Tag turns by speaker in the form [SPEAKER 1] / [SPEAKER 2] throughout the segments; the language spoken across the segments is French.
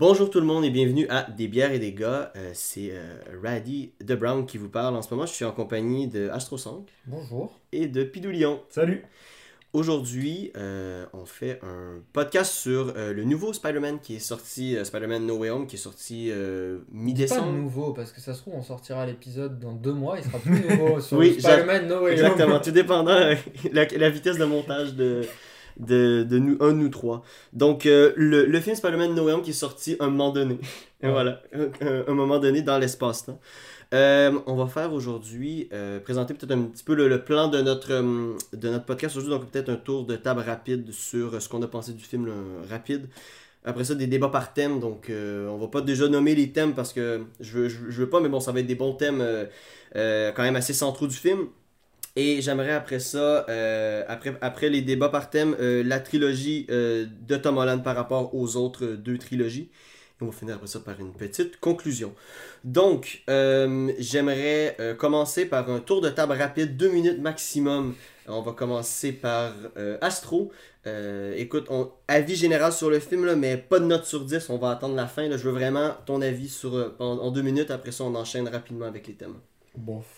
[SPEAKER 1] Bonjour tout le monde et bienvenue à Des bières et des gars. C'est Raddy de Brown qui vous parle. En ce moment, je suis en compagnie de Astro5
[SPEAKER 2] Bonjour.
[SPEAKER 1] et de Pidoulion.
[SPEAKER 3] Salut.
[SPEAKER 1] Aujourd'hui, on fait un podcast sur le nouveau Spider-Man qui est sorti, Spider-Man No Way Home, qui est sorti
[SPEAKER 2] Pas
[SPEAKER 1] mi-décembre.
[SPEAKER 2] nouveau, parce que ça se trouve, on sortira l'épisode dans 2 mois, il sera plus nouveau sur
[SPEAKER 1] Oui,
[SPEAKER 2] Spider-Man No Way Home.
[SPEAKER 1] Exactement, tout dépendant la vitesse de montage de nous, un de nous trois. Donc, le film Spider-Man No Way Home qui est sorti un moment donné. Et
[SPEAKER 2] Ouais.
[SPEAKER 1] voilà, un moment donné dans l'espace-temps. On va faire aujourd'hui, présenter peut-être un petit peu le plan de notre podcast aujourd'hui. Donc, peut-être un tour de table rapide sur ce qu'on a pensé du film rapide. Après ça, des débats par thème. Donc, on va pas déjà nommer les thèmes parce que je veux pas, mais bon, ça va être des bons thèmes quand même assez centraux du film. Et j'aimerais après ça, après les débats par thème, la trilogie de Tom Holland par rapport aux autres deux trilogies. Et on va finir après ça par une petite conclusion. Donc, j'aimerais commencer par un tour de table rapide, 2 minutes maximum. On va commencer par Astro. Écoute, avis général sur le film, là, mais pas de note sur 10. On va attendre la fin. Là. Je veux vraiment ton avis en 2 minutes. Après ça, on enchaîne rapidement avec les thèmes.
[SPEAKER 2] Bof.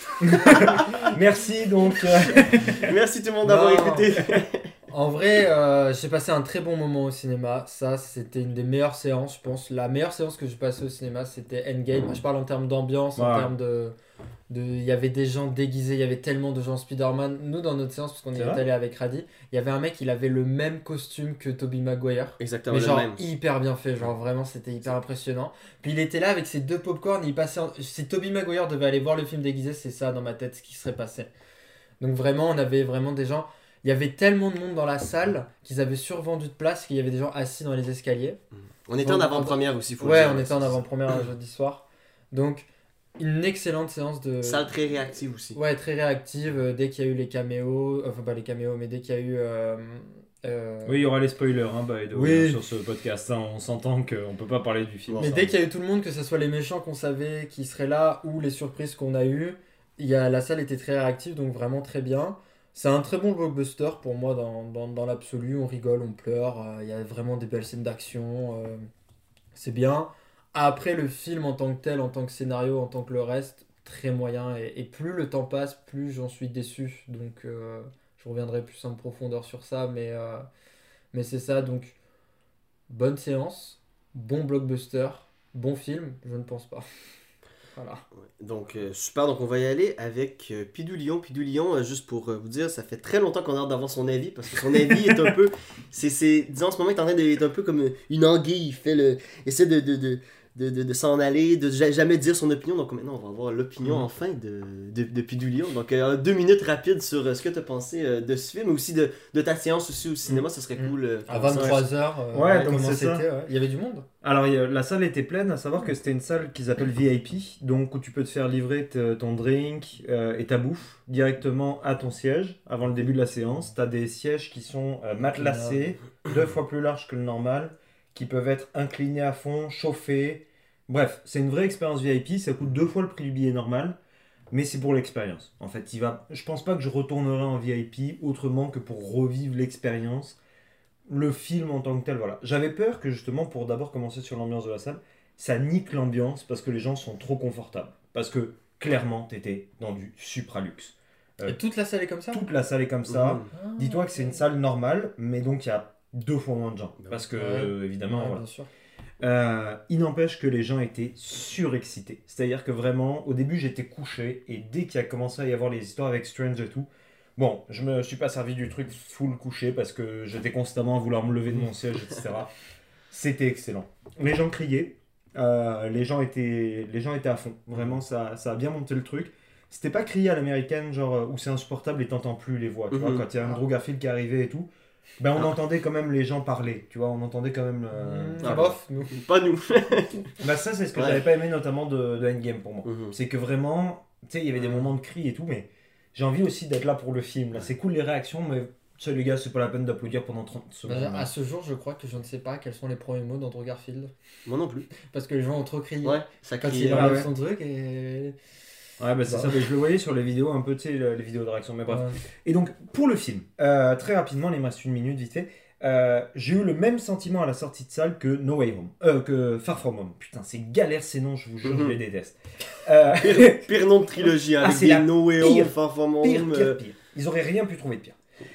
[SPEAKER 3] Merci donc.
[SPEAKER 1] Merci tout le monde d'avoir
[SPEAKER 2] Non.
[SPEAKER 1] écouté.
[SPEAKER 2] En vrai, j'ai passé un très bon moment au cinéma. Ça, c'était une des meilleures séances, je pense. La meilleure séance que j'ai passée au cinéma, c'était Endgame. Je parle en termes d'ambiance, en
[SPEAKER 3] Ouais.
[SPEAKER 2] termes il y avait des gens déguisés, il y avait tellement de gens Spider-Man. Nous, dans notre séance, parce qu'on
[SPEAKER 3] C'est
[SPEAKER 2] est
[SPEAKER 3] vrai
[SPEAKER 2] allé avec Raddy, il y avait un mec, il avait le même costume que Tobey Maguire.
[SPEAKER 1] Exactement
[SPEAKER 2] Mais
[SPEAKER 1] le
[SPEAKER 2] genre
[SPEAKER 1] même.
[SPEAKER 2] hyper bien fait, genre vraiment c'était hyper impressionnant. Puis il était là avec ses deux popcorn, il passait si Tobey Maguire devait aller voir le film déguisé, c'est ça dans ma tête ce qui serait passé. Donc vraiment on avait vraiment des gens, il y avait tellement de monde dans la salle qu'ils avaient survendu de place qu'il y avait des gens assis dans les escaliers.
[SPEAKER 1] On était en avant-première aussi, faut
[SPEAKER 2] Ouais,
[SPEAKER 1] le dire.
[SPEAKER 2] on était en avant-première un jeudi soir. Donc une excellente séance de
[SPEAKER 1] Salle très réactive aussi.
[SPEAKER 2] ouais, très réactive dès qu'il y a eu les caméos, enfin pas les caméos mais dès qu'il y a eu
[SPEAKER 3] Oui, il y aura les spoilers by the way,
[SPEAKER 2] Oui.
[SPEAKER 3] sur ce podcast. Hein. On s'entend qu'on peut pas parler du film.
[SPEAKER 1] Bon,
[SPEAKER 2] Mais
[SPEAKER 3] ça.
[SPEAKER 2] dès qu'il y a eu tout le monde, que ce soit les méchants qu'on savait qui seraient là ou les surprises qu'on a eues, la salle était très réactive, donc vraiment très bien. C'est un très bon blockbuster pour moi dans l'absolu. On rigole, on pleure, il y a vraiment des belles scènes d'action. C'est bien. Après, le film en tant que tel, en tant que scénario, en tant que le reste, très moyen. Et plus le temps passe, plus j'en suis déçu. Donc je reviendrai plus en profondeur sur ça. Mais c'est ça, donc bonne séance, bon blockbuster, bon film, je ne pense pas. Voilà.
[SPEAKER 1] Donc, super. Donc, on va y aller avec Pidoulion. Pidoulion, juste pour vous dire, ça fait très longtemps qu'on a hâte d'avoir son avis parce que son avis est un peu. Disons, en ce moment, il est en train d'être un peu comme une anguille. Essaie de s'en aller, de jamais dire son opinion. Donc, maintenant, on va avoir l'opinion enfin de Pidoulion. Donc, 2 minutes rapides sur ce que tu as pensé de ce film, mais aussi de ta séance aussi au cinéma. Ça serait cool.
[SPEAKER 2] À
[SPEAKER 1] qu'on fasse.
[SPEAKER 2] 23h,
[SPEAKER 3] Ouais, donc
[SPEAKER 2] comment
[SPEAKER 3] c'est
[SPEAKER 2] c'était
[SPEAKER 3] ça.
[SPEAKER 2] ouais. Il y avait du monde.
[SPEAKER 3] Alors, la salle était pleine, à savoir que c'était une salle qu'ils appellent VIP, donc où tu peux te faire livrer ton drink et ta bouffe directement à ton siège avant le début de la séance. Tu as des sièges qui sont matelassés, 2 fois plus larges que le normal, qui peuvent être inclinés à fond, chauffés. Bref, c'est une vraie expérience VIP, ça coûte 2 fois le prix du billet normal, mais c'est pour l'expérience. En fait, je pense pas que je retournerai en VIP autrement que pour revivre l'expérience. Le film en tant que tel, voilà. J'avais peur que justement, pour d'abord commencer sur l'ambiance de la salle, ça nique l'ambiance parce que les gens sont trop confortables. Parce que clairement, t'étais dans du supraluxe.
[SPEAKER 2] Et toute la salle est comme ça.
[SPEAKER 3] Toute la salle est comme ça.
[SPEAKER 1] Mhm.
[SPEAKER 2] Ah,
[SPEAKER 3] Dis-toi que c'est une salle normale, mais donc il y a 2 fois moins de gens.
[SPEAKER 1] Ouais.
[SPEAKER 3] Parce que,
[SPEAKER 2] Ouais.
[SPEAKER 3] évidemment,
[SPEAKER 2] Ouais,
[SPEAKER 3] voilà.
[SPEAKER 2] bien sûr.
[SPEAKER 3] Il n'empêche que les gens étaient surexcités. C'est-à-dire que vraiment, au début, j'étais couché, et dès qu'il a commencé à y avoir les histoires avec Strange et tout, bon, je me suis pas servi du truc full couché parce que j'étais constamment à vouloir me lever de mon siège, etc. C'était excellent. Les gens criaient, les gens étaient à fond. Vraiment, ça a bien monté le truc. C'était pas crié à l'américaine, genre où c'est insupportable et t'entends plus les voix. Tu vois, quand il y a Andrew Garfield qui arrivait et tout, ben on entendait quand même les gens parler. Tu vois, on entendait quand même.
[SPEAKER 2] Bof, nous.
[SPEAKER 1] Pas nous.
[SPEAKER 3] Bah ça, c'est ce que
[SPEAKER 1] Ouais.
[SPEAKER 3] j'avais pas aimé notamment de Endgame pour moi.
[SPEAKER 1] Mhm.
[SPEAKER 3] C'est que vraiment, tu sais, il y avait des moments de cris et tout, mais j'ai envie aussi d'être là pour le film. Là, c'est cool les réactions, mais ça, les gars, c'est pas la peine d'applaudir pendant 30 secondes.
[SPEAKER 2] À ce jour, je crois que je ne sais pas quels sont les premiers mots d'Andrew Garfield.
[SPEAKER 1] Moi non plus.
[SPEAKER 2] Parce que les gens ont trop crié.
[SPEAKER 1] Ouais, ça
[SPEAKER 2] Quand
[SPEAKER 1] crie.
[SPEAKER 2] il
[SPEAKER 3] Ah
[SPEAKER 2] a
[SPEAKER 3] ouais.
[SPEAKER 2] son truc et.
[SPEAKER 3] Ouais, bah c'est ça, mais je le voyais sur les vidéos, un peu, tu sais, les vidéos de réaction, mais bref.
[SPEAKER 2] Ouais.
[SPEAKER 3] Et donc, pour le film, très rapidement, il me reste 1 minute, vite fait. J'ai eu le même sentiment à la sortie de salle que No Way Home, que Far From Home. Putain, c'est galère ces noms, je vous jure, je les déteste.
[SPEAKER 1] Pire nom de trilogie, hein, avec
[SPEAKER 3] c'est
[SPEAKER 1] des
[SPEAKER 3] la
[SPEAKER 1] No Way Home,
[SPEAKER 3] pire,
[SPEAKER 1] Far From Home.
[SPEAKER 3] Pire. Ils auraient rien pu trouver de pire.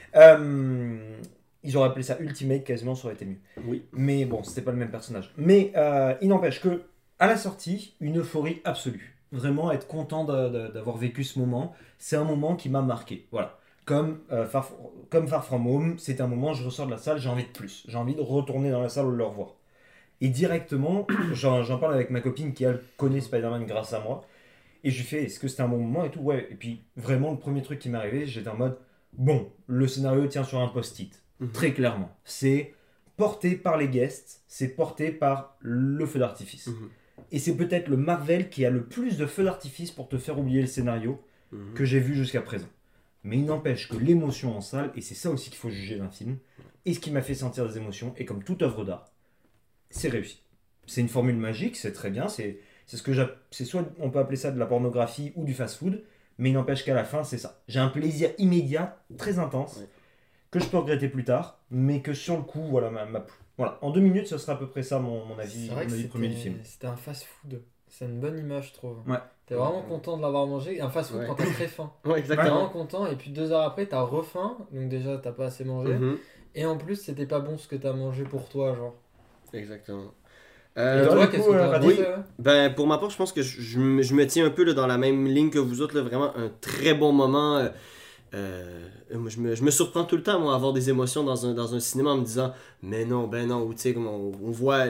[SPEAKER 3] Ils auraient appelé ça Ultimate, quasiment, ça aurait été mieux.
[SPEAKER 1] Oui.
[SPEAKER 3] Mais bon, c'était pas le même personnage. Mais il n'empêche que, à la sortie, une euphorie absolue. Vraiment, être content d'avoir vécu ce moment, c'est un moment qui m'a marqué. Voilà. Comme Far From Home, c'est un moment, je ressors de la salle, j'ai envie de plus. J'ai envie de retourner dans la salle ou de le revoir. Et directement, j'en parle avec ma copine qui, elle, connaît Spider-Man grâce à moi. Et je lui fais, est-ce que c'était un bon moment et tout? Ouais. Et puis, vraiment, le premier truc qui m'est arrivé, j'étais en mode, bon, le scénario tient sur un post-it. Très clairement. C'est porté par les guests, c'est porté par le feu d'artifice. Et c'est peut-être le Marvel qui a le plus de feux d'artifice pour te faire oublier le scénario que j'ai vu jusqu'à présent. Mais il n'empêche que l'émotion en salle, et c'est ça aussi qu'il faut juger d'un film, et ce qui m'a fait sentir des émotions, et comme toute œuvre d'art, c'est réussi. C'est une formule magique, c'est très bien, c'est soit on peut appeler ça de la pornographie ou du fast-food, mais il n'empêche qu'à la fin, c'est ça. J'ai un plaisir immédiat, très intense, que je peux regretter plus tard, mais que sur le coup, voilà, m'a plu. Voilà, en 2 minutes, ce sera à peu près ça mon avis,
[SPEAKER 2] C'est vrai que
[SPEAKER 3] premier du film.
[SPEAKER 2] c'était un fast-food. C'est une bonne image, je trouve.
[SPEAKER 3] Ouais.
[SPEAKER 2] T'es vraiment content de l'avoir mangé. Un fast-food quand t'as très faim.
[SPEAKER 1] Ouais,
[SPEAKER 2] T'es
[SPEAKER 1] exactement.
[SPEAKER 2] vraiment content, et puis 2 heures après, t'as refaim. Donc déjà, t'as pas assez mangé. Et en plus, c'était pas bon ce que t'as mangé pour toi, genre.
[SPEAKER 1] Exactement.
[SPEAKER 2] Et
[SPEAKER 3] toi,
[SPEAKER 2] toi,
[SPEAKER 3] du
[SPEAKER 2] qu'est-ce
[SPEAKER 3] coup,
[SPEAKER 2] que t'as
[SPEAKER 3] Radif,
[SPEAKER 2] pensé, ouais
[SPEAKER 1] Ben, pour ma part, je pense que je me tiens un peu là, dans la même ligne que vous autres. Là, vraiment un très bon moment. Moi, je me surprends tout le temps, moi, à avoir des émotions dans un cinéma en me disant, mais non, ben non. Ou tu sais, comme on voit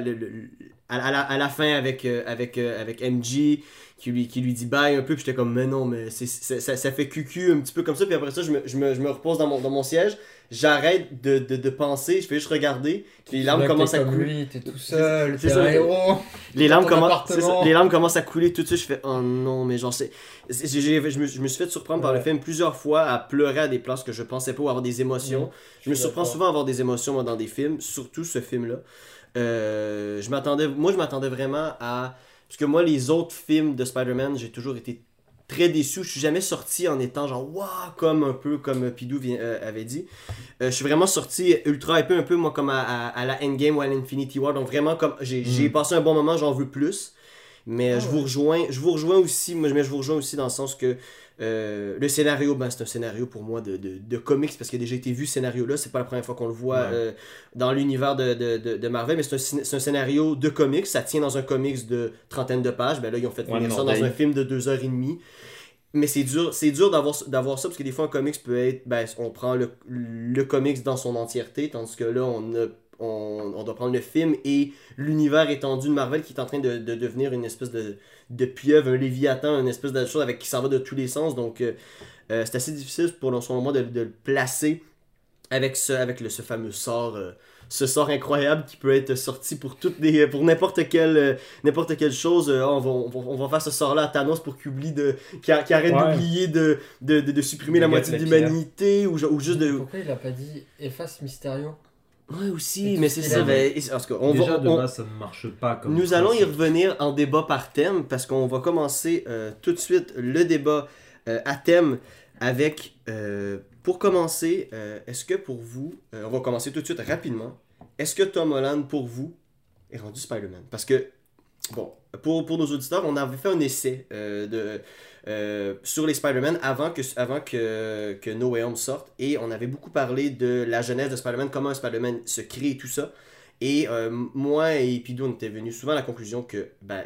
[SPEAKER 1] à la fin avec MJ qui lui dit bye un peu. Puis j'étais comme, mais non, mais ça fait cucu un petit peu comme ça. Puis après ça, je me repose dans mon siège. J'arrête de penser, je fais juste regarder. Puis les larmes commencent à couler.
[SPEAKER 2] Lui, t'es tout seul,
[SPEAKER 1] C'est
[SPEAKER 2] t'es
[SPEAKER 1] ça.
[SPEAKER 2] un héros.
[SPEAKER 1] Les larmes,
[SPEAKER 2] Dans ton appartement.
[SPEAKER 1] les larmes commencent à couler tout de suite. Je fais oh non, mais genre, je me suis fait surprendre par le film plusieurs fois à pleurer à des places que je pensais pas ou avoir des émotions. Je me surprends souvent à avoir des émotions moi, dans des films, surtout ce film-là. Je m'attendais vraiment à. Parce que moi, les autres films de Spider-Man, j'ai toujours été très déçu. Je suis jamais sorti en étant genre waouh, comme un peu comme Pidou avait dit. Je suis vraiment sorti ultra épais, un peu moi comme à la Endgame ou à l'Infinity War. Donc vraiment comme j'ai passé un bon moment, j'en veux plus. Mais je vous rejoins aussi, mais je vous rejoins aussi dans le sens que le scénario, ben, c'est un scénario pour moi de comics parce qu'il a déjà été vu ce scénario-là. C'est pas la première fois qu'on le voit dans l'univers de Marvel, mais c'est un scénario de comics. Ça tient dans un comics de 30aine de pages. Ben là, ils ont fait venir ça dans un film de 2h30. Mais c'est dur d'avoir ça parce que des fois un comics peut être, ben, on prend le comics dans son entièreté, tandis que là on doit prendre le film et l'univers étendu de Marvel qui est en train de devenir une espèce de pieuvre, un léviathan, une espèce de chose qui s'en va de tous les sens. Donc c'est assez difficile pour son moment de le placer avec ce fameux sort. Ce sort incroyable qui peut être sorti pour pour n'importe quelle chose. On va faire ce sort-là à Thanos pour qu'il oublie qui arrête d'oublier de supprimer la moitié de l'humanité ou juste de.
[SPEAKER 2] Pourquoi il a pas dit efface Mysterio?
[SPEAKER 1] Ouais aussi, mais c'est ça. En tout cas,
[SPEAKER 3] déjà de base ça ne marche pas comme
[SPEAKER 1] nous allons y revenir en débat par thème parce qu'on va commencer tout de suite le débat à thème avec pour commencer, est-ce que pour vous, on va commencer tout de suite rapidement, est-ce que Tom Holland pour vous est rendu Spider-Man? Parce que, bon, pour nos auditeurs, on avait fait un essai sur les Spider-Man avant que No Way Home sorte et on avait beaucoup parlé de la genèse de Spider-Man, comment un Spider-Man se crée et tout ça. Et moi et Pidou, on était venus souvent à la conclusion que ben,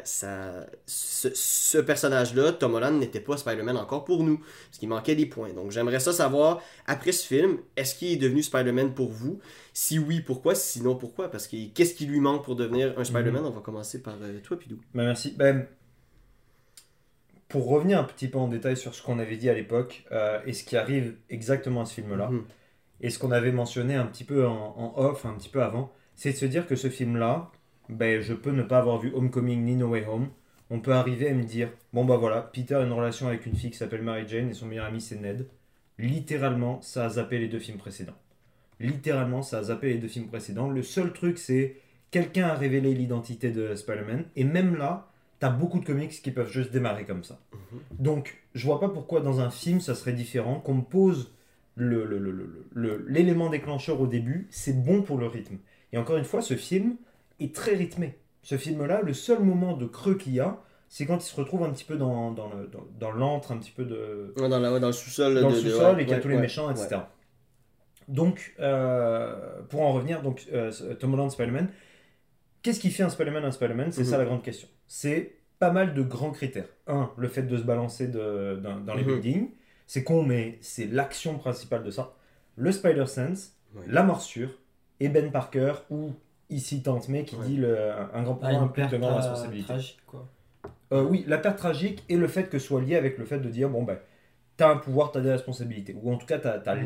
[SPEAKER 1] ce personnage-là, Tom Holland, n'était pas Spider-Man encore pour nous, parce qu'il manquait des points. Donc j'aimerais ça savoir, après ce film, est-ce qu'il est devenu Spider-Man pour vous? Si oui, pourquoi? Sinon, pourquoi? Parce que qu'est-ce qui lui manque pour devenir un Spider-Man? On va commencer par toi, Pidou.
[SPEAKER 3] Ben, merci. Ben, pour revenir un petit peu en détail sur ce qu'on avait dit à l'époque, et ce qui arrive exactement à ce film-là, et ce qu'on avait mentionné un petit peu en off, un petit peu avant, c'est de se dire que ce film-là, ben, je peux ne pas avoir vu Homecoming ni No Way Home. On peut arriver à me dire, bon bah voilà, Peter a une relation avec une fille qui s'appelle Mary Jane et son meilleur ami c'est Ned. Littéralement, ça a zappé les 2 films précédents. Littéralement, ça a zappé les 2 films précédents. Le seul truc, c'est quelqu'un a révélé l'identité de Spider-Man. Et même là, t'as beaucoup de comics qui peuvent juste démarrer comme ça. Donc, je vois pas pourquoi dans un film, ça serait différent, qu'on me pose l'élément déclencheur au début, c'est bon pour le rythme. Et encore une fois, ce film est très rythmé. Ce film-là, le seul moment de creux qu'il y a, c'est quand il se retrouve un petit peu dans l'antre, un petit peu de...
[SPEAKER 1] Ouais, dans le sous-sol.
[SPEAKER 3] Dans le sous-sol
[SPEAKER 1] ouais,
[SPEAKER 3] et qu'il y a
[SPEAKER 1] ouais,
[SPEAKER 3] tous les
[SPEAKER 1] ouais,
[SPEAKER 3] méchants,
[SPEAKER 1] ouais.
[SPEAKER 3] etc. Donc, pour en revenir, donc, Tom Holland Spider-Man, qu'est-ce qui fait un Spider-Man? C'est ça la grande question. C'est pas mal de grands critères. Un, le fait de se balancer dans les buildings. C'est con, mais c'est l'action principale de ça. Le Spider-Sense, la morsure, et Ben Parker, ou ici Tante May qui dit un grand pouvoir implique de grandes responsabilités.
[SPEAKER 2] Tragique, quoi.
[SPEAKER 3] Oui, la perte tragique et le fait que ce soit lié avec le fait de dire, bon ben, t'as un pouvoir, t'as des responsabilités. Ou en tout cas,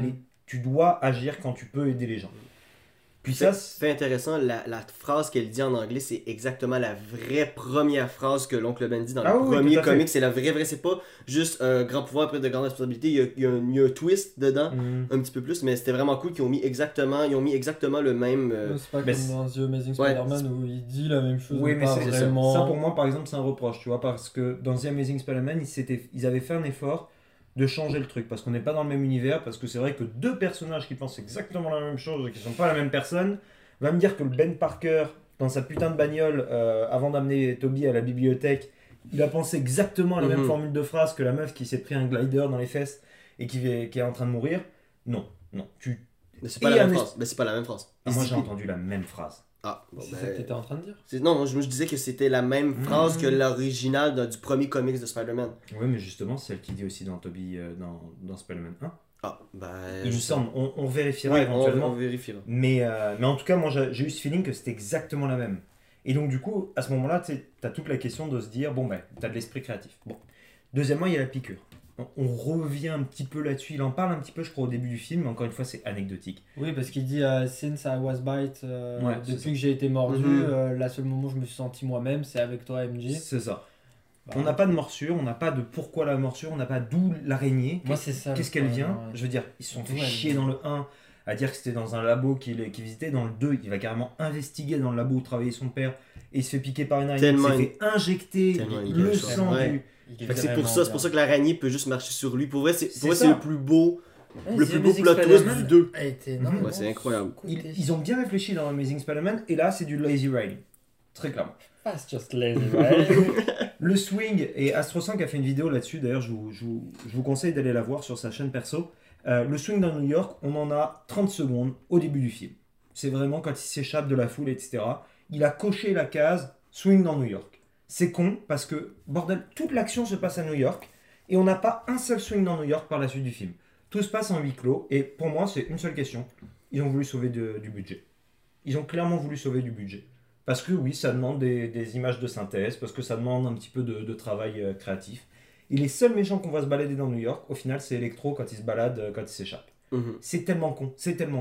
[SPEAKER 3] tu dois agir quand tu peux aider les gens. Puis ça,
[SPEAKER 1] fait intéressant, la phrase qu'elle dit en anglais, c'est exactement la vraie première phrase que l'oncle Ben dit dans le premier comic. C'est la vraie, c'est pas juste un grand pouvoir après de grandes responsabilités. Il y a un twist dedans, un petit peu plus, mais c'était vraiment cool qu'ils ont mis exactement le même.
[SPEAKER 2] C'est pas comme dans The Amazing Spider-Man où il dit la même chose.
[SPEAKER 3] Oui, mais
[SPEAKER 2] pas vraiment...
[SPEAKER 3] ça pour moi, par exemple, c'est un reproche, tu vois, parce que dans The Amazing Spider-Man, ils avaient fait un effort de changer le truc, parce qu'on n'est pas dans le même univers, parce que c'est vrai que deux personnages qui pensent exactement la même chose et qui sont pas la même personne, va me dire que le Ben Parker, dans sa putain de bagnole, avant d'amener Toby à la bibliothèque, il a pensé exactement à la même formule de phrase que la meuf qui s'est pris un glider dans les fesses et qui est en train de mourir. Non.
[SPEAKER 1] Mais c'est pas la même phrase.
[SPEAKER 3] Moi j'ai entendu la même phrase.
[SPEAKER 2] Ah, bon, c'est ça que t'étais en train de dire?
[SPEAKER 1] Non, moi je disais que c'était la même phrase que l'original du premier comics de Spider-Man.
[SPEAKER 3] Oui, mais justement, c'est celle qui dit aussi dans Toby, dans Spider-Man 1.
[SPEAKER 1] Ah, bah.
[SPEAKER 3] Il me semble, on vérifiera éventuellement.
[SPEAKER 1] On vérifiera.
[SPEAKER 3] Mais en tout cas, moi j'ai eu ce feeling que c'était exactement la même. Et donc, du coup, à ce moment-là, tu as toute la question de se dire, bon, ben, tu as de l'esprit créatif. Bon. Deuxièmement, il y a la piqûre. On revient un petit peu là-dessus. Il en parle un petit peu, je crois, au début du film, mais encore une fois, c'est anecdotique.
[SPEAKER 2] Oui, parce qu'il dit Since I was bite, depuis que j'ai été mordu, la seule moment où je me suis senti moi-même, c'est avec toi, MJ.
[SPEAKER 3] C'est ça. Bah, on n'a pas de morsure, on n'a pas de pourquoi la morsure, on n'a pas d'où l'araignée.
[SPEAKER 2] Moi, c'est ça.
[SPEAKER 3] Qu'est-ce qu'elle vient? Je veux dire, ils se sont fait chier dans le 1 à dire que c'était dans un labo qu'il visitait. Dans le 2, il va carrément investiguer dans le labo où travaillait son père et il se fait piquer par une araignée. Il s'est fait injecter le sang du.
[SPEAKER 1] C'est pour ça que l'araignée peut juste marcher sur lui. Pour vrai, c'est le plus beau. Le plus beau plot twist du 2. Ouais, c'est incroyable.
[SPEAKER 3] Ils ont bien réfléchi dans Amazing Spider-Man et là c'est du lazy writing. Très clairement.
[SPEAKER 2] Fast just lazy writing.
[SPEAKER 3] Le swing, et Astro5 a fait une vidéo là-dessus, d'ailleurs je vous conseille d'aller la voir sur sa chaîne perso. Le swing dans New York, on en a 30 secondes au début du film. C'est vraiment quand il s'échappe de la foule, etc. Il a coché la case swing dans New York. C'est con parce que, bordel, toute l'action se passe à New York et on n'a pas un seul swing dans New York par la suite du film. Tout se passe en huis clos et pour moi, c'est une seule question. Ils ont voulu sauver du budget. Ils ont clairement voulu sauver du budget. Parce que oui, ça demande des images de synthèse, parce que ça demande un petit peu de travail créatif. Et les seuls méchants qu'on va se balader dans New York, au final, c'est Electro quand il se balade, quand il s'échappe. C'est tellement con,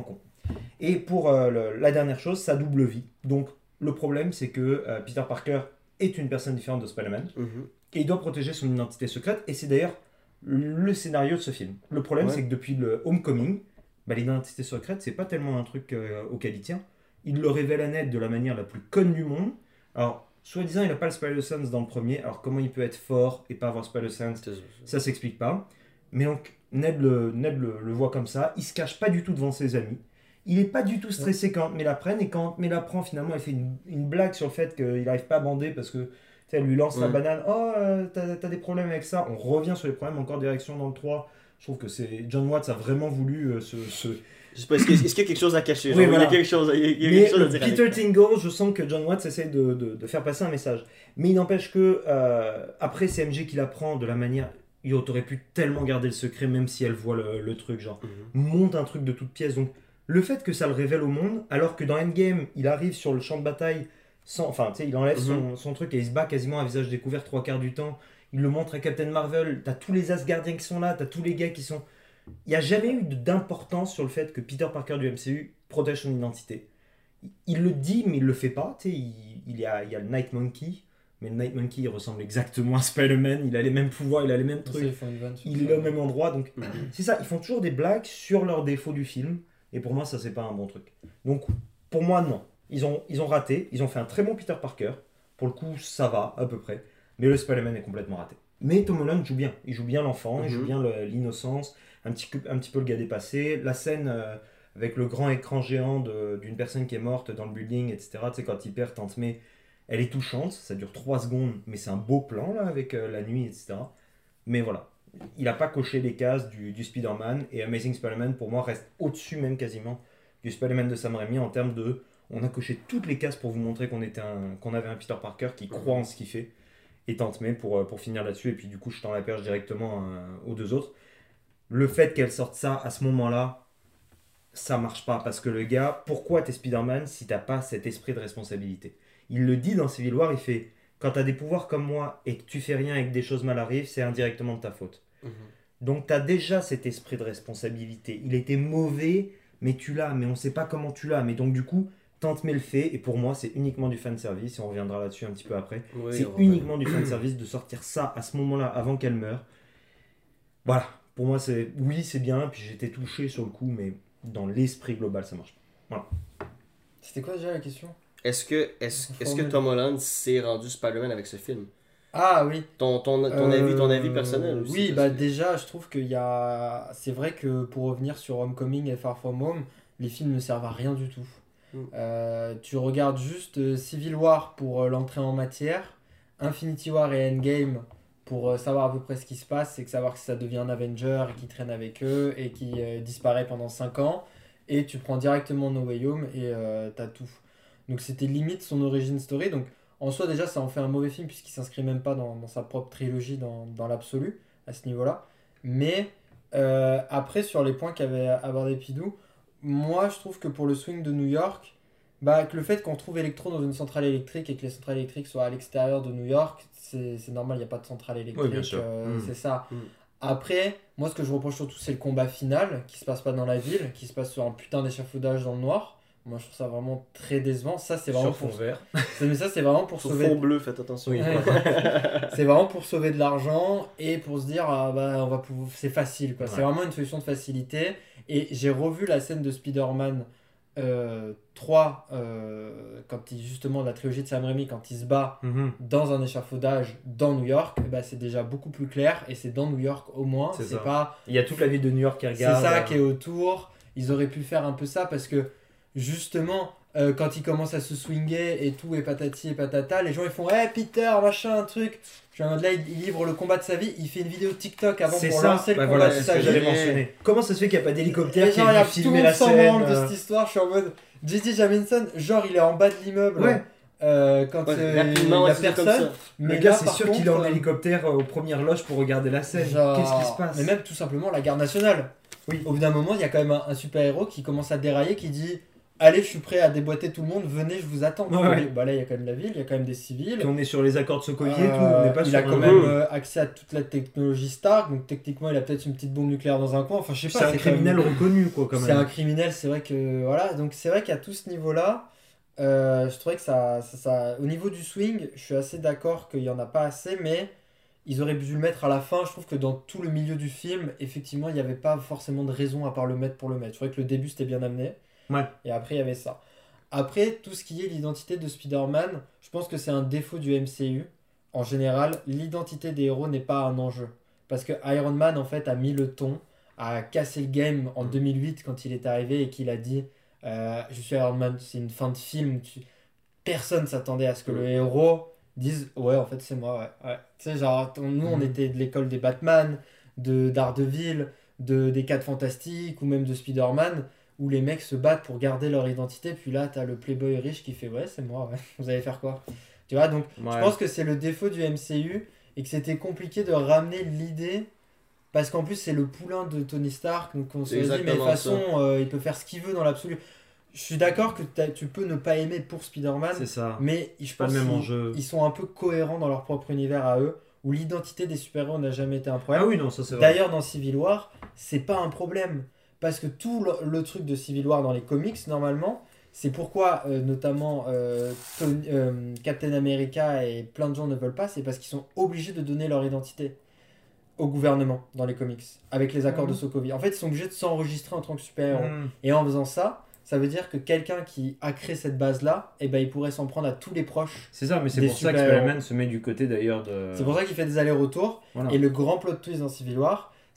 [SPEAKER 3] Et pour la dernière chose, ça double vie. Donc le problème, c'est que Peter Parker est une personne différente de Spider-Man et il doit protéger son identité secrète et c'est d'ailleurs le scénario de ce film. Le problème c'est que depuis le Homecoming, l'identité secrète c'est pas tellement un truc auquel il tient. Il le révèle à Ned de la manière la plus conne du monde. Alors soi-disant il a pas le Spider-Sense dans le premier, alors comment il peut être fort et pas avoir Spider-Sense, ça s'explique pas. Mais donc Ned le voit comme ça, il se cache pas du tout devant ses amis. Il est pas du tout stressé quand May la prenne et quand May la prend finalement elle fait une blague sur le fait qu'il n'arrive pas à bander parce que elle lui lance la banane. Oh t'as des problèmes avec ça. On revient sur les problèmes encore direction dans le 3. Je trouve que John Watts a vraiment voulu Je
[SPEAKER 1] sais pas, est-ce qu'il y a quelque chose à cacher?
[SPEAKER 3] Oui, voilà.
[SPEAKER 1] Il y a quelque chose à dire.
[SPEAKER 3] Peter Tingle, je sens que John Watts essaie de faire passer un message. Mais il n'empêche que après c'est MJ qui l'apprend de la manière. Il aurait pu tellement garder le secret même si elle voit le truc genre monte un truc de toute pièce. Donc le fait que ça le révèle au monde, alors que dans Endgame, il arrive sur le champ de bataille, il enlève son truc et il se bat quasiment à visage découvert 3/4 du temps. Il le montre à Captain Marvel, t'as tous les Asgardiens qui sont là, t'as tous les gars qui sont... Il n'y a jamais eu d'importance sur le fait que Peter Parker du MCU protège son identité. Il le dit, mais il le fait pas. Il y a le Night Monkey, mais le Night Monkey il ressemble exactement à Spider-Man, il a les mêmes pouvoirs, il a les mêmes trucs, il est au même endroit. Donc c'est ça, ils font toujours des blagues sur leurs défauts du film. Et pour moi, ça, c'est pas un bon truc. Donc, pour moi, non. Ils ont raté. Ils ont fait un très bon Peter Parker. Pour le coup, ça va, à peu près. Mais le Spider-Man est complètement raté. Mais Tom Holland joue bien. Il joue bien l'enfant, il joue bien l'innocence. un petit peu le gars dépassé. La scène avec le grand écran géant d'une personne qui est morte dans le building, etc. Tu sais, quand il perd Tante May, elle est touchante, ça dure 3 secondes, mais c'est un beau plan là, avec la nuit, etc. Mais voilà, il n'a pas coché les cases du Spider-Man, et Amazing Spider-Man pour moi reste au-dessus même quasiment du Spider-Man de Sam Raimi en termes de... On a coché toutes les cases pour vous montrer qu'on avait un Peter Parker qui croit en ce qu'il fait, et Tante May pour finir là-dessus, et puis du coup je tends la perche directement aux deux autres. Le fait qu'elle sorte ça à ce moment-là, ça marche pas, parce que le gars, pourquoi t'es Spider-Man si t'as pas cet esprit de responsabilité? Il le dit dans Civil War, il fait, quand t'as des pouvoirs comme moi et que tu fais rien et que des choses mal arrivent, c'est indirectement de ta faute. Donc t'as déjà cet esprit de responsabilité. Il était mauvais, mais tu l'as, mais on sait pas comment tu l'as. Mais donc du coup, Tante May le fait, et pour moi c'est uniquement du fanservice, et on reviendra là-dessus un petit peu après.
[SPEAKER 1] Oui,
[SPEAKER 3] c'est uniquement du fanservice de sortir ça à ce moment-là, avant qu'elle meure. Voilà, pour moi c'est bien, puis j'étais touché sur le coup, mais dans l'esprit global ça marche pas. Voilà.
[SPEAKER 2] C'était quoi déjà la question?
[SPEAKER 1] Est-ce que Tom Holland s'est rendu Spider-Man avec ce film?
[SPEAKER 2] Ah oui.
[SPEAKER 1] Ton avis personnel aussi.
[SPEAKER 2] Oui, bah déjà, je trouve qu'il y a... C'est vrai que pour revenir sur Homecoming et Far From Home, les films ne servent à rien du tout. Tu regardes juste Civil War pour l'entrée en matière, Infinity War et Endgame pour savoir à peu près ce qui se passe, c'est que savoir que ça devient un Avenger et qui traîne avec eux et qui disparaît pendant 5 ans, et tu prends directement No Way Home et t'as tout. Donc c'était limite son origin story, donc en soi déjà ça en fait un mauvais film puisqu'il s'inscrit même pas dans sa propre trilogie dans l'absolu à ce niveau-là. Mais après sur les points qu'avait abordé Pidou, moi je trouve que pour le swing de New York, bah, que le fait qu'on trouve Electro dans une centrale électrique et que les centrales électriques soient à l'extérieur de New York, c'est normal, il n'y a pas de centrale électrique,
[SPEAKER 3] Oui, bien sûr.
[SPEAKER 2] c'est ça. Après, moi ce que je reproche surtout c'est le combat final qui se passe pas dans la ville, qui se passe sur un putain d'échafaudage dans le noir. Moi je trouve ça vraiment très décevant. Ça c'est vraiment
[SPEAKER 3] Sur fond vert.
[SPEAKER 2] Mais ça c'est vraiment pour
[SPEAKER 1] Sur
[SPEAKER 2] sauver.
[SPEAKER 1] fond bleu, faites attention.
[SPEAKER 3] Oui.
[SPEAKER 2] C'est vraiment pour sauver de l'argent et pour se dire ah, bah on va pouvoir... c'est facile quoi.
[SPEAKER 3] Ouais.
[SPEAKER 2] C'est vraiment une solution de facilité. Et j'ai revu la scène de Spider-Man 3 quand il justement de la trilogie de Sam Raimi quand il se bat dans un échafaudage dans New York, et bah, c'est déjà beaucoup plus clair et c'est dans New York au moins.
[SPEAKER 3] C'est
[SPEAKER 2] C'est
[SPEAKER 3] ça.
[SPEAKER 2] pas
[SPEAKER 3] Il y a toute la ville de New York qui
[SPEAKER 2] c'est
[SPEAKER 3] regarde.
[SPEAKER 2] ça qui est autour. Ils auraient pu faire un peu ça parce que justement quand il commence à se swinger et tout et patati et patata, les gens ils font hey Peter machin un truc. Je suis en mode là il livre le combat de sa vie, il fait une vidéo TikTok avant
[SPEAKER 3] C'est
[SPEAKER 2] pour
[SPEAKER 3] ça.
[SPEAKER 2] lancer le
[SPEAKER 3] Bah
[SPEAKER 2] combat
[SPEAKER 3] voilà,
[SPEAKER 2] de
[SPEAKER 3] c'est ce
[SPEAKER 2] sa
[SPEAKER 3] que
[SPEAKER 2] vie.
[SPEAKER 3] j'allais mentionner. Comment ça se fait qu'il n'y a pas d'hélicoptère
[SPEAKER 2] Et
[SPEAKER 3] qui
[SPEAKER 2] genre,
[SPEAKER 3] est
[SPEAKER 2] il y a
[SPEAKER 3] venu
[SPEAKER 2] tout le
[SPEAKER 3] filmer
[SPEAKER 2] monde
[SPEAKER 3] la
[SPEAKER 2] s'en
[SPEAKER 3] scène
[SPEAKER 2] branle de cette histoire. Je suis en mode J.J. Jamison, genre il est en bas de l'immeuble
[SPEAKER 3] Ouais.
[SPEAKER 2] quand
[SPEAKER 1] Rapidement,
[SPEAKER 2] il y a
[SPEAKER 1] c'est comme
[SPEAKER 2] personne.
[SPEAKER 1] ça.
[SPEAKER 2] Mais
[SPEAKER 3] Le gars,
[SPEAKER 2] là,
[SPEAKER 3] c'est
[SPEAKER 2] par
[SPEAKER 3] sûr qu'il est
[SPEAKER 2] contre,
[SPEAKER 3] en hélicoptère aux premières loges pour regarder la scène.
[SPEAKER 2] genre-
[SPEAKER 3] Qu'est-ce qui se passe?
[SPEAKER 2] Mais même tout simplement la garde nationale.
[SPEAKER 3] Oui.
[SPEAKER 2] Au bout d'un moment, il y a quand même un super-héros qui commence à dérailler, qui dit allez, je suis prêt à déboîter tout le monde, venez, je vous attends.
[SPEAKER 3] Ouais.
[SPEAKER 2] Bah là, il y a quand même la ville, il y a quand même des civils.
[SPEAKER 3] Puis on est sur les accords de Sokovie et tout. On n'est pas
[SPEAKER 2] il
[SPEAKER 3] sur
[SPEAKER 2] a quand
[SPEAKER 3] un-
[SPEAKER 2] même accès à toute la technologie Stark, donc techniquement il a peut-être une petite bombe nucléaire dans un coin. Enfin, je sais
[SPEAKER 3] C'est
[SPEAKER 2] pas.
[SPEAKER 3] un
[SPEAKER 2] quand
[SPEAKER 3] criminel
[SPEAKER 2] même-
[SPEAKER 3] reconnu, quoi, quand
[SPEAKER 2] C'est un
[SPEAKER 3] même.
[SPEAKER 2] criminel, c'est vrai que voilà. Donc c'est vrai qu'à tout ce niveau-là, je trouvais que ça, au niveau du swing, je suis assez d'accord qu'il y en a pas assez, mais ils auraient dû le mettre à la fin. Je trouve que dans tout le milieu du film, effectivement, il n'y avait pas forcément de raison à part le mettre pour le mettre. Je trouvais que le début c'était bien amené.
[SPEAKER 3] Ouais.
[SPEAKER 2] Et après il y avait ça. Après, tout ce qui est l'identité de Spider-Man, je pense que c'est un défaut du MCU. En général, l'identité des héros n'est pas un enjeu. Parce que Iron Man, en fait, a mis le ton, a cassé le game en 2008 quand il est arrivé et qu'il a dit je suis Iron Man, c'est une fin de film. Personne s'attendait à ce que le héros dise ouais, en fait, c'est moi. Ouais. Tu sais, genre, nous, on était de l'école des Batman, de Daredevil, des 4 Fantastiques ou même de Spider-Man, où les mecs se battent pour garder leur identité. Puis là, t'as le playboy riche qui fait ouais, c'est moi, ouais. Vous allez faire quoi? Tu vois, donc
[SPEAKER 3] Ouais.
[SPEAKER 2] je pense que c'est le défaut du MCU et que c'était compliqué de ramener l'idée parce qu'en plus c'est le poulain de Tony Stark, donc on se
[SPEAKER 1] C'est
[SPEAKER 2] dit mais de toute
[SPEAKER 1] exactement
[SPEAKER 2] façon il peut faire ce qu'il veut dans l'absolu. Je suis d'accord que tu peux ne pas aimer pour Spider-Man,
[SPEAKER 3] C'est ça.
[SPEAKER 2] mais je
[SPEAKER 3] Pas
[SPEAKER 2] pense
[SPEAKER 3] le même
[SPEAKER 2] qu'ils
[SPEAKER 3] enjeu.
[SPEAKER 2] ils sont un peu cohérents dans leur propre univers à eux, où l'identité des super-héros n'a jamais été un problème.
[SPEAKER 3] Ah oui, non, ça c'est vrai.
[SPEAKER 2] D'ailleurs, dans Civil War, c'est pas un problème. Parce que tout le truc de Civil War dans les comics, normalement, c'est pourquoi notamment Captain America et plein de gens ne veulent pas, c'est parce qu'ils sont obligés de donner leur identité au gouvernement dans les comics, avec les accords de Sokovie. En fait, ils sont obligés de s'enregistrer en tant que super-héros. Et en faisant ça, ça veut dire que quelqu'un qui a créé cette base-là, eh ben, il pourrait s'en prendre à tous les proches.
[SPEAKER 3] C'est ça, mais c'est
[SPEAKER 2] Des
[SPEAKER 3] pour ça que
[SPEAKER 2] super-héros.
[SPEAKER 3] Spider-Man se met du côté d'ailleurs de.
[SPEAKER 2] C'est pour ça qu'il fait des allers-retours.
[SPEAKER 3] Voilà.
[SPEAKER 2] Et le grand plot twist dans Civil War,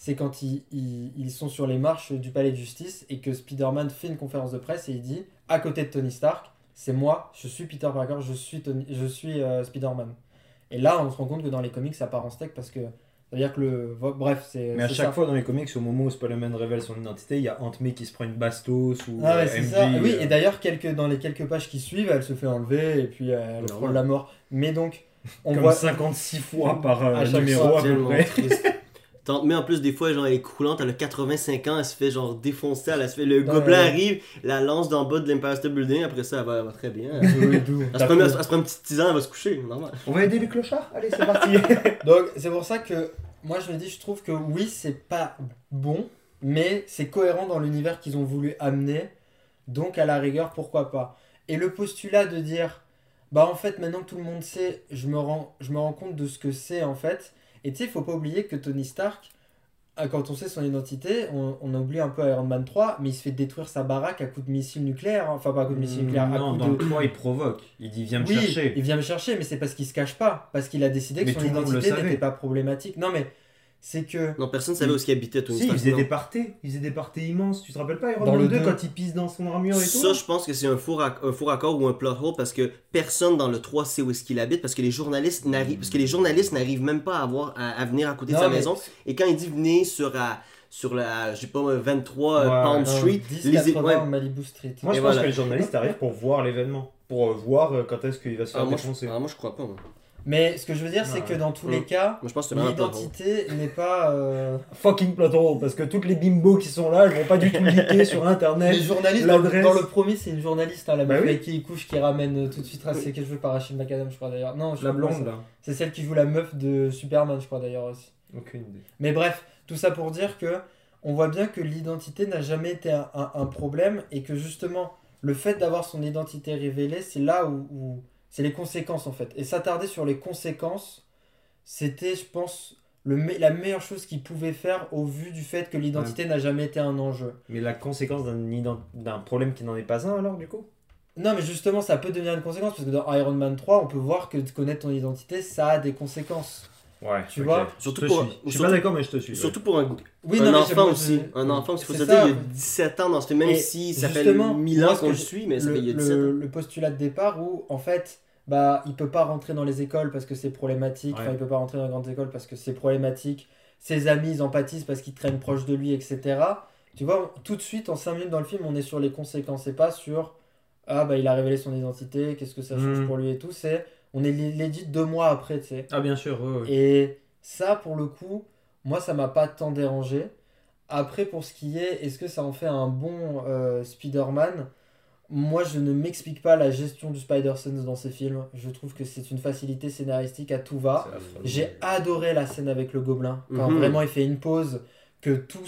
[SPEAKER 2] c'est quand ils sont sur les marches du palais de justice et que Spider-Man fait une conférence de presse et il dit, à côté de Tony Stark, c'est moi, je suis Peter Parker, je suis Spider-Man. Et là, on se rend compte que dans les comics, ça part en steak parce que ça veut dire que bref, c'est.
[SPEAKER 3] Mais à
[SPEAKER 2] c'est
[SPEAKER 3] chaque
[SPEAKER 2] ça.
[SPEAKER 3] fois dans les comics, au moment où Spider-Man révèle son identité, il y a Aunt May qui se prend une bastos ou
[SPEAKER 2] Ah ouais, c'est
[SPEAKER 3] MJ.
[SPEAKER 2] ça. Oui, et d'ailleurs, dans les quelques pages qui suivent, elle se fait enlever et puis elle
[SPEAKER 1] Normal.
[SPEAKER 2] frôle la mort. Mais donc, on
[SPEAKER 3] comme
[SPEAKER 2] voit.
[SPEAKER 3] 56 fois par
[SPEAKER 2] À chaque
[SPEAKER 3] numéro
[SPEAKER 2] fois,
[SPEAKER 3] à peu
[SPEAKER 1] Tellement
[SPEAKER 3] près.
[SPEAKER 1] triste. Mais en plus, des fois, genre, elle est coulante, elle a 85 ans, elle se fait genre défoncer, elle se fait, le
[SPEAKER 2] Non,
[SPEAKER 1] gobelin
[SPEAKER 2] ouais.
[SPEAKER 1] arrive, la lance d'en bas de l'Empire State Building, après ça, elle va très bien. Elle se prend un petit tisane, elle va se coucher, normal.
[SPEAKER 3] On va aider les clochards. Allez, c'est parti.
[SPEAKER 2] Donc, c'est pour ça que moi je me dis, je trouve que oui, c'est pas bon, mais c'est cohérent dans l'univers qu'ils ont voulu amener. Donc, à la rigueur, pourquoi pas. Et le postulat de dire, bah en fait, maintenant que tout le monde sait, je me rends compte de ce que c'est en fait. Et tu sais, il faut pas oublier que Tony Stark, quand on sait son identité, on oublie un peu Iron Man 3, mais il se fait détruire sa baraque à coups de missiles nucléaires. Hein. Enfin, pas à coups de missiles nucléaires, à
[SPEAKER 3] Non,
[SPEAKER 2] coups
[SPEAKER 3] dans
[SPEAKER 2] de.
[SPEAKER 3] le 3, il provoque. Il dit viens me
[SPEAKER 2] Oui,
[SPEAKER 3] chercher.
[SPEAKER 2] il vient me chercher, mais c'est parce qu'il se cache pas. Parce qu'il a décidé que
[SPEAKER 3] Mais
[SPEAKER 2] son
[SPEAKER 3] tout le monde le
[SPEAKER 2] identité
[SPEAKER 3] savait.
[SPEAKER 2] n'était pas problématique. Non, mais c'est que.
[SPEAKER 1] Non, personne savait où est-ce qu'il habitait, Tony
[SPEAKER 3] Si, il
[SPEAKER 1] Stark.
[SPEAKER 3] faisait
[SPEAKER 1] non.
[SPEAKER 3] des parties. Il faisait des parties immenses. Tu te rappelles pas Iron
[SPEAKER 2] Dans
[SPEAKER 3] Man
[SPEAKER 2] le
[SPEAKER 3] 2
[SPEAKER 2] deux.
[SPEAKER 3] quand il pisse dans son armure et tout
[SPEAKER 1] Ça, je pense que c'est un faux raccord ou un plot hole parce que personne dans le 3 sait où est-ce qu'il habite parce que les journalistes n'arrivent même pas à venir à côté de
[SPEAKER 2] Non,
[SPEAKER 1] sa
[SPEAKER 2] mais-
[SPEAKER 1] maison. Et quand il dit venez sur la, je sais pas, 23
[SPEAKER 3] Ouais,
[SPEAKER 1] Palm
[SPEAKER 2] Non,
[SPEAKER 1] Street,
[SPEAKER 2] 1080
[SPEAKER 1] ouais.
[SPEAKER 2] Malibu Street.
[SPEAKER 3] Moi,
[SPEAKER 1] Et
[SPEAKER 3] je pense
[SPEAKER 1] voilà.
[SPEAKER 3] que les journalistes arrivent pour voir l'événement. Pour voir quand est-ce qu'il va se faire
[SPEAKER 1] moi,
[SPEAKER 3] défoncer.
[SPEAKER 1] moi, je crois pas. Moi,
[SPEAKER 2] Mais ce que je veux dire, c'est
[SPEAKER 3] Ouais.
[SPEAKER 2] que dans tous les cas,
[SPEAKER 1] Moi, je pense que c'est vraiment un plot hole.
[SPEAKER 2] l'identité n'est pas.
[SPEAKER 3] Fucking plot hole, parce que toutes les bimbos qui sont là, elles vont pas du tout liker sur internet.
[SPEAKER 2] Les journalistes, dans
[SPEAKER 3] l'adresse.
[SPEAKER 2] le premier, c'est une journaliste, hein, la
[SPEAKER 3] Bah
[SPEAKER 2] meuf
[SPEAKER 3] oui.
[SPEAKER 2] avec qui il couche, qui ramène tout de suite. Ah, c'est qu'elle joue par Rachel McAdams, je crois d'ailleurs. Non, je
[SPEAKER 3] La
[SPEAKER 2] sais pas,
[SPEAKER 3] blonde là.
[SPEAKER 2] c'est celle qui joue la meuf de Superman, je crois d'ailleurs aussi.
[SPEAKER 3] Aucune idée.
[SPEAKER 2] Mais bref, tout ça pour dire que on voit bien que l'identité n'a jamais été un problème et que justement le fait d'avoir son identité révélée, c'est là où c'est les conséquences en fait. Et s'attarder sur les conséquences, c'était, je pense, la meilleure chose qu'il pouvait faire au vu du fait que l'identité n'a jamais été un enjeu.
[SPEAKER 3] Mais la conséquence d'un problème qui n'en est pas un alors du coup.
[SPEAKER 2] Non, mais justement, ça peut devenir une conséquence parce que dans Iron Man 3, on peut voir que de connaître ton identité, ça a des conséquences.
[SPEAKER 3] Ouais.
[SPEAKER 2] Tu vois,
[SPEAKER 1] surtout
[SPEAKER 3] je te
[SPEAKER 1] pour-
[SPEAKER 3] suis. Je suis
[SPEAKER 1] surtout-
[SPEAKER 3] pas d'accord mais je te suis.
[SPEAKER 1] Surtout pour un
[SPEAKER 2] Oui,
[SPEAKER 1] un
[SPEAKER 2] non, mais
[SPEAKER 1] enfant
[SPEAKER 2] moi,
[SPEAKER 1] aussi. Un enfant, il faut
[SPEAKER 2] c'est
[SPEAKER 1] se
[SPEAKER 2] ça.
[SPEAKER 1] dire, il y a 17 ans dans ce film, même
[SPEAKER 2] Et
[SPEAKER 1] si ça fait
[SPEAKER 2] justement,
[SPEAKER 1] 1000
[SPEAKER 2] moi,
[SPEAKER 1] ans
[SPEAKER 2] ce
[SPEAKER 1] qu'on
[SPEAKER 2] que
[SPEAKER 1] le
[SPEAKER 2] je-
[SPEAKER 1] suit, mais ça fait il y a 17 ans.
[SPEAKER 2] le postulat de départ où, en fait, bah, il peut pas rentrer dans les écoles parce que c'est problématique,
[SPEAKER 3] Ouais.
[SPEAKER 2] enfin, il peut pas rentrer dans les grandes écoles parce que c'est problématique, ses amis, ils empathisent parce qu'ils traînent proche de lui, etc. Tu vois, tout de suite, en 5 minutes dans le film, on est sur les conséquences et pas sur « Ah, bah, il a révélé son identité, qu'est-ce que ça change pour lui et tout », on est legit 2 mois après, tu sais.
[SPEAKER 3] Ah bien sûr. Ouais.
[SPEAKER 2] Et ça, pour le coup, moi, ça m'a pas tant dérangé. Après, pour ce qui est, est-ce que ça en fait un bon Spider-Man? Moi, je ne m'explique pas la gestion du Spider-Sense dans ces films. Je trouve que c'est une facilité scénaristique à tout va.
[SPEAKER 3] C'est affreux.
[SPEAKER 2] J'ai adoré la scène avec le gobelin. Quand
[SPEAKER 1] Mhm.
[SPEAKER 2] vraiment il fait une pause, que tout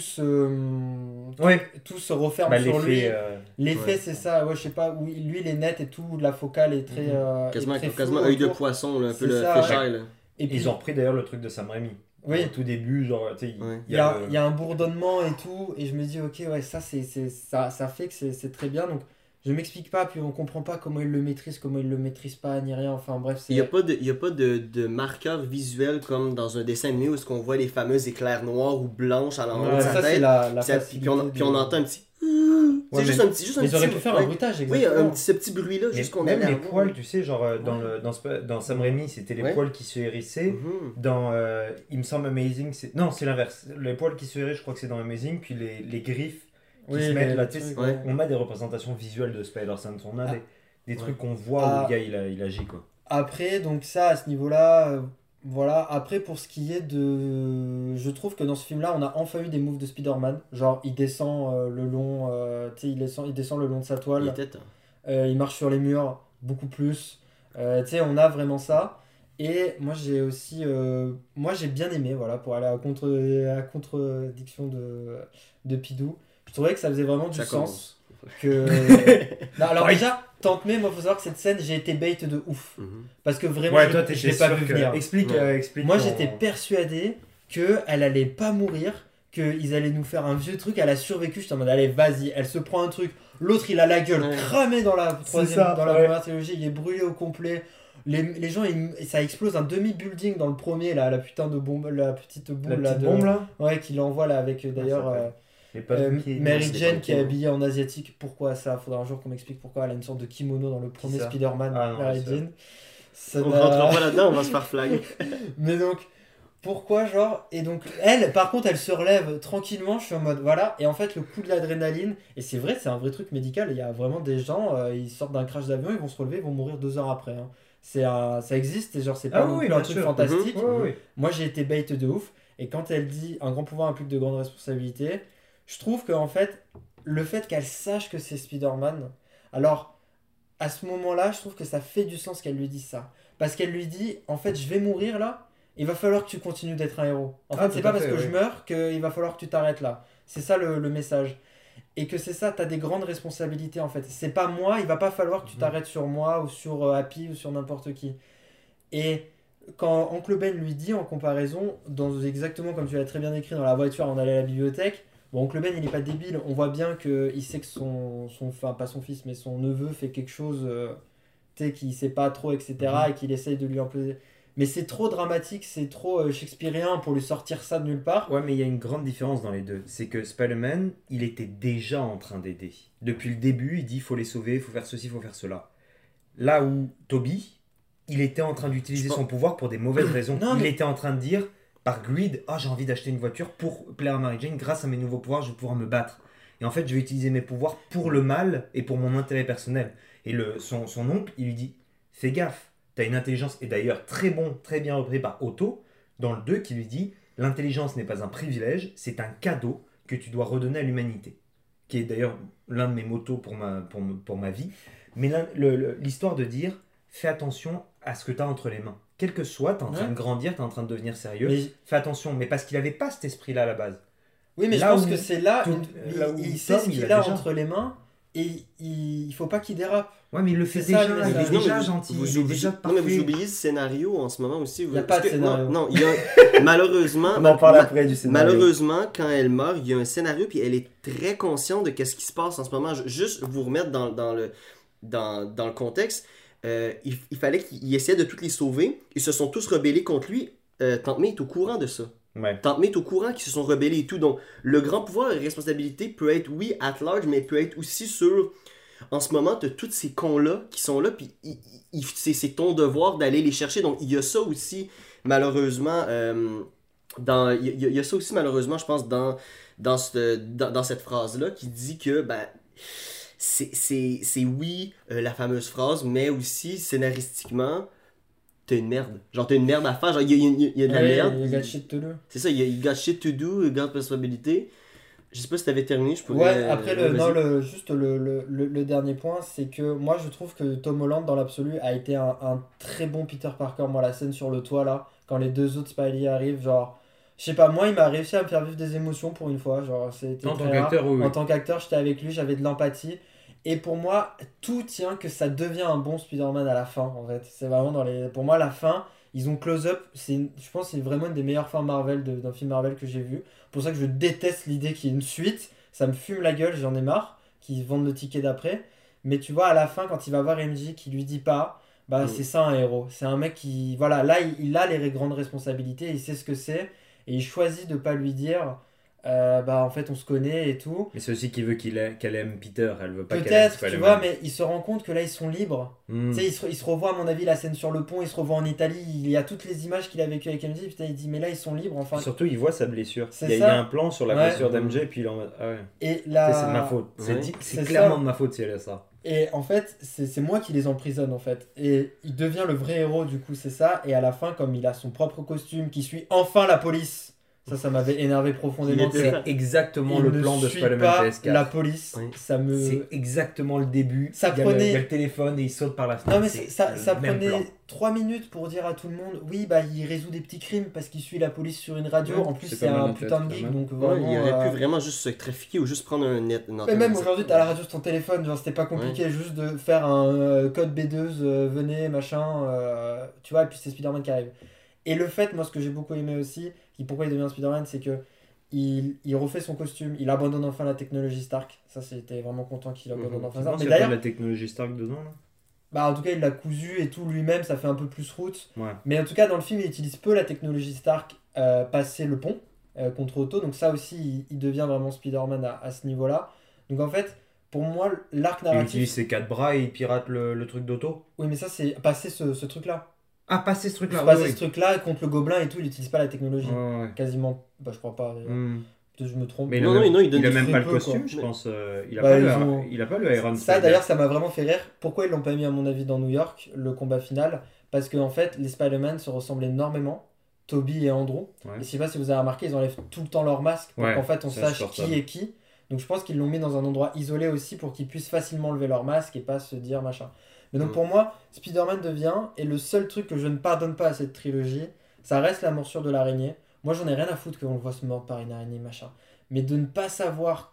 [SPEAKER 3] Ouais.
[SPEAKER 2] se referme
[SPEAKER 3] Bah,
[SPEAKER 2] sur lui.
[SPEAKER 3] l'effet.
[SPEAKER 2] L'effet,
[SPEAKER 1] ouais.
[SPEAKER 2] c'est ça. Ouais, je sais pas, où lui, il est net et tout. La focale est très.
[SPEAKER 1] Quasiment,
[SPEAKER 2] est très
[SPEAKER 1] quasiment
[SPEAKER 2] floue
[SPEAKER 1] œil de
[SPEAKER 2] autour.
[SPEAKER 1] poisson, là, un peu
[SPEAKER 2] C'est
[SPEAKER 1] le
[SPEAKER 2] ça,
[SPEAKER 1] fisheye, là.
[SPEAKER 2] Et puis,
[SPEAKER 3] Ils ont repris d'ailleurs le truc de Sam Raimi.
[SPEAKER 2] Oui.
[SPEAKER 3] Au tout début, genre, tu sais,
[SPEAKER 1] Ouais.
[SPEAKER 2] il y a un bourdonnement et tout. Et je me dis, ok, ouais, ça fait que c'est très bien. Donc, je m'explique pas. Puis, on comprend pas comment il le maîtrise, comment il le maîtrise pas, ni rien. Enfin, bref, c'est.
[SPEAKER 1] Il n'y a pas de marqueur visuel comme dans un dessin animé où est-ce qu'on voit les fameux éclairs noirs ou blanches à l'endroit
[SPEAKER 2] Ouais,
[SPEAKER 1] de sa
[SPEAKER 2] ça, c'est
[SPEAKER 1] tête.
[SPEAKER 2] la
[SPEAKER 1] Puis ça-
[SPEAKER 2] facilité
[SPEAKER 1] puis on
[SPEAKER 2] de-
[SPEAKER 1] entend un petit...
[SPEAKER 3] Ouais,
[SPEAKER 1] c'est juste
[SPEAKER 3] mais-
[SPEAKER 1] un petit... Juste un
[SPEAKER 2] Ils auraient
[SPEAKER 1] petit-
[SPEAKER 2] pu faire
[SPEAKER 1] ouais.
[SPEAKER 2] un bruitage,
[SPEAKER 1] Oui,
[SPEAKER 2] exactement.
[SPEAKER 1] ce petit bruit-là,
[SPEAKER 3] Mais
[SPEAKER 1] juste qu'on
[SPEAKER 3] même
[SPEAKER 1] allait
[SPEAKER 3] les
[SPEAKER 1] avoir.
[SPEAKER 3] poils, tu sais, genre dans Sam Raimi, c'était les
[SPEAKER 1] Ouais.
[SPEAKER 3] poils qui se hérissaient.
[SPEAKER 1] Mhm.
[SPEAKER 3] Dans, il me semble Amazing, non, c'est l'inverse. Les poils qui se hérissent, je crois que c'est dans Amazing, puis les griffes qui
[SPEAKER 2] Oui,
[SPEAKER 3] se mettent
[SPEAKER 2] les
[SPEAKER 3] là, tu sais,
[SPEAKER 2] trucs,
[SPEAKER 1] ouais.
[SPEAKER 3] on a des représentations visuelles de Spider-Sense, on a
[SPEAKER 2] Ah.
[SPEAKER 3] des trucs qu'on voit
[SPEAKER 2] Ah.
[SPEAKER 3] où le gars il agit quoi.
[SPEAKER 2] Après, donc ça, à ce niveau-là, voilà. Après, pour ce qui est de... Je trouve que dans ce film-là, on a enfin eu des moves de Spider-Man. Genre, il descend le long... tu sais, il descend le long de sa
[SPEAKER 1] Il
[SPEAKER 2] toile.
[SPEAKER 1] était temps.
[SPEAKER 2] Il marche sur les murs, beaucoup plus. Tu sais, on a vraiment ça. Et moi, j'ai aussi... moi, j'ai bien aimé, voilà, pour aller à contre-diction de Pidou. Je trouvais que ça faisait vraiment du
[SPEAKER 1] Ça
[SPEAKER 2] sens.
[SPEAKER 1] commence.
[SPEAKER 2] Que... Non, alors
[SPEAKER 3] Ouais.
[SPEAKER 2] déjà, Tante May, moi, faut savoir que cette scène, j'ai été bait de ouf.
[SPEAKER 1] Mhm.
[SPEAKER 2] Parce que vraiment,
[SPEAKER 3] Ouais,
[SPEAKER 2] je
[SPEAKER 3] toi
[SPEAKER 2] l'ai
[SPEAKER 3] t'étais
[SPEAKER 2] pas
[SPEAKER 3] sûr
[SPEAKER 2] vu
[SPEAKER 3] que...
[SPEAKER 2] venir.
[SPEAKER 3] Explique,
[SPEAKER 1] Ouais.
[SPEAKER 3] explique.
[SPEAKER 2] Moi,
[SPEAKER 3] ton-
[SPEAKER 2] j'étais persuadé qu'elle allait pas mourir, qu'ils allaient nous faire un vieux truc. Elle a survécu. J'étais en mode, allez, vas-y, elle se prend un truc. L'autre, il a la gueule
[SPEAKER 1] Ouais.
[SPEAKER 2] cramée dans la troisième,
[SPEAKER 3] ça,
[SPEAKER 2] dans la
[SPEAKER 3] ouais.
[SPEAKER 2] première trilogie. Il est brûlé au complet. les gens, ça explose un demi-building dans le premier, là, la putain de bombe, la petite boule
[SPEAKER 3] La
[SPEAKER 2] là,
[SPEAKER 3] petite bombe là.
[SPEAKER 2] ouais, qu'il envoie là avec d'ailleurs
[SPEAKER 3] Mais pas le pied.
[SPEAKER 2] Mary
[SPEAKER 1] c'est
[SPEAKER 2] Jane
[SPEAKER 1] pas
[SPEAKER 2] qui est
[SPEAKER 1] le
[SPEAKER 2] habillée en asiatique. Pourquoi ça? Faudra un jour qu'on m'explique pourquoi elle a une sorte de kimono dans le premier
[SPEAKER 3] ça
[SPEAKER 2] Spider-Man,
[SPEAKER 3] Ah non,
[SPEAKER 2] Mary
[SPEAKER 3] ça.
[SPEAKER 2] Jane. Ça
[SPEAKER 1] On
[SPEAKER 2] n'a-
[SPEAKER 1] rentrera pas là-dedans, on va se faire flag.
[SPEAKER 2] Mais donc, pourquoi genre? Et donc, elle, par contre, elle se relève tranquillement. Je suis en mode, voilà. Et en fait, le coup de l'adrénaline, et c'est vrai, c'est un vrai truc médical. Il y a vraiment des gens, ils sortent d'un crash d'avion, ils vont se relever, ils vont mourir 2 heures après. Hein. Ça existe, et genre, c'est pas
[SPEAKER 3] Ah
[SPEAKER 2] non
[SPEAKER 3] oui,
[SPEAKER 2] plus un
[SPEAKER 3] bien
[SPEAKER 2] truc
[SPEAKER 3] sûr.
[SPEAKER 2] fantastique.
[SPEAKER 3] Ouais, ouais.
[SPEAKER 2] Moi, j'ai été bait de ouf. Et quand elle dit un grand pouvoir implique de grandes responsabilités, je trouve que en fait, le fait qu'elle sache que c'est Spider-Man, alors à ce moment-là, je trouve que ça fait du sens qu'elle lui dise ça. Parce qu'elle lui dit, en fait, je vais mourir là, il va falloir que tu continues d'être un héros. En
[SPEAKER 3] Ah,
[SPEAKER 2] fait, c'est
[SPEAKER 3] tout
[SPEAKER 2] pas
[SPEAKER 3] à
[SPEAKER 2] parce
[SPEAKER 3] fait,
[SPEAKER 2] que
[SPEAKER 3] ouais.
[SPEAKER 2] je meurs qu'il va falloir que tu t'arrêtes là. C'est ça le message. Et que c'est ça, t'as des grandes responsabilités en fait. C'est pas moi, il va pas falloir que tu t'arrêtes sur moi ou sur Happy ou sur n'importe qui. Et quand Oncle Ben lui dit en comparaison, exactement comme tu l'as très bien écrit dans la voiture, on allait à la bibliothèque. Bon, Oncle Ben, il est pas débile. On voit bien qu'il sait que enfin, pas son fils, mais son neveu fait quelque chose, tu sais, qu'il sait pas trop, etc. Et qu'il essaye de lui imposer. Mais c'est trop dramatique, c'est trop shakespearien pour lui sortir ça de nulle part.
[SPEAKER 3] Ouais, mais il y a une grande différence dans les deux. C'est que Spider-Man, il était déjà en train d'aider. Depuis le début, il dit il faut les sauver, il faut faire ceci, il faut faire cela. Là où Toby, il était en train d'utiliser
[SPEAKER 1] Je pense-
[SPEAKER 3] son pouvoir pour des mauvaises raisons.
[SPEAKER 2] Non,
[SPEAKER 3] Il
[SPEAKER 2] mais-
[SPEAKER 3] était en train de dire, par greed, ah j'ai envie d'acheter une voiture pour plaire à Mary Jane, grâce à mes nouveaux pouvoirs, je vais pouvoir me battre. Et en fait, je vais utiliser mes pouvoirs pour le mal et pour mon intérêt personnel. Et son oncle, il lui dit, fais gaffe, t'as une intelligence, et d'ailleurs très bien repris par Otto, dans le 2, qui lui dit, l'intelligence n'est pas un privilège, c'est un cadeau que tu dois redonner à l'humanité. Qui est d'ailleurs l'un de mes motos pour ma vie. Mais l'histoire de dire, fais attention à ce que tu as entre les mains. Quel que soit, tu es en train
[SPEAKER 2] Ouais.
[SPEAKER 3] de grandir, tu es en train de devenir sérieux.
[SPEAKER 2] Mais-
[SPEAKER 3] Fais attention, mais parce qu'il n'avait pas cet esprit-là à la base.
[SPEAKER 2] Oui, mais
[SPEAKER 3] Là
[SPEAKER 2] je pense
[SPEAKER 3] où
[SPEAKER 2] que c'est là,
[SPEAKER 3] là où
[SPEAKER 2] il sait
[SPEAKER 3] Tom,
[SPEAKER 2] ce
[SPEAKER 3] il
[SPEAKER 2] qu'il
[SPEAKER 3] a
[SPEAKER 2] a
[SPEAKER 3] déjà.
[SPEAKER 2] entre les mains et il faut pas qu'il dérape.
[SPEAKER 3] Ouais, mais il le fait
[SPEAKER 2] C'est ça,
[SPEAKER 3] déjà,
[SPEAKER 2] le
[SPEAKER 3] il
[SPEAKER 2] message.
[SPEAKER 3] est déjà gentil,
[SPEAKER 1] Vous
[SPEAKER 3] il est
[SPEAKER 1] oubliez-
[SPEAKER 3] déjà
[SPEAKER 1] non, mais vous
[SPEAKER 3] parfait.
[SPEAKER 1] oubliez ce scénario en ce moment aussi.
[SPEAKER 2] Y a
[SPEAKER 1] Parce
[SPEAKER 2] pas de
[SPEAKER 1] que-
[SPEAKER 2] scénario.
[SPEAKER 1] Non, il y a malheureusement.
[SPEAKER 4] On en parle
[SPEAKER 1] ma-
[SPEAKER 4] après du scénario.
[SPEAKER 1] Malheureusement, quand elle meurt, il y a un scénario, puis elle est très consciente de qu'est-ce qui se passe en ce moment. Juste vous remettre dans le contexte, il fallait qu'il essaie de toutes les sauver. Ils se sont tous rebellés contre lui. Tante May est au courant de ça.
[SPEAKER 3] Ouais.
[SPEAKER 1] Tante May est au courant qu'ils se sont rebellés et tout. Donc, le grand pouvoir et responsabilité peut être, oui, at large, mais peut être aussi sur... En ce moment, tu as tous ces cons-là qui sont là, puis c'est ton devoir d'aller les chercher. Donc, il y a ça aussi, malheureusement, il y a ça aussi, malheureusement, je pense, dans cette phrase-là, qui dit que, ben, c'est oui, la fameuse phrase, mais aussi, scénaristiquement, t'as une merde. Genre, t'as une merde à faire. Genre, il y a de la merde.
[SPEAKER 2] Il got shit to do.
[SPEAKER 1] C'est ça, il got shit to do, il got responsabilité. Je sais pas si t'avais terminé, je pourrais...
[SPEAKER 2] Ouais, après,
[SPEAKER 1] vas-y.
[SPEAKER 2] juste le dernier point, c'est que moi je trouve que Tom Holland, dans l'absolu, a été un très bon Peter Parker. Moi, la scène sur le toit là, quand les deux autres Spidey arrivent, genre, je sais pas, moi il m'a réussi à me faire vivre des émotions pour une fois. Genre, c'était
[SPEAKER 3] En
[SPEAKER 2] très
[SPEAKER 3] tant
[SPEAKER 2] rare.
[SPEAKER 3] qu'acteur, oui.
[SPEAKER 2] En tant qu'acteur, j'étais avec lui, j'avais de l'empathie. Et pour moi, tout tient que ça devient un bon Spider-Man à la fin, en fait. C'est vraiment dans les... Pour moi, la fin, ils ont close-up. Je pense que c'est vraiment une des meilleures fins Marvel d'un film Marvel que j'ai vu. Pour ça que je déteste l'idée qu'il y ait une suite. Ça me fume la gueule, j'en ai marre qu'ils vendent le ticket d'après. Mais tu vois, à la fin, quand il va voir MJ, qui lui dit pas, bah c'est ça un héros. C'est un mec qui... Voilà, là, il a les grandes responsabilités, il sait ce que c'est. Et il choisit de pas lui dire... bah en fait on se connaît et tout.
[SPEAKER 3] Mais c'est aussi qu'il veut qu'elle aime Peter, elle veut pas qu'elle aime
[SPEAKER 2] Peut-être, tu
[SPEAKER 3] Spider-Man.
[SPEAKER 2] vois, mais il se rend compte que là ils sont libres.
[SPEAKER 3] Hmm.
[SPEAKER 2] Tu sais, il se revoit à mon avis la scène sur le pont, il se revoit en Italie, il y a toutes les images qu'il a vécues avec MJ, putain il dit mais là ils sont libres enfin.
[SPEAKER 3] Surtout, il voit sa blessure.
[SPEAKER 2] C'est
[SPEAKER 3] Il y
[SPEAKER 2] ça.
[SPEAKER 3] a un plan sur la
[SPEAKER 2] Ouais.
[SPEAKER 3] blessure d'MJ, et puis il est en mode, ah ouais.
[SPEAKER 2] Et
[SPEAKER 3] Tu
[SPEAKER 2] là...
[SPEAKER 3] sais, c'est de ma faute.
[SPEAKER 1] Ouais.
[SPEAKER 3] C'est
[SPEAKER 2] C'est
[SPEAKER 3] clairement
[SPEAKER 2] ça.
[SPEAKER 3] de ma faute si elle a ça.
[SPEAKER 2] Et en fait, c'est moi qui les emprisonne en fait. Et il devient le vrai héros du coup, c'est ça. Et à la fin, comme il a son propre costume, qui suit enfin la police, ça m'avait énervé profondément.
[SPEAKER 1] Il était-
[SPEAKER 2] que
[SPEAKER 3] C'est exactement
[SPEAKER 2] il
[SPEAKER 3] le
[SPEAKER 2] ne
[SPEAKER 3] plan de
[SPEAKER 2] suit
[SPEAKER 3] Spider-Man
[SPEAKER 2] pas
[SPEAKER 3] PS4.
[SPEAKER 2] la police,
[SPEAKER 1] Oui.
[SPEAKER 2] ça me...
[SPEAKER 3] C'est exactement le début.
[SPEAKER 2] Ça
[SPEAKER 3] il, y a
[SPEAKER 2] prenait-
[SPEAKER 3] il y a le téléphone et il saute par la fenêtre.
[SPEAKER 2] Non mais
[SPEAKER 3] C'est
[SPEAKER 2] ça
[SPEAKER 3] le même
[SPEAKER 2] prenait
[SPEAKER 3] plan.
[SPEAKER 2] 3 minutes pour dire à tout le monde, oui bah il résout des petits crimes parce qu'il suit la police sur une radio,
[SPEAKER 4] Ouais,
[SPEAKER 2] en plus
[SPEAKER 4] c'est
[SPEAKER 2] c'est
[SPEAKER 4] pas mal
[SPEAKER 2] un
[SPEAKER 4] en tête,
[SPEAKER 2] putain de
[SPEAKER 4] quand
[SPEAKER 2] geek
[SPEAKER 4] même.
[SPEAKER 2] donc
[SPEAKER 1] Ouais,
[SPEAKER 2] vraiment...
[SPEAKER 1] il aurait pu vraiment juste se trafiquer ou juste prendre un net. une
[SPEAKER 2] Mais
[SPEAKER 1] antenne.
[SPEAKER 2] même aujourd'hui t'as la radio sur ton téléphone, genre c'était pas compliqué juste de faire un code B2, venez machin, tu vois, et puis c'est Spider-Man qui arrive. Et le fait, moi ce que j'ai beaucoup aimé aussi, pourquoi il devient Spider-Man, c'est que il refait son costume, il abandonne enfin la technologie Stark, ça c'était vraiment content qu'il abandonne enfin ça.
[SPEAKER 3] Tu penses
[SPEAKER 2] Mais
[SPEAKER 3] qu'il y a pas
[SPEAKER 2] d'ailleurs,
[SPEAKER 3] de la technologie Stark dedans là
[SPEAKER 2] Bah, en tout cas, il l'a cousu et tout lui-même, ça fait un peu plus route.
[SPEAKER 3] Ouais.
[SPEAKER 2] Mais en tout cas, dans le film, il utilise peu la technologie Stark passer le pont contre Otto. Donc, ça aussi, il devient vraiment Spider-Man à ce niveau-là. Donc, en fait, pour moi, l'arc
[SPEAKER 3] Il
[SPEAKER 2] narratif.
[SPEAKER 3] utilise ses 4 bras et il pirate le truc d'Otto.
[SPEAKER 2] Oui, mais ça, c'est passer ce truc-là.
[SPEAKER 3] Ah, passer ce truc-là.
[SPEAKER 2] Passer
[SPEAKER 3] oui,
[SPEAKER 2] ce truc-là contre le gobelin et tout, il n'utilise pas la technologie.
[SPEAKER 3] Ouais.
[SPEAKER 2] Quasiment. Bah, je crois pas.
[SPEAKER 3] Hmm.
[SPEAKER 2] Peut-être que je me trompe.
[SPEAKER 3] Mais
[SPEAKER 1] Non, il donne
[SPEAKER 3] il a
[SPEAKER 1] du
[SPEAKER 3] même pas le
[SPEAKER 2] très peu,
[SPEAKER 3] costume,
[SPEAKER 2] quoi.
[SPEAKER 3] je pense. Il a
[SPEAKER 2] Bah,
[SPEAKER 3] pas
[SPEAKER 2] ils
[SPEAKER 3] il a pas le Iron
[SPEAKER 2] Ça,
[SPEAKER 3] Spider.
[SPEAKER 2] d'ailleurs, ça m'a vraiment fait rire. Pourquoi ils l'ont pas mis, à mon avis, dans New York, le combat final? Parce que, en fait, les Spider-Man se ressemblent énormément, Toby et Andrew.
[SPEAKER 3] Ouais.
[SPEAKER 2] Et je sais pas si vous avez remarqué, ils enlèvent tout le temps leur masque pour
[SPEAKER 3] Ouais,
[SPEAKER 2] qu'en fait on
[SPEAKER 3] c'est
[SPEAKER 2] sache
[SPEAKER 3] insupportable.
[SPEAKER 2] qui est qui. Donc je pense qu'ils l'ont mis dans un endroit isolé aussi pour qu'ils puissent facilement lever leur masque et pas se dire machin. Mais donc pour moi, Spider-Man devient, et le seul truc que je ne pardonne pas à cette trilogie, ça reste la morsure de l'araignée. Moi j'en ai rien à foutre qu'on le voit se mordre par une araignée machin. Mais de ne pas savoir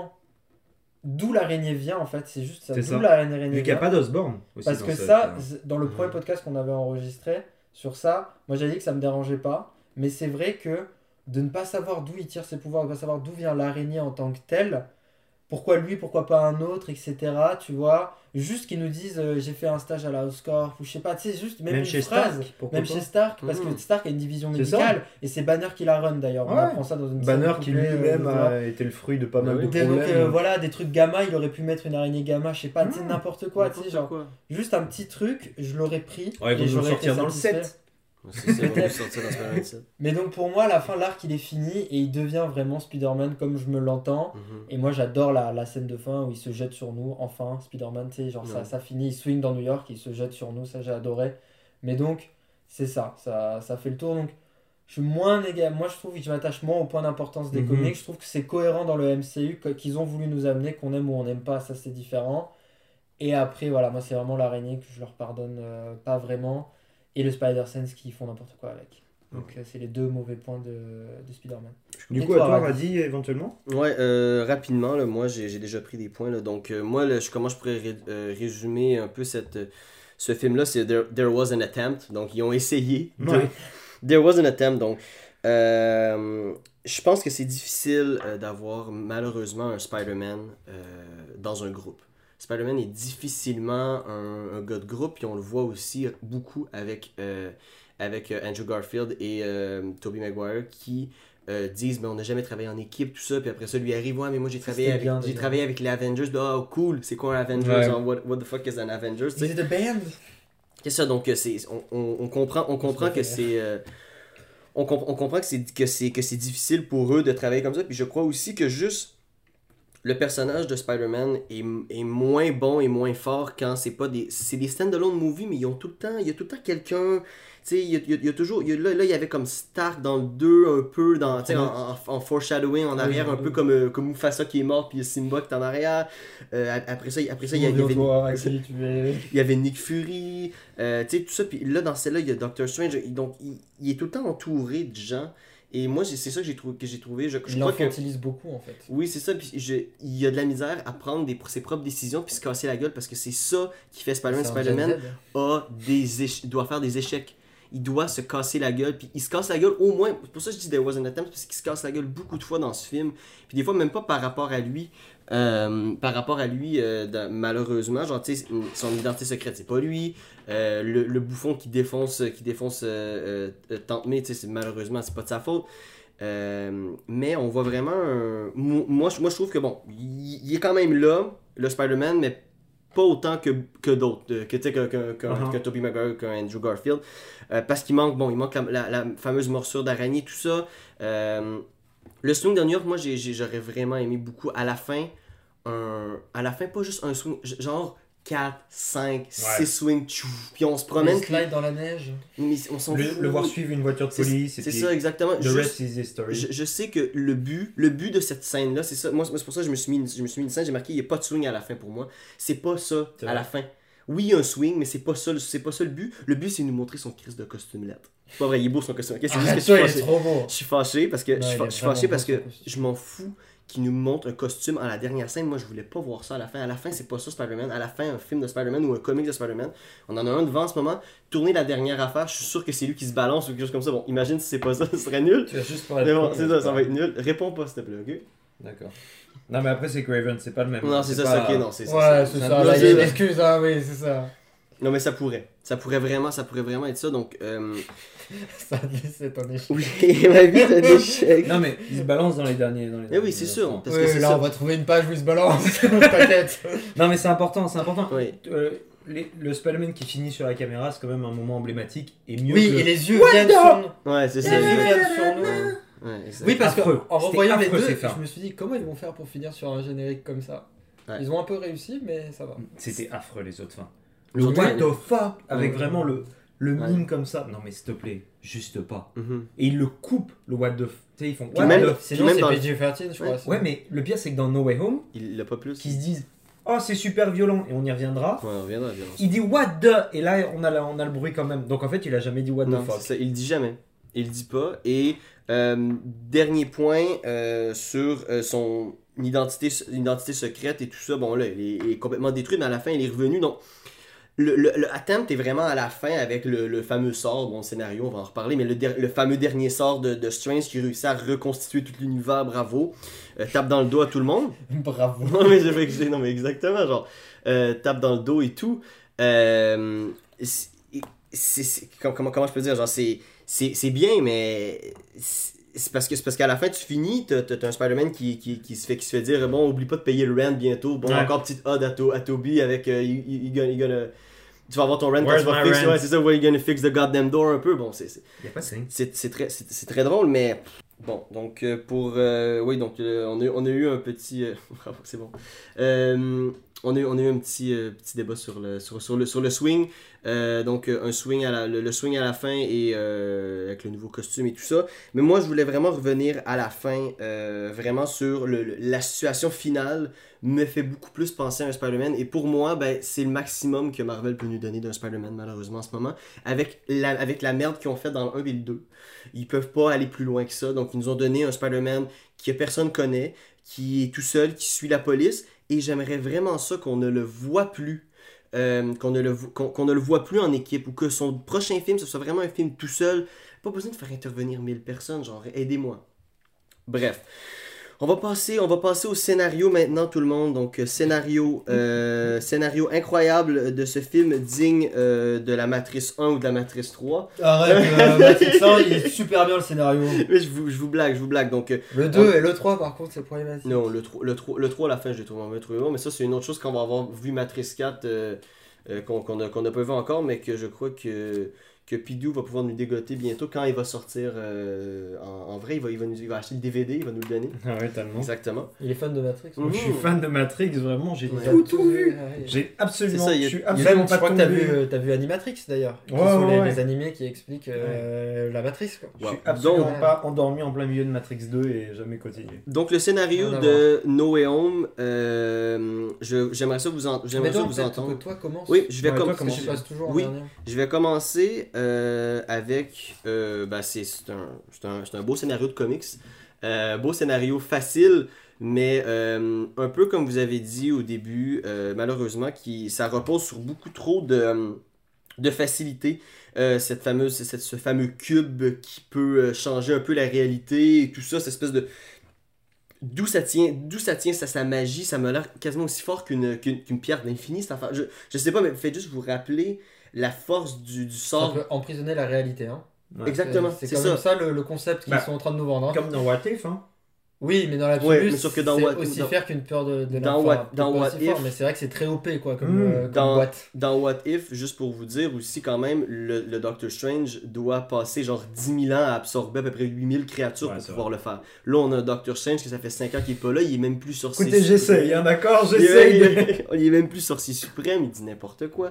[SPEAKER 2] d'où l'araignée vient en fait, c'est juste ça.
[SPEAKER 3] C'est
[SPEAKER 2] D'où
[SPEAKER 3] ça.
[SPEAKER 2] l'araignée
[SPEAKER 3] Vu qu'il n'y a
[SPEAKER 2] vient.
[SPEAKER 3] pas d'Osborn aussi.
[SPEAKER 2] Parce
[SPEAKER 3] dans
[SPEAKER 2] que
[SPEAKER 3] cette,
[SPEAKER 2] ça,
[SPEAKER 3] euh,
[SPEAKER 2] dans le premier podcast qu'on avait enregistré sur ça, moi j'avais dit que ça me dérangeait pas, mais c'est vrai que de ne pas savoir d'où il tire ses pouvoirs, de ne pas savoir d'où vient l'araignée en tant que telle, pourquoi lui, pourquoi pas un autre, etc. Tu vois, juste qu'ils nous disent j'ai fait un stage à la Oscorp, ou je sais pas, tu sais, juste même
[SPEAKER 3] Même
[SPEAKER 2] une
[SPEAKER 3] chez
[SPEAKER 2] phrase.
[SPEAKER 3] Stark, pourquoi
[SPEAKER 2] Même
[SPEAKER 3] pas
[SPEAKER 2] chez Stark, parce
[SPEAKER 1] Mhm.
[SPEAKER 2] que Stark a une division
[SPEAKER 3] C'est ça.
[SPEAKER 2] médicale, et c'est Banner qui la run d'ailleurs. On
[SPEAKER 3] Ouais.
[SPEAKER 2] apprend ça dans une
[SPEAKER 3] Banner
[SPEAKER 2] scène
[SPEAKER 3] qui
[SPEAKER 2] couplée,
[SPEAKER 3] lui-même
[SPEAKER 2] tu vois.
[SPEAKER 3] a été le fruit de pas mal
[SPEAKER 1] Ah
[SPEAKER 3] de
[SPEAKER 1] oui.
[SPEAKER 2] Donc
[SPEAKER 3] problèmes.
[SPEAKER 2] voilà, des trucs gamma, il aurait pu mettre une araignée gamma, je sais pas, tu sais, n'importe quoi, tu sais,
[SPEAKER 1] N'importe
[SPEAKER 2] genre,
[SPEAKER 1] quoi.
[SPEAKER 2] juste un petit truc, je l'aurais pris,
[SPEAKER 3] Ouais, ils vont
[SPEAKER 2] et
[SPEAKER 3] nous
[SPEAKER 2] j'aurais été
[SPEAKER 3] sortir dans le
[SPEAKER 2] satisfait.
[SPEAKER 3] 7.
[SPEAKER 1] C'est ça, on va sortir dans Spider-Man 7.
[SPEAKER 2] Mais donc pour moi, à la fin, l'arc il est fini et il devient vraiment Spider-Man comme je me l'entends.
[SPEAKER 1] Mhm.
[SPEAKER 2] Et moi j'adore la scène de fin où il se jette sur nous, enfin, Spider-Man, tu sais, genre
[SPEAKER 1] Ouais.
[SPEAKER 2] ça finit, il swing dans New York, il se jette sur nous, ça j'ai adoré. Mais donc, c'est ça fait le tour. Donc, je suis moins négatif. Moi je trouve que je m'attache moins au point d'importance des
[SPEAKER 3] Mhm.
[SPEAKER 2] comics. Je trouve que c'est cohérent dans le MCU, qu'ils ont voulu nous amener, qu'on aime ou on n'aime pas, ça c'est différent. Et après, voilà, moi c'est vraiment l'araignée que je leur pardonne pas vraiment. Et le Spider-Sense qui font n'importe quoi avec. Donc c'est les deux mauvais points de Spider-Man.
[SPEAKER 3] Du
[SPEAKER 2] Et
[SPEAKER 3] coup,
[SPEAKER 2] toi,
[SPEAKER 3] à toi,
[SPEAKER 2] Radi
[SPEAKER 3] Radi, éventuellement.
[SPEAKER 1] Ouais, rapidement, là, moi j'ai déjà pris des points. Là, donc, moi, là, comment je pourrais résumer un peu ce film-là? C'est There Was an Attempt. Donc, ils ont essayé.
[SPEAKER 3] Ouais.
[SPEAKER 1] There Was an Attempt. Donc, je pense que c'est difficile d'avoir malheureusement un Spider-Man dans un groupe. Spider-Man est difficilement un gars de groupe, puis on le voit aussi beaucoup avec Andrew Garfield et Tobey Maguire qui disent on n'a jamais travaillé en équipe, tout ça, puis après ça lui arrive ouais mais moi j'ai travaillé
[SPEAKER 2] c'était bien,
[SPEAKER 1] j'ai
[SPEAKER 2] déjà.
[SPEAKER 1] travaillé avec les Avengers, oh cool, c'est quoi un Avengers,
[SPEAKER 3] Ouais.
[SPEAKER 1] Genre, what the fuck is an Avengers, tu sais.
[SPEAKER 2] Is it a band?
[SPEAKER 1] C'est ça, donc on comprend que c'est on comprend que c'est difficile pour eux de travailler comme ça, puis je crois aussi que juste le personnage de Spider-Man est moins bon et moins fort quand c'est pas c'est des stand-alone movies, mais il y a tout le temps quelqu'un, tu sais, il y a toujours, là il y avait comme Stark dans le 2 un peu, dans, tu sais, en foreshadowing en arrière, un peu comme Mufasa qui est mort, puis Simba qui est en arrière, après ça il y avait Nick Fury, tu sais, tout ça, puis là dans celle-là il y a Doctor Strange, donc il est tout le temps entouré de gens. Et moi, c'est ça que j'ai trouvé. Je
[SPEAKER 2] Il
[SPEAKER 1] crois que
[SPEAKER 2] l'infantilise beaucoup en fait.
[SPEAKER 1] oui, c'est ça. Puis il y a de la misère à prendre ses propres décisions puis se casser la gueule parce que c'est ça qui fait Spider-Man.
[SPEAKER 2] C'est un
[SPEAKER 1] Spider-Man
[SPEAKER 2] Gen Z.
[SPEAKER 1] doit faire des échecs. Il doit se casser la gueule. Puis il se casse la gueule au moins. C'est pour ça que je dis There Was an Attempt, parce qu'il se casse la gueule beaucoup de fois dans ce film. Puis des fois, même pas par rapport à lui. Malheureusement, genre, tu sais, son identité secrète, c'est pas lui. Le bouffon qui défonce Tante May, tu sais, malheureusement, c'est pas de sa faute. Mais on voit vraiment moi je trouve que bon il est quand même là le Spider-Man, mais pas autant que d'autres que Tobey Maguire, qu'un Andrew Garfield, parce qu'il manque la fameuse morsure d'araignée, tout ça. Le swing de New York, moi j'aurais vraiment aimé beaucoup à la fin pas juste un swing, genre 4, 5, 6 swings, puis on se promène,
[SPEAKER 2] Il slide dans la neige.
[SPEAKER 1] mais on s'en fout.
[SPEAKER 3] Le voir suivre une voiture de police.
[SPEAKER 1] C'est ça, exactement.
[SPEAKER 3] The rest is history.
[SPEAKER 1] Je sais que le but de cette scène-là, c'est ça. Moi, c'est pour ça que je me suis mis une scène, j'ai marqué, il n'y a pas de swing à la fin pour moi. C'est pas ça
[SPEAKER 3] C'est
[SPEAKER 1] à
[SPEAKER 3] vrai.
[SPEAKER 1] la fin. Oui, il y a un swing, mais c'est pas ça le but. Le but, c'est de nous montrer son crise de costumlette. C'est pas vrai, il est beau son costume. C'est juste que je suis
[SPEAKER 2] Arrête-toi, il est
[SPEAKER 1] fâché.
[SPEAKER 2] trop beau.
[SPEAKER 1] Je suis fâché parce que
[SPEAKER 2] Non,
[SPEAKER 1] je
[SPEAKER 2] il
[SPEAKER 1] suis
[SPEAKER 2] est
[SPEAKER 1] fâché
[SPEAKER 2] vraiment
[SPEAKER 1] parce
[SPEAKER 2] beau,
[SPEAKER 1] que
[SPEAKER 2] son costume.
[SPEAKER 1] je m'en fous qu'il nous montre un costume à la dernière scène. Moi, je voulais pas voir ça à la fin. À la fin, c'est pas ça Spider-Man. À la fin, un film de Spider-Man ou un comic de Spider-Man, on en a un devant en ce moment. Tourner la dernière affaire, je suis sûr que c'est lui qui se balance ou quelque chose comme ça. Bon, imagine si c'est pas ça, ce serait nul.
[SPEAKER 2] Tu vas juste pas
[SPEAKER 1] Mais bon, c'est ça, ça va être nul. Réponds pas, s'il te plaît, ok?
[SPEAKER 3] D'accord. Non, mais après, c'est Craven, c'est pas le même.
[SPEAKER 1] Non, c'est ça,
[SPEAKER 3] pas-
[SPEAKER 1] c'est ok, non, c'est ça.
[SPEAKER 2] Ouais, c'est
[SPEAKER 3] c'est un
[SPEAKER 2] ça.
[SPEAKER 3] peu
[SPEAKER 2] Là, il y a une
[SPEAKER 1] ça.
[SPEAKER 2] excuse, hein, oui, c'est ça.
[SPEAKER 1] Non, mais ça pourrait vraiment être ça, donc...
[SPEAKER 2] C'est un échec.
[SPEAKER 1] Oui, ma vie c'est un échec.
[SPEAKER 3] Non, mais il se balance dans les derniers.
[SPEAKER 1] Eh oui, c'est sûr, parce
[SPEAKER 2] Oui,
[SPEAKER 1] que c'est
[SPEAKER 2] là,
[SPEAKER 1] ça.
[SPEAKER 2] on va trouver une page où il se balance. T'inquiète.
[SPEAKER 3] Non, mais c'est important.
[SPEAKER 1] Oui.
[SPEAKER 3] Le Spider-Man qui finit sur la caméra, c'est quand même un moment emblématique et mieux
[SPEAKER 2] Oui,
[SPEAKER 3] que
[SPEAKER 2] et les yeux viennent sur nous.
[SPEAKER 1] Ouais, c'est
[SPEAKER 2] Les
[SPEAKER 1] ça.
[SPEAKER 2] yeux viennent sur nous.
[SPEAKER 1] Ouais, exact.
[SPEAKER 2] Oui, parce
[SPEAKER 3] Affreux.
[SPEAKER 2] qu'en
[SPEAKER 3] C'était
[SPEAKER 2] revoyant les
[SPEAKER 3] affreux,
[SPEAKER 2] deux,
[SPEAKER 3] ces fins.
[SPEAKER 2] je me suis dit comment ils vont faire pour finir sur un générique comme ça.
[SPEAKER 1] Ouais.
[SPEAKER 2] Ils ont un peu réussi, mais ça va.
[SPEAKER 3] C'était affreux les autres fins.
[SPEAKER 1] Les
[SPEAKER 3] Le
[SPEAKER 1] autres
[SPEAKER 3] what
[SPEAKER 1] fins,
[SPEAKER 3] the fuck avec
[SPEAKER 1] Ouais.
[SPEAKER 3] vraiment le
[SPEAKER 1] Ouais.
[SPEAKER 3] mime comme ça. Non mais s'il te plaît, juste pas.
[SPEAKER 1] Mhm.
[SPEAKER 3] Et ils le coupent le what the. Tu sais ils font
[SPEAKER 1] Puis
[SPEAKER 3] what
[SPEAKER 1] même-
[SPEAKER 3] the.
[SPEAKER 2] Sinon,
[SPEAKER 1] même
[SPEAKER 2] c'est
[SPEAKER 1] dans-
[SPEAKER 2] PG-13, je
[SPEAKER 1] Ouais.
[SPEAKER 2] crois.
[SPEAKER 3] Ouais mais le pire c'est que dans No Way Home,
[SPEAKER 1] Il l'a pas plus.
[SPEAKER 3] qu'ils se disent oh c'est super violent et on y reviendra.
[SPEAKER 1] Ouais, on reviendra à la violence.
[SPEAKER 3] Il dit what the et là on a le bruit quand même. Donc en fait il a jamais dit what
[SPEAKER 1] Non,
[SPEAKER 3] the fuck.
[SPEAKER 1] c'est ça, il le dit jamais. Il le dit pas. Et dernier point sur son identité secrète et tout ça, bon là, il est complètement détruit, mais à la fin, il est revenu. Donc, le attempt est vraiment à la fin avec le fameux sort, bon scénario, on va en reparler, mais le fameux dernier sort de Strange qui réussit à reconstituer tout l'univers, bravo. Tape dans le dos à tout le monde.
[SPEAKER 2] Bravo.
[SPEAKER 1] Non mais, non, mais exactement, genre, tape dans le dos et tout. Comment je peux dire, genre, c'est bien, mais c'est parce qu'à la fin, tu finis, t'as un Spider-Man qui se fait dire, bon, oublie pas de payer le rent bientôt. Bon,
[SPEAKER 3] Ouais.
[SPEAKER 1] encore petite ode à Toby avec, you gonna- tu vas avoir ton rent quand
[SPEAKER 3] Where's
[SPEAKER 1] tu vas
[SPEAKER 3] my
[SPEAKER 1] fixer,
[SPEAKER 3] rent?
[SPEAKER 1] ouais, c'est ça, you gonna fix the goddamn door un peu. Bon,
[SPEAKER 3] Y a pas de signe.
[SPEAKER 1] c'est très drôle, mais bon, donc oui, donc on a eu un petit, bravo, c'est bon. On a eu un petit débat sur le swing. Donc un swing le swing à la fin et avec le nouveau costume et tout ça. Mais moi je voulais vraiment revenir à la fin, vraiment sur la situation finale me fait beaucoup plus penser à un Spider-Man. Et pour moi, ben, c'est le maximum que Marvel peut nous donner d'un Spider-Man malheureusement en ce moment. Avec la merde qu'ils ont fait dans le 1 et le 2. Ils peuvent pas aller plus loin que ça. Donc ils nous ont donné un Spider-Man que personne connaît, qui est tout seul, qui suit la police. Et j'aimerais vraiment ça qu'on ne le voit plus. Qu'on ne le voit plus en équipe, ou que son prochain film, ce soit vraiment un film tout seul. Pas besoin de faire intervenir 1000 personnes, genre aidez-moi. Bref. On va passer au scénario maintenant, tout le monde. Donc, scénario incroyable de ce film, digne de la Matrice 1 ou de la Matrice 3.
[SPEAKER 2] Arrête, Matrix 1, il est super bien le scénario.
[SPEAKER 1] Mais je vous blague. Donc,
[SPEAKER 2] Le 2 et le 3, par contre, c'est problématique.
[SPEAKER 1] non, le 3 à la fin, je l'ai trouvé bon, mais ça, c'est une autre chose quand on va avoir vu Matrice 4 qu'on n'a pas vu encore, mais que je crois que Pidou va pouvoir nous dégoter bientôt quand il va sortir en vrai. Il va acheter le DVD, il va nous le donner.
[SPEAKER 3] Ah ouais tellement.
[SPEAKER 1] Exactement.
[SPEAKER 2] Il est fan de Matrix.
[SPEAKER 1] Mhm.
[SPEAKER 3] Je suis fan de Matrix vraiment, j'ai
[SPEAKER 1] Ouais.
[SPEAKER 3] tout vu.
[SPEAKER 2] Ouais.
[SPEAKER 3] J'ai absolument,
[SPEAKER 1] C'est ça,
[SPEAKER 3] je suis
[SPEAKER 2] Il
[SPEAKER 3] absolument
[SPEAKER 2] je
[SPEAKER 3] pas
[SPEAKER 2] crois que
[SPEAKER 3] tombé.
[SPEAKER 2] t'as vu Animatrix d'ailleurs. Qui
[SPEAKER 3] Ouais,
[SPEAKER 2] sont
[SPEAKER 3] ouais.
[SPEAKER 2] les animés qui expliquent la matrice. Quoi.
[SPEAKER 3] Je suis
[SPEAKER 1] Wow.
[SPEAKER 3] absolument
[SPEAKER 2] Donc-
[SPEAKER 3] pas endormi en plein milieu de Matrix 2 et jamais continué.
[SPEAKER 1] Donc, le scénario
[SPEAKER 2] Rien à
[SPEAKER 1] de No Way Home, j'aimerais ça vous
[SPEAKER 2] Mais donc, peut-être
[SPEAKER 1] entendre.
[SPEAKER 2] que toi commence.
[SPEAKER 1] Oui, je vais
[SPEAKER 3] Ouais, toi,
[SPEAKER 1] commencer.
[SPEAKER 2] Parce que je passe toujours en
[SPEAKER 1] Oui.
[SPEAKER 2] dernier.
[SPEAKER 1] Je vais commencer avec. C'est un beau scénario de comics. Beau scénario facile, mais un peu comme vous avez dit au début, malheureusement, ça repose sur beaucoup trop de facilité. Ce fameux cube qui peut changer un peu la réalité et tout ça, cette espèce de. D'où ça tient sa magie, ça m'a l'air quasiment aussi fort qu'une pierre d'infini, cette affaire. Je sais pas, mais faites juste vous rappeler la force du
[SPEAKER 2] Ça
[SPEAKER 1] sort.
[SPEAKER 2] peut emprisonner la réalité. Hein.
[SPEAKER 3] Ouais.
[SPEAKER 1] Exactement,
[SPEAKER 2] C'est
[SPEAKER 1] c'est
[SPEAKER 2] quand
[SPEAKER 1] ça.
[SPEAKER 2] même ça le concept qu'ils
[SPEAKER 3] Bah,
[SPEAKER 2] sont en train de nous vendre. Hein.
[SPEAKER 3] Comme dans What If, hein.
[SPEAKER 2] Oui, mais dans l'absolu,
[SPEAKER 1] Ouais, mais sauf que dans
[SPEAKER 2] c'est
[SPEAKER 1] What-
[SPEAKER 2] aussi
[SPEAKER 1] dans-
[SPEAKER 2] faire qu'une peur de
[SPEAKER 1] dans
[SPEAKER 2] l'enfant.
[SPEAKER 1] What-
[SPEAKER 2] Peut-être
[SPEAKER 1] dans
[SPEAKER 2] pas
[SPEAKER 1] What
[SPEAKER 2] aussi fort,
[SPEAKER 1] If-
[SPEAKER 2] mais c'est vrai que c'est très OP quoi, comme
[SPEAKER 1] Dans-
[SPEAKER 2] boîte.
[SPEAKER 1] Dans What If, juste pour vous dire aussi quand même, le Doctor Strange doit passer genre 10 000 ans à absorber à peu près 8000 créatures
[SPEAKER 3] Ouais,
[SPEAKER 1] pour
[SPEAKER 3] c'est
[SPEAKER 1] pouvoir le faire. Là, on a un Doctor Strange que ça fait 5 ans qu'il est pas là, il est même plus sorcier.
[SPEAKER 3] Écoutez, j'essaye, hein, d'accord,
[SPEAKER 1] Il
[SPEAKER 3] j'essaye.
[SPEAKER 1] il est même plus sorcier suprême, il dit n'importe quoi.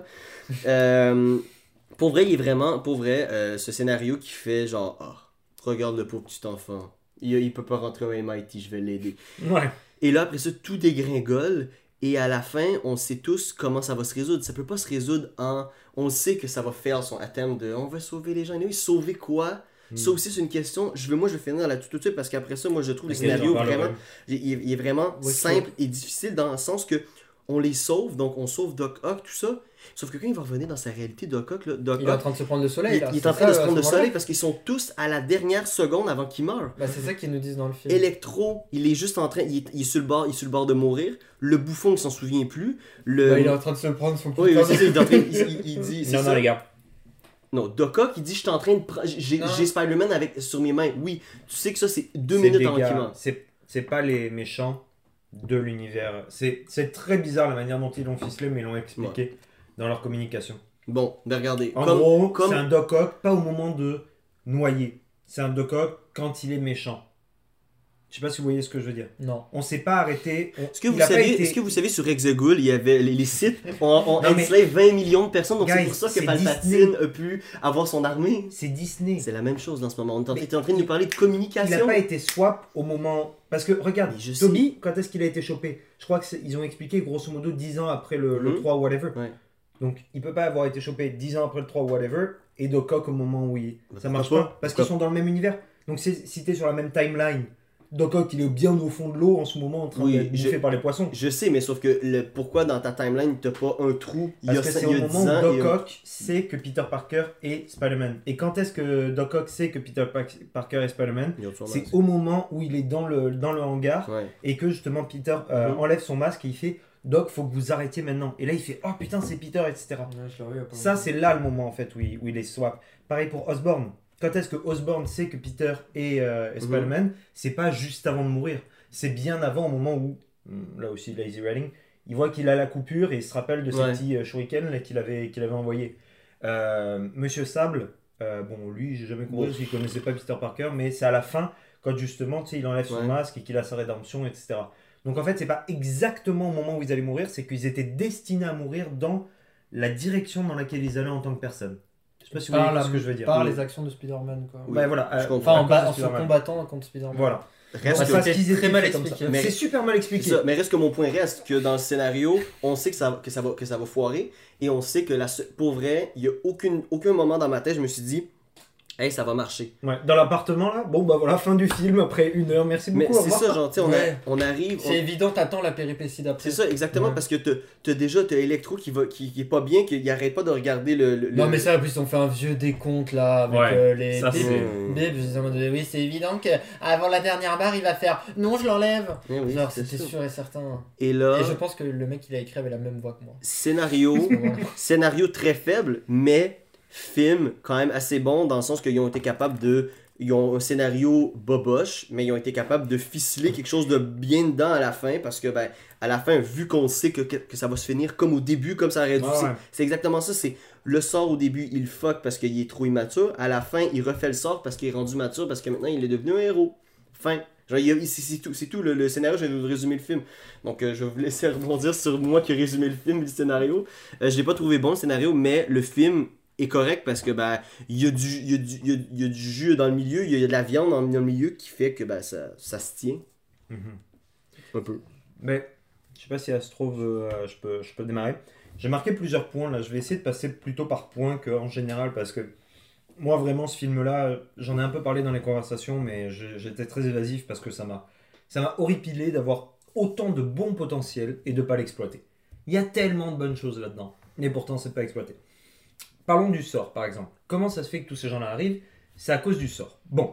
[SPEAKER 1] Pour vrai, ce scénario qui fait genre, regarde le pauvre petit enfant, il peut pas rentrer au MIT, je vais l'aider.
[SPEAKER 3] Ouais.
[SPEAKER 1] Et là, après ça, tout dégringole. Et à la fin, on sait tous comment ça va se résoudre. Ça peut pas se résoudre on sait que ça va faire son attempt de on va sauver les gens. Et oui, sauver quoi? Ça aussi, c'est une question. Je vais finir là tout de suite parce qu'après ça, moi, je trouve le
[SPEAKER 3] Ok,
[SPEAKER 1] scénario
[SPEAKER 3] j'en parlerai.
[SPEAKER 1] vraiment. Il est vraiment
[SPEAKER 2] Ouais,
[SPEAKER 1] simple et difficile dans le sens que on les sauve, donc on sauve Doc Ock, tout ça. Sauf que quand il va revenir dans sa réalité, Doc Ock, là, Doc
[SPEAKER 2] Il est en
[SPEAKER 1] Ock,
[SPEAKER 2] train de se prendre le soleil, là.
[SPEAKER 1] il est
[SPEAKER 2] c'est
[SPEAKER 1] en train
[SPEAKER 2] ça,
[SPEAKER 1] de se
[SPEAKER 2] à
[SPEAKER 1] prendre
[SPEAKER 2] ce
[SPEAKER 1] le
[SPEAKER 2] moment-là.
[SPEAKER 1] soleil parce qu'ils sont tous à la dernière seconde avant qu'il meure.
[SPEAKER 2] Bah, c'est ça qu'ils nous disent dans le film.
[SPEAKER 1] Electro, il est juste en train, il est sur le bord de mourir. Le bouffon, il s'en souvient plus. Le...
[SPEAKER 2] Bah, il est en train de se le prendre, son
[SPEAKER 1] Oui,
[SPEAKER 2] putain
[SPEAKER 1] c'est ça, il est en train, il dit, c'est
[SPEAKER 3] Non,
[SPEAKER 1] ça.
[SPEAKER 3] non, les gars.
[SPEAKER 1] Non, Doc Ock, il dit, je suis en train de j'ai
[SPEAKER 2] Non.
[SPEAKER 1] Spider-Man sur mes mains. Oui, tu sais que ça, c'est 2
[SPEAKER 3] C'est
[SPEAKER 1] minutes
[SPEAKER 3] des
[SPEAKER 1] avant qu'il
[SPEAKER 3] gars,
[SPEAKER 1] meure.
[SPEAKER 3] c'est pas les méchants de l'univers. C'est très bizarre la manière dont ils l'ont ficelé, mais ils l'ont expliqué dans leur communication.
[SPEAKER 1] Bon, ben regardez.
[SPEAKER 3] En gros, c'est un Doc Ock, pas au moment de noyer. C'est un Doc Ock quand il est méchant. Je sais pas si vous voyez ce que je veux dire.
[SPEAKER 2] Non.
[SPEAKER 3] On s'est pas arrêté.
[SPEAKER 1] Est-ce que vous savez sur Exegol, il y avait les sites ont
[SPEAKER 3] Non, mais-
[SPEAKER 1] enslaved 20 millions de personnes, donc
[SPEAKER 3] Guys,
[SPEAKER 1] c'est pour ça que
[SPEAKER 3] c'est
[SPEAKER 1] Palpatine
[SPEAKER 3] Disney.
[SPEAKER 1] a pu avoir son armée.
[SPEAKER 3] C'est Disney.
[SPEAKER 1] C'est la même chose dans ce moment. On est en
[SPEAKER 3] Mais
[SPEAKER 1] train de nous parler de
[SPEAKER 3] Il
[SPEAKER 1] communication.
[SPEAKER 3] n'a pas été swap au moment. Parce que regarde,
[SPEAKER 1] Mais je
[SPEAKER 3] Toby, quand est-ce qu'il a été chopé? Je crois qu'ils ont expliqué grosso modo 10 ans après le
[SPEAKER 1] Mhm.
[SPEAKER 3] 3 whatever.
[SPEAKER 1] Ouais.
[SPEAKER 3] Donc il peut pas avoir été chopé 10 ans après le 3 whatever et Doc Ock au moment où il.
[SPEAKER 1] Bah,
[SPEAKER 3] Ça marche
[SPEAKER 1] pourquoi
[SPEAKER 3] pas. Parce qu'ils sont dans le même univers. Donc si t'es sur la même timeline, Doc Ock il est bien au fond de l'eau en ce moment en train
[SPEAKER 1] Oui,
[SPEAKER 3] d'être bouffé par les poissons.
[SPEAKER 1] Je sais, mais sauf que pourquoi dans ta timeline t'as pas un trou il y a,
[SPEAKER 3] Parce que c'est
[SPEAKER 1] il y
[SPEAKER 3] au
[SPEAKER 1] a
[SPEAKER 3] moment
[SPEAKER 1] 10 ans
[SPEAKER 3] où Doc
[SPEAKER 1] et un-
[SPEAKER 3] Ock sait que Peter Parker est Spider-Man. Et quand est-ce que Doc Ock sait que Peter Parker est Spider-Man?
[SPEAKER 1] il y a autre chose.
[SPEAKER 3] C'est au moment où il est dans le hangar
[SPEAKER 1] Ouais.
[SPEAKER 3] et que justement Peter
[SPEAKER 1] Mhm.
[SPEAKER 3] enlève son masque et il fait Doc, faut que vous arrêtiez maintenant. Et là il fait oh putain c'est Peter, etc.
[SPEAKER 2] Ouais, je l'ai revu il y a pas
[SPEAKER 3] Ça
[SPEAKER 2] longtemps.
[SPEAKER 3] c'est là le moment en fait où il est swap. Pareil pour Osborn. Quand est-ce que Osborn sait que Peter est Spider-Man? C'est pas juste avant de mourir. C'est bien avant au moment où, là aussi lazy writing, il voit qu'il a la coupure et il se rappelle de ces
[SPEAKER 1] Ouais.
[SPEAKER 3] petits shurikens là, qu'il avait envoyés. Monsieur Sable, bon lui j'ai jamais compris parce qu'il connaissait pas Peter Parker, mais c'est à la fin quand justement tu sais, il enlève son
[SPEAKER 1] Ouais.
[SPEAKER 3] masque et qu'il a sa rédemption, etc. Donc en fait c'est pas exactement au moment où ils allaient mourir, c'est qu'ils étaient destinés à mourir dans la direction dans laquelle ils allaient en tant que personne. Je sais pas si vous voyez ce que je veux dire.
[SPEAKER 2] Par
[SPEAKER 3] Oui.
[SPEAKER 2] les actions de Spider-Man, quoi.
[SPEAKER 1] Oui.
[SPEAKER 3] Bah, voilà,
[SPEAKER 1] Je comprends.
[SPEAKER 2] Enfin,
[SPEAKER 3] à cause de
[SPEAKER 2] en se
[SPEAKER 3] Spider-Man.
[SPEAKER 2] combattant contre Spider-Man.
[SPEAKER 3] Voilà.
[SPEAKER 1] Reste
[SPEAKER 3] Bon,
[SPEAKER 1] que-
[SPEAKER 3] parce
[SPEAKER 2] c'était
[SPEAKER 3] qu'ils
[SPEAKER 2] très
[SPEAKER 3] étaient
[SPEAKER 2] mal
[SPEAKER 3] faits comme
[SPEAKER 2] expliqué.
[SPEAKER 3] ça.
[SPEAKER 1] Mais-
[SPEAKER 3] C'est super mal
[SPEAKER 1] C'est
[SPEAKER 3] expliqué.
[SPEAKER 1] ça. Mais reste que mon point reste que dans le scénario, on sait que ça va foirer et on sait que pour vrai, il y a aucun moment dans ma tête je me suis dit hey, ça va marcher.
[SPEAKER 3] Ouais, dans l'appartement là, bon bah voilà, fin du film après 1 heure, merci
[SPEAKER 1] Mais
[SPEAKER 3] beaucoup. au
[SPEAKER 1] c'est
[SPEAKER 3] revoir.
[SPEAKER 1] ça, genre, tu sais,
[SPEAKER 2] Ouais.
[SPEAKER 1] on arrive.
[SPEAKER 2] C'est évident, t'attends la péripétie d'après.
[SPEAKER 1] C'est ça, exactement,
[SPEAKER 2] Ouais.
[SPEAKER 1] parce que t'as Electro qui est pas bien, qu'il arrête pas de regarder le.
[SPEAKER 2] Non, mais ça, en plus, on fait un vieux décompte là avec
[SPEAKER 3] Ouais,
[SPEAKER 2] les
[SPEAKER 3] ça,
[SPEAKER 2] bibs.
[SPEAKER 3] c'est-
[SPEAKER 2] Bibs, je disais en mode, oui, c'est évident qu'avant la dernière barre, il va faire non, je l'enlève.
[SPEAKER 1] Eh oui,
[SPEAKER 2] Genre,
[SPEAKER 1] c'est
[SPEAKER 2] c'était
[SPEAKER 1] ça.
[SPEAKER 2] sûr et certain.
[SPEAKER 1] Et là,
[SPEAKER 2] Et je pense que le mec, il a écrit avait la même voix que moi.
[SPEAKER 1] scénario,
[SPEAKER 2] Voilà.
[SPEAKER 1] scénario très faible, mais film quand même assez bon dans le sens qu'ils ont été capables de. Ils ont un scénario boboche, mais ils ont été capables de ficeler quelque chose de bien dedans à la fin parce que, ben, à la fin, vu qu'on sait que ça va se finir comme au début, comme ça aurait dû.
[SPEAKER 3] Ah ouais.
[SPEAKER 1] C'est exactement ça. C'est le sort au début, il fuck parce qu'il est trop immature. À la fin, il refait le sort parce qu'il est rendu mature parce que maintenant, il est devenu un héros. Fin. Genre, c'est tout le scénario, je vais vous résumer le film. Donc, je vais vous laisser rebondir sur moi qui ai résumé le film et le scénario. Je l'ai pas trouvé bon le scénario, mais le film est correct parce que ben il y a du jus dans le milieu, il y a de la viande dans le milieu qui fait que ben ça se tient
[SPEAKER 3] Mhm.
[SPEAKER 1] un peu.
[SPEAKER 3] Mais je sais pas si Astro veut, je peux démarrer. J'ai marqué plusieurs points là, je vais essayer de passer plutôt par points qu'en général parce que moi vraiment ce film là, j'en ai un peu parlé dans les conversations mais j'étais très évasif parce que ça m'a horripilé d'avoir autant de bons potentiels et de pas l'exploiter. Il y a tellement de bonnes choses là-dedans, mais pourtant c'est pas exploité. Parlons du sort par exemple. Comment ça se fait que tous ces gens-là arrivent? C'est à cause du sort. Bon,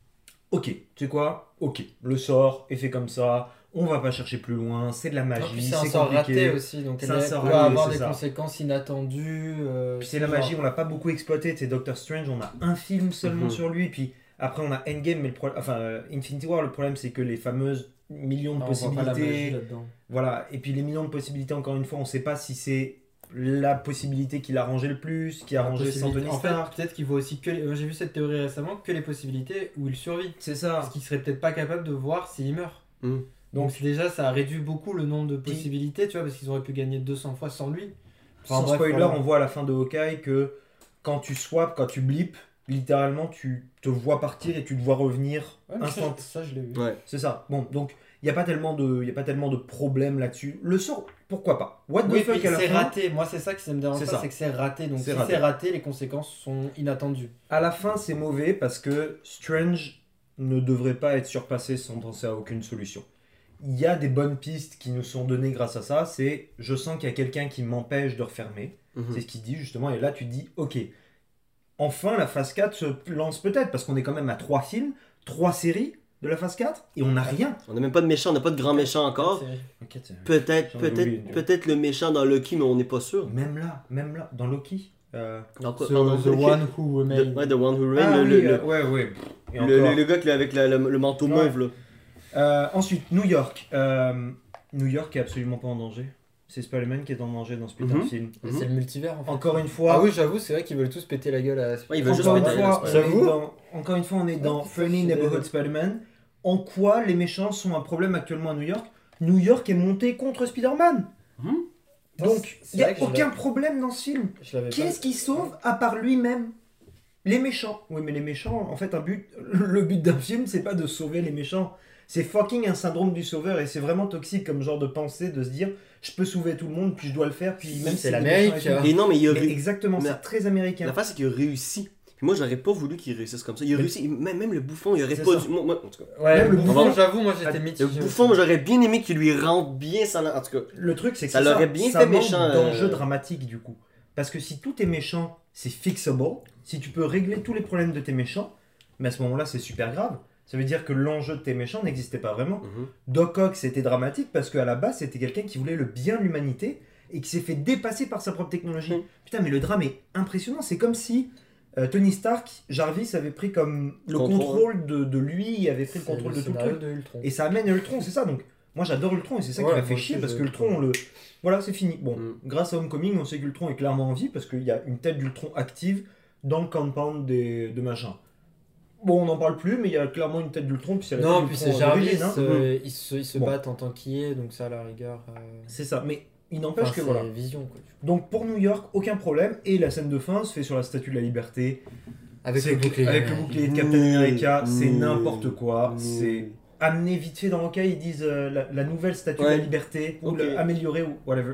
[SPEAKER 3] ok, tu sais quoi? Ok, le sort est fait comme ça, on va pas chercher plus loin, c'est de la
[SPEAKER 2] En
[SPEAKER 3] magie,
[SPEAKER 2] plus, c'est un
[SPEAKER 3] c'est
[SPEAKER 2] sort
[SPEAKER 3] compliqué.
[SPEAKER 2] raté aussi, donc
[SPEAKER 3] C'est
[SPEAKER 2] elle
[SPEAKER 3] un
[SPEAKER 2] peut
[SPEAKER 3] sort raté,
[SPEAKER 2] avoir
[SPEAKER 3] c'est
[SPEAKER 2] des
[SPEAKER 3] ça.
[SPEAKER 2] conséquences inattendues.
[SPEAKER 3] Puis c'est la magie, on l'a pas beaucoup exploité. Tu sais, Doctor Strange, on a un film seulement
[SPEAKER 1] Mhm.
[SPEAKER 3] sur lui. Puis après, on a Endgame, mais Infinity War, le problème, c'est que les fameuses millions de
[SPEAKER 2] On voit pas la magie
[SPEAKER 3] possibilités.
[SPEAKER 2] là-dedans.
[SPEAKER 3] Voilà. Et puis les millions de possibilités, encore une fois, on sait pas si c'est la possibilité qui l'a arrangé le plus, qui a arrangé sans Tony
[SPEAKER 2] En fait,
[SPEAKER 3] Stark.
[SPEAKER 2] peut-être qu'il voit aussi que moi, j'ai vu cette théorie récemment, que les possibilités où il survit.
[SPEAKER 3] C'est ça.
[SPEAKER 2] Parce qu'il serait peut-être pas capable de voir s'il meurt.
[SPEAKER 1] Mm.
[SPEAKER 2] Donc déjà, ça a réduit beaucoup le nombre de possibilités, tu vois, parce qu'ils auraient pu gagner 200 fois sans lui. Enfin,
[SPEAKER 3] Sans
[SPEAKER 2] bref,
[SPEAKER 3] spoiler,
[SPEAKER 2] voilà.
[SPEAKER 3] on voit à la fin de Hawkeye que quand tu swaps, quand tu blips, littéralement, tu te vois partir et tu te vois revenir
[SPEAKER 2] Ouais, mais
[SPEAKER 3] instant.
[SPEAKER 2] ça, je l'ai vu.
[SPEAKER 1] Ouais.
[SPEAKER 3] C'est ça. Bon, donc il n'y a pas tellement de problèmes là-dessus. Le sort, pourquoi pas? What the
[SPEAKER 2] Oui,
[SPEAKER 3] fuck
[SPEAKER 2] puis
[SPEAKER 3] à la
[SPEAKER 2] c'est
[SPEAKER 3] fin?
[SPEAKER 2] raté. Moi, c'est ça qui me dérange
[SPEAKER 3] C'est
[SPEAKER 2] pas,
[SPEAKER 3] ça.
[SPEAKER 2] c'est que c'est raté. Donc
[SPEAKER 3] C'est
[SPEAKER 2] si
[SPEAKER 3] raté.
[SPEAKER 2] c'est raté, les conséquences sont inattendues.
[SPEAKER 3] À la fin, c'est mauvais parce que Strange ne devrait pas être surpassé sans penser à aucune solution. il y a des bonnes pistes qui nous sont données grâce à ça. C'est je sens qu'il y a quelqu'un qui m'empêche de refermer. C'est ce qu'il dit justement. Et là, tu te dis ok, enfin la phase 4 se lance peut-être parce qu'on est quand même à 3 films, 3 séries de la phase 4 et on n'a rien.
[SPEAKER 1] On n'a même pas de méchant, on n'a pas de grand méchant encore.
[SPEAKER 3] Ok,
[SPEAKER 1] Peut-être le méchant dans Loki, mais on n'est pas sûr.
[SPEAKER 3] même là, dans Loki.
[SPEAKER 1] Donc,
[SPEAKER 2] The One Who Remains.
[SPEAKER 1] The One Who Remains.
[SPEAKER 3] Ah, oui,
[SPEAKER 1] le,
[SPEAKER 3] ouais. Et
[SPEAKER 1] le gars avec le manteau
[SPEAKER 3] Ouais.
[SPEAKER 1] mauve, là.
[SPEAKER 3] Ensuite, New York. New York est absolument pas en danger. C'est Spider-Man qui est en danger dans ce putain de film.
[SPEAKER 2] C'est le multivers en fait.
[SPEAKER 3] Encore une fois.
[SPEAKER 2] Ah oui, j'avoue, c'est vrai qu'ils veulent tous péter la gueule à.
[SPEAKER 1] Ouais, ils veulent juste
[SPEAKER 3] Encore une
[SPEAKER 1] péter la
[SPEAKER 3] fois,
[SPEAKER 1] gueule,
[SPEAKER 2] J'avoue.
[SPEAKER 3] encore une fois, on est dans
[SPEAKER 2] Ouais,
[SPEAKER 3] Friendly
[SPEAKER 2] c'est
[SPEAKER 3] Neighborhood
[SPEAKER 2] vrai.
[SPEAKER 3] Spider-Man. En quoi les méchants sont un problème actuellement à New York? New York est monté contre Spider-Man. Donc,
[SPEAKER 2] C'est
[SPEAKER 3] il n'y a
[SPEAKER 2] vrai que je
[SPEAKER 3] aucun problème dans ce film.
[SPEAKER 2] Je l'avais
[SPEAKER 3] Qui
[SPEAKER 2] pas.
[SPEAKER 3] est-ce qui sauve à part lui-même? Les méchants. Oui, mais les méchants, en fait, le but d'un film, c'est pas de sauver les méchants. C'est fucking un syndrome du sauveur et c'est vraiment toxique comme genre de pensée de se dire je peux sauver tout le monde puis je dois le faire puis même
[SPEAKER 2] C'est
[SPEAKER 3] si
[SPEAKER 2] l'Amérique,
[SPEAKER 3] les méchants
[SPEAKER 1] Et non, mais il a
[SPEAKER 3] mais
[SPEAKER 1] réussi.
[SPEAKER 3] exactement,
[SPEAKER 1] Mais-
[SPEAKER 3] c'est très américain.
[SPEAKER 1] La face, c'est qu'il a réussi. Puis moi, j'aurais pas voulu qu'il réussisse comme ça. Il a
[SPEAKER 3] Mais-
[SPEAKER 1] réussi. Même le bouffon, il aurait
[SPEAKER 3] C'est
[SPEAKER 1] pas
[SPEAKER 3] ça.
[SPEAKER 1] dû. Moi, en tout cas.
[SPEAKER 2] Ouais,
[SPEAKER 3] Même
[SPEAKER 2] le
[SPEAKER 3] le
[SPEAKER 2] bouffon,
[SPEAKER 1] bouffon-
[SPEAKER 2] j'avoue, moi j'étais
[SPEAKER 3] Le
[SPEAKER 2] mitigé.
[SPEAKER 1] Le bouffon, moi, j'aurais bien aimé qu'il lui rentre bien ça. En tout cas.
[SPEAKER 3] Le truc c'est que
[SPEAKER 1] Ça
[SPEAKER 3] c'est
[SPEAKER 1] l'aurait bien
[SPEAKER 3] ça
[SPEAKER 1] fait
[SPEAKER 3] manque
[SPEAKER 1] méchant,
[SPEAKER 3] d'enjeu dramatique du coup. Parce que si tout est méchant, c'est fixable. Si tu peux régler tous les problèmes de tes méchants, mais à ce moment-là, c'est super grave. Ça veut dire que l'enjeu de tes méchants n'existait pas vraiment. Doc Ock, c'était dramatique parce qu'à la base, c'était quelqu'un qui voulait le bien de l'humanité et qui s'est fait dépasser par sa propre technologie.
[SPEAKER 1] Mm.
[SPEAKER 3] Putain, mais le drame est impressionnant. C'est comme si Tony Stark, Jarvis avait pris comme le
[SPEAKER 1] Contrôle.
[SPEAKER 3] contrôle de lui, il avait pris le
[SPEAKER 2] C'est
[SPEAKER 3] contrôle de tout le
[SPEAKER 2] scénario
[SPEAKER 3] truc.
[SPEAKER 2] de Ultron.
[SPEAKER 3] Et ça amène Ultron, c'est ça. Donc, moi j'adore Ultron et c'est ça
[SPEAKER 2] Ouais,
[SPEAKER 3] qui m'a fait
[SPEAKER 2] moi
[SPEAKER 3] chier
[SPEAKER 2] aussi,
[SPEAKER 3] parce que
[SPEAKER 2] j'ai-
[SPEAKER 3] Ultron, voilà, c'est fini. Bon,
[SPEAKER 1] Mm.
[SPEAKER 3] grâce à Homecoming, on sait qu'Ultron est clairement en vie parce qu'il y a une tête d'Ultron active dans le compound de machin. Bon, on n'en parle plus, mais il y a clairement une tête d'Ultron. Puis c'est la
[SPEAKER 2] Non,
[SPEAKER 3] tête
[SPEAKER 2] puis
[SPEAKER 3] d'Ultron
[SPEAKER 2] c'est Jarvis,
[SPEAKER 3] d'origine, hein.
[SPEAKER 2] ils se
[SPEAKER 3] Bon.
[SPEAKER 2] battent en tant qu'il est, donc ça à la rigueur.
[SPEAKER 3] C'est ça, mais il n'empêche
[SPEAKER 2] Enfin,
[SPEAKER 3] que
[SPEAKER 2] c'est
[SPEAKER 3] voilà.
[SPEAKER 2] Vision quoi.
[SPEAKER 3] Donc pour New York, aucun problème. Et la scène de fin se fait sur la statue de la liberté.
[SPEAKER 2] Avec
[SPEAKER 3] C'est
[SPEAKER 2] le bouclier.
[SPEAKER 3] avec le bouclier de Captain
[SPEAKER 1] Nul,
[SPEAKER 3] America, c'est
[SPEAKER 1] nul,
[SPEAKER 3] n'importe quoi.
[SPEAKER 1] nul.
[SPEAKER 3] C'est amené vite fait dans Hawkeye, ils disent la nouvelle statue de
[SPEAKER 1] Ouais.
[SPEAKER 3] la liberté, ou
[SPEAKER 1] Ok.
[SPEAKER 3] améliorer ou whatever.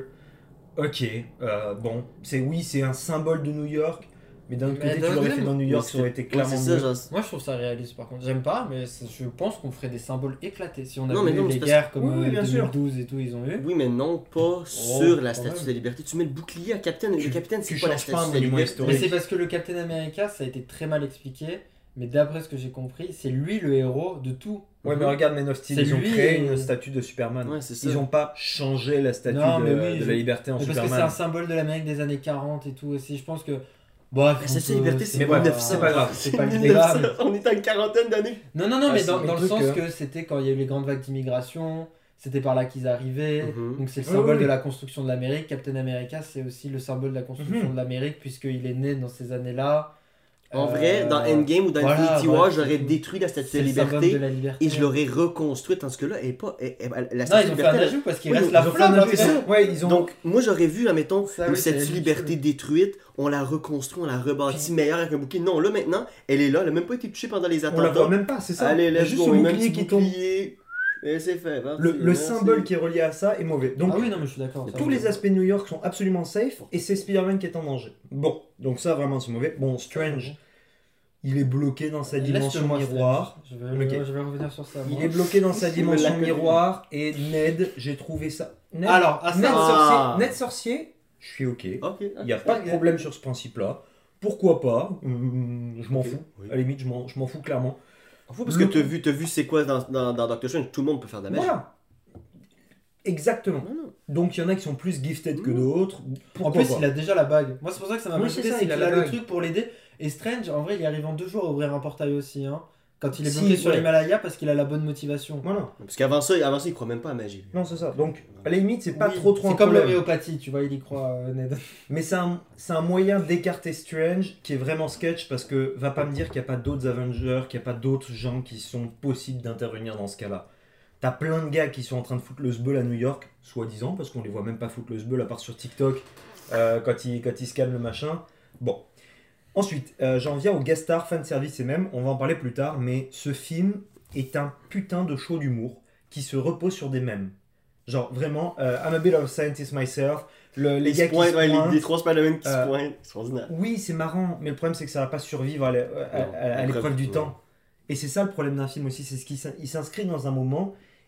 [SPEAKER 3] Ok, bon, c'est un symbole de New York, mais d'un autre
[SPEAKER 2] Mais
[SPEAKER 3] côté,
[SPEAKER 2] d'un
[SPEAKER 3] tu l'aurais
[SPEAKER 2] autre
[SPEAKER 3] fait dans New York,
[SPEAKER 1] Mais
[SPEAKER 3] ça aurait été
[SPEAKER 1] ouais,
[SPEAKER 3] clairement
[SPEAKER 1] c'est ça,
[SPEAKER 3] mieux.
[SPEAKER 1] genre.
[SPEAKER 2] Moi je trouve ça réaliste par contre. J'aime pas, mais je pense qu'on ferait des symboles éclatés. Si on
[SPEAKER 1] Non,
[SPEAKER 2] avait
[SPEAKER 1] mais non,
[SPEAKER 2] eu
[SPEAKER 1] mais
[SPEAKER 2] des
[SPEAKER 1] c'est
[SPEAKER 2] guerres comme
[SPEAKER 3] Oui, bien sûr.
[SPEAKER 2] 2012 et tout, ils ont eu.
[SPEAKER 1] Oui, mais non, pas sur la
[SPEAKER 2] quand
[SPEAKER 1] statue
[SPEAKER 2] même.
[SPEAKER 1] de la liberté. Tu mets le bouclier à Captain. Le Capitaine, c'est
[SPEAKER 3] tu
[SPEAKER 1] pas la
[SPEAKER 3] changes pas un
[SPEAKER 1] statue de la
[SPEAKER 3] monument
[SPEAKER 1] liberté.
[SPEAKER 3] historique.
[SPEAKER 2] Mais c'est parce que le Captain America, ça a été très mal expliqué. Mais d'après ce que j'ai compris, c'est lui le héros de tout.
[SPEAKER 3] Ouais, mais regarde Man of Steel,
[SPEAKER 2] C'est
[SPEAKER 3] ils ont
[SPEAKER 2] lui
[SPEAKER 3] créé
[SPEAKER 2] et-
[SPEAKER 3] une statue de Superman.
[SPEAKER 1] Ouais, c'est ça.
[SPEAKER 3] Ils n'ont pas changé la statue
[SPEAKER 2] Non,
[SPEAKER 3] de,
[SPEAKER 2] mais oui,
[SPEAKER 3] de
[SPEAKER 2] je-
[SPEAKER 3] la liberté en
[SPEAKER 2] Mais parce que c'est
[SPEAKER 3] Superman.
[SPEAKER 2] un symbole de l'Amérique des années 40 et tout aussi. Je pense que. Bref,
[SPEAKER 1] La statue de la liberté, c'est
[SPEAKER 3] Mais bref,
[SPEAKER 1] 1900.
[SPEAKER 3] c'est pas grave.
[SPEAKER 2] C'est pas le
[SPEAKER 1] 1900.
[SPEAKER 2] débat.
[SPEAKER 1] On est à une quarantaine d'années.
[SPEAKER 2] Non,
[SPEAKER 3] Ah,
[SPEAKER 2] mais
[SPEAKER 3] c'est
[SPEAKER 2] dans
[SPEAKER 3] le
[SPEAKER 2] le
[SPEAKER 3] truc,
[SPEAKER 2] sens que c'était quand il y a eu les grandes vagues d'immigration, c'était par là qu'ils arrivaient.
[SPEAKER 1] Mhm.
[SPEAKER 2] Donc c'est le
[SPEAKER 3] Oui,
[SPEAKER 2] symbole
[SPEAKER 3] oui.
[SPEAKER 2] de la construction de l'Amérique. Captain America, c'est aussi le symbole de la construction
[SPEAKER 3] Mhm.
[SPEAKER 2] de l'Amérique, puisqu'il est né dans ces années-là.
[SPEAKER 1] En vrai, dans Endgame ou dans
[SPEAKER 2] voilà,
[SPEAKER 1] Infinity
[SPEAKER 2] bref,
[SPEAKER 1] War,
[SPEAKER 2] c'est
[SPEAKER 1] j'aurais
[SPEAKER 2] tout.
[SPEAKER 1] détruit la statue
[SPEAKER 2] C'est
[SPEAKER 1] de
[SPEAKER 2] le
[SPEAKER 1] la
[SPEAKER 2] symbole
[SPEAKER 1] liberté
[SPEAKER 2] de la liberté.
[SPEAKER 1] et je l'aurais reconstruite. En ce cas-là, elle est pas. La
[SPEAKER 2] Non,
[SPEAKER 1] statue
[SPEAKER 2] ils
[SPEAKER 1] de
[SPEAKER 2] ont fait
[SPEAKER 1] liberté.
[SPEAKER 2] un ajout parce qu'il
[SPEAKER 1] Oui,
[SPEAKER 2] reste
[SPEAKER 1] mais
[SPEAKER 2] la
[SPEAKER 3] Ils ont fait
[SPEAKER 2] flamme.
[SPEAKER 3] un ajout,
[SPEAKER 2] après.
[SPEAKER 3] ça. Ouais, ils ont.
[SPEAKER 1] Donc, moi, j'aurais vu, admettons,
[SPEAKER 2] Ça,
[SPEAKER 1] une
[SPEAKER 2] oui, c'est
[SPEAKER 1] statue de
[SPEAKER 2] ridicule.
[SPEAKER 1] liberté détruite, on la reconstruit, on la rebâtit meilleure avec un bouclier. Non, là, maintenant, elle est là, elle a même pas été touchée pendant les
[SPEAKER 3] on la voit
[SPEAKER 1] attentats.
[SPEAKER 3] même pas, c'est ça.
[SPEAKER 1] Allez,
[SPEAKER 3] Il y a
[SPEAKER 1] let's
[SPEAKER 3] juste
[SPEAKER 1] go,
[SPEAKER 3] ce
[SPEAKER 1] on met un
[SPEAKER 3] bouclier
[SPEAKER 1] petit
[SPEAKER 3] qui tombe.
[SPEAKER 1] bouclier. Et c'est fait. Merci,
[SPEAKER 3] Le
[SPEAKER 1] merci.
[SPEAKER 3] symbole qui est relié à ça est mauvais. Donc,
[SPEAKER 2] Ah oui, non, mais je suis d'accord. ça,
[SPEAKER 3] tous
[SPEAKER 2] je-
[SPEAKER 3] les aspects de New York sont absolument safe et c'est Spider-Man qui est en danger. Bon, donc ça vraiment c'est mauvais. Bon, Strange, il est bloqué dans sa dimension
[SPEAKER 2] Laisse-le-moi,
[SPEAKER 3] miroir.
[SPEAKER 2] Je vais,
[SPEAKER 3] Ok.
[SPEAKER 2] je vais revenir sur ça.
[SPEAKER 3] Il
[SPEAKER 2] moi.
[SPEAKER 3] est bloqué dans sa
[SPEAKER 1] Il me
[SPEAKER 3] dimension
[SPEAKER 1] l'a connu.
[SPEAKER 3] miroir et Ned, j'ai trouvé ça. Ned,
[SPEAKER 2] Alors, à ça-
[SPEAKER 3] Ned,
[SPEAKER 1] Ah.
[SPEAKER 3] sorcier, Ned sorcier, je suis ok.
[SPEAKER 1] Ok.
[SPEAKER 3] Il n'y a pas de problème sur ce principe-là. Pourquoi pas Je m'en fous.
[SPEAKER 1] Oui.
[SPEAKER 3] À la limite, je m'en fous clairement.
[SPEAKER 1] Parce que t'as vu c'est quoi dans Doctor Strange, tout le monde peut faire de la magie.
[SPEAKER 3] Voilà. Exactement.
[SPEAKER 1] Non, non.
[SPEAKER 3] Donc il y en a qui sont plus gifted que d'autres.
[SPEAKER 2] En
[SPEAKER 3] Pourquoi
[SPEAKER 2] plus,
[SPEAKER 3] pas
[SPEAKER 2] il a déjà la bague. Moi, c'est pour ça que ça m'a
[SPEAKER 3] Oui,
[SPEAKER 2] pas
[SPEAKER 3] c'est
[SPEAKER 2] choqué,
[SPEAKER 3] ça,
[SPEAKER 2] c'est
[SPEAKER 3] il a
[SPEAKER 2] qu'il
[SPEAKER 3] la
[SPEAKER 2] a le
[SPEAKER 3] bague.
[SPEAKER 2] truc pour l'aider. Et Strange, en vrai, il arrive en 2 jours à ouvrir un portail aussi. Hein. Quand il est
[SPEAKER 3] Si,
[SPEAKER 2] bloqué sur
[SPEAKER 3] ouais.
[SPEAKER 2] l'Himalaya parce qu'il a la bonne motivation.
[SPEAKER 3] Voilà.
[SPEAKER 1] Parce qu'avant ça, il croit même pas à la magie.
[SPEAKER 3] Non, c'est ça. Donc à la limite, c'est pas
[SPEAKER 2] Oui,
[SPEAKER 3] trop
[SPEAKER 2] c'est
[SPEAKER 3] un
[SPEAKER 2] comme
[SPEAKER 3] problème.
[SPEAKER 2] l'homéopathie, tu vois, il y croit, Ned.
[SPEAKER 3] Mais c'est un moyen d'écarter Strange qui est vraiment sketch parce que va pas me dire qu'il n'y a pas d'autres Avengers, qu'il n'y a pas d'autres gens qui sont possibles d'intervenir dans ce cas-là. T'as plein de gars qui sont en train de foutre le sbeul à New York, soi-disant, parce qu'on les voit même pas foutre le sbeul à part sur TikTok quand ils scannent le machin. Bon. Ensuite, j'en viens au guest star, fanservice et même, on va en parler plus tard, mais ce film est un putain de show d'humour qui se repose sur des mèmes. Genre vraiment, I'm a bit of a scientist myself, les gars qui se pointent.
[SPEAKER 1] les 3 Spider-Man qui se
[SPEAKER 3] Euh,
[SPEAKER 1] pointent, extraordinaire.
[SPEAKER 3] Oui, c'est marrant, mais le problème c'est que ça va pas survivre à l'épreuve du temps. Et c'est ça le problème d'un film aussi, c'est ce qu'il s'inscrit dans un moment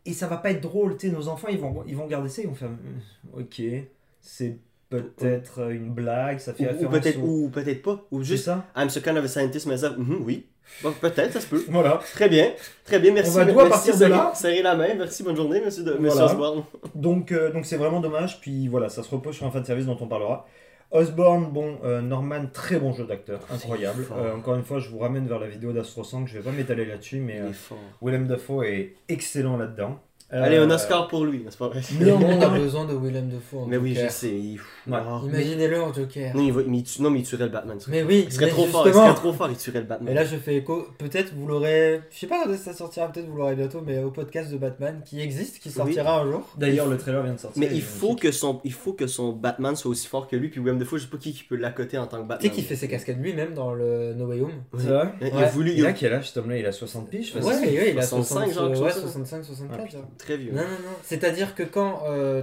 [SPEAKER 3] et ça va pas être drôle, tu sais, nos enfants ils vont regarder ça, ils vont faire ok, c'est peut-être une blague, ça fait référence
[SPEAKER 1] ou peut-être pas. Ou
[SPEAKER 3] C'est
[SPEAKER 1] juste,
[SPEAKER 3] ça.
[SPEAKER 1] I'm so kind of a scientist myself. Oui. Bon, peut-être, ça se peut.
[SPEAKER 3] Voilà.
[SPEAKER 1] Très bien, merci.
[SPEAKER 3] On va devoir partir de là.
[SPEAKER 1] Serrer la main, merci, bonne journée, monsieur
[SPEAKER 3] Voilà.
[SPEAKER 1] Osborne.
[SPEAKER 3] Donc c'est vraiment dommage, puis voilà, ça se repose sur un fan service dont on parlera. Osborne, bon, Norman, très bon jeu d'acteur, incroyable.
[SPEAKER 1] fort.
[SPEAKER 3] Encore une fois, je vous ramène vers la vidéo d'Astro 5, je vais pas m'étaler là-dessus, mais
[SPEAKER 1] Il est fort.
[SPEAKER 3] Willem Dafoe est excellent là-dedans.
[SPEAKER 1] Allez, un Oscar pour lui, n'est-ce pas vrai?
[SPEAKER 2] Le monde a besoin de Willem Dafoe en
[SPEAKER 1] Mais oui,
[SPEAKER 2] Joker.
[SPEAKER 1] je sais.
[SPEAKER 3] Ouais.
[SPEAKER 2] Imaginez-le en Joker.
[SPEAKER 1] Non, il tuerait le Batman.
[SPEAKER 2] Mais oui,
[SPEAKER 1] Il serait
[SPEAKER 2] mais
[SPEAKER 1] trop fort, il tuerait le Batman.
[SPEAKER 2] Et là, je fais écho. Peut-être vous l'aurez. Je sais pas quand ça sortira, peut-être vous l'aurez bientôt, mais au podcast de Batman qui existe, qui sortira un jour.
[SPEAKER 3] D'ailleurs, le trailer vient de sortir.
[SPEAKER 1] Mais il faut que son Batman soit aussi fort que lui, puis Willem Dafoe, je sais pas qui peut l'accoter en tant que
[SPEAKER 2] Tu
[SPEAKER 1] Batman.
[SPEAKER 2] sais qu'il fait ses cascades lui-même dans le No Way Home.
[SPEAKER 3] C'est vrai.
[SPEAKER 1] Il a
[SPEAKER 2] Ouais.
[SPEAKER 1] voulu.
[SPEAKER 3] Il a quel âge cet homme-là? Il a 60 piges
[SPEAKER 2] Ouais,
[SPEAKER 3] facile.
[SPEAKER 2] il a
[SPEAKER 1] 65, genre, quelque
[SPEAKER 2] ouais,
[SPEAKER 1] chose.
[SPEAKER 2] 65, 64.
[SPEAKER 3] Ah, putain.
[SPEAKER 1] Très vieux.
[SPEAKER 2] Non. C'est-à-dire que quand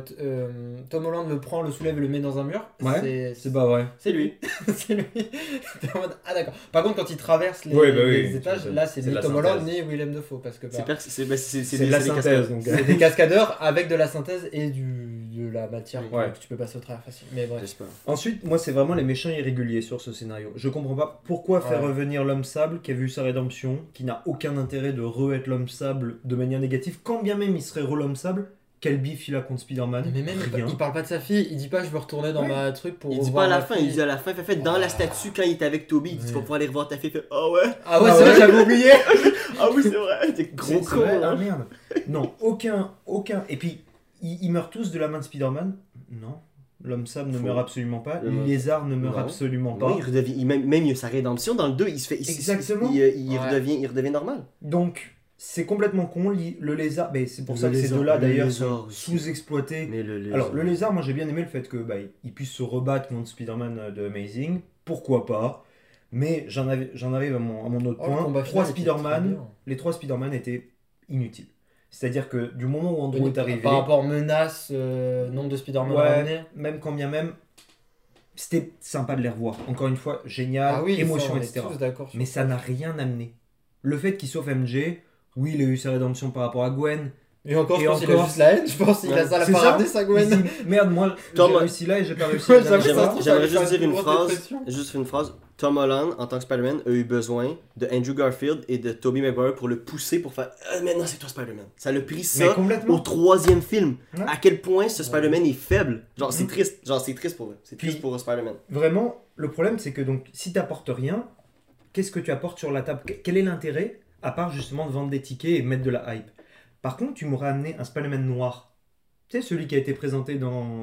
[SPEAKER 2] Tom Holland le prend, le soulève et le met dans un mur,
[SPEAKER 3] Ouais, c'est pas vrai.
[SPEAKER 1] C'est lui.
[SPEAKER 2] c'est lui. T'es en mode, ah d'accord. Par contre, quand il traverse les,
[SPEAKER 3] Oui, bah oui,
[SPEAKER 2] les étages,
[SPEAKER 3] c'est-
[SPEAKER 2] là c'est
[SPEAKER 3] c'est
[SPEAKER 2] ni
[SPEAKER 3] la
[SPEAKER 2] Tom Holland
[SPEAKER 3] synthèse.
[SPEAKER 2] ni Willem Dafoe. Parce que bah,
[SPEAKER 1] C'est
[SPEAKER 3] C'est de la synthèse, donc.
[SPEAKER 2] c'est des cascadeurs avec de la synthèse et de la matière
[SPEAKER 3] Ouais.
[SPEAKER 2] que tu peux passer au travers facile. Mais bref.
[SPEAKER 1] J'espère.
[SPEAKER 3] Ensuite, moi, c'est vraiment les méchants irréguliers sur ce scénario. Je comprends pas pourquoi faire
[SPEAKER 2] Ouais.
[SPEAKER 3] revenir l'homme sable qui a vu sa rédemption, qui n'a aucun intérêt de re-être l'homme sable de manière négative, quand bien même il serait re-l'homme sable. Quel bif il a contre Spider-Man?
[SPEAKER 2] Mais même
[SPEAKER 3] Rien.
[SPEAKER 2] il parle pas de sa fille, il dit pas je veux retourner dans
[SPEAKER 3] Ouais.
[SPEAKER 2] ma truc pour
[SPEAKER 1] Il dit
[SPEAKER 2] revoir
[SPEAKER 1] pas à la
[SPEAKER 2] ma
[SPEAKER 1] fin,
[SPEAKER 2] fille.
[SPEAKER 1] il dit à la fin, fait dans la statue quand il est avec Toby, il dit tu vas
[SPEAKER 2] Ouais.
[SPEAKER 1] pouvoir aller revoir ta fille, il fait ah ouais,
[SPEAKER 2] Ah ouais,
[SPEAKER 3] Ah
[SPEAKER 2] c'est vrai,
[SPEAKER 3] ouais.
[SPEAKER 2] j'avais oublié.
[SPEAKER 1] ah oui c'est vrai, t'es gros
[SPEAKER 3] C'est
[SPEAKER 1] con.
[SPEAKER 3] vrai,
[SPEAKER 1] hein.
[SPEAKER 3] ah merde. Non, aucun. Et puis, ils meurent tous de la main de Spider-Man? Non. L'homme sable ne
[SPEAKER 1] Faux.
[SPEAKER 3] meurt absolument pas.
[SPEAKER 1] Le-
[SPEAKER 3] Le lézard ne meurt
[SPEAKER 1] Non.
[SPEAKER 3] absolument pas.
[SPEAKER 1] Oui, il redevient, même il a sa rédemption dans le 2, il se fait.
[SPEAKER 3] Exactement.
[SPEAKER 1] Il
[SPEAKER 2] Ouais.
[SPEAKER 1] redevient normal.
[SPEAKER 3] Donc, c'est complètement con. Le lézard, mais c'est pour
[SPEAKER 1] Le
[SPEAKER 3] ça que ces
[SPEAKER 1] lézard,
[SPEAKER 3] deux-là
[SPEAKER 1] le
[SPEAKER 3] d'ailleurs
[SPEAKER 1] lézard
[SPEAKER 3] sont
[SPEAKER 1] aussi.
[SPEAKER 3] sous-exploités.
[SPEAKER 1] Mais le
[SPEAKER 3] Alors, le lézard, moi j'ai bien aimé le fait que il puisse se rebattre contre Spider-Man de Amazing. Pourquoi pas? Mais j'en arrive à mon autre
[SPEAKER 2] Oh, le
[SPEAKER 3] point.
[SPEAKER 2] combat final était très bien.
[SPEAKER 3] Les trois Spider-Man étaient inutiles. C'est-à-dire que du moment où Andrew est arrivé,
[SPEAKER 2] Par rapport menace, nombre de Spider-Man
[SPEAKER 3] Ouais.
[SPEAKER 2] ramenés.
[SPEAKER 3] même quand bien même, c'était sympa de les revoir. Encore une fois, génial,
[SPEAKER 2] Ah oui,
[SPEAKER 3] émotion,
[SPEAKER 2] ça, on est
[SPEAKER 3] etc.
[SPEAKER 2] tous d'accord sur
[SPEAKER 3] Mais ça n'a rien amené. Le fait qu'il sauve MJ, oui, il a eu sa rédemption par rapport à Gwen.
[SPEAKER 2] Et encore, je
[SPEAKER 3] Et
[SPEAKER 2] pense qu'il a
[SPEAKER 3] encore-
[SPEAKER 2] juste la haine, je pense qu'il a
[SPEAKER 1] Ouais.
[SPEAKER 2] ça l'a
[SPEAKER 3] C'est
[SPEAKER 2] pas
[SPEAKER 3] ça.
[SPEAKER 2] ramené sa
[SPEAKER 3] Il
[SPEAKER 2] Gwen.
[SPEAKER 3] se dit, merde, moi
[SPEAKER 1] Tom-
[SPEAKER 3] j'ai réussi là et j'ai pas réussi
[SPEAKER 2] Ouais,
[SPEAKER 3] là.
[SPEAKER 2] j'avoue, ça se
[SPEAKER 1] J'aimerais
[SPEAKER 2] trouve,
[SPEAKER 1] j'aimerais
[SPEAKER 2] ça
[SPEAKER 1] juste
[SPEAKER 2] va
[SPEAKER 1] dire
[SPEAKER 2] faire
[SPEAKER 1] une
[SPEAKER 2] une
[SPEAKER 1] phrase.
[SPEAKER 2] dépression.
[SPEAKER 1] Juste une phrase. Tom Holland, en tant que Spider-Man, a eu besoin de Andrew Garfield et de Tobey Maguire pour le pousser pour faire maintenant c'est toi Spider-Man. Ça l'a pris
[SPEAKER 3] Mais
[SPEAKER 1] ça au
[SPEAKER 3] complètement.
[SPEAKER 1] troisième film.
[SPEAKER 3] Ouais.
[SPEAKER 1] À quel point ce Spider-Man est faible. Genre c'est
[SPEAKER 3] Mhm.
[SPEAKER 1] triste. Genre c'est triste pour eux. C'est triste
[SPEAKER 3] Puis-
[SPEAKER 1] pour Spider-Man.
[SPEAKER 3] Vraiment, le problème c'est que donc si t'apportes rien, qu'est-ce que tu apportes sur la table? Quel est l'intérêt à part justement de vendre des tickets et mettre de la hype? Par contre, tu m'aurais amené un Spider-Man noir. Tu sais, celui qui a été présenté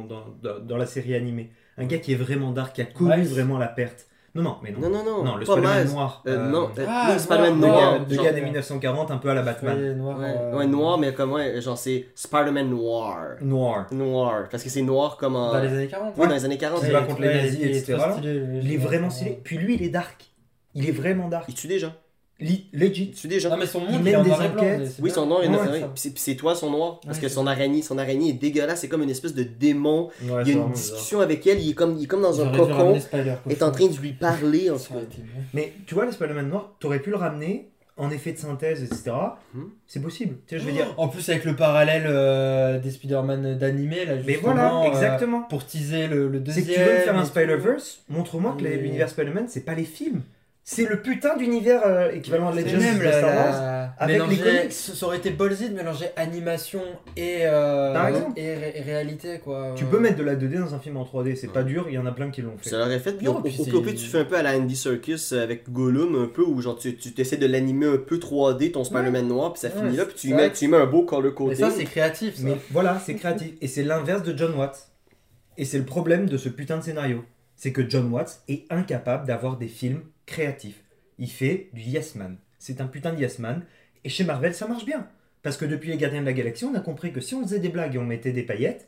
[SPEAKER 3] dans la série animée. Un gars qui est vraiment dark, qui a connu
[SPEAKER 2] Miles.
[SPEAKER 3] vraiment la perte. Non, mais non.
[SPEAKER 1] Non,
[SPEAKER 3] le
[SPEAKER 1] pas
[SPEAKER 3] Spider-Man
[SPEAKER 1] Miles.
[SPEAKER 3] noir.
[SPEAKER 1] Non,
[SPEAKER 2] Ah,
[SPEAKER 1] oui, Spider-Man
[SPEAKER 2] noir,
[SPEAKER 1] noir.
[SPEAKER 2] noir.
[SPEAKER 3] Le
[SPEAKER 1] Genre-
[SPEAKER 3] gars des 1940, un peu à la Batman.
[SPEAKER 2] Ouais, noir,
[SPEAKER 1] Ouais, noir, mais comme ouais, genre c'est Spider-Man noir.
[SPEAKER 3] Noir.
[SPEAKER 1] Noir. Parce que c'est noir comme en.
[SPEAKER 2] Dans les années 40.
[SPEAKER 1] Oui, dans les années 40.
[SPEAKER 3] Il
[SPEAKER 1] Il,
[SPEAKER 3] va contre les nazis,
[SPEAKER 2] il est
[SPEAKER 3] etc.
[SPEAKER 2] trop stylé, lui,
[SPEAKER 3] Il est
[SPEAKER 2] je
[SPEAKER 3] vraiment
[SPEAKER 2] pense.
[SPEAKER 3] stylé. Puis lui, il est dark. Il est vraiment dark.
[SPEAKER 1] tue des gens.
[SPEAKER 3] Legit.
[SPEAKER 1] Il tue des gens.
[SPEAKER 2] Non, mais son
[SPEAKER 3] Il
[SPEAKER 2] monde,
[SPEAKER 3] mène
[SPEAKER 2] est en
[SPEAKER 3] des
[SPEAKER 2] noir et blanc,
[SPEAKER 3] enquêtes.
[SPEAKER 2] mais c'est
[SPEAKER 1] Oui,
[SPEAKER 2] bien.
[SPEAKER 1] son noir est
[SPEAKER 3] Ouais,
[SPEAKER 1] noir.
[SPEAKER 2] ça.
[SPEAKER 1] Puis c'est toi son noir. Parce
[SPEAKER 2] Ouais,
[SPEAKER 1] que
[SPEAKER 2] c'est
[SPEAKER 1] son araignée est dégueulasse. C'est comme une espèce de démon.
[SPEAKER 3] Ouais,
[SPEAKER 1] Il y a
[SPEAKER 3] c'est
[SPEAKER 1] une
[SPEAKER 3] vraiment
[SPEAKER 1] discussion avec elle. Il est comme dans un
[SPEAKER 2] J'aurais dû
[SPEAKER 1] cocon.
[SPEAKER 2] ramener Spider,
[SPEAKER 1] Il est en train de lui parler. En
[SPEAKER 2] Ça
[SPEAKER 1] tout
[SPEAKER 2] aurait
[SPEAKER 1] cas.
[SPEAKER 2] été bon.
[SPEAKER 3] bizarre. Mais tu vois, le Spider-Man noir, t'aurais pu le ramener en effet de synthèse, etc.
[SPEAKER 1] Hmm.
[SPEAKER 3] C'est possible. Tu sais, je veux dire.
[SPEAKER 2] En plus, avec le parallèle des Spider-Man d'animé, là,
[SPEAKER 3] Mais
[SPEAKER 2] justement,
[SPEAKER 3] voilà, exactement.
[SPEAKER 2] pour teaser le
[SPEAKER 3] C'est
[SPEAKER 2] deuxième.
[SPEAKER 3] que tu veux me faire un
[SPEAKER 2] et tout.
[SPEAKER 3] Spider-Verse, montre-moi que
[SPEAKER 2] Mais-
[SPEAKER 3] l'univers Spider-Man, c'est pas les films. C'est le putain d'univers équivalent à
[SPEAKER 2] C'est
[SPEAKER 3] Legends
[SPEAKER 2] même
[SPEAKER 3] de
[SPEAKER 2] la,
[SPEAKER 3] Star Wars. avec les
[SPEAKER 2] mélanger-
[SPEAKER 3] comics.
[SPEAKER 2] ça aurait été ballsy de mélanger animation et,
[SPEAKER 3] Par exemple.
[SPEAKER 2] et réalité, quoi.
[SPEAKER 3] Tu peux mettre de la 2D dans un film en 3D, c'est pas dur, il y en a plein qui l'ont fait.
[SPEAKER 1] Ça l'aurait fait. Puis
[SPEAKER 2] Non,
[SPEAKER 1] au
[SPEAKER 2] puis c'est-
[SPEAKER 1] pire, tu fais un peu à la Andy Serkis avec Gollum, un peu, où genre tu essaies de l'animer un peu 3D, ton Spider-Man noir, puis ça
[SPEAKER 2] Ouais,
[SPEAKER 1] finit là, puis
[SPEAKER 2] c'est
[SPEAKER 1] tu
[SPEAKER 2] vrai
[SPEAKER 1] y mets un beau color
[SPEAKER 2] Mais
[SPEAKER 1] coding.
[SPEAKER 2] ça, c'est créatif, ça.
[SPEAKER 3] Mais voilà, c'est créatif. Et c'est l'inverse de John Watts. Et c'est le problème de ce putain de scénario. C'est que John Watts est incapable d'avoir des films créatifs. Il fait du yes man. C'est un putain de yes man. Et chez Marvel, ça marche bien. Parce que depuis les Gardiens de la Galaxie, on a compris que si on faisait des blagues et on mettait des paillettes,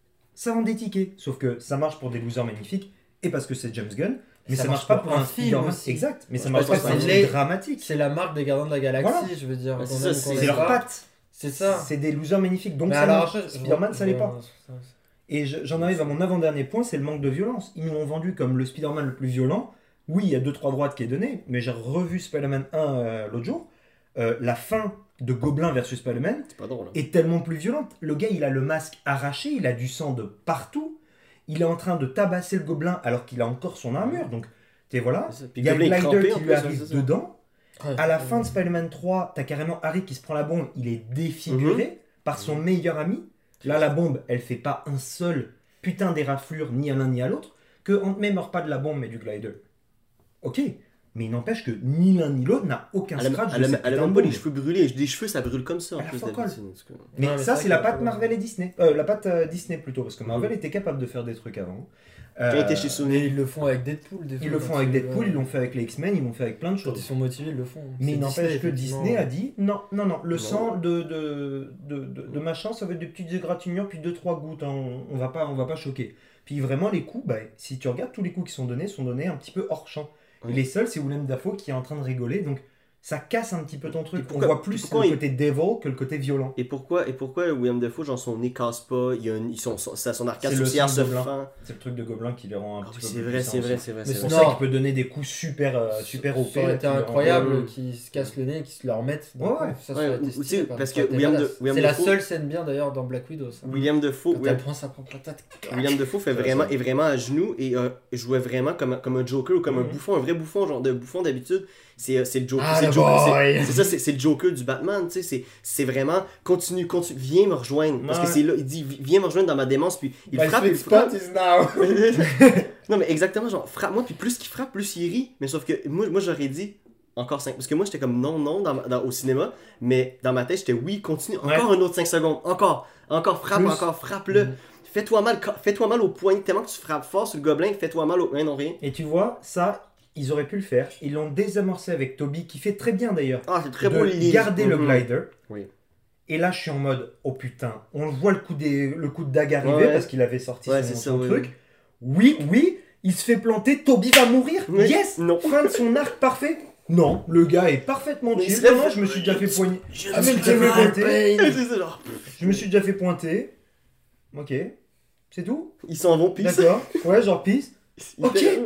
[SPEAKER 3] ça vend des tickets. Sauf que ça marche pour des losers magnifiques et parce que c'est James Gunn. Mais ça marche pas pour un
[SPEAKER 2] film
[SPEAKER 3] Spider-Man.
[SPEAKER 2] aussi.
[SPEAKER 3] Exact. Mais ça
[SPEAKER 1] Je
[SPEAKER 3] marche
[SPEAKER 1] pense
[SPEAKER 3] pas
[SPEAKER 1] que
[SPEAKER 3] pour un
[SPEAKER 2] c'est
[SPEAKER 3] film
[SPEAKER 2] les-
[SPEAKER 3] dramatique.
[SPEAKER 2] C'est la marque des Gardiens de la Galaxie,
[SPEAKER 3] Voilà.
[SPEAKER 2] je veux dire.
[SPEAKER 1] Ouais,
[SPEAKER 2] qu'on
[SPEAKER 1] c'est
[SPEAKER 2] aime
[SPEAKER 1] ça,
[SPEAKER 2] ou qu'on
[SPEAKER 3] C'est
[SPEAKER 2] aime
[SPEAKER 3] leur
[SPEAKER 2] pas.
[SPEAKER 3] patte.
[SPEAKER 2] C'est ça.
[SPEAKER 3] C'est des losers magnifiques. Donc
[SPEAKER 2] Mais
[SPEAKER 3] ça
[SPEAKER 2] alors
[SPEAKER 3] marche.
[SPEAKER 2] après,
[SPEAKER 3] Spider-Man, ça l'est pas.
[SPEAKER 2] Ouais.
[SPEAKER 3] Et j'en arrive à mon avant-dernier point, c'est le manque de violence. Ils nous l'ont vendu comme le Spider-Man le plus violent. Oui, il y a 2-3 droites qui est donné, mais j'ai revu Spider-Man 1 l'autre jour. la fin de Gobelin versus Spider-Man
[SPEAKER 1] C'est pas drôle. Hein.
[SPEAKER 3] est tellement plus violente. Le gars, il a le masque arraché, il a du sang de partout. Il est en train de tabasser le gobelin alors qu'il a encore son armure. Donc, voilà.
[SPEAKER 1] Puis
[SPEAKER 3] Il y a le
[SPEAKER 1] Goblin est
[SPEAKER 3] glider
[SPEAKER 1] crampé, en
[SPEAKER 3] qui lui
[SPEAKER 1] plus,
[SPEAKER 3] arrive
[SPEAKER 1] c'est ça.
[SPEAKER 3] dedans.
[SPEAKER 2] Ouais,
[SPEAKER 3] À la fin de Spider-Man 3, t'as carrément Harry qui se prend la bombe. Il est défiguré par son meilleur ami. Là, la bombe, elle fait pas un seul putain d'éraflure ni à l'un ni à l'autre. Que Ant-Man meurt pas de la bombe mais du glider. Ok. Mais il n'empêche que ni l'un ni l'autre n'a aucun scratch de cette
[SPEAKER 1] Elle a
[SPEAKER 3] putain de
[SPEAKER 1] même pas les
[SPEAKER 3] bombe.
[SPEAKER 1] cheveux brûlés. Les cheveux, ça brûle comme ça en
[SPEAKER 3] Elle a
[SPEAKER 1] plus
[SPEAKER 3] fuck
[SPEAKER 1] d'habitude. en tout cas.
[SPEAKER 3] Mais
[SPEAKER 2] Ouais, mais
[SPEAKER 3] ça,
[SPEAKER 2] c'est
[SPEAKER 3] c'est
[SPEAKER 2] vrai
[SPEAKER 3] la
[SPEAKER 2] qu'il y a
[SPEAKER 3] patte
[SPEAKER 2] pas
[SPEAKER 3] Marvel et Disney. La patte Disney plutôt, parce que Marvel était capable de faire des trucs avant.
[SPEAKER 1] Quand il était chez
[SPEAKER 2] Et
[SPEAKER 1] Sony.
[SPEAKER 2] ils le font avec Deadpool. Des
[SPEAKER 3] Ils
[SPEAKER 2] fois,
[SPEAKER 3] le font
[SPEAKER 2] quand
[SPEAKER 3] avec
[SPEAKER 2] ils-
[SPEAKER 3] Deadpool, ils l'ont fait avec les X-Men, ils l'ont fait avec plein de
[SPEAKER 2] Quand ils
[SPEAKER 3] choses.
[SPEAKER 2] sont motivés, ils le font.
[SPEAKER 3] Mais
[SPEAKER 2] C'est
[SPEAKER 3] il n'empêche que
[SPEAKER 2] effectivement.
[SPEAKER 3] Disney a dit non, le
[SPEAKER 1] Non.
[SPEAKER 3] sang de machin, ça va être des petites égratignures, puis 2-3 gouttes, hein, on va pas choquer. Puis vraiment, les coups, si tu regardes tous les coups qui sont donnés un petit peu hors champ.
[SPEAKER 1] Ouais.
[SPEAKER 3] Et les seuls, c'est Willem Dafoe qui est en train de rigoler, donc ça casse un petit peu ton truc.
[SPEAKER 1] Et pourquoi-
[SPEAKER 3] On voit plus
[SPEAKER 1] pourquoi
[SPEAKER 3] le
[SPEAKER 1] il-
[SPEAKER 3] côté devil que le côté violent.
[SPEAKER 1] Et pourquoi William Dafoe, genre son nez casse pas, son arcade
[SPEAKER 3] C'est le
[SPEAKER 1] sourcilière
[SPEAKER 3] sang
[SPEAKER 1] se
[SPEAKER 3] Gobelin.
[SPEAKER 1] fend.
[SPEAKER 3] C'est le truc de Gobelin qui les rend un
[SPEAKER 1] Ah
[SPEAKER 3] petit
[SPEAKER 1] oui,
[SPEAKER 3] peu
[SPEAKER 1] c'est
[SPEAKER 3] plus
[SPEAKER 1] vrai,
[SPEAKER 3] puissants
[SPEAKER 1] c'est vrai,
[SPEAKER 3] aussi.
[SPEAKER 1] c'est vrai.
[SPEAKER 3] C'est
[SPEAKER 1] c'est
[SPEAKER 3] pour
[SPEAKER 1] vrai.
[SPEAKER 3] ça
[SPEAKER 2] Non.
[SPEAKER 3] qu'il peut donner des coups super OP.
[SPEAKER 2] Ça aurait
[SPEAKER 3] là,
[SPEAKER 2] été
[SPEAKER 3] qui le rendent-
[SPEAKER 2] incroyable
[SPEAKER 1] Ouais.
[SPEAKER 2] qu'ils se cassent le nez et qu'ils se le remettent. d'un
[SPEAKER 3] Ouais,
[SPEAKER 2] coup.
[SPEAKER 3] ouais.
[SPEAKER 2] Ça
[SPEAKER 1] Ouais,
[SPEAKER 2] aurait été
[SPEAKER 1] ou-
[SPEAKER 2] stylé,
[SPEAKER 1] tu sais,
[SPEAKER 2] par
[SPEAKER 1] parce
[SPEAKER 2] contre,
[SPEAKER 1] que
[SPEAKER 2] ça aurait été badass.
[SPEAKER 1] William
[SPEAKER 2] C'est la
[SPEAKER 1] Dafoe-
[SPEAKER 2] seule scène bien d'ailleurs dans Black Widow. Ça.
[SPEAKER 1] William Dafoe,
[SPEAKER 2] Quand elle prend sa propre attaque.
[SPEAKER 1] William Dafoe fait
[SPEAKER 3] Ça,
[SPEAKER 1] vraiment,
[SPEAKER 3] ça.
[SPEAKER 1] est vraiment à genoux et jouait vraiment comme un Joker ou comme un
[SPEAKER 3] Mhm.
[SPEAKER 1] bouffon, un vrai bouffon, genre de bouffon d'habitude. C'est le Joker.
[SPEAKER 2] Ah,
[SPEAKER 1] c'est
[SPEAKER 2] le
[SPEAKER 1] le Joker,
[SPEAKER 2] boy!
[SPEAKER 1] c'est ça, c'est le Joker du Batman, tu sais. C'est vraiment continue, viens me rejoindre. Parce que
[SPEAKER 3] Ouais.
[SPEAKER 1] c'est là, il dit viens me rejoindre dans ma démence, puis il
[SPEAKER 2] My
[SPEAKER 1] frappe,
[SPEAKER 2] sweet
[SPEAKER 1] il frappe.
[SPEAKER 2] spot is now.
[SPEAKER 1] Non, mais exactement, genre frappe-moi, puis plus qu'il frappe, plus il rit. Mais sauf que moi j'aurais dit encore 5. Parce que moi j'étais comme non au cinéma, mais dans ma tête j'étais oui, continue, encore un autre 5 secondes, encore frappe-le.
[SPEAKER 2] Mhm.
[SPEAKER 1] Fais-toi mal au poignet, tellement que tu frappes fort sur le gobelin, fais-toi mal au. Ouais, non, rien.
[SPEAKER 3] Et tu vois, ça, ils auraient pu le faire. Ils l'ont désamorcé avec Toby, qui fait très bien d'ailleurs.
[SPEAKER 1] Ah, c'est très
[SPEAKER 3] de
[SPEAKER 1] beau le livre.
[SPEAKER 3] garder le
[SPEAKER 1] Mhm.
[SPEAKER 3] glider.
[SPEAKER 1] Oui.
[SPEAKER 3] Et là, je suis en mode, oh putain, on voit le coup de dague arriver
[SPEAKER 1] Ouais.
[SPEAKER 3] parce qu'il avait sorti
[SPEAKER 1] Ouais,
[SPEAKER 3] son,
[SPEAKER 1] c'est ça,
[SPEAKER 3] son
[SPEAKER 1] oui,
[SPEAKER 3] truc. Oui, il se fait planter, Toby va mourir.
[SPEAKER 1] Oui.
[SPEAKER 3] Yes,
[SPEAKER 1] Non.
[SPEAKER 3] fin de son arc parfait. Non, le gars est parfaitement
[SPEAKER 1] Mais il
[SPEAKER 3] chill.
[SPEAKER 1] se lève-
[SPEAKER 3] Moi, je me suis déjà fait poigner.
[SPEAKER 1] Je
[SPEAKER 3] Ah,
[SPEAKER 1] me
[SPEAKER 3] mais
[SPEAKER 1] suis
[SPEAKER 3] tu veux
[SPEAKER 1] fait
[SPEAKER 3] pointer
[SPEAKER 1] C'est ça, genre.
[SPEAKER 3] Je me suis déjà fait pointer. Ok, c'est tout.
[SPEAKER 1] Ils s'en vont, pis ça.
[SPEAKER 3] D'accord. Ouais, genre pisse.
[SPEAKER 1] il
[SPEAKER 3] Ok.
[SPEAKER 1] fait-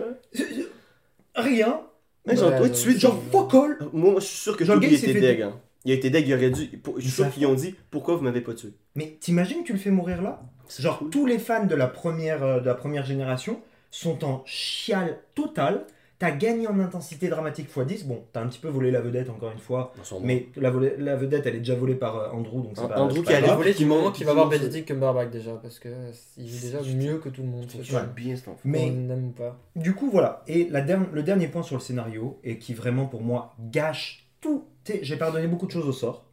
[SPEAKER 3] Rien.
[SPEAKER 1] Ouais, genre,
[SPEAKER 2] Ouais,
[SPEAKER 1] toi,
[SPEAKER 2] non,
[SPEAKER 1] tu es
[SPEAKER 3] Genre fuck all.
[SPEAKER 1] Moi, je suis sûr que
[SPEAKER 3] Genre, le
[SPEAKER 1] Toby
[SPEAKER 3] gars, il s'est
[SPEAKER 1] était
[SPEAKER 3] fait-
[SPEAKER 1] deg. Hein. Il a été deg, il aurait dû. Je suis sûr
[SPEAKER 3] Ça
[SPEAKER 1] qu'ils ont dit pourquoi vous m'avez pas tué.
[SPEAKER 3] Mais t'imagines que tu le fais mourir là? Genre
[SPEAKER 1] cool.
[SPEAKER 3] tous les fans de la première génération sont en chiale totale. T'as gagné en intensité dramatique x10. Bon, t'as un petit peu volé la vedette encore une fois. Mais la vedette, elle est déjà volée par Andrew. Donc c'est pas,
[SPEAKER 1] Andrew
[SPEAKER 3] c'est
[SPEAKER 1] qui
[SPEAKER 3] pas
[SPEAKER 1] arrive.
[SPEAKER 3] grave.
[SPEAKER 2] Volé du moment qu'il va voir
[SPEAKER 1] monte-
[SPEAKER 2] Benedict Cumberbatch déjà, parce que il joue déjà mieux que tout le monde.
[SPEAKER 1] Tu vois bien cet enfant.
[SPEAKER 3] Mais
[SPEAKER 2] On n'aime pas.
[SPEAKER 3] du coup, voilà. Et le dernier point sur le scénario, et qui vraiment pour moi gâche tout. Tu sais, j'ai pardonné beaucoup de choses au sort.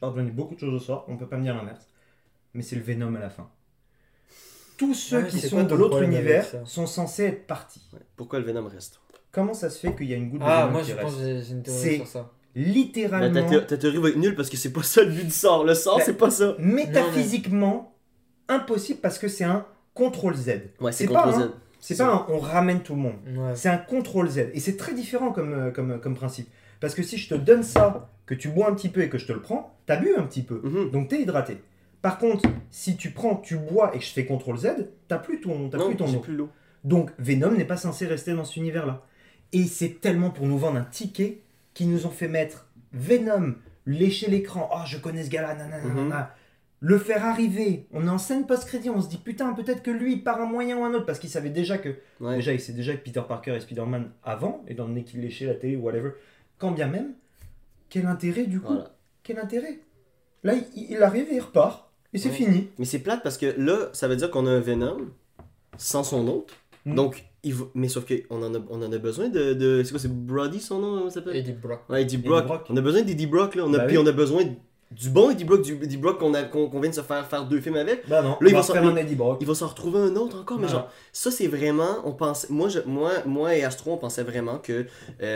[SPEAKER 3] On peut pas me dire l'inverse. Mais c'est le Venom à la fin. Tous ceux
[SPEAKER 2] Ouais,
[SPEAKER 3] qui
[SPEAKER 2] c'est
[SPEAKER 3] sont
[SPEAKER 2] quoi
[SPEAKER 3] de
[SPEAKER 2] ton
[SPEAKER 3] l'autre
[SPEAKER 2] problème avec
[SPEAKER 3] univers
[SPEAKER 2] ça
[SPEAKER 3] sont censés être partis.
[SPEAKER 1] Ouais. Pourquoi le Venom reste?
[SPEAKER 3] Comment ça se fait qu'il y a une goutte de
[SPEAKER 2] Ah,
[SPEAKER 3] Venom
[SPEAKER 2] moi
[SPEAKER 3] qui
[SPEAKER 2] je
[SPEAKER 3] reste
[SPEAKER 2] pense que j'ai une théorie
[SPEAKER 3] C'est-
[SPEAKER 2] sur ça.
[SPEAKER 3] Littéralement,
[SPEAKER 1] Ta théorie va être nulle parce que c'est pas ça le but du sort. Le sort,
[SPEAKER 3] Bah,
[SPEAKER 1] c'est pas ça.
[SPEAKER 3] métaphysiquement impossible parce que c'est un CTRL Z.
[SPEAKER 1] Ouais, c'est
[SPEAKER 3] pas
[SPEAKER 1] CTRL Z.
[SPEAKER 3] un- C'est pas un on ramène tout le monde.
[SPEAKER 2] Ouais.
[SPEAKER 3] C'est un CTRL Z. Et c'est très différent comme principe. Parce que si je te donne ça, que tu bois un petit peu et que je te le prends, t'as bu un petit peu.
[SPEAKER 1] Mhm.
[SPEAKER 3] Donc t'es hydraté. Par contre, si tu prends, tu bois et que je fais CTRL Z, t'as plus ton
[SPEAKER 1] Non, j'ai
[SPEAKER 3] eau.
[SPEAKER 1] plus l'eau.
[SPEAKER 3] Donc Venom n'est pas censé rester dans cet univers-là. Et c'est tellement pour nous vendre un ticket qu'ils nous ont fait mettre Venom, lécher l'écran, oh je connais ce gars-là, nanana, le faire arriver, on est en scène post-crédit, on se dit putain peut-être que lui par un moyen ou un autre, parce qu'il savait déjà que,
[SPEAKER 1] Ouais.
[SPEAKER 3] déjà il sait déjà que Peter Parker et Spider-Man avant, étant donné qu'il léchait la télé ou whatever, quand bien même, quel intérêt du coup
[SPEAKER 1] Voilà.
[SPEAKER 3] Quel intérêt Là il arrive et il repart, et c'est
[SPEAKER 1] Ouais.
[SPEAKER 3] fini.
[SPEAKER 1] Mais c'est plate parce que là, ça veut dire qu'on a un Venom sans son autre.
[SPEAKER 3] Mm.
[SPEAKER 1] Donc, mais sauf qu'on en a besoin de. C'est quoi, c'est Brody son nom, comment ça s'appelle?
[SPEAKER 2] Eddie Brock.
[SPEAKER 1] Ouais, Eddie Brock.
[SPEAKER 3] Brock.
[SPEAKER 1] On a besoin d'Eddie Brock, là.
[SPEAKER 3] Bah
[SPEAKER 1] Puis
[SPEAKER 3] oui.
[SPEAKER 1] on a besoin du bon Eddie Brock, du Eddie Brock qu'on vient de se faire 2 films avec.
[SPEAKER 3] Bah non,
[SPEAKER 1] Là, il
[SPEAKER 3] on
[SPEAKER 1] va
[SPEAKER 3] va faire un Eddie Brock.
[SPEAKER 1] Il va s'en retrouver un autre encore, mais
[SPEAKER 3] Ouais.
[SPEAKER 1] genre, ça c'est vraiment, on pense, moi et Astro, on pensait vraiment que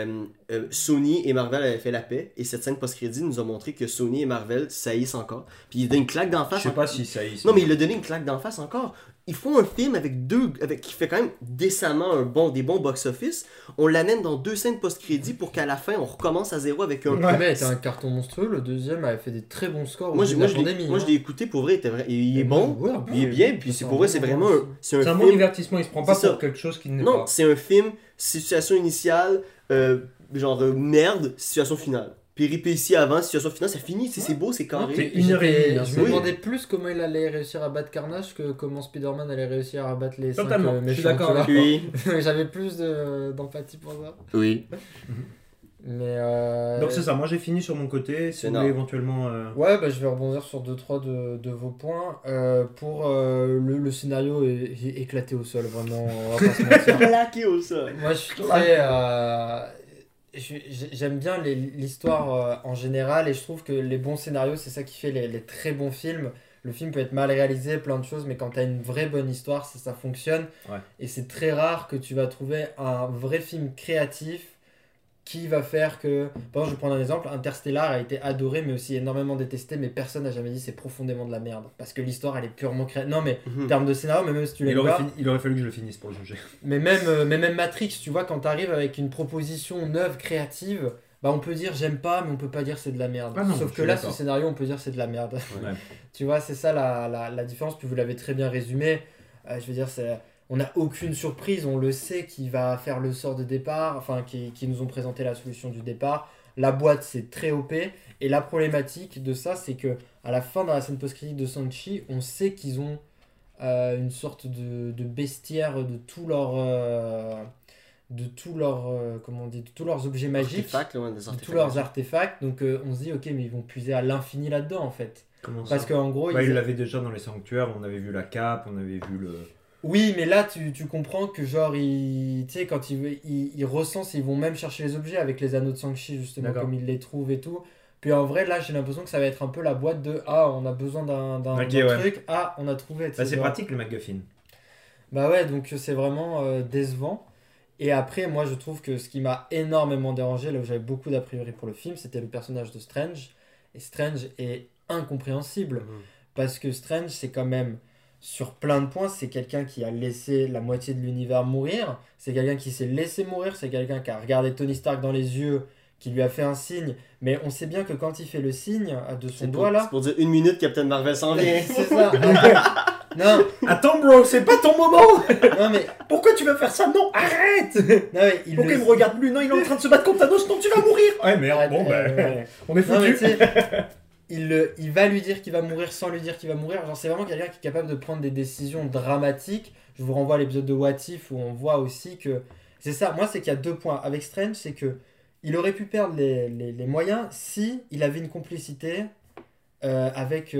[SPEAKER 1] Sony et Marvel avaient fait la paix, et cette scène post-crédit nous a montré que Sony et Marvel saillissent encore. Puis il donne une claque d'en
[SPEAKER 3] Je
[SPEAKER 1] face.
[SPEAKER 3] sais pas si ça y est.
[SPEAKER 1] Non, mais il a donné une claque d'en face encore. Ils font un film qui fait quand même décemment des bons box-office. On l'amène dans 2 scènes post-crédit pour qu'à la fin, on recommence à zéro avec un.
[SPEAKER 2] Le premier était un carton monstrueux, le deuxième avait fait des très bons scores.
[SPEAKER 1] Moi,
[SPEAKER 2] au début de la
[SPEAKER 1] je
[SPEAKER 2] pandémie,
[SPEAKER 1] l'ai
[SPEAKER 2] hein.
[SPEAKER 1] écouté, pour vrai, il est
[SPEAKER 2] Et
[SPEAKER 1] bon,
[SPEAKER 2] ouais,
[SPEAKER 1] il est bien, puis c'est pour vrai, c'est vraiment un,
[SPEAKER 3] C'est un bon
[SPEAKER 1] film.
[SPEAKER 3] divertissement, il se prend pas
[SPEAKER 1] C'est ça.
[SPEAKER 3] pour quelque chose qui n'est
[SPEAKER 1] Non,
[SPEAKER 3] pas.
[SPEAKER 1] c'est un film, situation initiale, merde, situation finale. péripéties avant, situation finale, ça finit, c'est beau, c'est carré.
[SPEAKER 3] c'est une heure et demie, hein,
[SPEAKER 2] Je
[SPEAKER 3] c'est-
[SPEAKER 2] me demandais plus comment il allait réussir à battre Carnage que comment Spider-Man allait réussir à battre les 5
[SPEAKER 3] Totalement, je suis
[SPEAKER 2] méchants.
[SPEAKER 3] d'accord
[SPEAKER 2] tu vois.
[SPEAKER 1] Oui,
[SPEAKER 2] J'avais plus d'empathie pour ça.
[SPEAKER 1] oui.
[SPEAKER 2] Mais
[SPEAKER 3] Donc c'est ça, moi j'ai fini sur mon côté, si
[SPEAKER 1] C'est
[SPEAKER 3] vous voulez
[SPEAKER 1] énorme.
[SPEAKER 3] éventuellement...
[SPEAKER 2] Ouais, bah, je vais rebondir sur 2-3 de vos points. Pour le scénario est éclaté au sol, vraiment, on va pas se mentir.
[SPEAKER 1] Plaqué au sol.
[SPEAKER 2] Moi, je suis très. J'aime bien l'histoire en général et je trouve que les bons scénarios, c'est ça qui fait les très bons films. Le film peut être mal réalisé, plein de choses, mais quand tu as une vraie bonne histoire, ça fonctionne.
[SPEAKER 3] Ouais.
[SPEAKER 2] Et c'est très rare que tu vas trouver un vrai film créatif qui va faire que... Par exemple, je vais prendre un exemple, Interstellar a été adoré, mais aussi énormément détesté, mais personne n'a jamais dit c'est profondément de la merde. Parce que l'histoire, elle est purement créative. Non, mais en termes de scénario, mais même si tu l'aimes pas...
[SPEAKER 3] Il aurait fallu que je le finisse pour le juger.
[SPEAKER 2] Mais même Matrix, tu vois, quand tu arrives avec une proposition neuve, créative, bah on peut dire j'aime pas, mais on peut pas dire c'est de la merde.
[SPEAKER 3] Ah non,
[SPEAKER 2] Sauf
[SPEAKER 3] je
[SPEAKER 2] que
[SPEAKER 3] suis
[SPEAKER 2] là,
[SPEAKER 3] d'accord.
[SPEAKER 2] ce scénario, on peut dire c'est de la merde.
[SPEAKER 3] Ouais.
[SPEAKER 2] Tu vois, c'est ça la différence, puis vous l'avez très bien résumé. Je veux dire, on n'a aucune surprise, on le sait qui va faire le sort de départ, enfin qui nous ont présenté la solution du départ. La boîte, c'est très OP. Et la problématique de ça, c'est que à la fin, dans la scène post-critique de Shang-Chi, on sait qu'ils ont une sorte de bestiaire de tous leurs comment on dit, de tous leurs objets magiques,
[SPEAKER 1] Artefacts, là, ouais, des
[SPEAKER 2] de tous
[SPEAKER 1] artefacts.
[SPEAKER 2] leurs artefacts. Donc on se dit ok, mais ils vont puiser à l'infini là-dedans en fait.
[SPEAKER 3] Comment ça?
[SPEAKER 2] Parce qu'en gros,
[SPEAKER 3] Bah, il l'avait déjà dans les sanctuaires, on avait vu la cape, on avait vu le...
[SPEAKER 2] oui, mais là, tu comprends que genre, tu sais, quand ils recensent, ils vont même chercher les objets avec les anneaux de Shang-Chi, justement,
[SPEAKER 3] D'accord.
[SPEAKER 2] comme ils les trouvent et tout. Puis en vrai, là, j'ai l'impression que ça va être un peu la boîte de ah, on a besoin d'un
[SPEAKER 3] Ok, ouais.
[SPEAKER 2] truc, ah, on a trouvé. tu sais,
[SPEAKER 3] Bah, c'est
[SPEAKER 2] genre.
[SPEAKER 3] pratique le MacGuffin.
[SPEAKER 2] Bah ouais, donc c'est vraiment décevant. Et après, moi, je trouve que ce qui m'a énormément dérangé, là où j'avais beaucoup d'a priori pour le film, c'était le personnage de Strange. Et Strange est incompréhensible.
[SPEAKER 1] Mhm.
[SPEAKER 2] Parce que Strange, c'est quand même, sur plein de points, c'est quelqu'un qui a laissé la moitié de l'univers mourir. C'est quelqu'un qui s'est laissé mourir. C'est quelqu'un qui a regardé Tony Stark dans les yeux, qui lui a fait un signe. Mais on sait bien que quand il fait le signe de son
[SPEAKER 1] C'est
[SPEAKER 2] doigt
[SPEAKER 1] pour,
[SPEAKER 2] là...
[SPEAKER 1] c'est pour dire 1 minute Captain Marvel s'en vient.
[SPEAKER 2] c'est ça. Non,
[SPEAKER 3] Attends bro, c'est pas ton moment.
[SPEAKER 2] non mais,
[SPEAKER 3] Pourquoi tu vas faire ça? Non, arrête.
[SPEAKER 2] non, mais il
[SPEAKER 3] Pourquoi
[SPEAKER 2] le-
[SPEAKER 3] il me regarde plus? Non, il est en train de se battre contre Thanos, non, tu vas mourir. Ouais, merde, bon, bah,
[SPEAKER 2] ouais.
[SPEAKER 3] on est
[SPEAKER 2] Non, mais
[SPEAKER 3] foutu.
[SPEAKER 2] tu sais, il va lui dire qu'il va mourir sans lui dire qu'il va mourir. Genre, c'est vraiment quelqu'un qui est capable de prendre des décisions dramatiques. Je vous renvoie à l'épisode de What If où on voit aussi que. C'est ça, moi, c'est qu'il y a 2 points. Avec Strange, c'est que il aurait pu perdre les moyens si il avait une complicité avec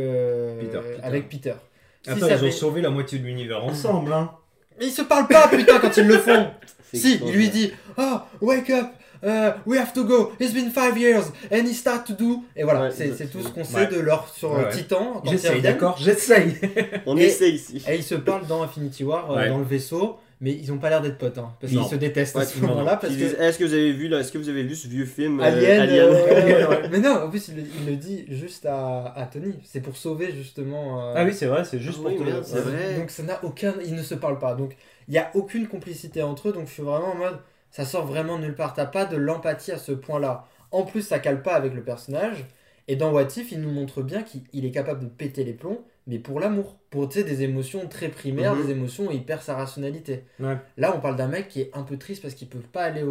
[SPEAKER 2] Peter. Si
[SPEAKER 3] Attends,
[SPEAKER 2] ça
[SPEAKER 3] ils ont
[SPEAKER 2] avait-
[SPEAKER 3] sauvé la moitié de l'univers ensemble, hein.
[SPEAKER 2] Mais ils se parlent pas, putain, quand ils le font.
[SPEAKER 1] C'est
[SPEAKER 2] Si,
[SPEAKER 1] explosif.
[SPEAKER 2] il lui dit Oh, wake up, we have to go, it's been 5 years, and he start to do. Et voilà,
[SPEAKER 1] Ouais,
[SPEAKER 2] c'est
[SPEAKER 1] exactement.
[SPEAKER 2] tout ce qu'on sait de leur sur
[SPEAKER 3] Ouais, ouais.
[SPEAKER 2] Titan. Quand ils
[SPEAKER 3] J'essaye,
[SPEAKER 2] reviennent.
[SPEAKER 3] d'accord? J'essaye.
[SPEAKER 1] On
[SPEAKER 2] Et-
[SPEAKER 1] essaie ici.
[SPEAKER 2] Et ils se parlent dans Infinity War,
[SPEAKER 3] Ouais.
[SPEAKER 2] dans le vaisseau, mais ils ont pas l'air d'être potes, hein, parce
[SPEAKER 3] Non.
[SPEAKER 2] qu'ils se détestent
[SPEAKER 1] Ouais,
[SPEAKER 2] à ce
[SPEAKER 1] non,
[SPEAKER 2] moment-là. Parce
[SPEAKER 1] Puis ils
[SPEAKER 2] que
[SPEAKER 1] disent, est-ce que vous avez vu ce vieux film
[SPEAKER 2] Alien.
[SPEAKER 1] Alien
[SPEAKER 2] ouais. Mais non, en plus, il le dit juste à Tony. C'est pour sauver justement.
[SPEAKER 3] Ah oui, c'est vrai, c'est juste
[SPEAKER 1] Ah
[SPEAKER 3] pour
[SPEAKER 1] oui,
[SPEAKER 3] te...
[SPEAKER 1] merde, c'est
[SPEAKER 3] Ouais.
[SPEAKER 1] vrai.
[SPEAKER 2] Donc ça n'a aucun. Ils ne se parlent pas. Donc il n'y a aucune complicité entre eux. Donc je suis vraiment en mode. Ça sort vraiment de nulle part. T'as pas de l'empathie à ce point-là. En plus, ça cale pas avec le personnage. Et dans What If, il nous montre bien qu'il est capable de péter les plombs, mais pour l'amour. Pour tu sais, des émotions très primaires,
[SPEAKER 1] Mhm.
[SPEAKER 2] des émotions où il perd sa rationalité.
[SPEAKER 3] Ouais.
[SPEAKER 2] Là, on parle d'un mec qui est un peu triste parce qu'il peut pas aller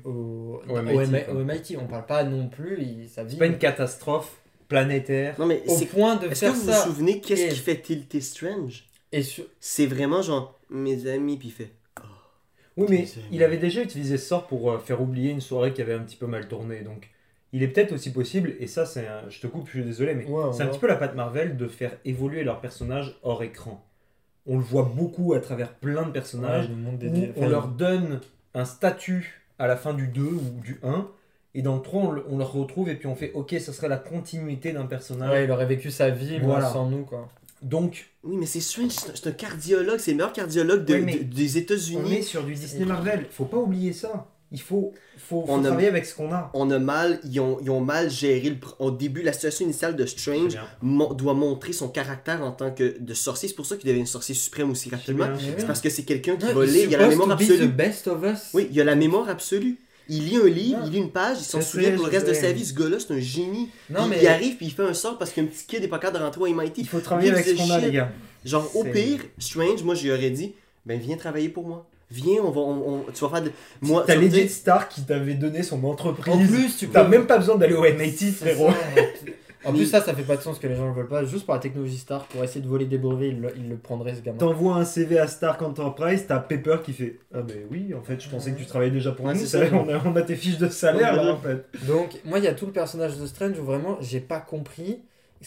[SPEAKER 2] au
[SPEAKER 3] MIT, quoi.
[SPEAKER 2] MIT. On parle pas non plus. Sa vie.
[SPEAKER 3] C'est pas une catastrophe planétaire.
[SPEAKER 1] Non mais
[SPEAKER 2] Au
[SPEAKER 1] c'est...
[SPEAKER 2] point de
[SPEAKER 1] Est-ce que
[SPEAKER 2] faire
[SPEAKER 1] vous vous
[SPEAKER 2] ça.
[SPEAKER 1] souvenez qu'est-ce
[SPEAKER 2] Et-
[SPEAKER 1] qui fait tilter Strange?
[SPEAKER 2] Et sur...
[SPEAKER 1] C'est vraiment genre, mes amis, puis il fait...
[SPEAKER 3] Oui, mais
[SPEAKER 1] C'est-
[SPEAKER 3] il avait déjà utilisé ce sort pour faire oublier une soirée qui avait un petit peu mal tourné. Donc, il est peut-être aussi possible, et ça, je te coupe, je suis désolé, mais
[SPEAKER 2] Ouais,
[SPEAKER 3] c'est un
[SPEAKER 2] ouais.
[SPEAKER 3] petit peu la patte Marvel de faire évoluer leurs personnages hors écran. On le voit beaucoup à travers plein de personnages,
[SPEAKER 2] Ouais, il nous montre
[SPEAKER 3] où on leur donne un statut à la fin du 2 ou du 1, et dans le 3, on le retrouve, et puis on fait, ok, ça serait la continuité d'un personnage.
[SPEAKER 2] Ouais, il aurait vécu sa vie, moi,
[SPEAKER 3] Voilà.
[SPEAKER 2] sans nous, quoi.
[SPEAKER 3] Donc,
[SPEAKER 1] Oui, mais c'est Strange, c'est un cardiologue, c'est le meilleur cardiologue
[SPEAKER 3] Ouais, mais
[SPEAKER 1] des
[SPEAKER 3] on
[SPEAKER 1] États-Unis.
[SPEAKER 3] est sur du Disney Marvel, faut pas oublier ça. Il faut
[SPEAKER 1] On a-
[SPEAKER 3] travailler avec ce qu'on a.
[SPEAKER 1] On a mal, ils ont mal géré au début, la situation initiale de Strange
[SPEAKER 3] C'est bien.
[SPEAKER 1] doit montrer son caractère en tant que de sorcier. C'est pour ça qu'il devient sorcier suprême aussi rapidement.
[SPEAKER 3] bien.
[SPEAKER 1] C'est parce que c'est quelqu'un qui
[SPEAKER 2] Ouais,
[SPEAKER 1] va lire, il a la
[SPEAKER 2] supposed
[SPEAKER 1] mémoire
[SPEAKER 2] to be
[SPEAKER 1] absolue.
[SPEAKER 2] the best of us.
[SPEAKER 1] Oui, il a la mémoire absolue. Il lit un livre,
[SPEAKER 2] Ouais.
[SPEAKER 1] il lit une page, il s'en
[SPEAKER 3] Je
[SPEAKER 1] souvient
[SPEAKER 3] sais,
[SPEAKER 1] pour le
[SPEAKER 3] je
[SPEAKER 1] reste de
[SPEAKER 3] sais.
[SPEAKER 1] sa vie. Ce gars-là, c'est un génie.
[SPEAKER 2] Non, mais
[SPEAKER 1] Il arrive puis il fait un sort parce qu'un petit kid n'est pas capable de rentrer au MIT.
[SPEAKER 3] Il faut travailler
[SPEAKER 1] Gives
[SPEAKER 3] avec ce
[SPEAKER 1] a
[SPEAKER 3] qu'on a,
[SPEAKER 1] shit.
[SPEAKER 3] les gars.
[SPEAKER 1] Genre, au
[SPEAKER 3] C'est-
[SPEAKER 1] pire, Strange, moi, j'y aurais dit, ben viens travailler pour moi. viens, tu vas faire de... Moi,
[SPEAKER 3] T'as
[SPEAKER 1] tu vas me
[SPEAKER 3] Legit
[SPEAKER 1] dire-
[SPEAKER 3] Star qui t'avait donné son entreprise.
[SPEAKER 2] En plus, tu
[SPEAKER 3] T'as
[SPEAKER 2] peux-
[SPEAKER 3] même pas besoin d'aller au MIT,
[SPEAKER 2] C'est
[SPEAKER 3] frérot.
[SPEAKER 2] ça. En plus, ça fait pas de sens que les gens le veulent pas. Juste pour la technologie Star, pour essayer de voler des brevets, il le prendrait ce gamin.
[SPEAKER 3] T'envoies un CV à Stark Enterprise, t'as Pepper qui fait ah ben oui, en fait, je pensais que tu travaillais déjà pour
[SPEAKER 1] Ouais,
[SPEAKER 3] nous.
[SPEAKER 1] c'est
[SPEAKER 3] ça,
[SPEAKER 1] ça.
[SPEAKER 3] on a tes fiches de salaire là en fait.
[SPEAKER 2] Donc, moi, il y a tout le personnage de Strange où vraiment, j'ai pas compris.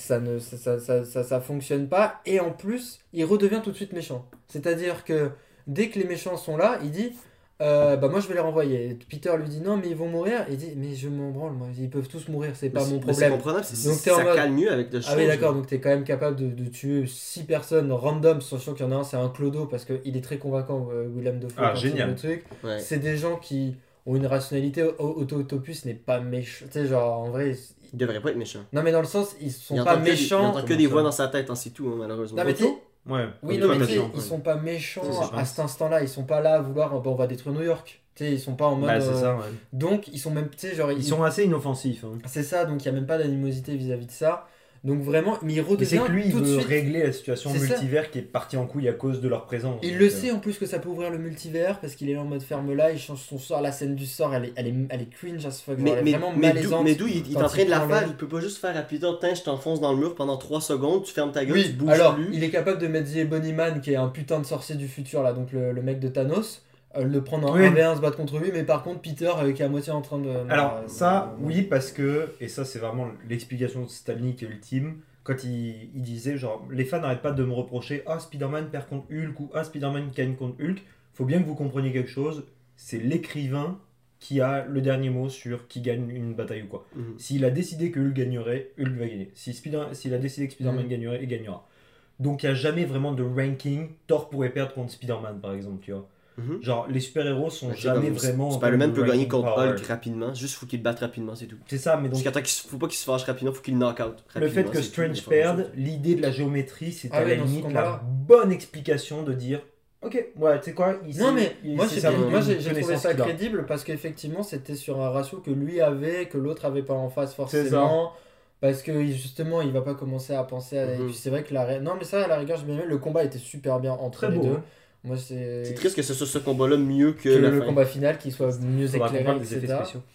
[SPEAKER 2] Ça fonctionne pas. Et en plus, il redevient tout de suite méchant. C'est-à-dire que dès que les méchants sont là, il dit bah moi je vais les renvoyer. Et Peter lui dit non, mais ils vont mourir. Il dit mais je m'en branle, moi. Ils peuvent tous mourir, c'est pas mon
[SPEAKER 1] Mais c'est
[SPEAKER 2] problème.
[SPEAKER 1] comprenable,
[SPEAKER 2] Donc, t'es en
[SPEAKER 1] ça
[SPEAKER 2] mode-
[SPEAKER 1] calme mieux avec le
[SPEAKER 2] Ah oui, d'accord, donc t'es quand même capable de tuer 6 personnes random, sachant qu'il y en a un, c'est un clodo, parce qu'il est très convaincant, Willem Dafoe.
[SPEAKER 3] Ah,
[SPEAKER 2] quand il fait
[SPEAKER 3] génial.
[SPEAKER 2] le truc.
[SPEAKER 1] Ouais.
[SPEAKER 2] C'est des gens qui ont une rationalité. Autotopus n'est pas méchant. Tu sais, genre, en vrai.
[SPEAKER 1] Il devrait pas être méchant.
[SPEAKER 2] Non, mais dans le sens, ils sont
[SPEAKER 1] Il
[SPEAKER 2] pas
[SPEAKER 1] entend que des- il
[SPEAKER 2] méchants.
[SPEAKER 1] entend que
[SPEAKER 3] Comment
[SPEAKER 1] des
[SPEAKER 3] ça
[SPEAKER 1] voix dans sa tête, hein, c'est tout, hein, malheureusement.
[SPEAKER 2] Non, mais tu sais,
[SPEAKER 3] Ouais.
[SPEAKER 2] oui,
[SPEAKER 3] comme
[SPEAKER 2] non,
[SPEAKER 3] toi,
[SPEAKER 2] mais tu sais,
[SPEAKER 3] Mathieu.
[SPEAKER 2] ils sont pas méchants
[SPEAKER 3] C'est ça, je
[SPEAKER 2] à
[SPEAKER 3] pense.
[SPEAKER 2] cet instant-là. Ils sont pas là à vouloir, bon, on va détruire New York. Tu sais, ils sont pas en mode.
[SPEAKER 3] Bah, c'est ça, ouais.
[SPEAKER 2] Donc, ils sont même, tu sais, genre.
[SPEAKER 3] Ils sont assez inoffensifs. Hein.
[SPEAKER 2] C'est ça, donc il n'y a même pas d'animosité vis-à-vis de ça. Donc vraiment, mais il
[SPEAKER 3] Mais
[SPEAKER 2] redevient
[SPEAKER 3] c'est que lui, il
[SPEAKER 2] tout de
[SPEAKER 3] veut
[SPEAKER 2] suite.
[SPEAKER 3] régler la situation
[SPEAKER 2] C'est ça.
[SPEAKER 3] multivers qui est partie en couille à cause de leur présence.
[SPEAKER 2] Il
[SPEAKER 3] Donc,
[SPEAKER 2] le sait en plus que ça peut ouvrir le multivers parce qu'il est là en mode ferme là, il change son sort, la scène du sort elle est cringe as fuck, genre, elle est vraiment malaisante.
[SPEAKER 1] mais d'où il est
[SPEAKER 2] quand
[SPEAKER 1] en train de la
[SPEAKER 2] prend
[SPEAKER 1] faire,
[SPEAKER 2] le-
[SPEAKER 1] il peut pas juste faire à Peter, tiens, je t'enfonce dans le mur pendant 3 secondes, tu fermes ta gueule, tu
[SPEAKER 2] Oui,
[SPEAKER 1] bouges
[SPEAKER 2] alors
[SPEAKER 1] plus.
[SPEAKER 2] il est capable de mettre The Ebony Man qui est un putain de sorcier du futur là, donc le mec de Thanos, le prendre en
[SPEAKER 3] Oui.
[SPEAKER 2] 1v1 se battre contre lui, mais par contre Peter qui est à moitié en train de.
[SPEAKER 3] Alors, ça, oui, parce que, et ça, c'est vraiment l'explication de Stanley qui est ultime, quand il disait, genre, les fans n'arrêtent pas de me reprocher, ah, Spider-Man perd contre Hulk ou ah, Spider-Man gagne contre Hulk. Faut bien que vous compreniez quelque chose, c'est l'écrivain qui a le dernier mot sur qui gagne une bataille ou quoi.
[SPEAKER 1] Mhm.
[SPEAKER 3] S'il a décidé que Hulk gagnerait, Hulk va gagner. S'il a décidé que Spider-Man
[SPEAKER 2] Mhm.
[SPEAKER 3] gagnerait, il gagnera. Donc, il n'y a jamais vraiment de ranking. Thor pourrait perdre contre Spider-Man, par exemple, tu vois.
[SPEAKER 1] Mhm.
[SPEAKER 3] Genre, les super-héros sont
[SPEAKER 1] Mais c'est
[SPEAKER 3] jamais
[SPEAKER 1] comme-
[SPEAKER 3] vraiment.
[SPEAKER 1] Spider-Man
[SPEAKER 3] en
[SPEAKER 1] peut
[SPEAKER 3] ranking
[SPEAKER 1] gagner contre
[SPEAKER 3] power.
[SPEAKER 1] Hulk rapidement, juste faut qu'il le batte rapidement, c'est tout.
[SPEAKER 3] C'est ça, mais donc.
[SPEAKER 1] Jusqu'à temps faut pas qu'il se fâche rapidement, faut qu'il le knock out rapidement.
[SPEAKER 3] Le fait que
[SPEAKER 1] c'est tout,
[SPEAKER 3] Strange
[SPEAKER 1] il faut faire
[SPEAKER 3] perde, l'idée de la géométrie, c'est
[SPEAKER 2] Ah
[SPEAKER 3] à
[SPEAKER 2] ouais,
[SPEAKER 3] la
[SPEAKER 2] dans ce
[SPEAKER 3] limite
[SPEAKER 2] combat-là.
[SPEAKER 3] la bonne explication de dire ok, ouais, tu sais quoi, ici,
[SPEAKER 2] Non mais moi
[SPEAKER 3] c'est
[SPEAKER 2] j'ai
[SPEAKER 3] ça,
[SPEAKER 2] moi,
[SPEAKER 3] une
[SPEAKER 2] j'ai trouvé
[SPEAKER 3] connaissance
[SPEAKER 2] ça
[SPEAKER 3] qu'il a.
[SPEAKER 2] crédible parce qu'effectivement c'était sur un ratio que lui avait, que l'autre avait pas en face
[SPEAKER 3] C'est
[SPEAKER 2] forcément. Parce que justement il va pas commencer à penser à... Et
[SPEAKER 1] Mhm.
[SPEAKER 2] puis c'est vrai que non mais ça à la rigueur j'ai bien aimé, le combat était super bien entre
[SPEAKER 3] Très
[SPEAKER 2] les
[SPEAKER 3] beau,
[SPEAKER 2] deux.
[SPEAKER 3] hein.
[SPEAKER 2] Moi c'est
[SPEAKER 1] C'est triste que ce soit ce combat-là mieux que
[SPEAKER 2] que
[SPEAKER 1] la
[SPEAKER 2] le
[SPEAKER 1] fin.
[SPEAKER 2] combat final qui soit mieux
[SPEAKER 3] Faudra qu'on
[SPEAKER 2] éclairé,
[SPEAKER 3] parle des effets
[SPEAKER 2] etc.
[SPEAKER 3] spéciaux.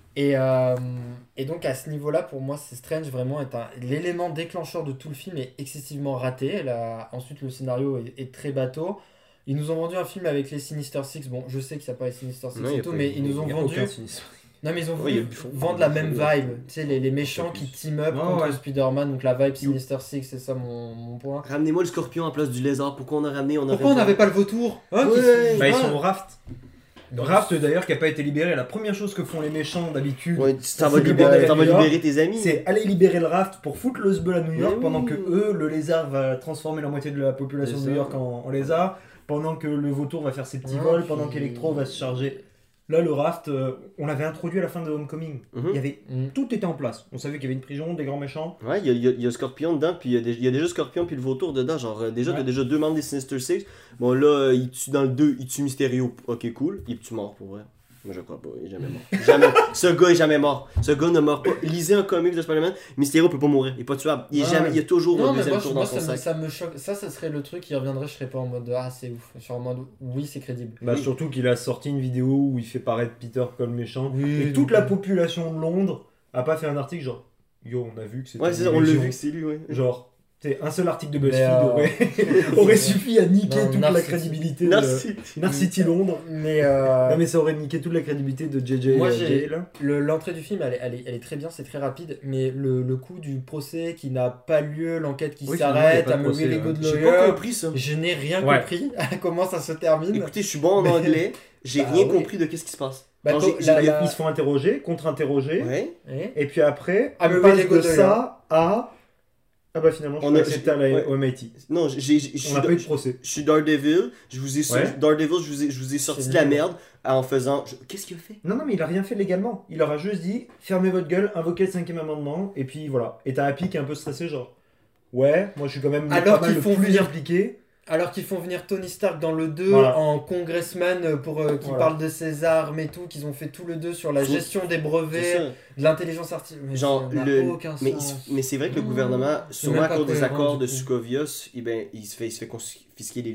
[SPEAKER 2] Et donc à ce niveau-là, pour moi, c'est Strange vraiment est l'élément déclencheur de tout le film est excessivement raté. Ensuite, le scénario est très bateau. Ils nous ont vendu un film avec les Sinister Six. Bon, je sais qu'il n'y a pas les Sinister Six
[SPEAKER 1] Non, y
[SPEAKER 2] et
[SPEAKER 1] a
[SPEAKER 2] tout,
[SPEAKER 1] pas-
[SPEAKER 2] mais ils nous ont
[SPEAKER 3] Il y a
[SPEAKER 2] vendu.
[SPEAKER 3] aucun sinistre.
[SPEAKER 2] Non, mais ils ont
[SPEAKER 1] Ouais, y a
[SPEAKER 2] voulu
[SPEAKER 1] Buffon.
[SPEAKER 2] vendre la même
[SPEAKER 1] Buffon,
[SPEAKER 2] vibe. Tu sais, les méchants
[SPEAKER 1] plus.
[SPEAKER 2] qui team up
[SPEAKER 3] Ouais,
[SPEAKER 2] contre
[SPEAKER 3] ouais.
[SPEAKER 2] Spider-Man. Donc la vibe Sinister Six, c'est ça mon point.
[SPEAKER 1] Ramenez-moi le scorpion en place du lézard, pourquoi on a ramené,
[SPEAKER 2] Pourquoi on n'avait pas le vautour hein, qui
[SPEAKER 1] Ouais.
[SPEAKER 2] se-
[SPEAKER 3] Bah, ils
[SPEAKER 2] Ah.
[SPEAKER 3] sont au raft. Raft d'ailleurs qui a pas été libéré. La première chose que font les méchants d'habitude,
[SPEAKER 1] Ouais, tu t'en
[SPEAKER 3] Faut
[SPEAKER 1] vas
[SPEAKER 3] libérer
[SPEAKER 1] libérer,
[SPEAKER 3] New York.
[SPEAKER 1] tes amis.
[SPEAKER 3] c'est aller libérer le raft pour foutre le sbeul à New York
[SPEAKER 1] Mais
[SPEAKER 3] pendant
[SPEAKER 1] oui.
[SPEAKER 3] que eux, le lézard va transformer la moitié de la population de
[SPEAKER 1] C'est
[SPEAKER 3] New
[SPEAKER 1] ça.
[SPEAKER 3] York en lézard, pendant que le vautour va faire ses petits
[SPEAKER 2] Ouais,
[SPEAKER 3] vols,
[SPEAKER 2] puis-
[SPEAKER 3] pendant qu'Electro va se charger. Là, le raft, on l'avait introduit à la fin de Homecoming.
[SPEAKER 1] Mhm.
[SPEAKER 3] Il y avait
[SPEAKER 2] Mm.
[SPEAKER 3] tout était en place. On savait qu'il y avait une prison, des grands méchants.
[SPEAKER 1] Ouais, il y a Scorpion dedans, puis il y a déjà Scorpion puis le vautour dedans. Genre, déjà,
[SPEAKER 3] Ouais.
[SPEAKER 1] t'as déjà 2 membres des Sinister Six. Bon, là, il tue dans le 2, il tue Mysterio. Ok, cool. Il est-tu mort pour vrai? Moi, je crois pas, il est jamais mort. Jamais. Ce gars est jamais mort. Ce gars ne meurt pas. Lisez un comic de Spider-Man, Mysterio peut pas mourir. Il est pas tuable. Il est
[SPEAKER 3] Ouais.
[SPEAKER 1] jamais, il y a toujours
[SPEAKER 2] Non,
[SPEAKER 1] un
[SPEAKER 2] mais
[SPEAKER 1] deuxième
[SPEAKER 2] moi,
[SPEAKER 1] tour
[SPEAKER 2] moi,
[SPEAKER 1] dans son sac.
[SPEAKER 2] ça me choque. Ça serait le truc qui reviendrait. Je serais pas en mode ah, c'est ouf. Je serais en mode oui, c'est crédible.
[SPEAKER 3] Bah,
[SPEAKER 1] Oui.
[SPEAKER 3] surtout qu'il a sorti une vidéo où il fait paraître Peter comme méchant.
[SPEAKER 2] Oui,
[SPEAKER 3] Et
[SPEAKER 2] donc,
[SPEAKER 3] toute la population de Londres a pas fait un article genre yo, on a vu que c'était
[SPEAKER 1] Ouais, c'est
[SPEAKER 3] une
[SPEAKER 1] ça, on l'a
[SPEAKER 3] illusion.
[SPEAKER 1] vu que c'est lui, ouais.
[SPEAKER 3] Genre, c'est un seul article de
[SPEAKER 2] Mais,
[SPEAKER 3] BuzzFeed aurait, aurait suffi à niquer
[SPEAKER 2] Non,
[SPEAKER 3] toute la
[SPEAKER 2] Narcity.
[SPEAKER 3] crédibilité
[SPEAKER 1] Merci.
[SPEAKER 3] de Narcity Londres.
[SPEAKER 2] Mais,
[SPEAKER 3] Non mais ça aurait niqué toute la crédibilité de JJ.
[SPEAKER 2] Moi,
[SPEAKER 3] là.
[SPEAKER 2] l'entrée du film, elle est très bien, c'est très rapide, mais le coup du procès qui n'a pas lieu, l'enquête qui
[SPEAKER 3] Oui, finalement, il y a
[SPEAKER 2] s'arrête,
[SPEAKER 3] pas de
[SPEAKER 2] I'm a
[SPEAKER 3] procès,
[SPEAKER 2] really
[SPEAKER 3] ouais.
[SPEAKER 2] good
[SPEAKER 1] J'ai pas
[SPEAKER 2] lawyer.
[SPEAKER 1] compris ça.
[SPEAKER 2] Je n'ai rien
[SPEAKER 3] Ouais.
[SPEAKER 2] compris à comment ça se termine.
[SPEAKER 1] Écoutez, je suis bon en anglais, j'ai
[SPEAKER 2] Bah
[SPEAKER 1] rien
[SPEAKER 2] oui.
[SPEAKER 1] compris de qu'est-ce qui se passe.
[SPEAKER 2] Bah,
[SPEAKER 1] Genre,
[SPEAKER 2] quand-
[SPEAKER 1] j'ai-
[SPEAKER 2] la-
[SPEAKER 1] j'ai-
[SPEAKER 2] la-
[SPEAKER 3] Ils se font interroger, contre-interroger.
[SPEAKER 1] Ouais.
[SPEAKER 2] Eh
[SPEAKER 3] Et puis après,
[SPEAKER 2] Ah, mais
[SPEAKER 3] on
[SPEAKER 2] oui,
[SPEAKER 3] passe
[SPEAKER 2] les
[SPEAKER 3] de
[SPEAKER 2] Good
[SPEAKER 3] ça à... Ah bah finalement, je
[SPEAKER 1] On
[SPEAKER 3] crois
[SPEAKER 1] a-
[SPEAKER 3] que c'était à la
[SPEAKER 1] ouais.
[SPEAKER 3] au MIT.
[SPEAKER 1] Non, je
[SPEAKER 3] On
[SPEAKER 1] suis
[SPEAKER 3] n'a pas eu de procès.
[SPEAKER 1] je suis Daredevil, je vous ai
[SPEAKER 3] Ouais.
[SPEAKER 1] Daredevil, je vous ai sorti
[SPEAKER 2] C'est
[SPEAKER 1] de la
[SPEAKER 2] nul.
[SPEAKER 1] merde en faisant. Qu'est-ce qu'il a fait?
[SPEAKER 3] Non, mais il a rien fait légalement. Il leur a juste dit, fermez votre gueule, invoquez le 5e amendement, et puis voilà. Et t'as Happy qui est un peu stressé, genre... Ouais, moi je suis quand même
[SPEAKER 2] Alors
[SPEAKER 3] pas mal
[SPEAKER 2] qu'ils
[SPEAKER 3] le
[SPEAKER 2] font
[SPEAKER 3] plus
[SPEAKER 2] venir-
[SPEAKER 3] impliqué.
[SPEAKER 2] Alors qu'ils font venir Tony Stark dans le 2
[SPEAKER 3] Voilà.
[SPEAKER 2] en congressman pour qui
[SPEAKER 3] Voilà.
[SPEAKER 2] parle de ses armes et tout, qu'ils ont fait tout le 2 sur la
[SPEAKER 1] C'est-
[SPEAKER 2] gestion des
[SPEAKER 1] C'est
[SPEAKER 2] brevets,
[SPEAKER 1] ça.
[SPEAKER 2] de l'intelligence artificielle.
[SPEAKER 1] Genre,
[SPEAKER 2] ça n'a
[SPEAKER 1] le-
[SPEAKER 2] aucun
[SPEAKER 1] mais,
[SPEAKER 2] sens.
[SPEAKER 1] mais c'est vrai que le
[SPEAKER 2] Non,
[SPEAKER 1] gouvernement,
[SPEAKER 2] c'est
[SPEAKER 1] sûrement
[SPEAKER 2] même
[SPEAKER 1] à
[SPEAKER 2] pas
[SPEAKER 1] cause des
[SPEAKER 2] cohérent,
[SPEAKER 1] accords
[SPEAKER 2] du
[SPEAKER 1] de
[SPEAKER 2] coup.
[SPEAKER 1] Sokovia, il se fait confisquer les lunettes.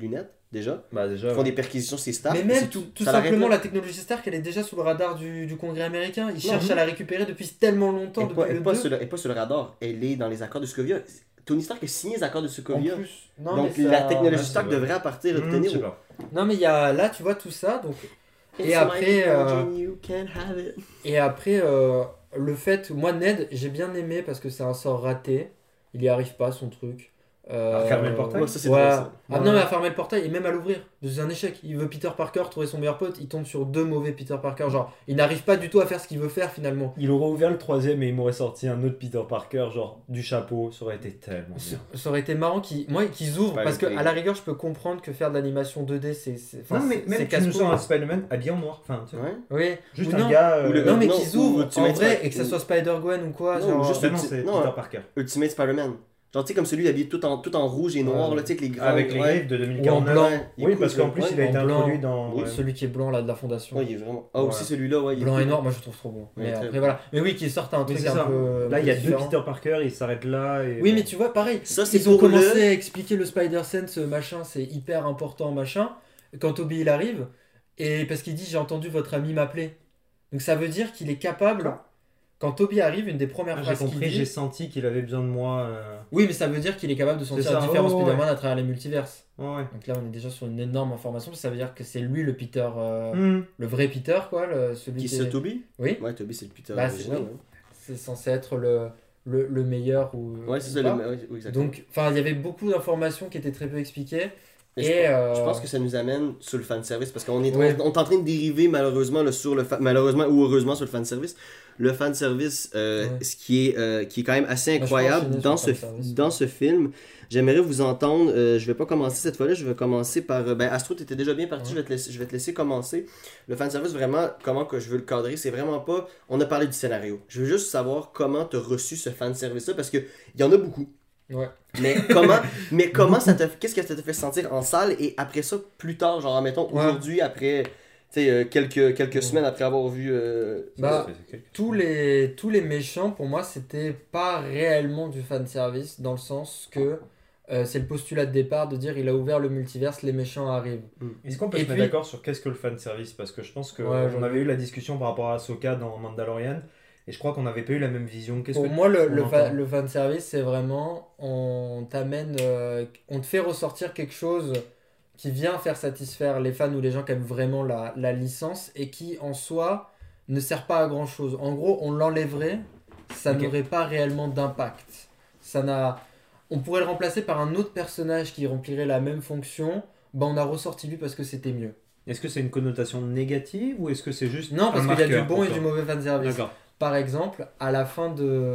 [SPEAKER 1] déjà.
[SPEAKER 3] Bah déjà,
[SPEAKER 1] Ils font des perquisitions sur ses Stark.
[SPEAKER 2] Mais
[SPEAKER 1] et
[SPEAKER 2] même
[SPEAKER 1] c'est
[SPEAKER 2] tout
[SPEAKER 1] Ça l'arrête
[SPEAKER 2] simplement
[SPEAKER 1] là.
[SPEAKER 2] la technologie Stark, elle est déjà sous le radar du Congrès américain. Ils
[SPEAKER 1] Non.
[SPEAKER 2] cherchent à la récupérer depuis tellement longtemps,
[SPEAKER 1] Elle
[SPEAKER 2] depuis le 2.
[SPEAKER 1] est pas sur le radar. Elle est dans les accords de Sokovia. Tony Stark a signé les accords de
[SPEAKER 2] En
[SPEAKER 1] Sokovia.
[SPEAKER 2] plus, non
[SPEAKER 1] Donc
[SPEAKER 2] mais
[SPEAKER 1] la
[SPEAKER 2] ça...
[SPEAKER 1] technologie
[SPEAKER 3] Ouais, c'est
[SPEAKER 1] Stark
[SPEAKER 3] vrai.
[SPEAKER 1] devrait appartenir à
[SPEAKER 3] je
[SPEAKER 1] Tenir.
[SPEAKER 3] sais pas.
[SPEAKER 2] Non mais il y a là, tu vois tout ça, donc
[SPEAKER 1] It's
[SPEAKER 2] après,
[SPEAKER 1] my technology, you can't have it.
[SPEAKER 2] et après le fait, moi Ned, j'ai bien aimé parce que c'est un sort raté. Il y arrive pas son truc.
[SPEAKER 3] À fermer le portail.
[SPEAKER 1] Ouais, ça c'est
[SPEAKER 2] Ouais.
[SPEAKER 1] drôle, ça.
[SPEAKER 2] Ah non mais à fermer le portail et même à l'ouvrir. C'est un échec. Il veut Peter Parker trouver son meilleur pote, il tombe sur 2 mauvais Peter Parker. Genre, il n'arrive pas du tout à faire ce qu'il veut faire finalement.
[SPEAKER 3] Il aurait ouvert le 3ème et il m'aurait sorti un autre Peter Parker, genre du chapeau, ça aurait été tellement bien.
[SPEAKER 2] Ça aurait été marrant qu'ils ouvrent
[SPEAKER 1] Pas
[SPEAKER 2] parce que
[SPEAKER 1] le
[SPEAKER 2] à la rigueur je peux comprendre que faire de l'animation 2D
[SPEAKER 3] Non, mais même qu'ils nous
[SPEAKER 2] casse-couille.
[SPEAKER 3] sortent un Spider-Man habillé en noir. Enfin, tu sais,
[SPEAKER 1] Ouais.
[SPEAKER 2] Oui.
[SPEAKER 3] juste
[SPEAKER 2] Ou
[SPEAKER 3] un
[SPEAKER 2] non.
[SPEAKER 3] gars.
[SPEAKER 1] Ou le-
[SPEAKER 2] Non mais
[SPEAKER 1] non,
[SPEAKER 2] qu'ils
[SPEAKER 1] ou
[SPEAKER 2] ouvrent en
[SPEAKER 1] Ultimate
[SPEAKER 2] vrai
[SPEAKER 1] Spider-
[SPEAKER 2] et que ça
[SPEAKER 1] ou-
[SPEAKER 2] soit Spider-Gwen ou quoi.
[SPEAKER 1] Non,
[SPEAKER 2] genre...
[SPEAKER 1] ou juste
[SPEAKER 3] non, c'est
[SPEAKER 1] non,
[SPEAKER 3] Peter Parker.
[SPEAKER 1] Ultimate Spider-Man. Genre, tu sais, comme celui habillé tout en rouge et noir,
[SPEAKER 3] Ouais.
[SPEAKER 1] là, tu sais, avec les grands.
[SPEAKER 3] Avec les
[SPEAKER 1] ouais.
[SPEAKER 3] griffes de
[SPEAKER 2] Ou en
[SPEAKER 3] 2049.
[SPEAKER 2] blanc.
[SPEAKER 1] Ouais, il est
[SPEAKER 3] Oui,
[SPEAKER 1] cool,
[SPEAKER 3] parce qu'en plus,
[SPEAKER 1] ouais.
[SPEAKER 3] il a été
[SPEAKER 2] En blanc.
[SPEAKER 3] introduit dans.
[SPEAKER 1] Oui,
[SPEAKER 3] ouais.
[SPEAKER 2] Celui qui est blanc là de la fondation.
[SPEAKER 1] Ouais, il est vraiment. Ah,
[SPEAKER 3] Ouais.
[SPEAKER 1] aussi celui-là, ouais. il est
[SPEAKER 2] Blanc
[SPEAKER 1] cool.
[SPEAKER 2] et noir, moi je trouve trop bon.
[SPEAKER 1] Ouais,
[SPEAKER 2] Mais
[SPEAKER 1] très
[SPEAKER 2] après
[SPEAKER 1] bon.
[SPEAKER 2] voilà. Mais oui, qu'ils sortent un
[SPEAKER 3] Mais
[SPEAKER 2] truc
[SPEAKER 3] c'est
[SPEAKER 2] un
[SPEAKER 3] ça.
[SPEAKER 2] peu.
[SPEAKER 3] Là, il y a deux
[SPEAKER 2] différent.
[SPEAKER 3] Peter Parker, ils s'arrêtent là. Et
[SPEAKER 2] Oui,
[SPEAKER 3] bon.
[SPEAKER 2] mais tu vois, pareil,
[SPEAKER 1] Ça, c'est
[SPEAKER 2] ils ont
[SPEAKER 1] pour
[SPEAKER 2] commencé
[SPEAKER 1] le-
[SPEAKER 2] à expliquer le Spider-Sense, machin, c'est hyper important, machin. Quand Toby il arrive, et parce qu'il dit j'ai entendu votre ami m'appeler. Donc ça veut dire qu'il est capable.
[SPEAKER 3] Quoi
[SPEAKER 2] Quand Toby arrive, une des premières
[SPEAKER 3] Ah, j'ai
[SPEAKER 2] phrases qu'il
[SPEAKER 3] compris, j'ai
[SPEAKER 2] dit.
[SPEAKER 3] senti qu'il avait besoin de moi.
[SPEAKER 2] Oui, mais ça veut dire qu'il est capable de sentir
[SPEAKER 3] ça,
[SPEAKER 2] différents
[SPEAKER 3] ouais, ouais.
[SPEAKER 2] Spider-Man à travers les multiverses.
[SPEAKER 3] Ouais, ouais.
[SPEAKER 2] Donc là, on est déjà sur une énorme information. Ça veut dire que c'est lui le Peter,
[SPEAKER 3] Hmm.
[SPEAKER 2] le vrai Peter, quoi. Celui
[SPEAKER 1] Qui
[SPEAKER 2] qui
[SPEAKER 1] c'est
[SPEAKER 2] est...
[SPEAKER 1] Toby?
[SPEAKER 2] Oui,
[SPEAKER 1] Ouais, Toby, c'est le Peter
[SPEAKER 2] Bah,
[SPEAKER 1] original.
[SPEAKER 2] c'est-
[SPEAKER 1] ouais.
[SPEAKER 2] c'est censé être le meilleur ou.
[SPEAKER 1] Ouais, c'est
[SPEAKER 2] ou
[SPEAKER 1] ça,
[SPEAKER 2] pas.
[SPEAKER 1] ouais, oui, exactement.
[SPEAKER 2] Donc, enfin, il y avait beaucoup d'informations qui étaient très peu expliquées.
[SPEAKER 1] Mais
[SPEAKER 2] Et
[SPEAKER 1] je pense que ça nous amène sur le fanservice parce qu'on est,
[SPEAKER 2] Ouais.
[SPEAKER 1] on est en train de dériver malheureusement sur malheureusement ou heureusement sur le fanservice. Le fanservice,
[SPEAKER 2] Ouais.
[SPEAKER 1] ce qui est quand même assez
[SPEAKER 2] Moi, je
[SPEAKER 1] incroyable
[SPEAKER 2] pense
[SPEAKER 1] dans
[SPEAKER 2] finir
[SPEAKER 1] ce,
[SPEAKER 2] sur le fanservice.
[SPEAKER 1] dans ce film. J'aimerais vous entendre. Je vais pas commencer cette fois-là. Je vais commencer par. Astro, tu étais déjà bien parti.
[SPEAKER 2] Ouais.
[SPEAKER 1] Je vais te laisser commencer. Le fanservice, vraiment, comment que je veux le cadrer, c'est vraiment pas. On a parlé du scénario. Je veux juste savoir comment tu as reçu ce fanservice-là parce qu'il y en a beaucoup.
[SPEAKER 2] Ouais.
[SPEAKER 1] Mais comment ça t'a qu'est-ce que ça t'a fait sentir en salle et après ça plus tard genre mettons
[SPEAKER 2] Ouais.
[SPEAKER 1] aujourd'hui après tu sais quelques semaines après avoir vu
[SPEAKER 2] Bah,
[SPEAKER 3] Ça fait quelque
[SPEAKER 2] tous les méchants, pour moi, c'était pas réellement du fanservice, dans le sens que c'est le postulat de départ de dire il a ouvert le multiverse, les méchants arrivent.
[SPEAKER 3] Est-ce qu'on peut
[SPEAKER 2] Et
[SPEAKER 3] se mettre
[SPEAKER 2] puis-
[SPEAKER 3] d'accord sur qu'est-ce que le fanservice? Parce que je pense qu'on
[SPEAKER 2] Ouais, j'en-
[SPEAKER 3] avait eu la discussion par rapport à Ahsoka dans Mandalorian et je crois qu'on n'avait pas eu la même vision. Qu'est-ce
[SPEAKER 2] Pour
[SPEAKER 3] que
[SPEAKER 2] moi,
[SPEAKER 3] on entend
[SPEAKER 2] le fanservice, c'est vraiment on t'amène, on te fait ressortir quelque chose qui vient faire satisfaire les fans ou les gens qui aiment vraiment la licence et qui en soi ne sert pas à grand chose. En gros, on l'enlèverait, ça
[SPEAKER 3] Ok.
[SPEAKER 2] n'aurait pas réellement d'impact. On pourrait le remplacer par un autre personnage qui remplirait la même fonction. Bah, on a ressorti lui parce que c'était mieux.
[SPEAKER 3] Est-ce que c'est une connotation négative ou est-ce que c'est juste
[SPEAKER 2] Non, parce
[SPEAKER 3] un
[SPEAKER 2] qu'il y a du
[SPEAKER 3] marqueur
[SPEAKER 2] bon
[SPEAKER 3] pour
[SPEAKER 2] et du
[SPEAKER 3] toi?
[SPEAKER 2] mauvais fanservice.
[SPEAKER 3] D'accord.
[SPEAKER 2] Par exemple, à la fin de.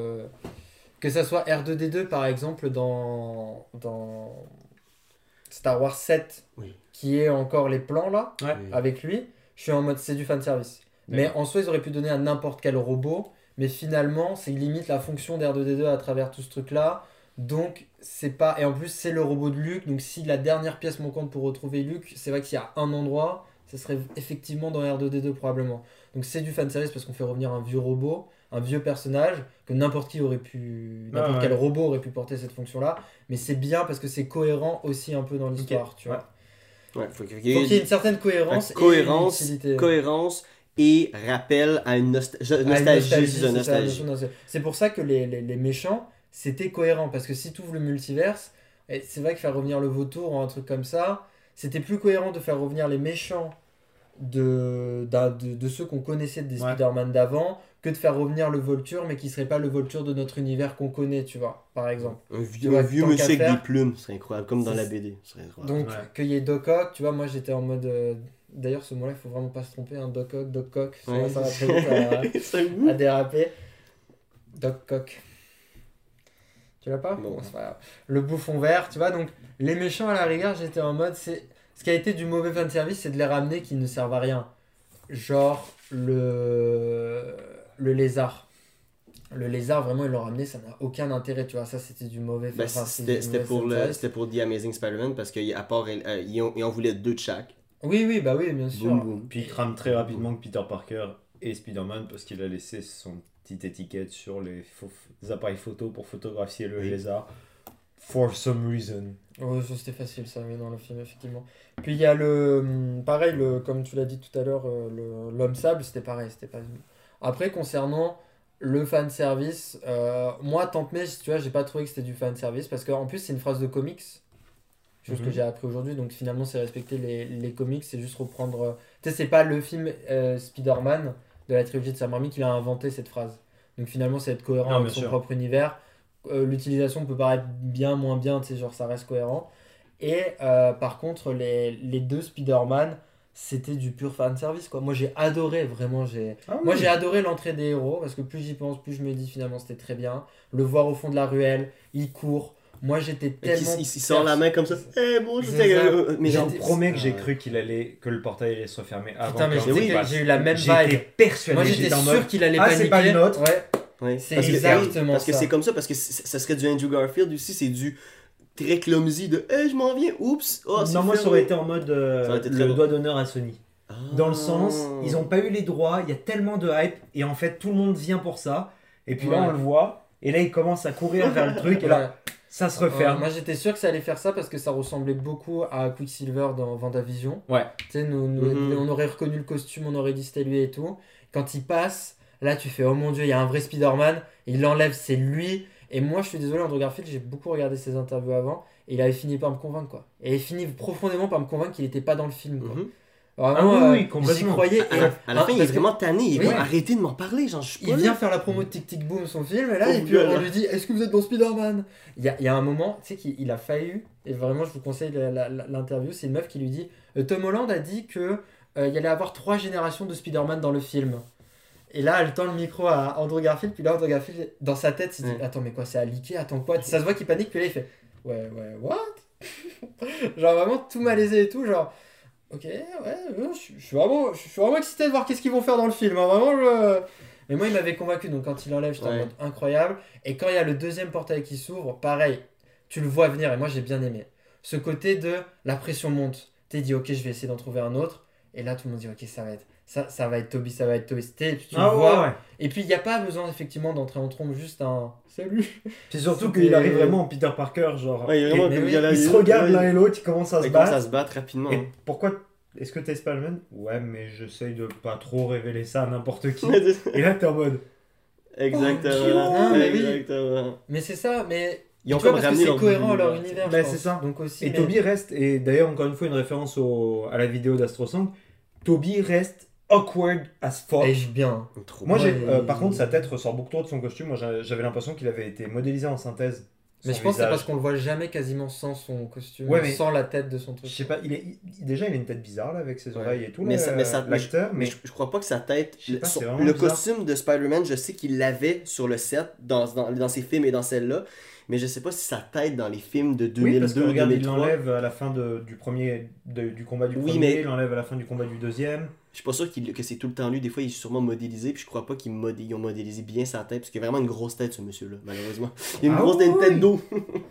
[SPEAKER 2] Que ça soit R2D2 par exemple dans Star Wars 7,
[SPEAKER 1] Oui.
[SPEAKER 2] qui est encore les plans là,
[SPEAKER 3] Ouais.
[SPEAKER 2] avec lui, je suis en mode c'est du fanservice. Mais
[SPEAKER 3] D'accord.
[SPEAKER 2] en soi, ils auraient pu donner à n'importe quel robot, mais finalement, c'est limite la fonction d'R2D2 à travers tout ce truc là. Donc, c'est pas. Et en plus, c'est le robot de Luke, donc si la dernière pièce manquante pour retrouver Luke, c'est vrai qu'il y a un endroit, ça serait effectivement dans R2D2 probablement. Donc, c'est du fanservice parce qu'on fait revenir un vieux robot, un vieux personnage, que n'importe qui aurait pu. N'importe
[SPEAKER 3] ouais.
[SPEAKER 2] quel robot aurait pu porter cette fonction là. Mais c'est bien parce que c'est cohérent aussi un peu dans l'histoire, tu vois.
[SPEAKER 1] ouais, faut qu'il
[SPEAKER 2] Faut qu'il y ait une certaine cohérence,
[SPEAKER 1] cohérence
[SPEAKER 2] et une utilité.
[SPEAKER 1] cohérence et rappel à une nostalgie
[SPEAKER 2] Ah, une
[SPEAKER 1] c'est ça,
[SPEAKER 2] c'est ça,
[SPEAKER 1] nostalgie.
[SPEAKER 2] la notion. C'est pour ça que les méchants, c'était cohérent. Parce que si tu ouvres le multiverse, et c'est vrai que faire revenir le vautour ou un truc comme ça, c'était plus cohérent de faire revenir les méchants de ceux qu'on connaissait des
[SPEAKER 3] Ouais.
[SPEAKER 2] Spider-Man d'avant que de faire revenir le Vulture, mais qui serait pas le Vulture de notre univers qu'on connaît, tu vois, par exemple.
[SPEAKER 1] Un
[SPEAKER 2] Tu
[SPEAKER 1] vieux,
[SPEAKER 2] vois,
[SPEAKER 1] un vieux
[SPEAKER 2] tant
[SPEAKER 1] monsieur
[SPEAKER 2] qu'à
[SPEAKER 1] avec
[SPEAKER 2] faire,
[SPEAKER 1] des plumes, ce serait incroyable comme dans
[SPEAKER 2] c'est-
[SPEAKER 1] la BD, ce serait incroyable.
[SPEAKER 2] Donc,
[SPEAKER 3] Ouais.
[SPEAKER 2] qu'il y ait Doc Ock, tu vois, moi j'étais en mode. D'ailleurs, ce mot-là, il faut vraiment pas se tromper, hein, Doc Ock,
[SPEAKER 1] Ouais.
[SPEAKER 2] ça va très vite
[SPEAKER 1] C'est un goût.
[SPEAKER 2] à déraper. Doc Ock. Tu l'as pas?
[SPEAKER 1] Non.
[SPEAKER 2] Bon, c'est pas grave. Le bouffon vert, tu vois, donc les méchants à la rigueur, j'étais en mode. Ce qui a été du mauvais fanservice, c'est de les ramener qui ne servent à rien. Genre le lézard. Le lézard, vraiment, ils l'ont ramené, ça n'a aucun intérêt, tu vois. Ça, c'était du mauvais
[SPEAKER 1] Ben,
[SPEAKER 2] fanservice.
[SPEAKER 1] c'était pour The Amazing Spider-Man parce qu'à part ils en voulaient deux de chaque.
[SPEAKER 2] Oui, bah oui, bien sûr.
[SPEAKER 1] Boum boum.
[SPEAKER 3] Puis il crame très rapidement que Peter Parker est Spider-Man parce qu'il a laissé son petite étiquette sur les appareils photo pour photographier le
[SPEAKER 1] Oui.
[SPEAKER 3] lézard. For some reason.
[SPEAKER 2] Ouais, ça c'était facile ça, mais dans le film, effectivement. Puis il y a pareil, comme tu l'as dit tout à l'heure, l'homme sable, c'était pareil, c'était pas. Après, concernant le fanservice, moi, Tante May, tu vois, j'ai pas trouvé que c'était du fanservice, parce qu'en plus, c'est une phrase de comics, chose que j'ai appris aujourd'hui, donc finalement, c'est respecter les comics, c'est juste reprendre. Tu sais, c'est pas le film Spider-Man de la trilogie de Sam Raimi qui a inventé cette phrase. Donc finalement, c'est être cohérent
[SPEAKER 3] Non,
[SPEAKER 2] avec
[SPEAKER 3] bien
[SPEAKER 2] son
[SPEAKER 3] sûr.
[SPEAKER 2] propre univers. L'utilisation peut paraître bien, moins bien, tu sais, genre ça reste cohérent. Et par contre, les deux Spider-Man, c'était du pur fanservice, quoi. Moi, j'ai adoré, vraiment, moi, j'ai adoré l'entrée des héros, parce que plus j'y pense, plus je me dis, finalement, c'était très bien. Le voir au fond de la ruelle, il court. Moi, j'étais tellement...
[SPEAKER 1] Il sort la main comme ça. Bon, je
[SPEAKER 2] C'est
[SPEAKER 1] sais.
[SPEAKER 2] ça.
[SPEAKER 1] Mais
[SPEAKER 3] J'en
[SPEAKER 2] j'étais-
[SPEAKER 3] promets que j'ai cru que le portail allait se refermer avant.
[SPEAKER 2] Putain, mais
[SPEAKER 3] que
[SPEAKER 2] je sais
[SPEAKER 3] l'enfant
[SPEAKER 2] que
[SPEAKER 3] passe.
[SPEAKER 2] j'ai eu la même
[SPEAKER 3] J'étais
[SPEAKER 2] vibe.
[SPEAKER 3] persuadé.
[SPEAKER 2] Moi, j'étais
[SPEAKER 3] en
[SPEAKER 2] sûr
[SPEAKER 3] mode,
[SPEAKER 2] qu'il allait
[SPEAKER 3] ah,
[SPEAKER 2] paniquer.
[SPEAKER 3] c'est pas le nôtre.
[SPEAKER 2] Ouais.
[SPEAKER 1] Ouais.
[SPEAKER 2] C'est
[SPEAKER 1] Parce que-
[SPEAKER 2] exactement
[SPEAKER 1] Parce que
[SPEAKER 2] ça.
[SPEAKER 1] c'est comme ça, parce que ça serait du Andrew Garfield aussi, c'est du très clumsy de je m'en viens, oups, oh, c'est
[SPEAKER 3] Non, moi, ça
[SPEAKER 1] fermé.
[SPEAKER 3] aurait été en mode
[SPEAKER 1] Ça aurait été très
[SPEAKER 3] le
[SPEAKER 1] bon.
[SPEAKER 3] doigt d'honneur à Sony.
[SPEAKER 1] Ah.
[SPEAKER 3] Dans le sens, ils ont pas eu les droits, il y a tellement de hype, et en fait, tout le monde vient pour ça. Et puis là,
[SPEAKER 2] Ouais.
[SPEAKER 3] on le voit, et là, il commence à courir vers le truc, et là, ça se
[SPEAKER 2] Ouais,
[SPEAKER 3] referme.
[SPEAKER 2] moi j'étais sûr que ça allait faire ça parce que ça ressemblait beaucoup à Quicksilver dans WandaVision.
[SPEAKER 3] Ouais.
[SPEAKER 2] Tu sais,
[SPEAKER 1] Mhm.
[SPEAKER 2] on aurait reconnu le costume, on aurait dit c'était lui et tout. Quand il passe, là tu fais oh mon dieu, il y a un vrai Spider-Man, il l'enlève, c'est lui. Et moi je suis désolé, Andrew Garfield, j'ai beaucoup regardé ses interviews avant et il avait fini par me convaincre quoi. Et il avait fini profondément par me convaincre qu'il était pas dans le film quoi.
[SPEAKER 1] Mhm.
[SPEAKER 2] Vraiment,
[SPEAKER 3] Ah oui,
[SPEAKER 2] j'y
[SPEAKER 3] complètement.
[SPEAKER 2] croyais.
[SPEAKER 1] À la fin, il est
[SPEAKER 2] parce que
[SPEAKER 1] vraiment tanné, il
[SPEAKER 2] Oui.
[SPEAKER 1] va arrêter de m'en parler, genre je suis pas
[SPEAKER 2] il
[SPEAKER 1] là.
[SPEAKER 2] vient faire la promo de Tic Tic Boom, son film, et là,
[SPEAKER 1] Oh,
[SPEAKER 2] et puis
[SPEAKER 1] gueule.
[SPEAKER 2] on lui dit est-ce que vous êtes dans Spider-Man il y a un moment, tu sais qu'il a failli, et vraiment je vous conseille l'interview, c'est une meuf qui lui dit Tom Holland a dit que il y allait avoir 3 générations de Spider-Man dans le film. Et là, elle tend le micro à Andrew Garfield, puis là, Andrew Garfield, dans sa tête, il se dit
[SPEAKER 1] Ouais.
[SPEAKER 2] attends, mais quoi, c'est à leaker, attends quoi. Ça se voit qu'il panique, puis là, il fait ouais, what genre vraiment tout malaisé et tout, genre. Ok, ouais, je suis vraiment excité de voir qu'est-ce qu'ils vont faire dans le film. Hein, vraiment, mais moi, il m'avait convaincu. Donc, quand il enlève, j'étais en
[SPEAKER 1] Ouais.
[SPEAKER 2] mode incroyable. Et quand il y a le deuxième portail qui s'ouvre, pareil, tu le vois venir. Et moi, j'ai bien aimé. Ce côté de la pression monte. T'es dit, ok, je vais essayer d'en trouver un autre. Et là, tout le monde dit, ok, ça va être. Ça va être Toby, ça va être Toby. Tu
[SPEAKER 3] Ah
[SPEAKER 2] le
[SPEAKER 3] ouais,
[SPEAKER 2] vois.
[SPEAKER 3] ouais.
[SPEAKER 2] Et puis, il n'y a pas besoin, effectivement, d'entrer en trombe. Juste un salut.
[SPEAKER 3] Puis surtout
[SPEAKER 2] C'était-
[SPEAKER 3] qu'il arrive vraiment en Peter Parker, genre.
[SPEAKER 1] Ouais, il est vraiment
[SPEAKER 2] Mais
[SPEAKER 1] comme
[SPEAKER 2] oui,
[SPEAKER 1] il y a la-
[SPEAKER 3] Ils se regardent
[SPEAKER 1] ouais,
[SPEAKER 3] l'un et l'autre, ils commencent à se
[SPEAKER 1] il commence à
[SPEAKER 3] battre.
[SPEAKER 1] se battre rapidement.
[SPEAKER 3] Et pourquoi est-ce que t'es Spider-Man? Ouais, mais j'essaye de pas trop révéler ça à n'importe qui. Et là, t'es en mode.
[SPEAKER 1] Exactement.
[SPEAKER 2] Oh, mais oui.
[SPEAKER 1] Exactement.
[SPEAKER 2] Mais c'est ça, mais.
[SPEAKER 1] Ils ont
[SPEAKER 2] tu vois,
[SPEAKER 1] comme
[SPEAKER 2] parce que
[SPEAKER 1] ramené
[SPEAKER 2] c'est
[SPEAKER 1] leur
[SPEAKER 2] cohérent à leur
[SPEAKER 1] univers.
[SPEAKER 2] univers.
[SPEAKER 3] Bah,
[SPEAKER 2] je
[SPEAKER 3] c'est
[SPEAKER 2] pense.
[SPEAKER 3] ça.
[SPEAKER 2] Donc aussi.
[SPEAKER 3] Et
[SPEAKER 2] mais-
[SPEAKER 3] Toby reste, et d'ailleurs, encore une fois, une référence à la vidéo d'Astrosang. Toby reste awkward as fuck.
[SPEAKER 2] Et je bien.
[SPEAKER 1] Trop
[SPEAKER 3] Moi,
[SPEAKER 1] bon.
[SPEAKER 2] Ouais.
[SPEAKER 3] par contre, sa tête ressort beaucoup trop de son costume. Moi, j'avais l'impression qu'il avait été modélisé en synthèse.
[SPEAKER 2] Mais
[SPEAKER 3] Son
[SPEAKER 2] je pense que c'est
[SPEAKER 3] visage.
[SPEAKER 2] parce qu'on le voit jamais quasiment sans son costume,
[SPEAKER 3] Ouais, mais-
[SPEAKER 2] sans la tête de son
[SPEAKER 3] Je
[SPEAKER 2] truc.
[SPEAKER 3] sais pas, déjà, il a une tête bizarre là, avec ses
[SPEAKER 1] Ouais.
[SPEAKER 3] oreilles et tout.
[SPEAKER 1] Mais
[SPEAKER 3] là,
[SPEAKER 1] ça- mais ça-
[SPEAKER 3] l'acteur,
[SPEAKER 1] Mais je crois pas que sa tête.
[SPEAKER 3] Je sais pas,
[SPEAKER 1] son-
[SPEAKER 3] c'est vraiment
[SPEAKER 1] le
[SPEAKER 3] bizarre.
[SPEAKER 1] costume de Spider-Man, je sais qu'il l'avait sur le set, dans ses films et dans celle-là. Mais je sais pas si sa tête dans les films de
[SPEAKER 3] Oui, parce que
[SPEAKER 1] 2002,
[SPEAKER 3] regarde, il
[SPEAKER 1] 2003.
[SPEAKER 3] l'enlève à la fin du premier, du combat du
[SPEAKER 1] Oui,
[SPEAKER 3] premier,
[SPEAKER 1] mais-
[SPEAKER 3] il l'enlève à la fin du combat du deuxième.
[SPEAKER 1] Je suis pas sûr que c'est tout le temps lui. Des fois, il est sûrement modélisé. Puis je crois pas qu'ils ont modélisé bien sa tête. Parce qu'il a vraiment une grosse tête, ce monsieur-là, malheureusement. Il a une
[SPEAKER 3] Ah
[SPEAKER 1] grosse
[SPEAKER 3] oui.
[SPEAKER 1] tête d'eau.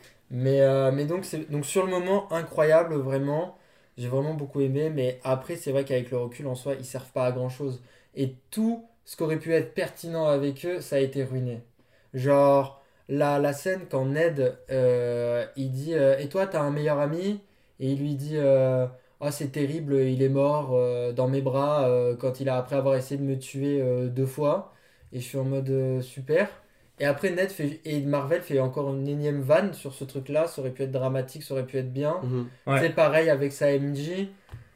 [SPEAKER 2] Mais donc sur le moment, incroyable, vraiment. J'ai vraiment beaucoup aimé. Mais après, c'est vrai qu'avec le recul, en soi, ils servent pas à grand chose. Et tout ce qui aurait pu être pertinent avec eux, ça a été ruiné. Genre, la scène quand Ned, il dit et toi, t'as un meilleur ami? Et il lui dit oh, c'est terrible, il est mort dans mes bras quand après avoir essayé de me tuer 2 fois. Et je suis en mode super. Et après, Ned et Marvel fait encore une énième vanne sur ce truc-là. Ça aurait pu être dramatique, ça aurait pu être bien.
[SPEAKER 3] Ouais.
[SPEAKER 2] C'est pareil avec sa MJ.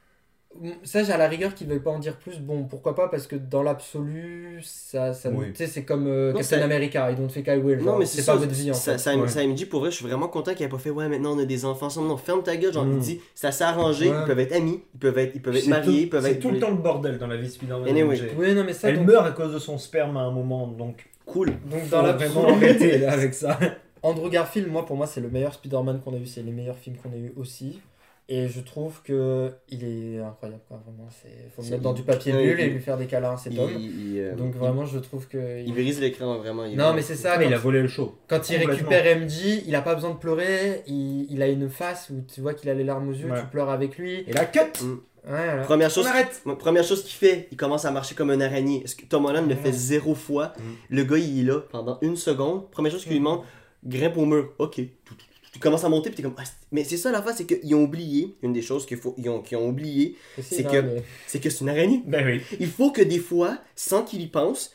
[SPEAKER 2] Ça, j'ai à la rigueur qu'ils ne veuillent pas en dire plus. Bon, pourquoi pas? Parce que dans l'absolu, ça
[SPEAKER 3] Oui.
[SPEAKER 2] tu sais, c'est comme
[SPEAKER 1] Non,
[SPEAKER 2] Captain
[SPEAKER 1] ça-
[SPEAKER 2] America. Ils don't fake I will.
[SPEAKER 1] Non,
[SPEAKER 2] genre,
[SPEAKER 1] mais
[SPEAKER 2] c'est
[SPEAKER 1] ça,
[SPEAKER 2] pas votre vie en fait.
[SPEAKER 1] ça
[SPEAKER 3] Ouais.
[SPEAKER 1] MJ, pour vrai, je suis vraiment content qu'il ait pas fait ouais, maintenant on a des enfants ensemble. Non, ferme ta gueule. Genre, il
[SPEAKER 3] Mm.
[SPEAKER 1] dit ça s'est arrangé.
[SPEAKER 2] Ouais.
[SPEAKER 1] Ils peuvent être amis, ils peuvent être
[SPEAKER 3] C'est
[SPEAKER 1] mariés, ils peuvent
[SPEAKER 3] c'est
[SPEAKER 1] être.
[SPEAKER 3] tout le temps le bordel dans la vie de Spider-Man.
[SPEAKER 1] Anyway.
[SPEAKER 3] MJ.
[SPEAKER 2] Oui, non, mais ça,
[SPEAKER 3] Elle
[SPEAKER 2] donc,
[SPEAKER 3] meurt à cause de son sperme à un moment, donc
[SPEAKER 1] Cool.
[SPEAKER 2] donc
[SPEAKER 3] faut
[SPEAKER 2] dans la
[SPEAKER 3] vraiment arrêter là, avec ça.
[SPEAKER 2] Andrew Garfield, pour moi, c'est le meilleur Spider-Man qu'on a eu. C'est les meilleurs films qu'on a eu aussi. Et je trouve que il est incroyable, quoi. Vraiment, faut le
[SPEAKER 1] C'est-
[SPEAKER 2] mettre dans du papier
[SPEAKER 1] Ouais,
[SPEAKER 2] bulle et
[SPEAKER 1] il-
[SPEAKER 2] lui faire des câlins à cet homme. Donc vraiment, je trouve que.
[SPEAKER 1] Il brise l'écran, vraiment.
[SPEAKER 2] Non, mais c'est ça.
[SPEAKER 3] Ah, il
[SPEAKER 2] quand-
[SPEAKER 3] a volé le show.
[SPEAKER 2] Quand il
[SPEAKER 3] Complètement.
[SPEAKER 2] récupère MJ, il a pas besoin de pleurer, il a une face où tu vois qu'il a les larmes aux yeux,
[SPEAKER 3] Ouais.
[SPEAKER 2] tu pleures avec lui.
[SPEAKER 3] Et la cut.
[SPEAKER 2] Ouais, voilà.
[SPEAKER 1] Première
[SPEAKER 3] On
[SPEAKER 1] chose,
[SPEAKER 3] arrête.
[SPEAKER 1] première chose qu'il fait, il commence à marcher comme un araignée. Est-ce que Tom Holland le fait 0 fois? Le gars, il est là pendant 1 seconde. Première chose qu'il lui demande, grimpe au mur. Ok. tu commences à monter, puis t'es comme, mais c'est ça l'affaire, c'est qu'ils ont oublié, une des choses qu'ils ont oublié, c'est que c'est une araignée.
[SPEAKER 3] Ben oui.
[SPEAKER 1] Il faut que des fois, sans qu'il y pense,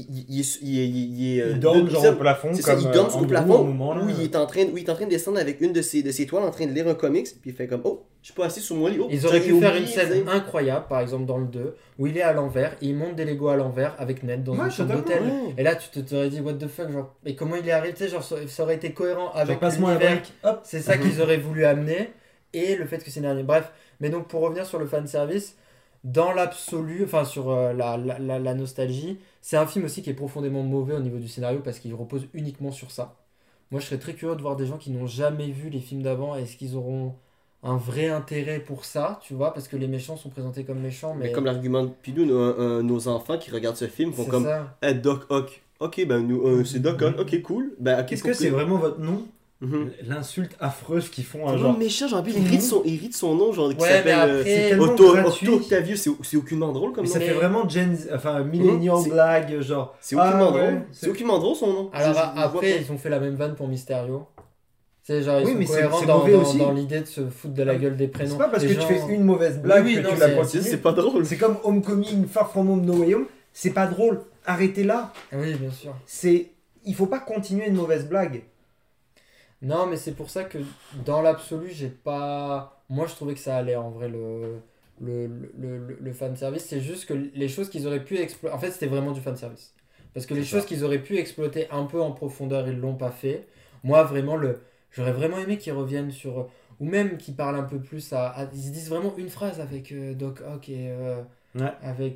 [SPEAKER 3] Il dorme genre au plafond,
[SPEAKER 1] c'est
[SPEAKER 3] comme
[SPEAKER 1] ça, il dorme sur le plafond,
[SPEAKER 3] moment,
[SPEAKER 1] où il est en train de descendre avec une de ses toiles, en train de lire un comics, puis il fait comme, oh, je suis pas assis sur mon lit. Oh,
[SPEAKER 2] ils auraient pu
[SPEAKER 1] j'avais
[SPEAKER 2] faire une
[SPEAKER 1] oublié,
[SPEAKER 2] scène
[SPEAKER 1] tu sais.
[SPEAKER 2] incroyable, par exemple dans le 2, où il est à l'envers, et il monte des Legos à l'envers avec Ned dans une chambre d'hôtel.
[SPEAKER 1] Ouais.
[SPEAKER 2] Et là, tu t'aurais dit, what the fuck, genre, et comment il est arrivé, tu sais, genre, ça aurait été cohérent avec
[SPEAKER 3] Genre, passe-moi un
[SPEAKER 2] l'univers.
[SPEAKER 3] break, hop.
[SPEAKER 2] C'est ça qu'ils auraient voulu amener, et le fait que c'est une araignée. Bref, mais donc pour revenir sur le fanservice, dans l'absolu, enfin sur la nostalgie, c'est un film aussi qui est profondément mauvais au niveau du scénario parce qu'il repose uniquement sur ça. Moi, je serais très curieux de voir des gens qui n'ont jamais vu les films d'avant. Est-ce qu'ils auront un vrai intérêt pour ça, tu vois, parce que les méchants sont présentés comme méchants,
[SPEAKER 1] Mais
[SPEAKER 2] mais
[SPEAKER 1] comme l'argument de Pidou, nos enfants qui regardent ce film font
[SPEAKER 2] c'est
[SPEAKER 1] comme,
[SPEAKER 2] ça.
[SPEAKER 1] Doc Ock. Ok, ben nous, c'est Doc Ock, ok, cool. Ben, ok,
[SPEAKER 3] Est-ce que c'est vraiment votre nom?
[SPEAKER 1] Mhm.
[SPEAKER 3] L'insulte affreuse qu'ils font à
[SPEAKER 1] C'est
[SPEAKER 3] genre.
[SPEAKER 1] vraiment méchant, j'ai envie, il rit de son nom, genre, qui
[SPEAKER 2] Ouais, mais
[SPEAKER 1] s'appelle
[SPEAKER 2] après-
[SPEAKER 3] C'est tellement
[SPEAKER 1] Otto
[SPEAKER 3] gratuit.
[SPEAKER 1] Octavius, c'est aucunement drôle comme
[SPEAKER 3] Mais
[SPEAKER 1] nom.
[SPEAKER 3] ça fait vraiment millennial
[SPEAKER 1] c'est-
[SPEAKER 3] blague, genre.
[SPEAKER 1] C'est aucunement
[SPEAKER 3] ouais,
[SPEAKER 1] drôle. C'est aucunement drôle son nom.
[SPEAKER 2] Alors
[SPEAKER 1] Je vois
[SPEAKER 2] après,
[SPEAKER 1] pas.
[SPEAKER 2] ils ont fait la même vanne pour Mysterio. C'est genre, ils
[SPEAKER 3] Oui,
[SPEAKER 2] sont
[SPEAKER 3] mais c'est
[SPEAKER 2] cohérents
[SPEAKER 3] mauvais aussi.
[SPEAKER 2] dans l'idée de se foutre de la gueule des prénoms.
[SPEAKER 3] C'est pas parce
[SPEAKER 2] Les
[SPEAKER 3] que
[SPEAKER 2] gens-
[SPEAKER 3] tu fais une mauvaise blague
[SPEAKER 2] Oui,
[SPEAKER 3] que
[SPEAKER 2] non,
[SPEAKER 3] tu la
[SPEAKER 2] c'est-
[SPEAKER 3] continues.
[SPEAKER 1] C'est pas drôle.
[SPEAKER 3] C'est comme Homecoming, Far From Home, No Way Home. C'est pas drôle. Arrêtez là.
[SPEAKER 2] Oui, bien sûr.
[SPEAKER 3] Il faut pas continuer une mauvaise blague.
[SPEAKER 2] Non, mais c'est pour ça que dans l'absolu, j'ai pas. Moi, je trouvais que ça allait en vrai le fanservice. C'est juste que les choses qu'ils auraient pu exploiter. En fait, c'était vraiment du fanservice. Parce que les
[SPEAKER 3] C'est
[SPEAKER 2] choses
[SPEAKER 3] ça.
[SPEAKER 2] qu'ils auraient pu exploiter un peu en profondeur, ils l'ont pas fait. Moi, vraiment, j'aurais vraiment aimé qu'ils reviennent sur. Ou même qu'ils parlent un peu plus ils se disent vraiment une phrase avec Doc Ock et.
[SPEAKER 3] Ouais.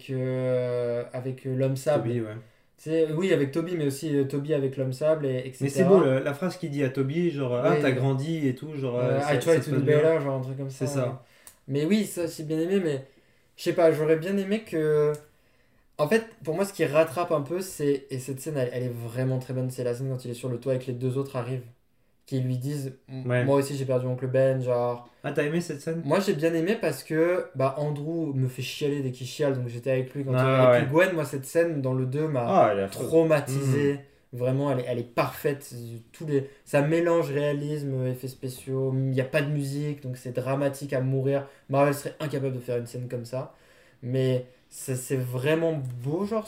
[SPEAKER 2] Avec l'homme sable.
[SPEAKER 3] Toby, ouais.
[SPEAKER 2] Oui, avec Toby, mais aussi Toby avec l'homme sable, etc.
[SPEAKER 3] Mais c'est beau la phrase qu'il dit à Toby, genre ah
[SPEAKER 2] Ouais.
[SPEAKER 3] t'as grandi et tout, genre
[SPEAKER 2] I try to
[SPEAKER 3] se
[SPEAKER 2] do
[SPEAKER 3] passe bien.
[SPEAKER 2] better, genre un truc comme ça.
[SPEAKER 3] C'est ça.
[SPEAKER 2] ouais. Mais oui, ça j'ai bien aimé, mais je sais pas, j'aurais bien aimé que. En fait, pour moi, ce qui rattrape un peu, c'est. Et cette scène, elle est vraiment très bonne, c'est la scène quand il est sur le toit et que les deux autres arrivent, qui lui disent
[SPEAKER 3] Ouais.
[SPEAKER 2] moi aussi j'ai perdu Oncle Ben, genre.
[SPEAKER 3] Ah t'as aimé cette scène?
[SPEAKER 2] Moi j'ai bien aimé parce que Andrew me fait chialer dès qu'il chiale, donc j'étais avec lui quand
[SPEAKER 3] Ah,
[SPEAKER 2] Et puis Gwen, moi cette scène dans le 2 m'a.
[SPEAKER 3] Ah elle a trop.
[SPEAKER 2] Traumatisée. Vraiment, elle est parfaite. Ça mélange réalisme, effets spéciaux. Il n'y a pas de musique, donc c'est dramatique à mourir. Marvel serait incapable de faire une scène comme ça. Mais c'est vraiment beau, genre,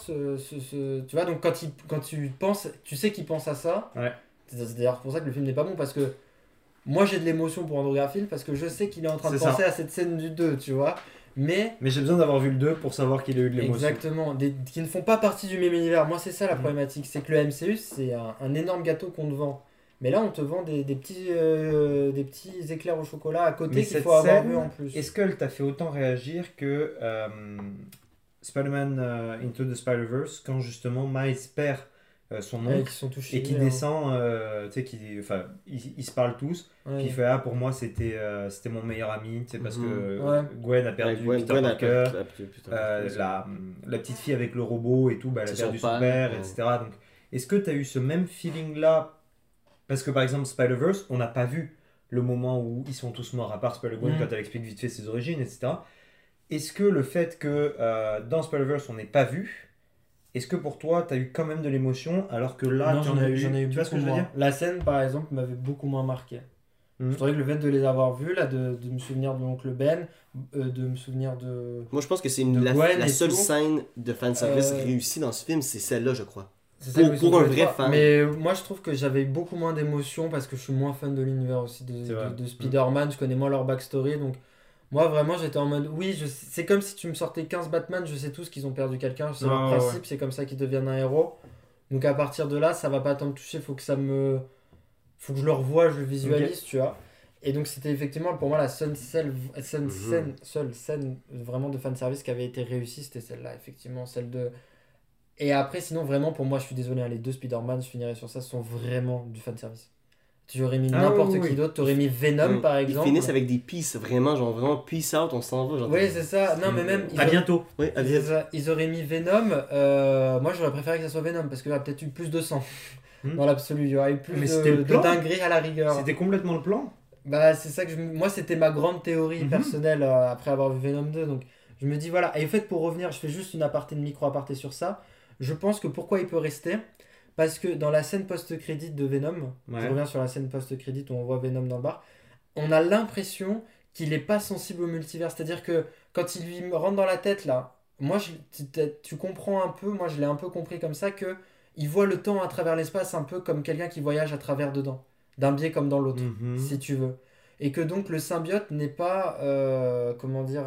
[SPEAKER 2] tu vois, donc quand tu penses, tu sais qu'il pense à ça.
[SPEAKER 3] Ouais.
[SPEAKER 2] C'est d'ailleurs pour ça que le film n'est pas bon, parce que moi j'ai de l'émotion pour Andrew Garfield, parce que je sais qu'il est en train de
[SPEAKER 3] C'est
[SPEAKER 2] penser
[SPEAKER 3] ça.
[SPEAKER 2] à cette scène du 2, tu vois. Mais
[SPEAKER 3] Mais j'ai besoin d'avoir vu le 2 pour savoir qu'il a eu de l'émotion.
[SPEAKER 2] exactement, qui ne font pas partie du même univers. Moi, c'est ça la
[SPEAKER 3] Mhm.
[SPEAKER 2] problématique. C'est que le MCU, c'est un énorme gâteau qu'on te vend. Mais là, on te vend des petits éclairs au chocolat à côté
[SPEAKER 3] Mais
[SPEAKER 2] qu'il
[SPEAKER 3] cette
[SPEAKER 2] faut avoir
[SPEAKER 3] scène,
[SPEAKER 2] vu en plus.
[SPEAKER 3] est-ce qu'elle t'a fait autant réagir que Spider-Man Into the Spider-Verse quand justement Miles perd son
[SPEAKER 2] Ouais,
[SPEAKER 3] oncle
[SPEAKER 2] qui sont touchés.
[SPEAKER 3] et qui descend, tu sais, ils se parlent tous,
[SPEAKER 2] Ouais.
[SPEAKER 3] puis il fait ah pour moi c'était mon meilleur ami, tu sais, parce que
[SPEAKER 2] Ouais.
[SPEAKER 3] Gwen a perdu
[SPEAKER 1] Gwen
[SPEAKER 3] Peter Parker,
[SPEAKER 1] Peter
[SPEAKER 3] la petite fille avec le robot et tout, bah, elle a
[SPEAKER 1] C'est
[SPEAKER 3] perdu
[SPEAKER 1] son
[SPEAKER 3] son
[SPEAKER 1] père,
[SPEAKER 3] père,
[SPEAKER 1] ouais.
[SPEAKER 3] etc. Donc est-ce que tu as eu ce même feeling là? Parce que par exemple Spider-Verse, on n'a pas vu le moment où ils sont tous morts, à part Spider-Gwen quand elle explique vite fait ses origines, etc. Est-ce que le fait que dans Spider-Verse on n'ait pas vu, est-ce que pour toi tu as eu quand même de l'émotion alors que là
[SPEAKER 2] Non,
[SPEAKER 3] tu en
[SPEAKER 2] j'en
[SPEAKER 3] as
[SPEAKER 2] ai
[SPEAKER 3] eu,
[SPEAKER 2] eu
[SPEAKER 3] tu vois ce que
[SPEAKER 2] beaucoup
[SPEAKER 3] je veux
[SPEAKER 2] moins.
[SPEAKER 3] dire?
[SPEAKER 2] La scène, par exemple, m'avait beaucoup moins marqué.
[SPEAKER 3] Mhm.
[SPEAKER 2] Je trouvais que le fait de les avoir vus, là, de me souvenir de l'oncle Ben, de me souvenir de.
[SPEAKER 1] Moi, je pense que c'est
[SPEAKER 2] De
[SPEAKER 1] la
[SPEAKER 2] Gwen et
[SPEAKER 1] seule
[SPEAKER 2] tout.
[SPEAKER 1] scène de fanservice
[SPEAKER 2] Euh,
[SPEAKER 1] réussie dans ce film, c'est celle-là, je crois.
[SPEAKER 2] C'est
[SPEAKER 1] Pour-
[SPEAKER 2] ça, ils sont
[SPEAKER 1] pour un
[SPEAKER 2] tous les
[SPEAKER 1] vrai
[SPEAKER 2] trois.
[SPEAKER 1] fan.
[SPEAKER 2] Mais moi, je trouve que j'avais beaucoup moins d'émotion parce que je suis moins fan de l'univers aussi
[SPEAKER 3] C'est vrai.
[SPEAKER 2] de Spider-Man. Je connais moins leur backstory. Donc, moi, vraiment, j'étais en mode oui, c'est comme si tu me sortais 15 Batman. Je sais tous qu'ils ont perdu quelqu'un. C'est leur
[SPEAKER 3] Ah, ouais.
[SPEAKER 2] principe. C'est comme ça qu'ils deviennent un héros. Donc, à partir de là, ça va pas tant me toucher. Faut que je le revoie, je le visualise, tu vois. Et donc, c'était effectivement pour moi la seule scène vraiment de fanservice qui avait été réussie. C'était celle-là, effectivement. Celle de. Et après, sinon, vraiment, pour moi, je suis désolé, hein, les deux Spider-Man, je finirai sur ça, sont vraiment du fanservice. Tu aurais mis
[SPEAKER 3] Ah
[SPEAKER 2] n'importe
[SPEAKER 3] oui,
[SPEAKER 2] qui
[SPEAKER 3] oui.
[SPEAKER 2] d'autre, tu aurais mis Venom,
[SPEAKER 1] Oui.
[SPEAKER 2] par
[SPEAKER 1] Ils
[SPEAKER 2] exemple.
[SPEAKER 1] finissent avec des peace, vraiment, genre vraiment peace out, on s'en va. Genre,
[SPEAKER 2] Oui, c'est ça. Non, mais même.
[SPEAKER 3] À bientôt.
[SPEAKER 1] Oui, à
[SPEAKER 2] C'est
[SPEAKER 1] bientôt.
[SPEAKER 2] ça. Ils auraient mis Venom. Moi, j'aurais préféré que ça soit Venom parce qu'il y aurait peut-être eu plus de sang.
[SPEAKER 3] Hmm.
[SPEAKER 2] Dans l'absolu, il y aurait eu plus
[SPEAKER 3] Mais c'était le
[SPEAKER 2] de
[SPEAKER 3] plan.
[SPEAKER 2] dinguerie à la rigueur.
[SPEAKER 3] C'était complètement le plan.
[SPEAKER 2] Bah, c'est ça que moi, c'était ma grande théorie
[SPEAKER 3] Mhm.
[SPEAKER 2] personnelle après avoir vu Venom 2. Donc, je me dis, voilà. Et en fait, pour revenir, je fais juste une micro-aparté sur ça. Je pense que pourquoi il peut rester, parce que dans la scène post-crédit de Venom,
[SPEAKER 3] Ouais.
[SPEAKER 2] je reviens sur la scène post-crédit où on voit Venom dans le bar, on a l'impression qu'il n'est pas sensible au multivers. C'est-à-dire que quand il lui rentre dans la tête, là, moi, tu comprends un peu, moi je l'ai un peu compris comme ça, que il voit le temps à travers l'espace un peu comme quelqu'un qui voyage à travers dedans, d'un biais comme dans l'autre,
[SPEAKER 3] Mhm.
[SPEAKER 2] si tu veux. Et que donc le symbiote n'est pas, comment dire...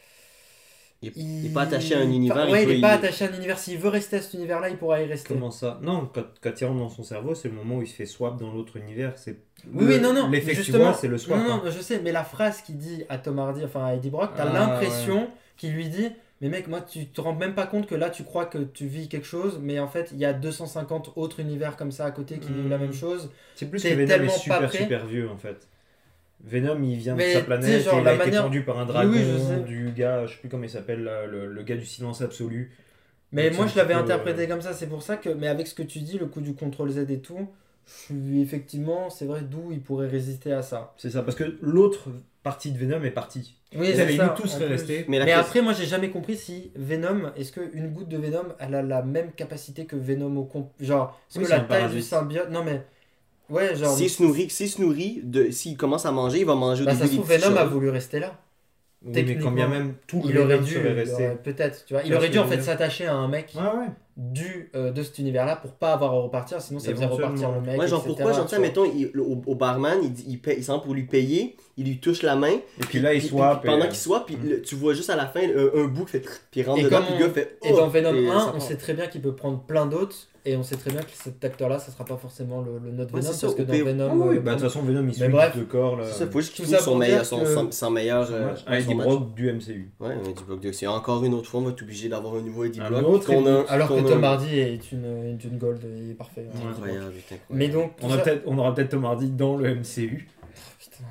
[SPEAKER 1] Il est pas attaché à un univers.
[SPEAKER 2] Ouais, il
[SPEAKER 1] peut
[SPEAKER 2] n'est pas attaché à un univers. S'il veut rester à cet univers-là, il pourra y rester.
[SPEAKER 3] Comment ça? Non, quand il rentre dans son cerveau, c'est le moment où il se fait swap dans l'autre univers.
[SPEAKER 2] Oui, non,
[SPEAKER 3] L'effet que tu
[SPEAKER 2] justement.
[SPEAKER 3] vois, c'est le swap.
[SPEAKER 2] Non,
[SPEAKER 3] hein.
[SPEAKER 2] je sais, mais la phrase qu'il dit à Tom Hardy, enfin à Eddie Brock, t'as
[SPEAKER 3] Ah,
[SPEAKER 2] l'impression qu'il lui dit, mais mec, moi, tu te rends même pas compte que là, tu crois que tu vis quelque chose, mais en fait, il y a 250 autres univers comme ça à côté qui vivent la même chose.
[SPEAKER 3] C'est plus
[SPEAKER 2] T'es
[SPEAKER 3] que Venom
[SPEAKER 2] tellement
[SPEAKER 3] est
[SPEAKER 2] pas
[SPEAKER 3] super
[SPEAKER 2] prêt.
[SPEAKER 3] super vieux en fait. Venom il vient de
[SPEAKER 2] Mais
[SPEAKER 3] sa
[SPEAKER 2] tu sais,
[SPEAKER 3] planète,
[SPEAKER 2] genre,
[SPEAKER 3] et il
[SPEAKER 2] la
[SPEAKER 3] a été
[SPEAKER 2] manière-
[SPEAKER 3] pendu par un dragon,
[SPEAKER 2] Oui, je sais.
[SPEAKER 3] du gars, je sais plus comment il s'appelle, le gars du silence absolu.
[SPEAKER 2] Mais
[SPEAKER 3] Donc,
[SPEAKER 2] moi,
[SPEAKER 3] c'est
[SPEAKER 2] je
[SPEAKER 3] un
[SPEAKER 2] l'avais
[SPEAKER 3] petit peu,
[SPEAKER 2] interprété comme ça, c'est pour ça que, mais avec ce que tu dis, le coup du contrôle Z et tout, je suis effectivement, c'est vrai, d'où il pourrait résister à ça.
[SPEAKER 3] C'est ça, parce que l'autre partie de Venom est partie.
[SPEAKER 2] Oui,
[SPEAKER 3] Ils
[SPEAKER 2] c'est
[SPEAKER 3] avaient
[SPEAKER 2] ça,
[SPEAKER 3] nous tous
[SPEAKER 2] en
[SPEAKER 3] seraient
[SPEAKER 2] plus.
[SPEAKER 3] restés.
[SPEAKER 1] Mais
[SPEAKER 2] Mais,
[SPEAKER 1] la question-
[SPEAKER 2] après, moi, j'ai jamais compris si Venom, est-ce qu'une goutte de Venom, elle a la même capacité que Venom genre, est-ce
[SPEAKER 3] Oui,
[SPEAKER 2] que
[SPEAKER 3] c'est
[SPEAKER 2] la
[SPEAKER 3] un
[SPEAKER 2] taille
[SPEAKER 3] parasite.
[SPEAKER 2] du symbiote, non mais, ouais, genre,
[SPEAKER 1] S'il se nourrit, s'il commence à manger, il va manger au
[SPEAKER 2] bah, ça
[SPEAKER 1] début
[SPEAKER 2] se
[SPEAKER 1] des
[SPEAKER 2] trouve,
[SPEAKER 1] petites
[SPEAKER 2] Venom a
[SPEAKER 1] choses.
[SPEAKER 2] voulu rester là.
[SPEAKER 3] Oui, mais quand
[SPEAKER 2] Techniquement,
[SPEAKER 3] bien même tout le
[SPEAKER 2] Il aurait
[SPEAKER 3] Venom
[SPEAKER 2] dû,
[SPEAKER 3] serait resté.
[SPEAKER 2] peut-être, tu vois, il
[SPEAKER 3] Tu vois
[SPEAKER 2] aurait
[SPEAKER 3] ce
[SPEAKER 2] dû
[SPEAKER 3] que
[SPEAKER 2] en
[SPEAKER 3] je
[SPEAKER 2] fait
[SPEAKER 3] veux dire
[SPEAKER 2] s'attacher à un mec
[SPEAKER 3] Ouais, ouais.
[SPEAKER 2] de cet univers-là pour pas avoir à repartir, sinon ça faisait repartir le
[SPEAKER 3] Éventuellement.
[SPEAKER 2] mec.
[SPEAKER 1] Ouais, genre
[SPEAKER 2] etc.,
[SPEAKER 1] pourquoi, genre,
[SPEAKER 2] tu
[SPEAKER 1] ça,
[SPEAKER 2] vois.
[SPEAKER 1] mettons, au barman, il semble pour lui payer, il lui touche la main,
[SPEAKER 3] Et puis là, il
[SPEAKER 1] puis
[SPEAKER 3] swap.
[SPEAKER 1] pendant
[SPEAKER 3] et-
[SPEAKER 1] qu'il swap, puis tu vois juste à la fin un bout qui fait, puis il rentre
[SPEAKER 2] Et
[SPEAKER 1] dedans,
[SPEAKER 2] comme
[SPEAKER 1] puis le gars fait,
[SPEAKER 2] Et dans
[SPEAKER 1] oh,
[SPEAKER 2] Venom
[SPEAKER 1] et
[SPEAKER 2] 1,
[SPEAKER 1] ça
[SPEAKER 2] on
[SPEAKER 1] part.
[SPEAKER 2] sait très bien qu'il peut prendre plein d'autres, et on sait très bien que cet acteur-là, ça sera pas forcément le notre
[SPEAKER 1] Ouais,
[SPEAKER 2] Venom,
[SPEAKER 1] c'est ça,
[SPEAKER 2] parce que
[SPEAKER 1] au
[SPEAKER 2] dans
[SPEAKER 1] pire-
[SPEAKER 2] Venom.
[SPEAKER 3] Ah oui,
[SPEAKER 2] le
[SPEAKER 3] bah de toute façon, Venom il
[SPEAKER 2] Mais
[SPEAKER 3] switch
[SPEAKER 2] bref,
[SPEAKER 3] de corps là.
[SPEAKER 1] C'est ça, faut juste qu'il
[SPEAKER 2] Tout
[SPEAKER 1] trouve
[SPEAKER 2] ça
[SPEAKER 1] son
[SPEAKER 2] pour
[SPEAKER 1] meilleur,
[SPEAKER 2] dire que-
[SPEAKER 1] son meilleur.
[SPEAKER 3] Un Eddie
[SPEAKER 1] son match.
[SPEAKER 3] Brock du MCU.
[SPEAKER 1] Ouais, un Eddie Brock de c'est encore une autre fois, on va être obligé d'avoir un nouveau Eddie
[SPEAKER 3] Un
[SPEAKER 1] Brock.
[SPEAKER 3] autre
[SPEAKER 1] qu'on a-
[SPEAKER 2] Alors que
[SPEAKER 1] qu'on a-
[SPEAKER 2] Tom Hardy est une gold, il est parfait.
[SPEAKER 3] Ouais.
[SPEAKER 1] Incroyable, putain, incroyable.
[SPEAKER 2] Mais donc,
[SPEAKER 3] On aura peut-être Tom Hardy dans le MCU.
[SPEAKER 2] putain.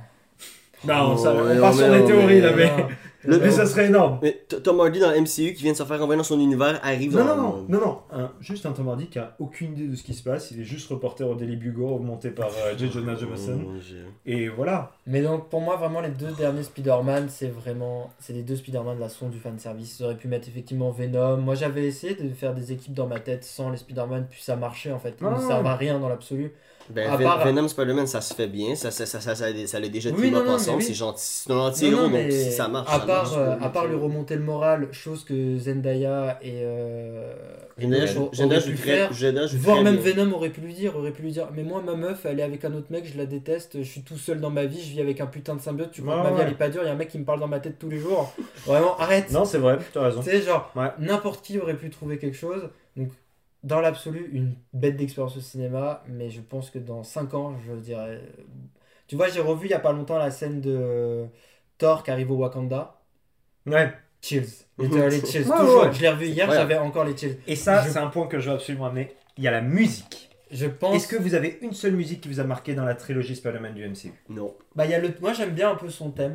[SPEAKER 3] Non, ça,
[SPEAKER 1] Ouais,
[SPEAKER 3] on part sur
[SPEAKER 1] mais-
[SPEAKER 3] des théories là, mais,
[SPEAKER 2] Non.
[SPEAKER 3] mais ça serait énorme.
[SPEAKER 1] Mais Tom Hardy dans le MCU qui vient de se faire renvoyer dans son univers arrive
[SPEAKER 3] Non,
[SPEAKER 1] dans.
[SPEAKER 3] non, non, non, non. Juste un Tom Hardy qui a aucune idée de ce qui se passe. Il est juste reporter au Daily Bugle, augmenté par J. Jonah Jameson.
[SPEAKER 1] Oh, j'ai-
[SPEAKER 3] Et voilà.
[SPEAKER 2] Mais donc, pour moi, vraiment, les deux derniers Spider-Man, c'est les deux Spider-Man de la son du fanservice. Ils auraient pu mettre effectivement Venom. Moi, j'avais essayé de faire des équipes dans ma tête sans les Spider-Man, puis ça marchait en fait. Ils ne
[SPEAKER 3] Ah.
[SPEAKER 2] servent à rien dans l'absolu.
[SPEAKER 1] Ben,
[SPEAKER 2] À part-
[SPEAKER 1] Venom Spider-Man, ça se fait bien, ça l'a déjà
[SPEAKER 2] Oui,
[SPEAKER 1] team
[SPEAKER 2] non,
[SPEAKER 1] up
[SPEAKER 2] non,
[SPEAKER 1] ensemble,
[SPEAKER 2] mais oui.
[SPEAKER 1] c'est gentil, c'est un anti-héros, donc si ça marche,
[SPEAKER 2] à
[SPEAKER 1] ça
[SPEAKER 2] part,
[SPEAKER 1] marche.
[SPEAKER 2] à part lui remonter le moral, chose que Zendaya et
[SPEAKER 1] Zendaya,
[SPEAKER 2] l'autre
[SPEAKER 1] je
[SPEAKER 2] auraient pu faire. Voire même Venom aurait pu lui dire, mais moi ma meuf elle est avec un autre mec, je la déteste, je suis tout seul dans ma vie, je vis avec un putain de symbiote, tu crois que ma vie
[SPEAKER 3] Ouais.
[SPEAKER 2] elle est pas dure, il y a un mec qui me parle dans ma tête tous les jours. Vraiment, arrête.
[SPEAKER 3] Non, c'est vrai, tu as raison.
[SPEAKER 2] Tu sais, genre,
[SPEAKER 3] Ouais.
[SPEAKER 2] n'importe qui aurait pu trouver quelque chose. Donc, dans l'absolu, une bête d'expérience au cinéma, mais je pense que dans 5 ans, je dirais. Tu vois, j'ai revu il y a pas longtemps la scène de Thor qui arrive au Wakanda.
[SPEAKER 3] Ouais.
[SPEAKER 2] Chills. Les chills.
[SPEAKER 3] Ouais,
[SPEAKER 2] Toujours.
[SPEAKER 3] ouais.
[SPEAKER 2] Je l'ai revu hier,
[SPEAKER 1] Ouais.
[SPEAKER 2] j'avais encore les chills.
[SPEAKER 3] Et ça,
[SPEAKER 2] Je-
[SPEAKER 3] c'est un point que je veux absolument amener. Il y a la musique.
[SPEAKER 2] Je pense.
[SPEAKER 3] Est-ce que vous avez une seule musique qui vous a marqué dans la trilogie Spider-Man du MCU?
[SPEAKER 1] Non.
[SPEAKER 2] Bah, il y a le. Moi, j'aime bien un peu son thème.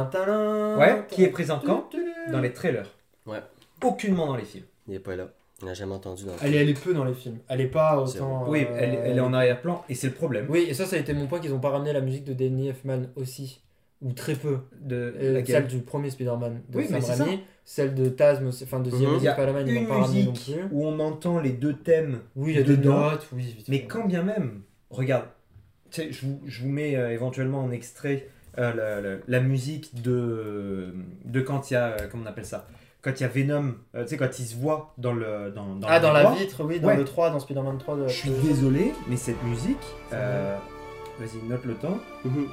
[SPEAKER 3] Ouais, qui est présent quand? Dans les trailers.
[SPEAKER 1] Ouais.
[SPEAKER 3] Aucunement dans les films.
[SPEAKER 1] Il est pas là. On n'a jamais entendu dans le
[SPEAKER 2] Elle est peu dans les films. Elle est pas
[SPEAKER 1] C'est
[SPEAKER 2] autant.
[SPEAKER 3] Oui, elle est en arrière-plan et c'est le problème
[SPEAKER 2] Oui, et ça a été mon point qu'ils ont pas ramené la musique de Danny Elfman aussi. Ou très peu.
[SPEAKER 3] de
[SPEAKER 2] Celle
[SPEAKER 3] laquelle.
[SPEAKER 2] du premier Spider-Man de
[SPEAKER 3] Oui, mais
[SPEAKER 2] Sam
[SPEAKER 3] c'est
[SPEAKER 2] Raimi, celle de Taz, enfin de The
[SPEAKER 1] Mhm.
[SPEAKER 2] Amazing
[SPEAKER 3] Il y a
[SPEAKER 2] Spider-Man, ils
[SPEAKER 3] une
[SPEAKER 2] l'ont pas ramené non
[SPEAKER 3] musique
[SPEAKER 2] plus.
[SPEAKER 3] où on entend les deux thèmes.
[SPEAKER 2] Oui, il y a des
[SPEAKER 3] dedans.
[SPEAKER 2] notes, oui. vite
[SPEAKER 3] Mais
[SPEAKER 2] fait.
[SPEAKER 3] quand bien même, regarde, tu sais, je vous mets éventuellement en extrait la musique de quand il y a, comment on appelle ça, quand il y a Venom, tu sais, quand il se voit dans le dans
[SPEAKER 2] Ah, dans la
[SPEAKER 3] miroir.
[SPEAKER 2] vitre, oui, dans
[SPEAKER 3] Ouais.
[SPEAKER 2] le 3, dans Spider-Man 3.
[SPEAKER 3] Je suis désolé, mais cette musique, vas-y, note le temps.
[SPEAKER 1] Mhm.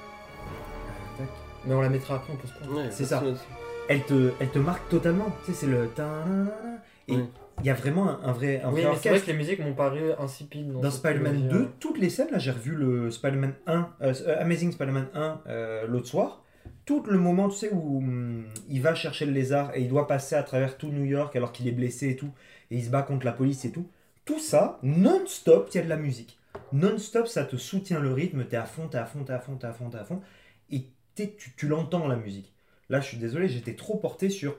[SPEAKER 3] Tac.
[SPEAKER 2] Mais on la mettra après, on peut se prendre.
[SPEAKER 1] Ouais,
[SPEAKER 3] C'est
[SPEAKER 1] pas
[SPEAKER 3] ça.
[SPEAKER 1] de-
[SPEAKER 3] Elle te marque totalement. Tu sais, c'est le ta-na-na-na. Et
[SPEAKER 1] Ouais.
[SPEAKER 3] il y a vraiment un vrai
[SPEAKER 2] Oui, mais c'est
[SPEAKER 3] orchestre.
[SPEAKER 2] vrai que les musiques m'ont paru insipides.
[SPEAKER 3] Dans
[SPEAKER 2] cette
[SPEAKER 3] Spider-Man
[SPEAKER 2] trilogie,
[SPEAKER 3] 2,
[SPEAKER 2] hein.
[SPEAKER 3] toutes les scènes, là j'ai revu le Spider-Man 1, Amazing Spider-Man 1 l'autre soir, tout le moment tu sais où il va chercher le lézard et il doit passer à travers tout New York alors qu'il est blessé et tout, et il se bat contre la police et tout ça, non-stop, il y a de la musique. Non-stop, ça te soutient le rythme, t'es à fond, t'es à fond, t'es à fond, t'es à fond, t'es à fond, et tu l'entends la musique. Là, je suis désolé, j'étais trop porté sur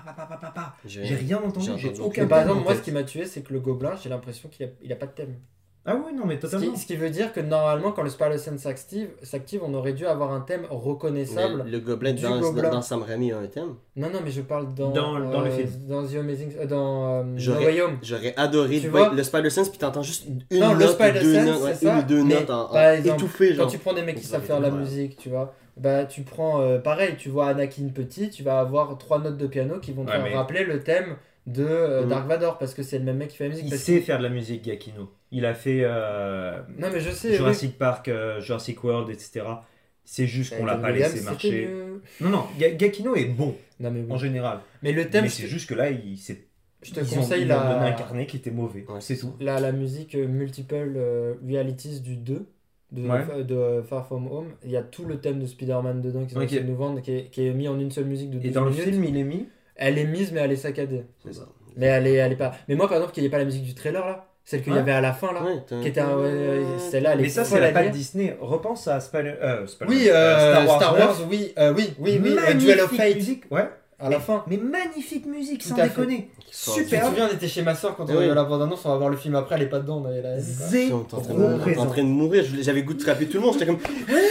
[SPEAKER 3] J'ai rien entendu, j'ai
[SPEAKER 1] entendu
[SPEAKER 3] aucun
[SPEAKER 2] Mais par
[SPEAKER 3] thème en
[SPEAKER 2] exemple, moi, ce
[SPEAKER 3] tête.
[SPEAKER 2] qui m'a tué, c'est que le gobelin, j'ai l'impression qu'il a pas de thème.
[SPEAKER 3] Ah oui, non, mais
[SPEAKER 2] Ce
[SPEAKER 3] totalement.
[SPEAKER 2] qui veut dire que normalement, quand le Spider-Sense s'active, on aurait dû avoir un thème reconnaissable.
[SPEAKER 1] Le gobelin
[SPEAKER 2] du
[SPEAKER 1] dans,
[SPEAKER 2] gobelin.
[SPEAKER 1] dans Sam Raimi a un thème.
[SPEAKER 2] Non, non, mais je parle dans
[SPEAKER 3] le film.
[SPEAKER 2] Dans The Amazing, dans No
[SPEAKER 1] J'aurais-
[SPEAKER 2] Way Home.
[SPEAKER 1] J'aurais adoré
[SPEAKER 2] Tu
[SPEAKER 1] voir
[SPEAKER 2] vois
[SPEAKER 1] le Spider-Sense, puis t'entends juste une
[SPEAKER 2] Non, le
[SPEAKER 1] note ou deux
[SPEAKER 2] Spider-Sense,
[SPEAKER 1] notes, ouais,
[SPEAKER 2] c'est
[SPEAKER 1] une
[SPEAKER 2] ça,
[SPEAKER 1] ou deux
[SPEAKER 2] mais
[SPEAKER 1] notes en
[SPEAKER 2] par exemple,
[SPEAKER 1] étouffées,
[SPEAKER 2] Quand
[SPEAKER 1] genre.
[SPEAKER 2] tu prends des mecs qui
[SPEAKER 1] Ça
[SPEAKER 2] savent
[SPEAKER 1] aurait
[SPEAKER 2] faire
[SPEAKER 1] été
[SPEAKER 2] la
[SPEAKER 1] incroyable.
[SPEAKER 2] musique, tu vois, bah tu prends pareil, tu vois Anakin petit, tu vas avoir 3 notes de piano qui vont te
[SPEAKER 3] Ouais,
[SPEAKER 2] faire
[SPEAKER 3] mais-
[SPEAKER 2] rappeler le thème de
[SPEAKER 1] Mhm.
[SPEAKER 2] Dark Vador parce que c'est le même mec qui fait la musique.
[SPEAKER 3] Il
[SPEAKER 2] parce
[SPEAKER 3] sait
[SPEAKER 2] qu'il-
[SPEAKER 3] faire de la musique, Giacchino. Il a fait
[SPEAKER 2] Non, mais je sais.
[SPEAKER 3] Jurassic Park, Jurassic World, etc. C'est juste qu'on l'a pas
[SPEAKER 2] Williams,
[SPEAKER 3] laissé
[SPEAKER 2] c'était
[SPEAKER 3] marcher.
[SPEAKER 2] mieux.
[SPEAKER 3] Non, non, Giacchino est bon,
[SPEAKER 2] Non, mais oui.
[SPEAKER 3] en général.
[SPEAKER 2] Mais le thème,
[SPEAKER 3] Mais c'est juste que là,
[SPEAKER 2] je te
[SPEAKER 3] ils
[SPEAKER 2] conseille
[SPEAKER 3] ont donné un carnet qui était mauvais.
[SPEAKER 1] Ouais,
[SPEAKER 3] c'est tout.
[SPEAKER 2] la musique Multiple Realities du 2
[SPEAKER 3] Ouais.
[SPEAKER 2] de Far From Home. Il y a tout le thème de Spider-Man dedans qu'ils ont
[SPEAKER 3] Ok.
[SPEAKER 2] essayé de nous vendre, qui est mis en une seule musique de 12
[SPEAKER 3] Et dans le
[SPEAKER 2] minutes.
[SPEAKER 3] film, il est mis.
[SPEAKER 2] Elle est mise, mais elle est saccadée.
[SPEAKER 1] C'est ça.
[SPEAKER 2] Mais elle est pas. Mais moi, par exemple, qu'il n'y ait pas la musique du trailer là, celle qu'il y
[SPEAKER 3] Ouais.
[SPEAKER 2] avait à la fin là,
[SPEAKER 1] Ouais,
[SPEAKER 2] qui était celle-là, elle est
[SPEAKER 3] Mais ça, c'est
[SPEAKER 2] folle
[SPEAKER 3] la
[SPEAKER 2] à
[SPEAKER 3] patte
[SPEAKER 2] lire.
[SPEAKER 3] Disney. Repense à Spider-Man.
[SPEAKER 2] Oui, Star Wars, oui, oui, Duel of
[SPEAKER 3] Magnifique
[SPEAKER 2] Fate
[SPEAKER 3] musique, ouais.
[SPEAKER 2] à la fin.
[SPEAKER 3] Mais magnifique musique,
[SPEAKER 2] Tout
[SPEAKER 3] sans
[SPEAKER 2] à fait.
[SPEAKER 3] déconner.
[SPEAKER 2] Tu te
[SPEAKER 3] Super.
[SPEAKER 2] souviens, on était chez ma soeur quand on
[SPEAKER 1] Oui.
[SPEAKER 2] a eu la bande-annonce, on va voir le film après, elle est pas dedans, on avait la haine, quoi.
[SPEAKER 3] Zé.
[SPEAKER 1] On était en train
[SPEAKER 3] Gros
[SPEAKER 1] de- en
[SPEAKER 3] présent.
[SPEAKER 1] train de mourir, j'avais le goût de frapper tout le monde, j'étais comme.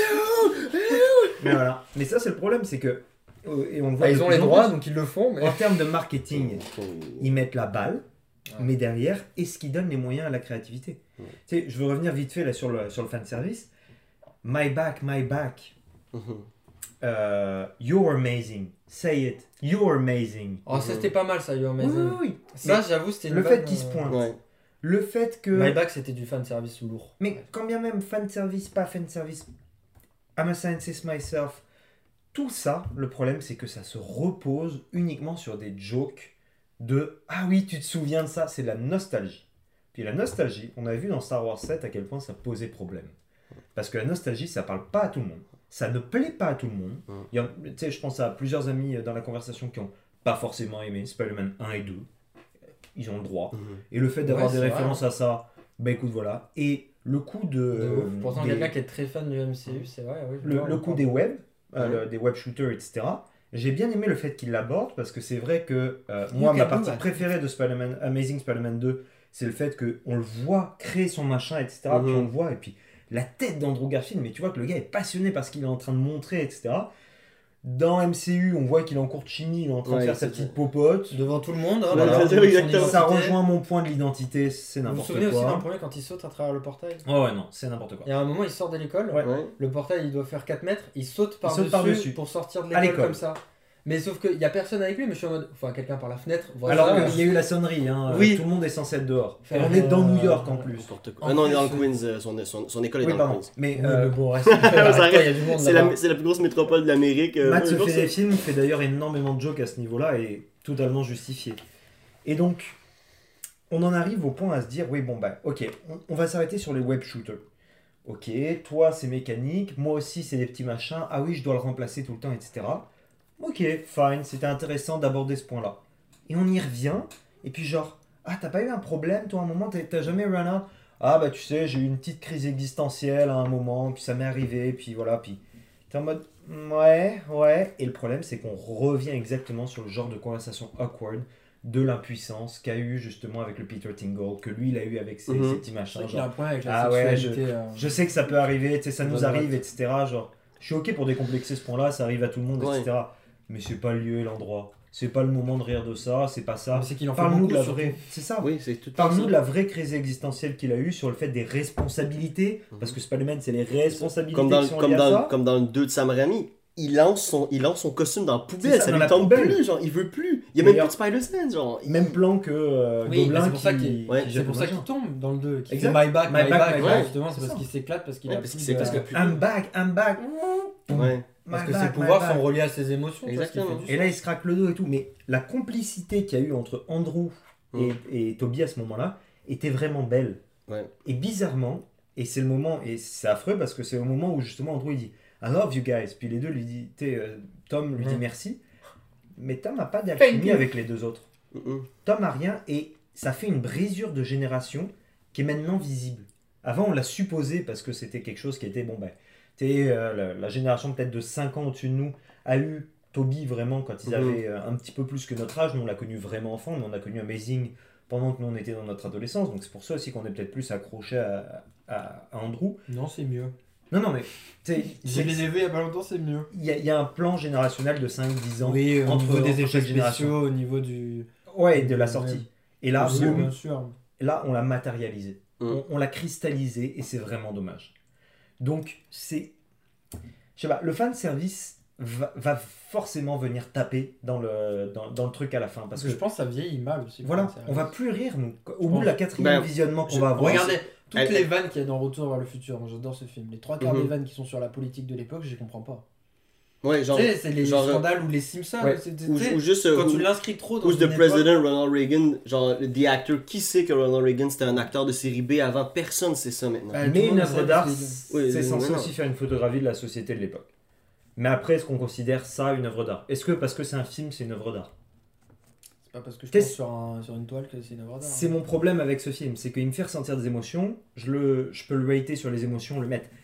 [SPEAKER 3] Mais voilà. Mais ça, c'est le problème, c'est que. Et on le voit
[SPEAKER 2] Bah,
[SPEAKER 3] de
[SPEAKER 2] ils ont
[SPEAKER 3] plus
[SPEAKER 2] les
[SPEAKER 3] en
[SPEAKER 2] droits,
[SPEAKER 3] plus.
[SPEAKER 2] donc ils le font, mais.
[SPEAKER 3] En termes de marketing, ils mettent la balle,
[SPEAKER 2] Ouais.
[SPEAKER 3] mais derrière, est-ce qu'ils donnent les moyens à la créativité?
[SPEAKER 1] Ouais.
[SPEAKER 3] Tu sais, je veux revenir vite fait là, sur le fanservice. My back,
[SPEAKER 1] Mhm.
[SPEAKER 3] you're amazing. Say it. You're amazing.
[SPEAKER 2] Oh, ça c'était pas mal ça, You're
[SPEAKER 3] Oui,
[SPEAKER 2] Amazing.
[SPEAKER 3] oui, oui.
[SPEAKER 2] Ça, j'avoue, c'était une
[SPEAKER 3] Le
[SPEAKER 2] bonne,
[SPEAKER 3] fait qu'il se pointe.
[SPEAKER 1] Ouais.
[SPEAKER 3] Le fait que.
[SPEAKER 2] My Back, c'était du fanservice lourd.
[SPEAKER 3] Mais quand bien même fanservice, pas fanservice, I'm a scientist myself, tout ça, le problème c'est que ça se repose uniquement sur des jokes de ah oui, tu te souviens de ça, c'est de la nostalgie. Puis la nostalgie, on avait vu dans Star Wars 7 à quel point ça posait problème. Parce que la nostalgie, ça parle pas à tout le monde. Ça ne plaît pas à tout le monde.
[SPEAKER 1] Ouais.
[SPEAKER 3] Il y a- tu sais, je pense à plusieurs amis dans la conversation qui ont pas forcément aimé Spider-Man 1 et 2. Ils ont le droit.
[SPEAKER 1] Mhm.
[SPEAKER 3] Et le fait d'avoir
[SPEAKER 2] Ouais,
[SPEAKER 3] des
[SPEAKER 2] c'est
[SPEAKER 3] références à ça, bah écoute, voilà. Et le coup
[SPEAKER 2] De ouf. Pourtant,
[SPEAKER 3] des-
[SPEAKER 2] quelqu'un qui est très fan du MCU, c'est vrai. Oui, je
[SPEAKER 3] le,
[SPEAKER 2] vois,
[SPEAKER 3] le
[SPEAKER 2] on
[SPEAKER 3] coup
[SPEAKER 2] comprend.
[SPEAKER 3] des web,
[SPEAKER 1] Ouais.
[SPEAKER 3] des web shooters, etc. J'ai bien aimé le fait qu'il l'aborde parce que c'est vrai que moi, ma
[SPEAKER 2] can do
[SPEAKER 3] partie
[SPEAKER 2] that.
[SPEAKER 3] préférée de Spider-Man, Amazing Spider-Man 2, c'est le fait qu'on le voit créer son machin, etc.
[SPEAKER 1] Mhm.
[SPEAKER 3] Puis on le voit, et puis la tête d'Andrew Garfield, mais tu vois que le gars est passionné par ce qu'il est en train de montrer, etc. Dans MCU, on voit qu'il est en cours de chimie, il est en train de
[SPEAKER 1] Ouais,
[SPEAKER 3] faire sa
[SPEAKER 1] c'est
[SPEAKER 3] petite
[SPEAKER 1] ça.
[SPEAKER 3] popote.
[SPEAKER 2] Devant tout le monde. Hein,
[SPEAKER 1] Ouais,
[SPEAKER 2] voilà,
[SPEAKER 1] c'est ça,
[SPEAKER 2] son
[SPEAKER 1] exactement.
[SPEAKER 2] identité.
[SPEAKER 3] Ça rejoint mon point de l'identité, c'est
[SPEAKER 2] Vous vous
[SPEAKER 3] n'importe
[SPEAKER 2] souvenez aussi dans le
[SPEAKER 3] quoi.
[SPEAKER 2] premier quand il saute à travers le portail?
[SPEAKER 3] Oh ouais, non, c'est n'importe quoi.
[SPEAKER 2] Il y a un moment, il sort de l'école.
[SPEAKER 3] Ouais.
[SPEAKER 1] Ouais.
[SPEAKER 2] Le portail, il doit faire 4 mètres. Il saute
[SPEAKER 3] saute
[SPEAKER 2] par-dessus
[SPEAKER 3] par-dessus.
[SPEAKER 2] pour sortir de
[SPEAKER 3] À
[SPEAKER 2] l'école
[SPEAKER 3] l'école.
[SPEAKER 2] comme ça. Mais sauf qu'il n'y a personne avec lui, mais je suis en mode. Enfin, quelqu'un par la fenêtre. Voit
[SPEAKER 3] Alors
[SPEAKER 2] ça,
[SPEAKER 3] qu'il y a eu la sonnerie, hein,
[SPEAKER 2] Oui.
[SPEAKER 3] tout le monde est censé être dehors. Et
[SPEAKER 2] Faire,
[SPEAKER 3] on est dans New York en
[SPEAKER 2] euh,
[SPEAKER 3] plus.
[SPEAKER 1] N'importe quoi.
[SPEAKER 2] En
[SPEAKER 1] Ah non, on est dans le
[SPEAKER 2] plus,
[SPEAKER 1] Queens, son école est
[SPEAKER 3] Oui,
[SPEAKER 1] dans
[SPEAKER 3] pardon.
[SPEAKER 1] le Queens.
[SPEAKER 3] Mais
[SPEAKER 2] Oui, mais bon, reste.
[SPEAKER 1] Ça
[SPEAKER 2] Arrête-toi, il y a du monde
[SPEAKER 1] C'est
[SPEAKER 2] là-bas.
[SPEAKER 1] la plus grosse métropole de l'Amérique.
[SPEAKER 3] Matt se
[SPEAKER 1] New York,
[SPEAKER 3] fait des
[SPEAKER 1] ça.
[SPEAKER 3] films, fait d'ailleurs énormément de jokes à ce niveau-là et totalement justifié. Et donc, on en arrive au point à se dire, oui, bon, bah, ok, on va s'arrêter sur les web shooters. Ok, toi, c'est mécanique, moi aussi, c'est des petits machins. Ah oui, je dois le remplacer tout le temps, etc. Ok, fine, c'était intéressant d'aborder ce point-là. Et on y revient, et puis genre, ah, t'as pas eu un problème, toi, à un moment, t'as jamais run out? Ah, bah, tu sais, j'ai eu une petite crise existentielle à un moment, puis ça m'est arrivé, puis voilà, puis t'es en mode, ouais. Et le problème, c'est qu'on revient exactement sur le genre de conversation awkward de l'impuissance qu'a eu justement avec le Peter Tingle, que lui, il a eu avec ses
[SPEAKER 1] Mhm.
[SPEAKER 3] petits
[SPEAKER 2] C'est
[SPEAKER 3] machins.
[SPEAKER 2] vrai qu'il a
[SPEAKER 3] Genre,
[SPEAKER 2] un problème avec la
[SPEAKER 3] Ah ouais,
[SPEAKER 2] sexualité.
[SPEAKER 3] je sais que ça peut arriver, tu sais, ça nous
[SPEAKER 2] Bonne
[SPEAKER 3] arrive,
[SPEAKER 2] note.
[SPEAKER 3] etc. Genre, je suis ok pour décomplexer ce point-là, ça arrive à tout le monde,
[SPEAKER 1] Ouais.
[SPEAKER 3] etc. Mais c'est pas le lieu et l'endroit. C'est pas le moment de rire de ça, c'est pas ça.
[SPEAKER 2] Mais c'est qu'il en fait
[SPEAKER 3] Parle-nous
[SPEAKER 2] beaucoup,
[SPEAKER 3] de la
[SPEAKER 2] surtout.
[SPEAKER 3] vraie. C'est ça.
[SPEAKER 1] Oui, c'est tout.
[SPEAKER 3] Parle-nous
[SPEAKER 1] ça.
[SPEAKER 3] de la vraie crise existentielle qu'il a eue sur le fait des responsabilités, parce que Spider-Man, c'est les responsabilités
[SPEAKER 1] Comme dans,
[SPEAKER 3] qui sont
[SPEAKER 1] comme,
[SPEAKER 3] liées à
[SPEAKER 1] dans,
[SPEAKER 3] ça.
[SPEAKER 1] comme dans le 2 de Sam Raimi, il lance son costume dans la
[SPEAKER 3] C'est
[SPEAKER 1] poubelle,
[SPEAKER 3] ça,
[SPEAKER 1] ça
[SPEAKER 3] dans
[SPEAKER 1] lui
[SPEAKER 3] la
[SPEAKER 1] tente
[SPEAKER 3] poubelle.
[SPEAKER 1] plus, genre, il veut plus. Il y a même
[SPEAKER 3] D'ailleurs-
[SPEAKER 1] plus de Spider-Sense, genre.
[SPEAKER 3] Même plan que
[SPEAKER 2] Oui,
[SPEAKER 3] Gobelin
[SPEAKER 2] mais c'est pour ça
[SPEAKER 3] qui,
[SPEAKER 2] qu'il
[SPEAKER 1] ouais,
[SPEAKER 3] qui
[SPEAKER 2] c'est
[SPEAKER 3] jette
[SPEAKER 2] pour
[SPEAKER 3] le
[SPEAKER 2] ça
[SPEAKER 3] machin.
[SPEAKER 2] qu'il tombe dans le 2. Qui
[SPEAKER 3] Exact.
[SPEAKER 2] fait My Back,
[SPEAKER 3] My
[SPEAKER 2] My
[SPEAKER 3] Back,
[SPEAKER 2] Back.
[SPEAKER 3] My
[SPEAKER 2] Ouais,
[SPEAKER 3] Back.
[SPEAKER 2] justement, c'est
[SPEAKER 3] C'est
[SPEAKER 2] parce
[SPEAKER 3] ça.
[SPEAKER 2] qu'il s'éclate, parce qu'il
[SPEAKER 1] Ouais,
[SPEAKER 2] a
[SPEAKER 1] parce
[SPEAKER 2] plus
[SPEAKER 1] qu'il sait
[SPEAKER 2] de-
[SPEAKER 1] parce que-
[SPEAKER 3] I'm back.
[SPEAKER 1] Ouais.
[SPEAKER 2] Parce
[SPEAKER 3] My
[SPEAKER 2] que
[SPEAKER 3] back,
[SPEAKER 2] ses
[SPEAKER 3] my
[SPEAKER 2] pouvoirs
[SPEAKER 3] back.
[SPEAKER 2] sont reliés à ses émotions. tu vois, ce qui
[SPEAKER 1] Exactement.
[SPEAKER 2] fait du
[SPEAKER 3] Et là,
[SPEAKER 2] sens.
[SPEAKER 3] il se craque le dos et tout. Mais la complicité qu'il y a eu entre Andrew et Toby à ce moment-là était vraiment belle.
[SPEAKER 1] Ouais.
[SPEAKER 3] Et bizarrement, et c'est le moment, et c'est affreux parce que c'est au moment où justement Andrew il dit I love you guys. Puis les deux lui disent, Tom lui dit
[SPEAKER 2] Mhm.
[SPEAKER 3] merci. Mais Tom n'a pas
[SPEAKER 2] Thank
[SPEAKER 3] d'alchimie
[SPEAKER 2] you.
[SPEAKER 3] avec les deux autres.
[SPEAKER 1] Mhm.
[SPEAKER 3] Tom a rien et ça fait une brisure de génération qui est maintenant visible. Avant, on l'a supposé parce que c'était quelque chose qui était, bon, ben, la génération peut-être de 5 ans au-dessus de nous a eu Toby vraiment quand ils
[SPEAKER 1] Mhm.
[SPEAKER 3] avaient un petit peu plus que notre âge. Nous, on l'a connu vraiment enfant, mais on a connu Amazing pendant que nous on était dans notre adolescence, donc c'est pour ça aussi qu'on est peut-être plus accroché à Andrew.
[SPEAKER 2] Non, c'est mieux.
[SPEAKER 3] Non, mais
[SPEAKER 2] Je les ai vus il y a pas longtemps, c'est mieux.
[SPEAKER 3] il y a un plan générationnel de 5-10 ans
[SPEAKER 2] Oui, au niveau des effets
[SPEAKER 3] chaque génération.
[SPEAKER 2] spéciaux, au niveau du...
[SPEAKER 3] Ouais, de la sortie. Et là,
[SPEAKER 2] Oui, bien sûr.
[SPEAKER 3] là, on l'a matérialisé.
[SPEAKER 1] Mm.
[SPEAKER 3] On l'a cristallisé et c'est vraiment dommage. Donc, je sais pas, le fan service va forcément venir taper dans le truc à la fin.
[SPEAKER 2] Parce que je pense que ça vieillit mal aussi.
[SPEAKER 3] Voilà, on va plus rire. Nous. Au bout de la 4e visionnement qu'on va avoir.
[SPEAKER 2] Regardez, toutes
[SPEAKER 1] Elle-
[SPEAKER 2] les vannes qu'il y a dans Retour vers le futur, moi j'adore ce film. Les 3 quarts
[SPEAKER 1] Mhm.
[SPEAKER 2] des vannes qui sont sur la politique de l'époque, je les comprends pas.
[SPEAKER 1] Ouais, genre.
[SPEAKER 2] Tu sais, c'est les
[SPEAKER 1] genre,
[SPEAKER 2] scandales ou les Simpsons.
[SPEAKER 3] Ouais.
[SPEAKER 1] Ou juste.
[SPEAKER 2] Quand tu l'inscris trop dans
[SPEAKER 1] Who's the
[SPEAKER 2] une époque-
[SPEAKER 1] President Ronald Reagan? Genre, The Actor. Qui sait que Ronald Reagan c'était un acteur de série B avant? Personne sait ça maintenant.
[SPEAKER 2] Ouais. Tout
[SPEAKER 3] Mais
[SPEAKER 2] le
[SPEAKER 3] une
[SPEAKER 2] monde
[SPEAKER 3] œuvre
[SPEAKER 2] sait,
[SPEAKER 3] d'art,
[SPEAKER 2] c'est-
[SPEAKER 1] Oui,
[SPEAKER 3] c'est censé
[SPEAKER 1] mais non.
[SPEAKER 3] aussi faire une photographie de la société de l'époque. Mais après, est-ce qu'on considère ça une œuvre d'art? Est-ce que parce que c'est un film, c'est une œuvre d'art?
[SPEAKER 2] C'est pas parce que je
[SPEAKER 3] Qu'est-ce-
[SPEAKER 2] pense sur une toile que c'est une œuvre d'art.
[SPEAKER 3] C'est mon problème avec ce film, c'est qu'il me fait ressentir des émotions. Je peux le rater sur les émotions, le mettre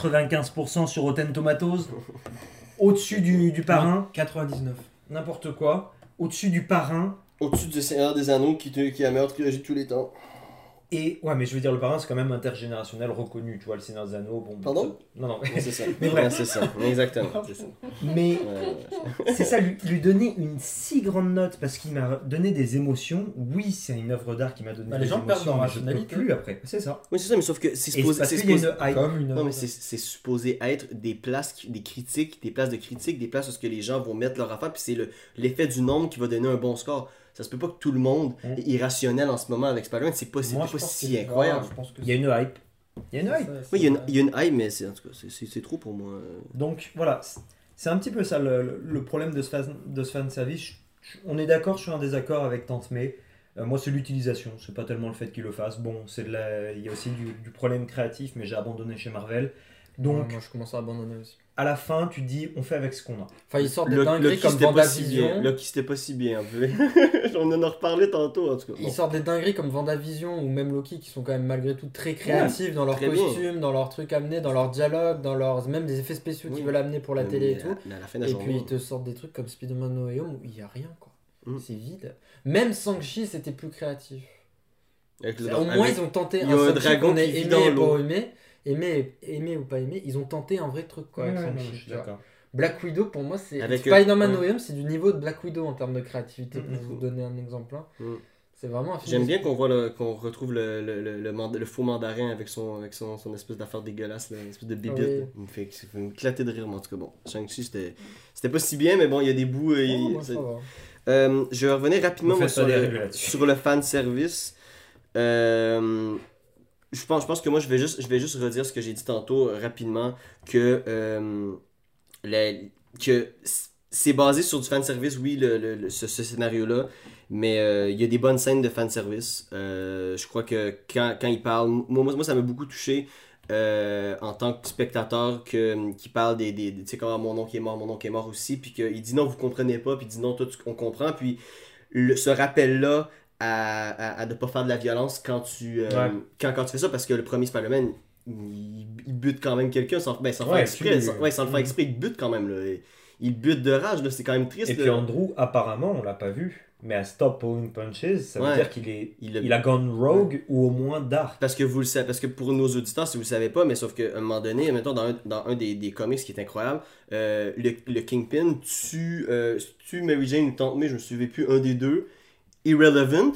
[SPEAKER 3] 95% sur Rotten Tomatoes, au-dessus du parrain,
[SPEAKER 2] 99.
[SPEAKER 3] n'importe quoi, au-dessus du parrain.
[SPEAKER 1] Au-dessus du Seigneur des Anneaux qui est la meilleure trilogie de tous les temps.
[SPEAKER 3] Et ouais, mais je veux dire, le parrain, c'est quand même intergénérationnel reconnu, tu vois, le Seigneur des Anneaux. Bon,
[SPEAKER 1] Pardon?
[SPEAKER 3] ça- Non, non,
[SPEAKER 1] Ouais, c'est ça.
[SPEAKER 3] Mais bref.
[SPEAKER 1] Ouais, c'est ça. Exactement. C'est ça.
[SPEAKER 3] mais
[SPEAKER 1] Ouais.
[SPEAKER 3] c'est ça, lui donner une si grande note parce qu'il m'a donné des émotions. Oui, c'est une œuvre d'art qui m'a donné
[SPEAKER 2] Bah,
[SPEAKER 3] des
[SPEAKER 2] les gens
[SPEAKER 3] émotions.
[SPEAKER 2] perdent en
[SPEAKER 3] mais je peux
[SPEAKER 2] rationalité.
[SPEAKER 3] plus après. C'est ça.
[SPEAKER 1] Oui, c'est ça, mais sauf que c'est
[SPEAKER 3] Et c'est
[SPEAKER 1] supposé.
[SPEAKER 3] parce
[SPEAKER 1] C'est
[SPEAKER 3] qu'il y a
[SPEAKER 1] supposé...
[SPEAKER 3] une hype.
[SPEAKER 2] Comme une œuvre
[SPEAKER 1] Non, mais
[SPEAKER 2] d'art.
[SPEAKER 1] c'est supposé être des places, des critiques, des places de critique, des places où ce que les gens vont mettre leur affaire, puis c'est l'effet du nombre qui va donner un bon score. Ça se peut pas que tout le monde est irrationnel en ce moment avec Spider-Man, c'est pas,
[SPEAKER 2] Moi,
[SPEAKER 1] pas
[SPEAKER 2] je pense
[SPEAKER 1] si
[SPEAKER 2] que-
[SPEAKER 1] incroyable.
[SPEAKER 2] je pense que
[SPEAKER 3] Il y a une hype. Il y a une hype.
[SPEAKER 1] Oui, il y a une hype, mais en tout cas, c'est trop pour moi.
[SPEAKER 3] Donc voilà, c'est un petit peu ça le problème de ce fan service. On est d'accord, je suis en désaccord avec Tante May. Moi, c'est l'utilisation, c'est pas tellement le fait qu'il le fasse. Bon, il y a aussi du problème créatif, mais j'ai abandonné chez Marvel. Donc,
[SPEAKER 2] moi je commence à abandonner aussi.
[SPEAKER 3] à la fin, tu te dis, on fait avec ce qu'on a.
[SPEAKER 2] Enfin, ils sortent des
[SPEAKER 1] Le
[SPEAKER 2] dingueries comme
[SPEAKER 1] c'était pas si bien.
[SPEAKER 2] Vendavision.
[SPEAKER 1] Loki, c'était pas si bien. On en a reparlé tantôt, en tout cas.
[SPEAKER 2] Ils
[SPEAKER 1] Bon.
[SPEAKER 2] sortent des dingueries comme Vendavision ou même Loki qui sont quand même malgré tout très créatifs dans leurs
[SPEAKER 1] très bien.
[SPEAKER 2] costumes, dans leurs trucs amenés, dans leurs dialogues, dans leurs même des effets spéciaux qu'ils
[SPEAKER 1] Oui.
[SPEAKER 2] veulent amener pour la télé et tout.
[SPEAKER 1] Mais à la fin de la
[SPEAKER 2] Et
[SPEAKER 1] journée.
[SPEAKER 2] puis ils te sortent des trucs comme Spider-Man No Way Home où il y a rien quoi.
[SPEAKER 1] Mm.
[SPEAKER 2] C'est vide. Même Shang-Chi c'était plus créatif.
[SPEAKER 1] avec le-
[SPEAKER 2] Au moins
[SPEAKER 1] avec-
[SPEAKER 2] ils ont tenté
[SPEAKER 1] il y a un
[SPEAKER 2] Shang-Chi
[SPEAKER 1] dragon
[SPEAKER 2] qu'on
[SPEAKER 1] qui
[SPEAKER 2] ait
[SPEAKER 1] vit
[SPEAKER 2] aimé
[SPEAKER 1] dans
[SPEAKER 2] et
[SPEAKER 1] l'eau.
[SPEAKER 2] pas aimé ou pas aimé, ils ont tenté un vrai truc quoi. avec Shang-Chi,
[SPEAKER 3] je suis
[SPEAKER 2] tu vois.
[SPEAKER 3] d'accord.
[SPEAKER 2] Black Widow pour moi c'est
[SPEAKER 1] Avec,
[SPEAKER 2] Spider-Man
[SPEAKER 1] ouais.
[SPEAKER 2] No Way Home c'est du niveau de Black Widow en termes de créativité pour
[SPEAKER 1] Mm.
[SPEAKER 2] vous donner un exemple. Hein.
[SPEAKER 1] Mm.
[SPEAKER 2] C'est vraiment un film.
[SPEAKER 1] J'aime bien qu'on retrouve le faux mandarin avec son espèce d'affaire dégueulasse, là, une espèce de bébite.
[SPEAKER 2] Oui.
[SPEAKER 1] Là. Ça fait m'éclater de rire, mais en tout cas, bon. Shang-Chi, c'était pas si bien, mais bon, il y a des bouts.
[SPEAKER 2] Oh, moi, ça va.
[SPEAKER 1] Je vais revenir rapidement
[SPEAKER 3] Vous
[SPEAKER 1] moi,
[SPEAKER 3] faites pas des règles là-dessus.
[SPEAKER 1] sur le fan service. Je pense que moi, je vais juste redire ce que j'ai dit tantôt rapidement, que c'est basé sur du fan service, oui, ce scénario-là, mais il y a des bonnes scènes de fan service. Je crois que quand il parle, moi ça m'a beaucoup touché. En tant que spectateur qui parle tu sais, comment mon oncle est mort aussi, puis qu'il dit non, vous comprenez pas, puis il dit non, toi, on comprend, puis ce rappel-là à ne pas faire de la violence quand tu fais ça, parce que le premier Spider-Man, il bute quand même quelqu'un sans le faire exprès, sans le faire exprès, il bute quand même, là. Il bute de rage, là, c'est quand même triste.
[SPEAKER 3] Et puis Andrew, apparemment, on l'a pas vu, mais à Stop Pulling Punches, ça veut
[SPEAKER 1] Ouais.
[SPEAKER 3] dire qu'il a gone rogue ou au moins dark.
[SPEAKER 1] Parce que vous le savez, parce que pour nos auditeurs, si vous le savez pas, mais sauf qu'à un moment donné, mettons dans un des comics qui est incroyable, le Kingpin tue Mary Jane ou Tante May, je me souviens plus, un des deux, Irrelevant.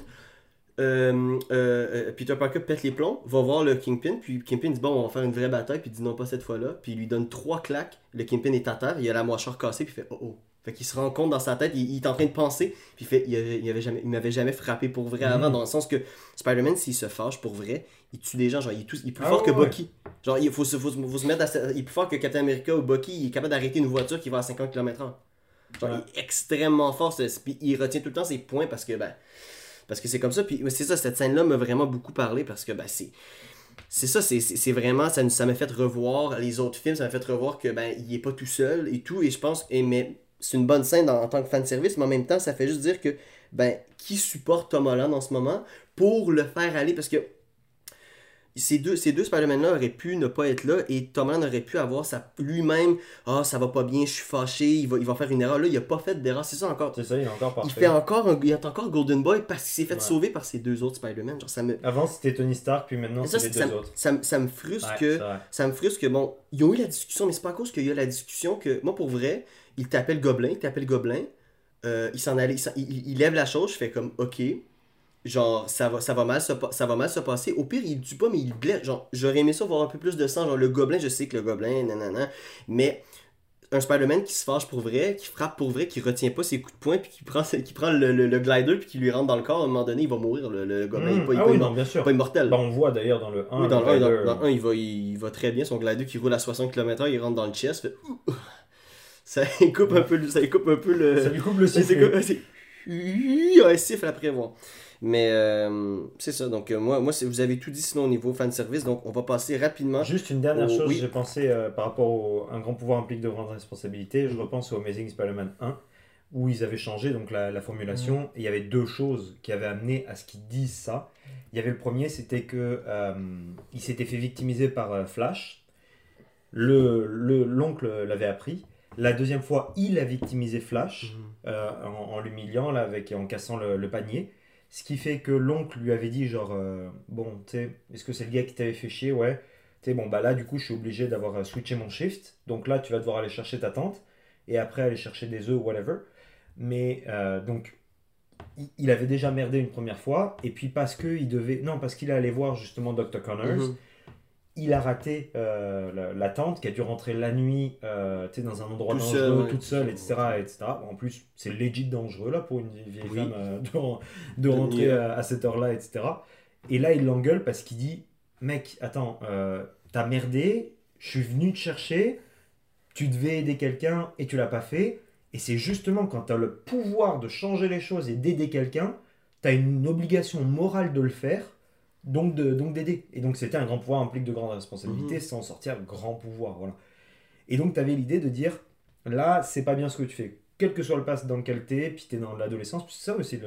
[SPEAKER 1] Peter Parker pète les plombs, va voir le Kingpin, puis Kingpin dit bon, on va faire une vraie bataille, puis il dit non, pas cette fois-là, puis il lui donne 3 claques, le Kingpin est à terre, il a la mâchoire cassée, puis il fait oh oh. Fait qu'il se rend compte dans sa tête, il est en train de penser, puis il fait il m'avait jamais frappé pour vrai avant, dans le sens que Spider-Man, s'il se fâche pour vrai, il tue des gens, genre il est plus fort que Bucky. Genre il faut se mettre il est plus fort que Captain America ou Bucky, il est capable d'arrêter une voiture qui va à 50 km/h. Genre il est extrêmement fort, puis il retient tout le temps ses points parce que c'est comme ça, puis c'est ça, cette scène-là m'a vraiment beaucoup parlé parce que c'est ça, c'est vraiment, ça m'a fait revoir les autres films, ça m'a fait revoir que il est pas tout seul et tout, et je pense, mais c'est une bonne scène en tant que fan service, mais en même temps, ça fait juste dire que, qui supporte Tom Holland en ce moment pour le faire aller, parce que ces deux Spider-Man-là auraient pu ne pas être là et Tom Holland aurait pu avoir lui-même, ça va pas bien, je suis fâché, il va faire une erreur. Là, il a pas fait d'erreur, c'est ça encore.
[SPEAKER 3] C'est ça, il est encore parfait.
[SPEAKER 1] Il est encore Golden Boy parce qu'il s'est fait sauver par ces deux autres Spider-Man. Genre,
[SPEAKER 3] Avant, c'était Tony Stark, puis maintenant, c'est les deux autres.
[SPEAKER 1] Ça me frustre que, bon, ils ont eu la discussion, mais c'est pas à cause qu'il y a la discussion que, moi, pour vrai, il t'appelle Gobelin, il s'en allait, il lève la chose, je fais comme, ok. Genre, ça va mal se passer. Au pire, il tue pas, mais il blesse. Genre, j'aurais aimé ça voir un peu plus de sang. Genre, le gobelin, je sais que le gobelin, nanana. Mais un Spider-Man qui se fâche pour vrai, qui frappe pour vrai, qui retient pas ses coups de poing, puis qui prend le glider, puis qui lui rentre dans le corps, à un moment donné, il va mourir. Le gobelin,
[SPEAKER 3] bien sûr.
[SPEAKER 1] Pas immortel.
[SPEAKER 3] Bah, on voit d'ailleurs dans le 1.
[SPEAKER 1] Oui, dans le 1, il va très bien. Son glider qui roule à 60 km/h, il rentre dans le chest. Fait... Ça coupe un peu le.
[SPEAKER 3] Ça lui coupe le sifflet.
[SPEAKER 1] Un siffle après voir. Mais c'est ça, donc moi vous avez tout dit sinon au niveau fanservice, donc on va passer rapidement.
[SPEAKER 3] Juste une dernière chose, j'ai pensé par rapport un grand pouvoir implique de grandes responsabilités, je repense au Amazing Spider-Man 1, où ils avaient changé donc la formulation, et il y avait deux choses qui avaient amené à ce qu'ils disent ça. Il y avait le premier, c'était que il s'était fait victimiser par Flash, l'oncle l'avait appris. La deuxième fois, il a victimisé Flash en l'humiliant, là, en cassant le panier. Ce qui fait que l'oncle lui avait dit genre, bon, tu sais, est-ce que c'est le gars qui t'avait fait chier? Ouais. Tu sais, bon, bah là, du coup, je suis obligé d'avoir switché mon shift. Donc là, tu vas devoir aller chercher ta tante. Et après, aller chercher des œufs, whatever. Mais, donc, il avait déjà merdé une première fois. Et puis, parce qu'il allait voir justement Dr. Connors. Il a raté la tante qui a dû rentrer la nuit dans un endroit dangereux, toute seule, etc., etc. En plus, c'est legit dangereux là pour une vieille femme de rentrer à cette heure-là, etc. Et là, il l'engueule parce qu'il dit mec, attends, t'as merdé, je suis venu te chercher, tu devais aider quelqu'un et tu l'as pas fait. Et c'est justement quand t'as le pouvoir de changer les choses et d'aider quelqu'un, t'as une obligation morale de le faire. Donc d'aider. Et donc c'était un grand pouvoir implique de grandes responsabilités, sans sortir grand pouvoir. Voilà. Et donc tu avais l'idée de dire, là, c'est pas bien ce que tu fais. Quel que soit le pass dans lequel tu es, puis tu es dans l'adolescence, c'est ça aussi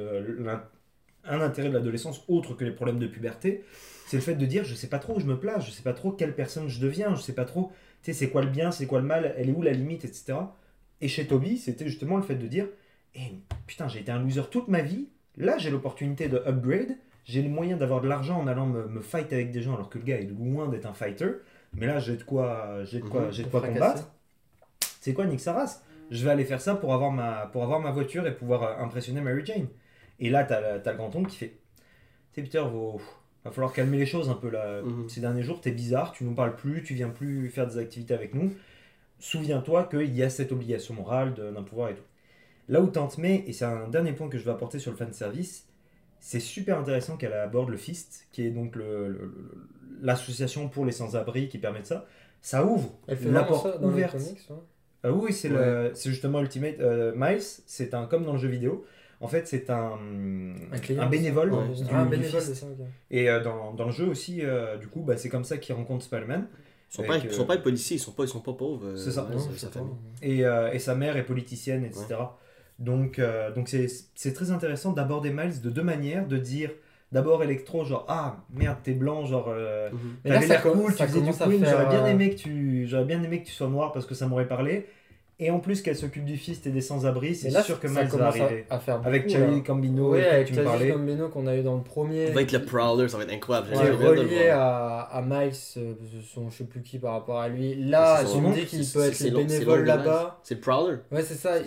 [SPEAKER 3] un intérêt de l'adolescence, autre que les problèmes de puberté, c'est le fait de dire, je sais pas trop où je me place, je sais pas trop quelle personne je deviens, je sais pas trop, tu sais, c'est quoi le bien, c'est quoi le mal, elle est où la limite, etc. Et chez Toby, c'était justement le fait de dire, putain, j'ai été un loser toute ma vie, là j'ai l'opportunité de upgrade. J'ai le moyen d'avoir de l'argent en allant me fight avec des gens alors que le gars est loin d'être un fighter. Mais là, j'ai de quoi combattre. C'est quoi, nique sa race? Je vais aller faire ça pour avoir ma voiture et pouvoir impressionner Mary Jane. Et là, t'as le grand-oncle qui fait... Tu sais, Peter, va falloir calmer les choses un peu là. Ces derniers jours, t'es bizarre, tu nous parles plus, tu viens plus faire des activités avec nous. Souviens-toi qu'il y a cette obligation morale d'un pouvoir et tout. Là où Tante May, et c'est un dernier point que je vais apporter sur le fanservice, c'est super intéressant qu'elle aborde le FIST, qui est donc l'association pour les sans-abri qui permet de ça. Ça ouvre la porte ouverte. Oui, c'est justement Ultimate Miles, c'est comme dans le jeu vidéo. En fait, c'est un bénévole du FIST. Ça, okay. Et dans le jeu aussi, du coup, c'est comme ça qu'il rencontre Spider-Man.
[SPEAKER 1] Ils sont pas policiers, ils sont pas pauvres.
[SPEAKER 3] C'est ça. Sa famille. Et sa mère est politicienne, etc. Ouais. Donc c'est très intéressant d'aborder Miles de deux manières, de dire d'abord Electro genre merde t'es blanc, genre t'avais l'air cool, tu faisais du Queen, j'aurais bien aimé que tu sois noir parce que ça m'aurait parlé. Et en plus qu'elle s'occupe du fist et des sans-abri, c'est sûr que Miles va arriver. Avec Charlie Gambino,
[SPEAKER 2] avec Charlie Gambino qu'on a eu dans le premier.
[SPEAKER 1] Ça va être le Prowler, ça va être incroyable.
[SPEAKER 2] Qui est relié à Miles, je sais plus qui par rapport à lui. Là, tu me dis qu'il peut être bénévole là-bas.
[SPEAKER 1] C'est le Prowler.
[SPEAKER 2] Ouais, c'est ça.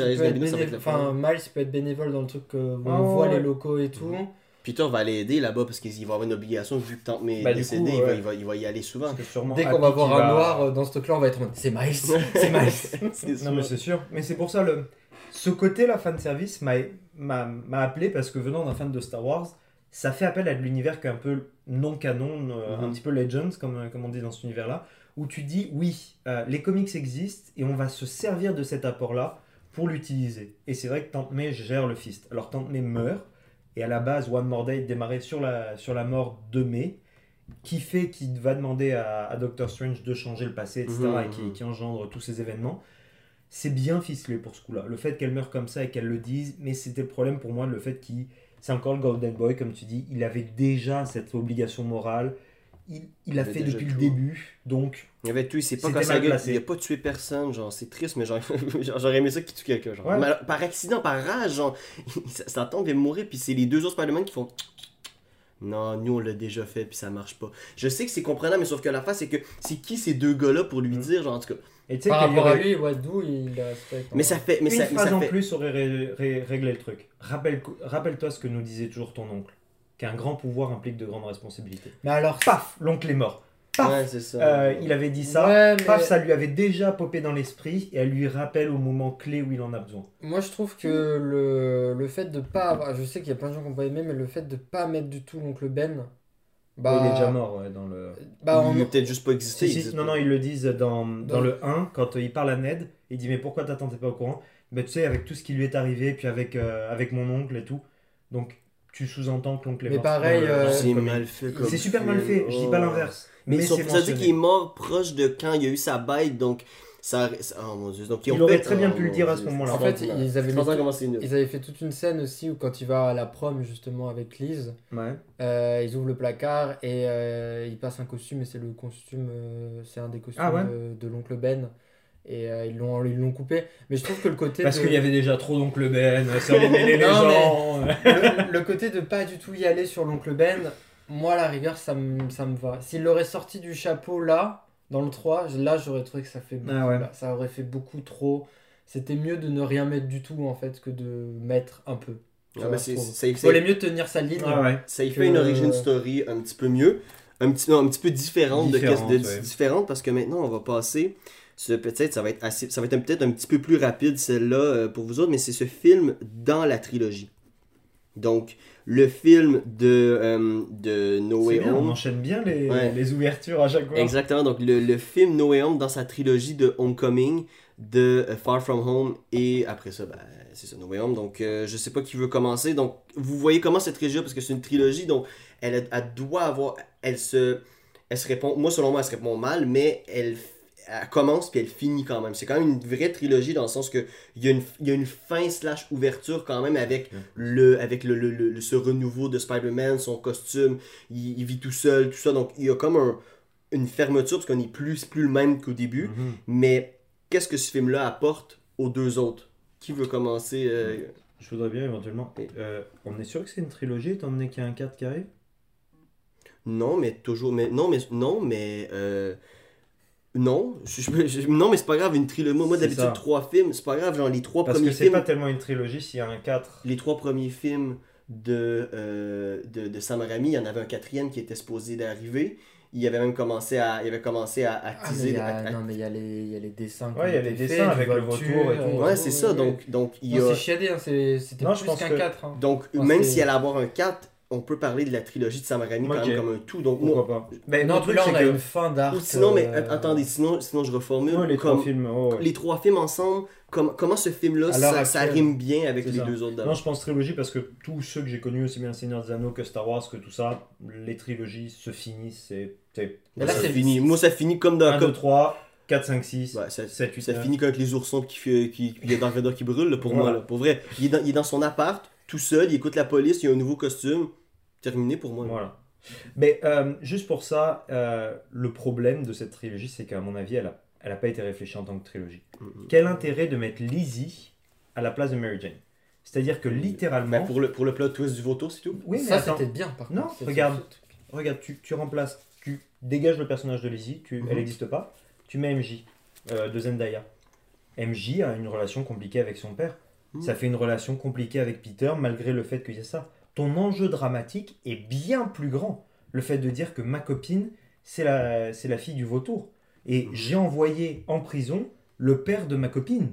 [SPEAKER 2] Miles peut être bénévole dans le truc où on voit les locaux et tout.
[SPEAKER 1] Peter va aller aider là-bas parce qu'il va avoir une obligation vu que Tante May est décédée, il va y aller souvent.
[SPEAKER 2] Dès qu'on va voir un noir dans ce truc-là, on va être en mode c'est Miles, c'est Miles.
[SPEAKER 3] Non mais c'est sûr, mais c'est pour ça ce côté-là fanservice m'a appelé parce que venant d'un fan de Star Wars, ça fait appel à de l'univers qui est un peu non canon, un petit peu Legends comme on dit dans cet univers-là, où tu dis oui, les comics existent et on va se servir de cet apport-là pour l'utiliser. Et c'est vrai que Tante May gère le fist. Alors Tante May meurt. Et à la base, One More Day démarrait sur la mort de May, qui fait qu'il va demander à Doctor Strange de changer le passé, etc., et qui engendre tous ces événements. C'est bien ficelé pour ce coup-là. Le fait qu'elle meure comme ça et qu'elle le dise, mais c'était le problème pour moi, le fait c'est encore le Golden Boy, comme tu dis, il avait déjà cette obligation morale, il a
[SPEAKER 1] avait
[SPEAKER 3] fait
[SPEAKER 1] déjà
[SPEAKER 3] depuis
[SPEAKER 1] tout.
[SPEAKER 3] le début, donc
[SPEAKER 1] Il y avait tout, il s'est pas
[SPEAKER 3] C'était
[SPEAKER 1] cassé la
[SPEAKER 3] mal
[SPEAKER 1] gueule,
[SPEAKER 3] placé.
[SPEAKER 1] il a pas tué personne, genre c'est triste, mais genre, j'aurais aimé ça qu'il tue quelqu'un, genre.
[SPEAKER 3] Ouais.
[SPEAKER 1] Mais alors, par accident, par rage, genre, ça tombe, il va mourir, puis c'est les deux autres Spider-Man qui font. Non, nous on l'a déjà fait, puis ça marche pas. Je sais que c'est comprenable, mais sauf que la face, c'est que c'est qui ces deux gars-là pour lui dire, genre, en tout cas.
[SPEAKER 3] et tu sais
[SPEAKER 2] Par
[SPEAKER 3] qu'il y
[SPEAKER 2] rapport à
[SPEAKER 3] aurait-
[SPEAKER 2] lui, Wadou, il le respecte.
[SPEAKER 1] Mais ça fait. Mais
[SPEAKER 3] une
[SPEAKER 1] ça, mais
[SPEAKER 3] phrase
[SPEAKER 1] ça
[SPEAKER 3] en
[SPEAKER 1] fait.
[SPEAKER 3] plus aurait réglé le truc. Rappelle-toi ce que nous disait toujours ton oncle, qu'un grand pouvoir implique de grandes responsabilités.
[SPEAKER 2] Mais alors,
[SPEAKER 3] Paf, l'oncle est mort. Paf,
[SPEAKER 1] Ouais, c'est ça.
[SPEAKER 3] il avait dit ça.
[SPEAKER 2] Ouais, mais-
[SPEAKER 3] Paf, ça lui avait déjà popé dans l'esprit et elle lui rappelle au moment clé où il en a besoin.
[SPEAKER 2] moi je trouve que le fait de pas avoir. Je sais qu'il y a plein de gens qui n'ont pas aimé, mais le fait de pas mettre du tout l'oncle Ben. Bah,
[SPEAKER 3] il est déjà mort ouais, dans le.
[SPEAKER 2] Bah,
[SPEAKER 1] il
[SPEAKER 2] on...
[SPEAKER 1] a peut-être juste pas existé.
[SPEAKER 3] Si,
[SPEAKER 1] il
[SPEAKER 3] si,
[SPEAKER 1] existe
[SPEAKER 3] non,
[SPEAKER 1] pas.
[SPEAKER 3] non, ils le disent dans le 1, quand il parle à Ned, il dit mais pourquoi ta tante n'est pas au courant? Bah tu sais, avec tout ce qui lui est arrivé, puis avec mon oncle et tout. Donc tu sous-entends que l'oncle est
[SPEAKER 2] Mais
[SPEAKER 3] mort.
[SPEAKER 2] pareil,
[SPEAKER 3] dans le
[SPEAKER 1] C'est
[SPEAKER 3] comic.
[SPEAKER 1] mal fait comme
[SPEAKER 3] C'est super mal
[SPEAKER 1] film.
[SPEAKER 3] fait, je dis pas
[SPEAKER 1] Oh.
[SPEAKER 3] l'inverse.
[SPEAKER 1] Mais ils sont
[SPEAKER 3] c'est
[SPEAKER 1] ça dit
[SPEAKER 3] mentionné.
[SPEAKER 1] qu'il est mort proche de quand il y a eu sa bête, donc ça. Oh mon dieu. Donc, ils ont
[SPEAKER 3] Il aurait
[SPEAKER 1] fait-
[SPEAKER 3] très bien pu le
[SPEAKER 1] mon
[SPEAKER 3] dire à
[SPEAKER 1] Dieu,
[SPEAKER 3] ce moment-là.
[SPEAKER 1] c'est
[SPEAKER 2] En fait,
[SPEAKER 1] extraordinaire.
[SPEAKER 2] ils avaient
[SPEAKER 1] C'est
[SPEAKER 2] mis-
[SPEAKER 1] extraordinaire comment c'est nul.
[SPEAKER 2] Ils avaient fait toute une scène aussi où quand il va à la prom justement avec Liz,
[SPEAKER 3] Ouais.
[SPEAKER 2] ils ouvrent le placard et il passe un costume et c'est le costume, c'est un des costumes
[SPEAKER 3] Ah ouais
[SPEAKER 2] de l'oncle Ben et ils l'ont coupé. Mais je trouve que le côté
[SPEAKER 3] Parce
[SPEAKER 2] de...
[SPEAKER 3] qu'il y avait déjà trop d'oncle Ben, ça allait mêler les
[SPEAKER 2] Non,
[SPEAKER 3] gens.
[SPEAKER 2] le côté de pas du tout y aller sur l'oncle Ben, moi à la rigueur ça me va. S'il l'aurait sorti du chapeau là, dans le 3, là j'aurais trouvé que ça fait beaucoup,
[SPEAKER 3] Ah ouais.
[SPEAKER 2] là. Ça aurait fait beaucoup trop. C'était mieux de ne rien mettre du tout en fait que de mettre un peu.
[SPEAKER 1] Ah, mais c'est- ça y
[SPEAKER 2] Il
[SPEAKER 1] fait-
[SPEAKER 2] valait mieux tenir sa ligne.
[SPEAKER 3] Ah ouais.
[SPEAKER 1] Ça y
[SPEAKER 2] que-
[SPEAKER 1] fait une origin story un petit peu mieux, un petit peu différente,
[SPEAKER 3] Différente, ouais.
[SPEAKER 1] différente parce que maintenant on va passer. Peut-être ça va être peut-être un petit peu plus rapide celle-là pour vous autres, mais c'est ce film dans la trilogie. Donc le film de No
[SPEAKER 3] C'est
[SPEAKER 1] Way
[SPEAKER 3] bien, on
[SPEAKER 1] Home.
[SPEAKER 3] enchaîne bien
[SPEAKER 1] Ouais.
[SPEAKER 3] les ouvertures à chaque fois.
[SPEAKER 1] Exactement, donc le film No Way Home dans sa trilogie de Homecoming, de Far From Home et après ça, c'est ça, No Way Home. Donc je sais pas qui veut commencer. Donc vous voyez comment cette trilogie, parce que c'est une trilogie, donc elle doit avoir, elle se répond, moi selon moi elle se répond mal, mais elle commence puis elle finit quand même. C'est quand même une vraie trilogie dans le sens que il y a une fin / ouverture quand même avec ce renouveau de Spider-Man, son costume, il vit tout seul, tout ça. Donc il y a comme une fermeture parce qu'on n'est plus le même qu'au début.
[SPEAKER 3] Mhm.
[SPEAKER 1] Mais qu'est-ce que ce film-là apporte aux deux autres? Qui veut commencer?
[SPEAKER 3] Je voudrais bien éventuellement. On est sûr que c'est une trilogie étant donné qu'il y a un 4 qui arrive?
[SPEAKER 1] Non, mais toujours. Non, mais non, mais c'est pas grave, une trilogie. Moi
[SPEAKER 3] C'est
[SPEAKER 1] d'habitude,
[SPEAKER 3] ça.
[SPEAKER 1] 3 films, c'est pas grave, genre les 3
[SPEAKER 3] Parce
[SPEAKER 1] premiers
[SPEAKER 3] que c'est
[SPEAKER 1] films.
[SPEAKER 3] pas tellement une trilogie s'il y a un 4.
[SPEAKER 1] Les 3 premiers films de Sam Raimi, il y en avait un 4e qui était supposé d'arriver. Il avait même commencé à
[SPEAKER 2] Ah, mais
[SPEAKER 1] teaser.
[SPEAKER 2] non, mais il y a les dessins. qui
[SPEAKER 3] Ouais, il y a
[SPEAKER 2] ont
[SPEAKER 3] les
[SPEAKER 2] été
[SPEAKER 3] dessins
[SPEAKER 2] faits,
[SPEAKER 3] avec
[SPEAKER 2] du
[SPEAKER 3] le
[SPEAKER 2] Vulture,
[SPEAKER 3] vautour et tout.
[SPEAKER 1] Ouais, c'est ça. Donc il y
[SPEAKER 2] Non,
[SPEAKER 1] a.
[SPEAKER 2] c'est chiadé, hein, c'était
[SPEAKER 3] Non, je
[SPEAKER 2] plus
[SPEAKER 3] pense
[SPEAKER 2] qu'un
[SPEAKER 3] que-
[SPEAKER 2] 4. Hein.
[SPEAKER 1] Donc,
[SPEAKER 2] Enfin,
[SPEAKER 1] même
[SPEAKER 2] c'est-
[SPEAKER 1] s'il allait avoir un 4, on peut parler de la trilogie de Sam Raimi quand
[SPEAKER 3] Ok.
[SPEAKER 1] même comme un tout. Donc,
[SPEAKER 3] Pourquoi pas? Mais
[SPEAKER 2] Non,
[SPEAKER 3] le
[SPEAKER 2] puis
[SPEAKER 3] truc,
[SPEAKER 2] là
[SPEAKER 3] c'est
[SPEAKER 2] on a
[SPEAKER 3] que-
[SPEAKER 2] une fin d'arc.
[SPEAKER 1] ou sinon, mais attendez, sinon je reformule.
[SPEAKER 3] Ouais, les
[SPEAKER 1] comme
[SPEAKER 3] 3 films. oh, ouais.
[SPEAKER 1] les 3 films ensemble, comment ce film-là,
[SPEAKER 2] À l'heure
[SPEAKER 1] ça
[SPEAKER 2] actuelle.
[SPEAKER 1] rime bien avec
[SPEAKER 3] C'est
[SPEAKER 1] les
[SPEAKER 3] ça.
[SPEAKER 1] deux autres
[SPEAKER 3] Non,
[SPEAKER 1] d'avant.
[SPEAKER 3] je pense trilogie parce que tous ceux que j'ai connus, aussi bien le Seigneur des Anneaux que Star Wars, que tout ça, les trilogies se finissent. C'est
[SPEAKER 2] Mais là,
[SPEAKER 1] ça
[SPEAKER 2] c'est-
[SPEAKER 1] finit. Moi, ça finit comme dans.
[SPEAKER 3] 1, 2, 3, 4, 5, 6,
[SPEAKER 1] Ouais, ça
[SPEAKER 3] 7, 8,
[SPEAKER 1] ça
[SPEAKER 3] 9.
[SPEAKER 1] finit comme avec les oursons qui il y a Darth Vader qui brûle, là, pour
[SPEAKER 3] Voilà.
[SPEAKER 1] moi. Là. Pour vrai, il est dans son appart, tout seul, il écoute la police, il y a un nouveau costume. Terminé pour moi. là.
[SPEAKER 3] Voilà. Mais juste pour ça, le problème de cette trilogie, c'est qu'à mon avis, elle a pas été réfléchie en tant que trilogie.
[SPEAKER 1] Mhm.
[SPEAKER 3] Quel intérêt de mettre Lizzie à la place de Mary Jane? C'est-à-dire que littéralement...
[SPEAKER 1] Ben, pour le plot twist du vautour, c'est tout.
[SPEAKER 3] Oui, mais
[SPEAKER 2] Ça
[SPEAKER 3] attends.
[SPEAKER 2] c'était bien par
[SPEAKER 3] Non,
[SPEAKER 2] contre. C'était-
[SPEAKER 3] regarde. Regarde, tu remplaces, tu dégages le personnage de Lizzie,
[SPEAKER 1] Mhm.
[SPEAKER 3] elle n'existe pas, tu mets MJ de Zendaya. MJ a une relation compliquée avec son père.
[SPEAKER 1] Mhm.
[SPEAKER 3] Ça fait une relation compliquée avec Peter malgré le fait qu'il y a ça. Ton enjeu dramatique est bien plus grand. Le fait de dire que ma copine, c'est la fille du vautour. Et
[SPEAKER 1] Mhm.
[SPEAKER 3] j'ai envoyé en prison le père de ma copine.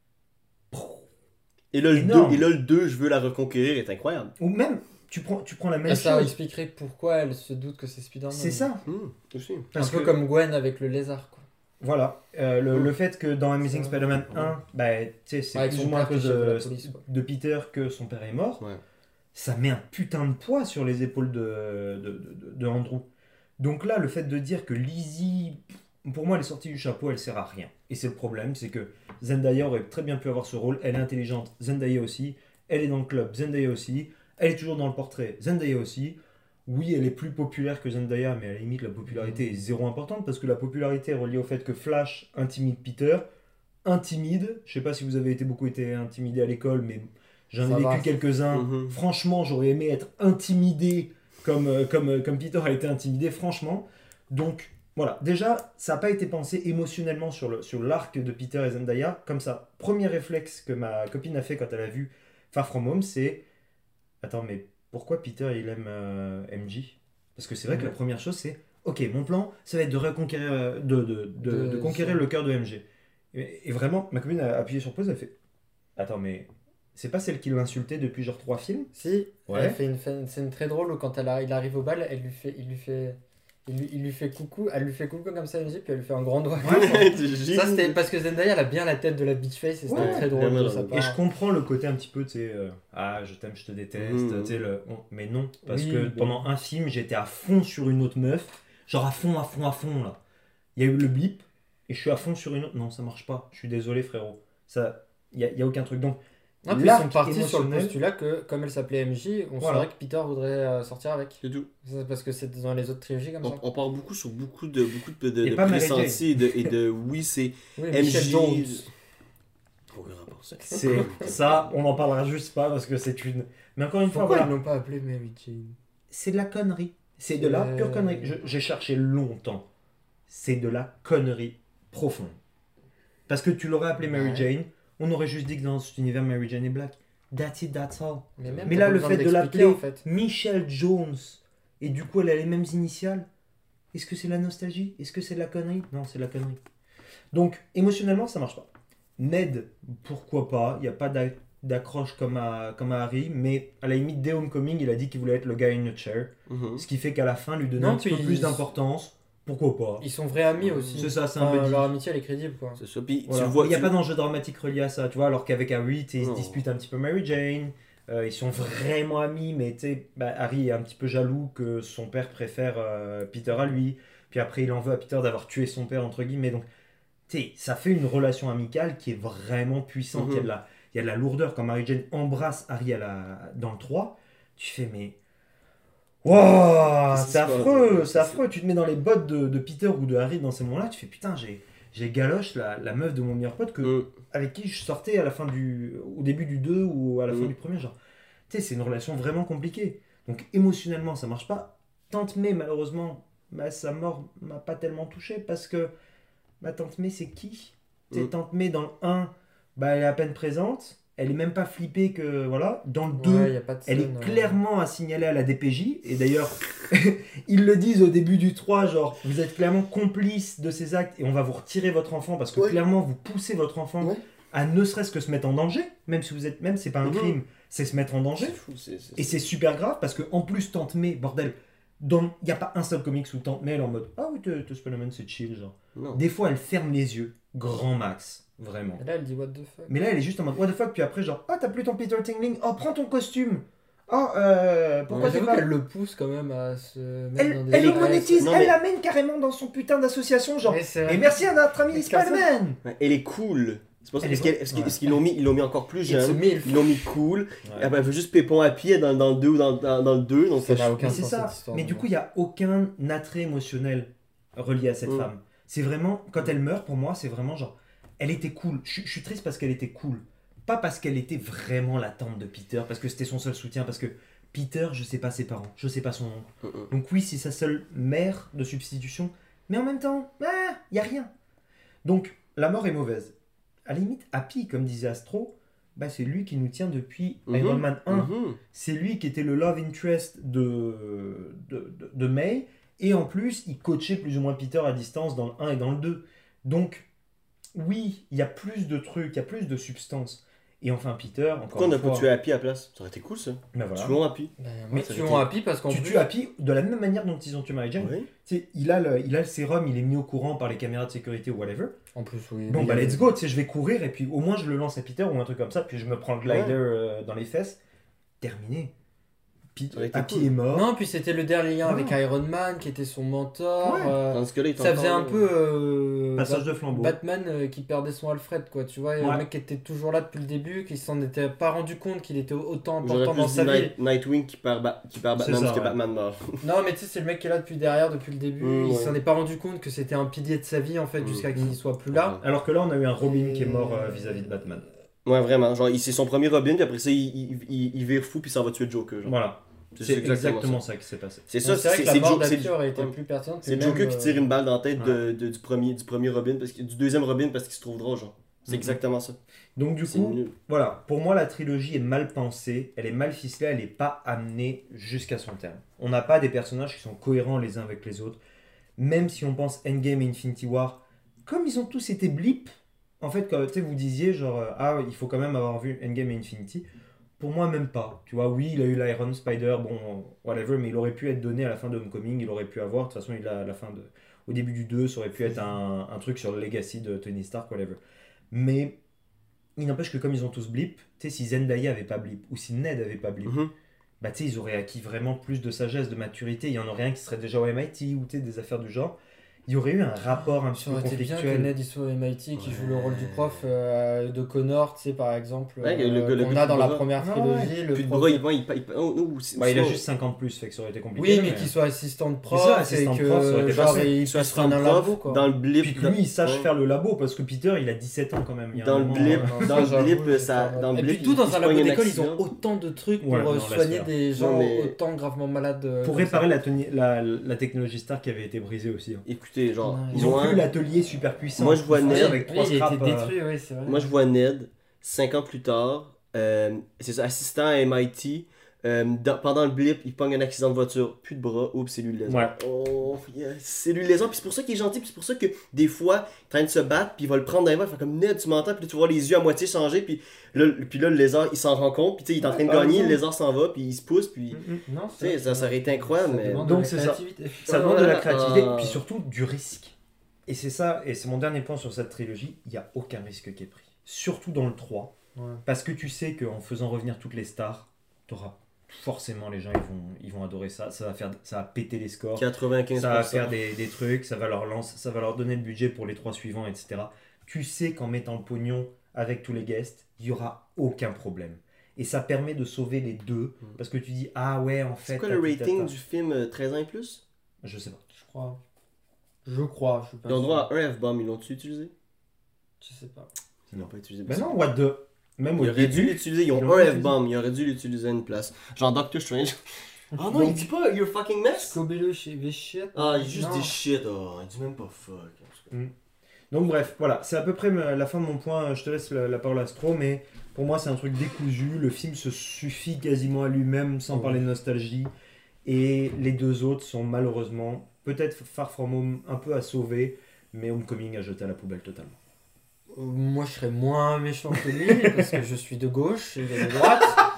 [SPEAKER 1] Et là,
[SPEAKER 3] Énorme.
[SPEAKER 1] le 2, je veux la reconquérir, est incroyable.
[SPEAKER 3] Ou même, tu prends la même
[SPEAKER 2] Ah, ça
[SPEAKER 3] chose.
[SPEAKER 2] expliquerait pourquoi elle se doute que c'est Spider-Man.
[SPEAKER 3] C'est ça.
[SPEAKER 1] Aussi.
[SPEAKER 3] Parce
[SPEAKER 2] un peu
[SPEAKER 3] que-
[SPEAKER 2] comme Gwen avec le lézard quoi.
[SPEAKER 3] Voilà, le fait que dans Amazing
[SPEAKER 2] Ça,
[SPEAKER 3] Spider-Man
[SPEAKER 1] ouais.
[SPEAKER 3] 1, bah, tu sais, c'est
[SPEAKER 2] Avec
[SPEAKER 3] plus
[SPEAKER 2] son
[SPEAKER 3] ou moins à
[SPEAKER 2] père qui
[SPEAKER 3] cause
[SPEAKER 2] est chef de la
[SPEAKER 3] de,
[SPEAKER 2] police, quoi.
[SPEAKER 3] de Peter que son père est mort,
[SPEAKER 1] Ouais.
[SPEAKER 3] ça met un putain de poids sur les épaules de Andrew. Donc là, le fait de dire que Lizzie, pour moi, elle est sortie du chapeau, elle sert à rien. Et c'est le problème, c'est que Zendaya aurait très bien pu avoir ce rôle, elle est intelligente, Zendaya aussi, elle est dans le club, Zendaya aussi, elle est toujours dans le portrait, Zendaya aussi. oui, elle est plus populaire que Zendaya, mais à la limite, la popularité est zéro importante parce que la popularité est reliée au fait que Flash intimide Peter, intimide. Je sais pas si vous avez beaucoup été intimidé à l'école, mais j'en ai
[SPEAKER 2] Ça va.
[SPEAKER 3] vécu quelques-uns.
[SPEAKER 1] Mhm.
[SPEAKER 3] Franchement, j'aurais aimé être intimidé comme Peter a été intimidé, franchement. Donc, voilà. Déjà, ça n'a pas été pensé émotionnellement sur l'arc de Peter et Zendaya. Comme ça, premier réflexe que ma copine a fait quand elle a vu Far From Home, c'est attends, mais pourquoi Peter il aime MJ? Parce que c'est vrai que la première chose, c'est ok, mon plan, ça va être de reconquérir, de conquérir le cœur de MJ. Et vraiment, ma copine a appuyé sur pause, elle fait attends, mais c'est pas celle qui l'insultait depuis genre 3 films?
[SPEAKER 2] Si,
[SPEAKER 3] Ouais.
[SPEAKER 2] elle fait une scène très drôle où quand il arrive au bal, il lui fait coucou, elle lui fait coucou comme ça, MJ, puis elle lui fait un grand doigt. Ça, c'était parce que Zendaya, elle a bien la tête de la bitch face et c'était
[SPEAKER 3] Ouais.
[SPEAKER 2] très drôle
[SPEAKER 1] Vraiment
[SPEAKER 2] de sa
[SPEAKER 1] drôle.
[SPEAKER 2] part.
[SPEAKER 3] Et je comprends le côté un petit peu, tu sais, ah, je t'aime, je te déteste,
[SPEAKER 1] Mhm.
[SPEAKER 3] tu sais, mais non, parce
[SPEAKER 2] Oui,
[SPEAKER 3] que
[SPEAKER 2] bon.
[SPEAKER 3] pendant un film, j'étais à fond sur une autre meuf, genre à fond, là. Il y a eu le blip, et je suis à fond sur une autre. Non, ça marche pas, je suis désolé, frérot. Ça, y a aucun truc. Donc,
[SPEAKER 2] Ah, puis ils
[SPEAKER 3] l'arc
[SPEAKER 2] sont partis sur le
[SPEAKER 3] émotionnel-
[SPEAKER 2] postulat que, comme elle s'appelait MJ, on
[SPEAKER 3] Voilà.
[SPEAKER 2] saurait que Peter voudrait sortir avec.
[SPEAKER 1] C'est tout.
[SPEAKER 2] C'est parce que c'est dans les autres trilogies comme ça.
[SPEAKER 1] On part beaucoup sur beaucoup de
[SPEAKER 3] Et
[SPEAKER 1] de
[SPEAKER 3] pas Mary
[SPEAKER 1] pressentis et de oui, c'est
[SPEAKER 2] Oui,
[SPEAKER 1] MJ.
[SPEAKER 2] Michel Jones.
[SPEAKER 1] Aucun rapport, ça.
[SPEAKER 3] C'est ça, on en parlera juste pas parce que c'est une. Mais encore une fois,
[SPEAKER 2] Pourquoi
[SPEAKER 3] voilà,
[SPEAKER 2] ils l'ont pas appelé Mary Jane?
[SPEAKER 3] c'est de la connerie. C'est de la pure connerie. J'ai cherché longtemps. C'est de la connerie profonde. Parce que tu l'aurais appelé Mary
[SPEAKER 2] Ouais.
[SPEAKER 3] Jane, on aurait juste dit que dans cet univers Mary Jane est black. That's it, that's all.
[SPEAKER 2] Même,
[SPEAKER 3] Mais
[SPEAKER 2] t'as
[SPEAKER 3] là,
[SPEAKER 2] pas
[SPEAKER 3] le
[SPEAKER 2] besoin
[SPEAKER 3] fait de
[SPEAKER 2] l'expliquer,
[SPEAKER 3] l'appeler
[SPEAKER 2] en fait.
[SPEAKER 3] Michelle Jones, et du coup elle a les mêmes initiales, est-ce que c'est la nostalgie? Est-ce que c'est de la connerie? Non, c'est de la connerie. Donc, émotionnellement, ça marche pas. Ned, pourquoi pas? Il n'y a pas d'accroche comme à Harry, mais à la limite, dès Homecoming, il a dit qu'il voulait être le guy in the chair.
[SPEAKER 1] Mhm.
[SPEAKER 3] Ce qui fait qu'à la fin, lui donner
[SPEAKER 2] Non,
[SPEAKER 3] un petit peu
[SPEAKER 2] puis
[SPEAKER 3] plus
[SPEAKER 2] ils-
[SPEAKER 3] d'importance, pourquoi pas?
[SPEAKER 2] Ils sont vrais amis aussi.
[SPEAKER 3] C'est ça, c'est un
[SPEAKER 2] Enfin,
[SPEAKER 3] buddy.
[SPEAKER 2] leur amitié, elle est crédible, quoi.
[SPEAKER 1] C'est ça. Puis
[SPEAKER 3] Voilà.
[SPEAKER 1] tu vois.
[SPEAKER 3] Il n'y a
[SPEAKER 1] tu-
[SPEAKER 3] pas d'enjeu dramatique relié à ça, tu vois, alors qu'avec Harry, tu sais, ils se
[SPEAKER 1] Non.
[SPEAKER 3] disputent un petit peu Mary Jane, ils sont vraiment amis, mais tu sais, Harry est un petit peu jaloux que son père préfère Peter à lui, puis après il en veut à Peter d'avoir tué son père, entre guillemets, donc tu sais, ça fait une relation amicale qui est vraiment puissante, il y a de la lourdeur, quand Mary Jane embrasse Harry dans le 3, tu fais mais... Wouah,
[SPEAKER 1] Qu'est-ce qui
[SPEAKER 3] c'est
[SPEAKER 1] se passe?
[SPEAKER 3] affreux,
[SPEAKER 1] C'est
[SPEAKER 3] c'est affreux. Tu te mets dans les bottes de Peter ou de Harry dans ces moments-là, tu fais putain, j'ai galoche la meuf de mon meilleur pote
[SPEAKER 1] Mhm.
[SPEAKER 3] avec qui je sortais à la fin au début du 2 ou à la fin
[SPEAKER 1] Mhm.
[SPEAKER 3] du premier. Genre, tu sais, c'est une relation vraiment compliquée. Donc émotionnellement, ça marche pas. Tante May, malheureusement, sa mort m'a pas tellement touché parce que ma Tante May, c'est qui? Tu sais,
[SPEAKER 1] Mhm.
[SPEAKER 3] Tante May dans le 1, elle est à peine présente. Elle est même pas flippée que. Voilà. Dans le 2,
[SPEAKER 2] Ouais, y a pas de
[SPEAKER 3] elle
[SPEAKER 2] scène,
[SPEAKER 3] est clairement à signaler à la DPJ. Et d'ailleurs, ils le disent au début du 3, genre, vous êtes clairement complice de ces actes et on va vous retirer votre enfant parce que
[SPEAKER 1] Ouais.
[SPEAKER 3] clairement, vous poussez votre enfant
[SPEAKER 1] Ouais.
[SPEAKER 3] à ne serait-ce que se mettre en danger. Même si vous êtes. Même c'est pas un
[SPEAKER 1] Mhm.
[SPEAKER 3] crime, c'est se mettre en danger.
[SPEAKER 1] C'est fou.
[SPEAKER 3] Et c'est super grave parce que en plus, Tante May, bordel, il n'y a pas un seul comics où Tante May elle est en mode ah oui, te Spider-Man c'est chill. Genre.
[SPEAKER 1] Non.
[SPEAKER 3] Des fois, elle ferme les yeux, grand max. Vraiment.
[SPEAKER 2] Et là, elle dit what the fuck.
[SPEAKER 3] Mais là, elle est juste en mode what the fuck, puis après, genre, ah, t'as plus ton Peter Tingling, oh, prends ton costume. Oh, pourquoi
[SPEAKER 2] Ouais,
[SPEAKER 3] t'es
[SPEAKER 2] j'avoue
[SPEAKER 3] pas.
[SPEAKER 2] qu'elle le pousse quand même à se mettre dans des
[SPEAKER 3] Elle le
[SPEAKER 2] Ouais,
[SPEAKER 3] monétise,
[SPEAKER 1] Non,
[SPEAKER 3] elle
[SPEAKER 1] mais-
[SPEAKER 3] l'amène carrément dans son putain d'association, genre.
[SPEAKER 2] Ouais, c'est vrai.
[SPEAKER 3] Et merci à notre ami
[SPEAKER 2] Mais comme ça-
[SPEAKER 3] Spider-Man.
[SPEAKER 1] Ouais, elle est cool. C'est pas ça.
[SPEAKER 3] Elle est
[SPEAKER 1] Est-ce qu'elle-
[SPEAKER 3] bonne.
[SPEAKER 1] est-ce
[SPEAKER 3] Ouais.
[SPEAKER 1] qu'ils est-ce qu'ils l'ont mis encore plus
[SPEAKER 2] It's a
[SPEAKER 1] jeune?
[SPEAKER 2] milf.
[SPEAKER 1] Ils l'ont mis cool. Elle veut juste pépon à pied dans le 2 ou dans le 2. Donc
[SPEAKER 2] Ça n'a aucun
[SPEAKER 3] Mais c'est
[SPEAKER 2] sens,
[SPEAKER 3] ça.
[SPEAKER 2] cette histoire.
[SPEAKER 3] Mais du coup, il n'y a aucun attrait émotionnel relié à cette
[SPEAKER 1] Mm.
[SPEAKER 3] femme. C'est vraiment, quand elle meurt, pour moi, c'est vraiment genre, elle était cool. Je suis triste parce qu'elle était cool. Pas parce qu'elle était vraiment la tante de Peter, parce que c'était son seul soutien, parce que Peter, je sais pas ses parents, je sais pas son oncle.
[SPEAKER 1] Mhm.
[SPEAKER 3] Donc oui, c'est sa seule mère de substitution, mais en même temps, il y a rien. Donc la mort est mauvaise. À la limite, Happy, comme disait Astro, c'est lui qui nous tient depuis
[SPEAKER 1] Mhm.
[SPEAKER 3] Iron Man 1.
[SPEAKER 1] Mhm.
[SPEAKER 3] C'est lui qui était le love interest de May, et en plus, il coachait plus ou moins Peter à distance dans le 1 et dans le 2. Donc oui, il y a plus de trucs, il y a plus de substance. Et enfin, Peter, encore
[SPEAKER 1] Pourquoi on
[SPEAKER 3] une
[SPEAKER 1] a pas
[SPEAKER 3] fois,
[SPEAKER 1] tué Happy à la place? Ça aurait été cool ça.
[SPEAKER 3] ben voilà.
[SPEAKER 1] Tuons Happy.
[SPEAKER 2] Mais
[SPEAKER 3] Mais
[SPEAKER 2] tu
[SPEAKER 1] ça
[SPEAKER 2] es
[SPEAKER 1] aurait
[SPEAKER 2] happy parce qu'en
[SPEAKER 3] Tu
[SPEAKER 2] plus.
[SPEAKER 3] tues Happy de la même manière dont ils ont tué Mary Jane.
[SPEAKER 1] Oui.
[SPEAKER 3] Tu sais, il a le sérum, il est mis au courant par les caméras de sécurité ou whatever.
[SPEAKER 2] En plus, oui.
[SPEAKER 3] Bon,
[SPEAKER 2] mais
[SPEAKER 3] let's go, tu sais, je vais courir et puis au moins je le lance à Peter ou un truc comme ça, puis je me prends le glider dans les fesses. Terminé.
[SPEAKER 1] Ça aurait été
[SPEAKER 3] Happy
[SPEAKER 1] cool.
[SPEAKER 3] est mort.
[SPEAKER 2] Non, puis c'était le dernier lien
[SPEAKER 3] Non.
[SPEAKER 2] avec Iron Man qui était son mentor.
[SPEAKER 3] Ouais.
[SPEAKER 1] Tandis que là, il est
[SPEAKER 2] Ça faisait
[SPEAKER 1] encore-
[SPEAKER 2] un peu
[SPEAKER 3] Passage de flambeau.
[SPEAKER 2] Batman qui perdait son Alfred, quoi. Tu vois, le
[SPEAKER 3] Ouais.
[SPEAKER 2] mec qui était toujours là depuis le début, qui s'en était pas rendu compte qu'il était autant
[SPEAKER 1] J'aurais
[SPEAKER 2] important dans
[SPEAKER 1] plus
[SPEAKER 2] sa
[SPEAKER 1] dit
[SPEAKER 2] vie.
[SPEAKER 1] Nightwing qui perd Batman
[SPEAKER 3] C'est
[SPEAKER 1] parce
[SPEAKER 3] ça,
[SPEAKER 1] que
[SPEAKER 3] ouais.
[SPEAKER 1] Batman meurt.
[SPEAKER 2] Non, mais tu sais, c'est le mec qui est là depuis derrière, depuis le début. Il
[SPEAKER 1] Ouais.
[SPEAKER 2] s'en est pas rendu compte que c'était un pilier de sa vie, en fait, jusqu'à qu'il soit plus là.
[SPEAKER 3] Alors que là, on a eu un Robin qui est mort vis-à-vis de Batman.
[SPEAKER 1] Ouais, vraiment. Genre, c'est son premier Robin, puis après ça, il vire fou, puis ça va tuer Joker. Genre.
[SPEAKER 3] Voilà. C'est exactement ça qui s'est passé.
[SPEAKER 1] C'est ça,
[SPEAKER 2] C'est vrai que la mort d'Happy
[SPEAKER 1] c'est
[SPEAKER 2] aurait été plus pertinente.
[SPEAKER 1] c'est
[SPEAKER 2] que
[SPEAKER 1] Joker
[SPEAKER 2] même,
[SPEAKER 1] qui tire une balle dans la tête
[SPEAKER 3] ouais.
[SPEAKER 1] du premier Robin, du deuxième Robin parce qu'il se trouve drôle, genre. C'est
[SPEAKER 3] Mhm.
[SPEAKER 1] exactement ça.
[SPEAKER 3] Donc du
[SPEAKER 1] C'est
[SPEAKER 3] coup,
[SPEAKER 1] nul.
[SPEAKER 3] voilà, pour moi la trilogie est mal pensée, elle est mal ficelée, elle n'est pas amenée jusqu'à son terme. On n'a pas des personnages qui sont cohérents les uns avec les autres. Même si on pense Endgame et Infinity War, comme ils ont tous été blips, en fait, quand vous disiez genre ah il faut quand même avoir vu Endgame et Infinity, pour moi même pas. Tu vois, oui il a eu l'Iron Spider, bon whatever, mais il aurait pu être donné à la fin de Homecoming, il aurait pu avoir, de toute façon il a à la fin de, au début du 2, ça aurait pu être un truc sur le legacy de Tony Stark, whatever. Mais il n'empêche que comme ils ont tous blip, tu sais, si Zendaya avait pas blip ou si Ned avait pas blip,
[SPEAKER 1] Mhm.
[SPEAKER 3] bah tu sais, ils auraient acquis vraiment plus de sagesse, de maturité. Il y en aurait un qui serait déjà au MIT ou tu sais, des affaires du genre. Il y aurait eu un rapport un petit
[SPEAKER 2] Ça
[SPEAKER 3] peu
[SPEAKER 2] aurait été bien que
[SPEAKER 3] conflictuel.
[SPEAKER 2] Ned il soit au MIT, qui
[SPEAKER 1] Ouais.
[SPEAKER 2] joue le rôle du prof de Connor, tu sais, par exemple,
[SPEAKER 1] Ouais, le
[SPEAKER 2] qu'on
[SPEAKER 1] but
[SPEAKER 2] a
[SPEAKER 1] de
[SPEAKER 2] dans la
[SPEAKER 1] bras.
[SPEAKER 2] première
[SPEAKER 3] Ah
[SPEAKER 2] trilogie. Le
[SPEAKER 1] Puis de
[SPEAKER 2] prof-
[SPEAKER 1] bras,
[SPEAKER 3] Bah, il a juste 50 plus, fait que ça aurait été compliqué.
[SPEAKER 2] Oui, mais qu'il soit assistant de prof,
[SPEAKER 3] C'est ça, assistant
[SPEAKER 2] et
[SPEAKER 3] de prof, ça aurait
[SPEAKER 2] que
[SPEAKER 3] été
[SPEAKER 2] genre,
[SPEAKER 3] facile.
[SPEAKER 2] il
[SPEAKER 1] soit
[SPEAKER 2] puisse prendre un
[SPEAKER 1] prof
[SPEAKER 2] labo, quoi.
[SPEAKER 1] dans le blip.
[SPEAKER 3] Puis que lui, il sache
[SPEAKER 1] Ouais.
[SPEAKER 3] faire le labo, parce que Peter, il a 17 ans quand même. Il y a un
[SPEAKER 1] Dans le
[SPEAKER 3] moment,
[SPEAKER 1] blip,
[SPEAKER 2] non,
[SPEAKER 1] dans le
[SPEAKER 2] ça,
[SPEAKER 1] blip,
[SPEAKER 2] j'avoue,
[SPEAKER 1] ça,
[SPEAKER 2] c'est pas
[SPEAKER 1] dans le
[SPEAKER 2] mal. Et
[SPEAKER 1] blip,
[SPEAKER 2] puis tout dans
[SPEAKER 1] il
[SPEAKER 2] un
[SPEAKER 1] se pogne
[SPEAKER 2] labo
[SPEAKER 1] un
[SPEAKER 2] d'école, ils ont
[SPEAKER 1] accident.
[SPEAKER 2] autant de trucs pour
[SPEAKER 3] Ouais, non, laisse
[SPEAKER 2] soigner
[SPEAKER 3] faire.
[SPEAKER 2] des gens
[SPEAKER 1] Non, mais-
[SPEAKER 2] autant gravement malades.
[SPEAKER 3] Pour
[SPEAKER 2] comme
[SPEAKER 3] réparer
[SPEAKER 2] ça.
[SPEAKER 3] la technologie Stark qui avait été brisée aussi. Hein.
[SPEAKER 1] Écoutez, genre,
[SPEAKER 2] Ouais.
[SPEAKER 3] Ils ont plus l'atelier super puissant.
[SPEAKER 1] Moi, je vois
[SPEAKER 3] Ils font
[SPEAKER 1] Ned-
[SPEAKER 3] ça avec
[SPEAKER 2] Oui,
[SPEAKER 3] 3
[SPEAKER 2] il a été
[SPEAKER 3] scraps.
[SPEAKER 2] détruit, oui, c'est vrai.
[SPEAKER 1] Moi, je vois Ned, 5 ans plus tard, c'est ça, assistant à MIT. Pendant le blip, il pogne un accident de voiture, plus de bras, oups, c'est lui le lézard.
[SPEAKER 3] Ouais.
[SPEAKER 1] Oh, yes, c'est lui le lézard, puis c'est pour ça qu'il est gentil, puis c'est pour ça que des fois, il est en train de se battre, puis il va le prendre dans les mains, il fait comme Ned, tu m'entends, puis là, tu vois les yeux à moitié changer, puis là, le lézard, il s'en rend compte, puis tu sais, il est en train de
[SPEAKER 3] par
[SPEAKER 1] gagner,
[SPEAKER 3] exemple.
[SPEAKER 1] le lézar s'en va, puis il se pousse, puis.
[SPEAKER 2] Non,
[SPEAKER 1] Tu sais, ça aurait été incroyable, mais-
[SPEAKER 2] demande
[SPEAKER 3] Donc,
[SPEAKER 2] de la
[SPEAKER 3] c'est ça.
[SPEAKER 2] créativité.
[SPEAKER 3] Ça demande de la
[SPEAKER 1] Ouais,
[SPEAKER 3] créativité, puis surtout du risque. Et c'est ça, et c'est mon dernier point sur cette trilogie, il n'y a aucun risque qui est pris. Surtout dans le 3,
[SPEAKER 2] Ouais.
[SPEAKER 3] parce que tu sais qu'en faisant revenir toutes les stars, t'auras forcément les gens, ils vont adorer ça, ça va péter les scores.
[SPEAKER 1] 95%.
[SPEAKER 3] Ça va faire des trucs, ça va leur donner le budget pour les 3 suivants, etc. Tu sais qu'en mettant le pognon avec tous les guests, il n'y aura aucun problème. Et ça permet de sauver les deux, parce que tu dis, ah ouais, en fait...
[SPEAKER 1] C'est quoi le
[SPEAKER 3] tati,
[SPEAKER 1] rating
[SPEAKER 3] tata.
[SPEAKER 1] du film 13 ans et plus?
[SPEAKER 3] Je sais pas.
[SPEAKER 2] Je crois. Je suis pas
[SPEAKER 1] Ils ont
[SPEAKER 2] sûr.
[SPEAKER 1] droit à un F-bomb, ils l'ont-tu utilisé?
[SPEAKER 2] Je sais pas.
[SPEAKER 1] Ils l'ont pas utilisé.
[SPEAKER 3] Ben non, what the... Même au
[SPEAKER 1] Ils auraient dû
[SPEAKER 3] début...
[SPEAKER 1] l'utiliser, ils ont
[SPEAKER 3] ils
[SPEAKER 1] un
[SPEAKER 3] l'ont utilisé.
[SPEAKER 1] F-bomb, ils auraient dû l'utiliser à une place. Genre Doctor Strange. Ah non, il dit pas You're fucking mess?
[SPEAKER 2] Scobeleux chez shit.
[SPEAKER 1] Ah, il dit juste
[SPEAKER 2] Non.
[SPEAKER 1] des shit, oh, il dit même pas fuck.
[SPEAKER 3] Donc bref, voilà, c'est à peu près la fin de mon point. Je te laisse la parole à Stro, mais pour moi c'est un truc décousu. Le film se suffit quasiment à lui-même sans parler de nostalgie. Et les deux autres sont malheureusement, peut-être Far From Home un peu à sauver, mais Homecoming à jeter à la poubelle totalement.
[SPEAKER 2] Moi, je serais moins méchant que lui parce que je suis de gauche et il est de droite.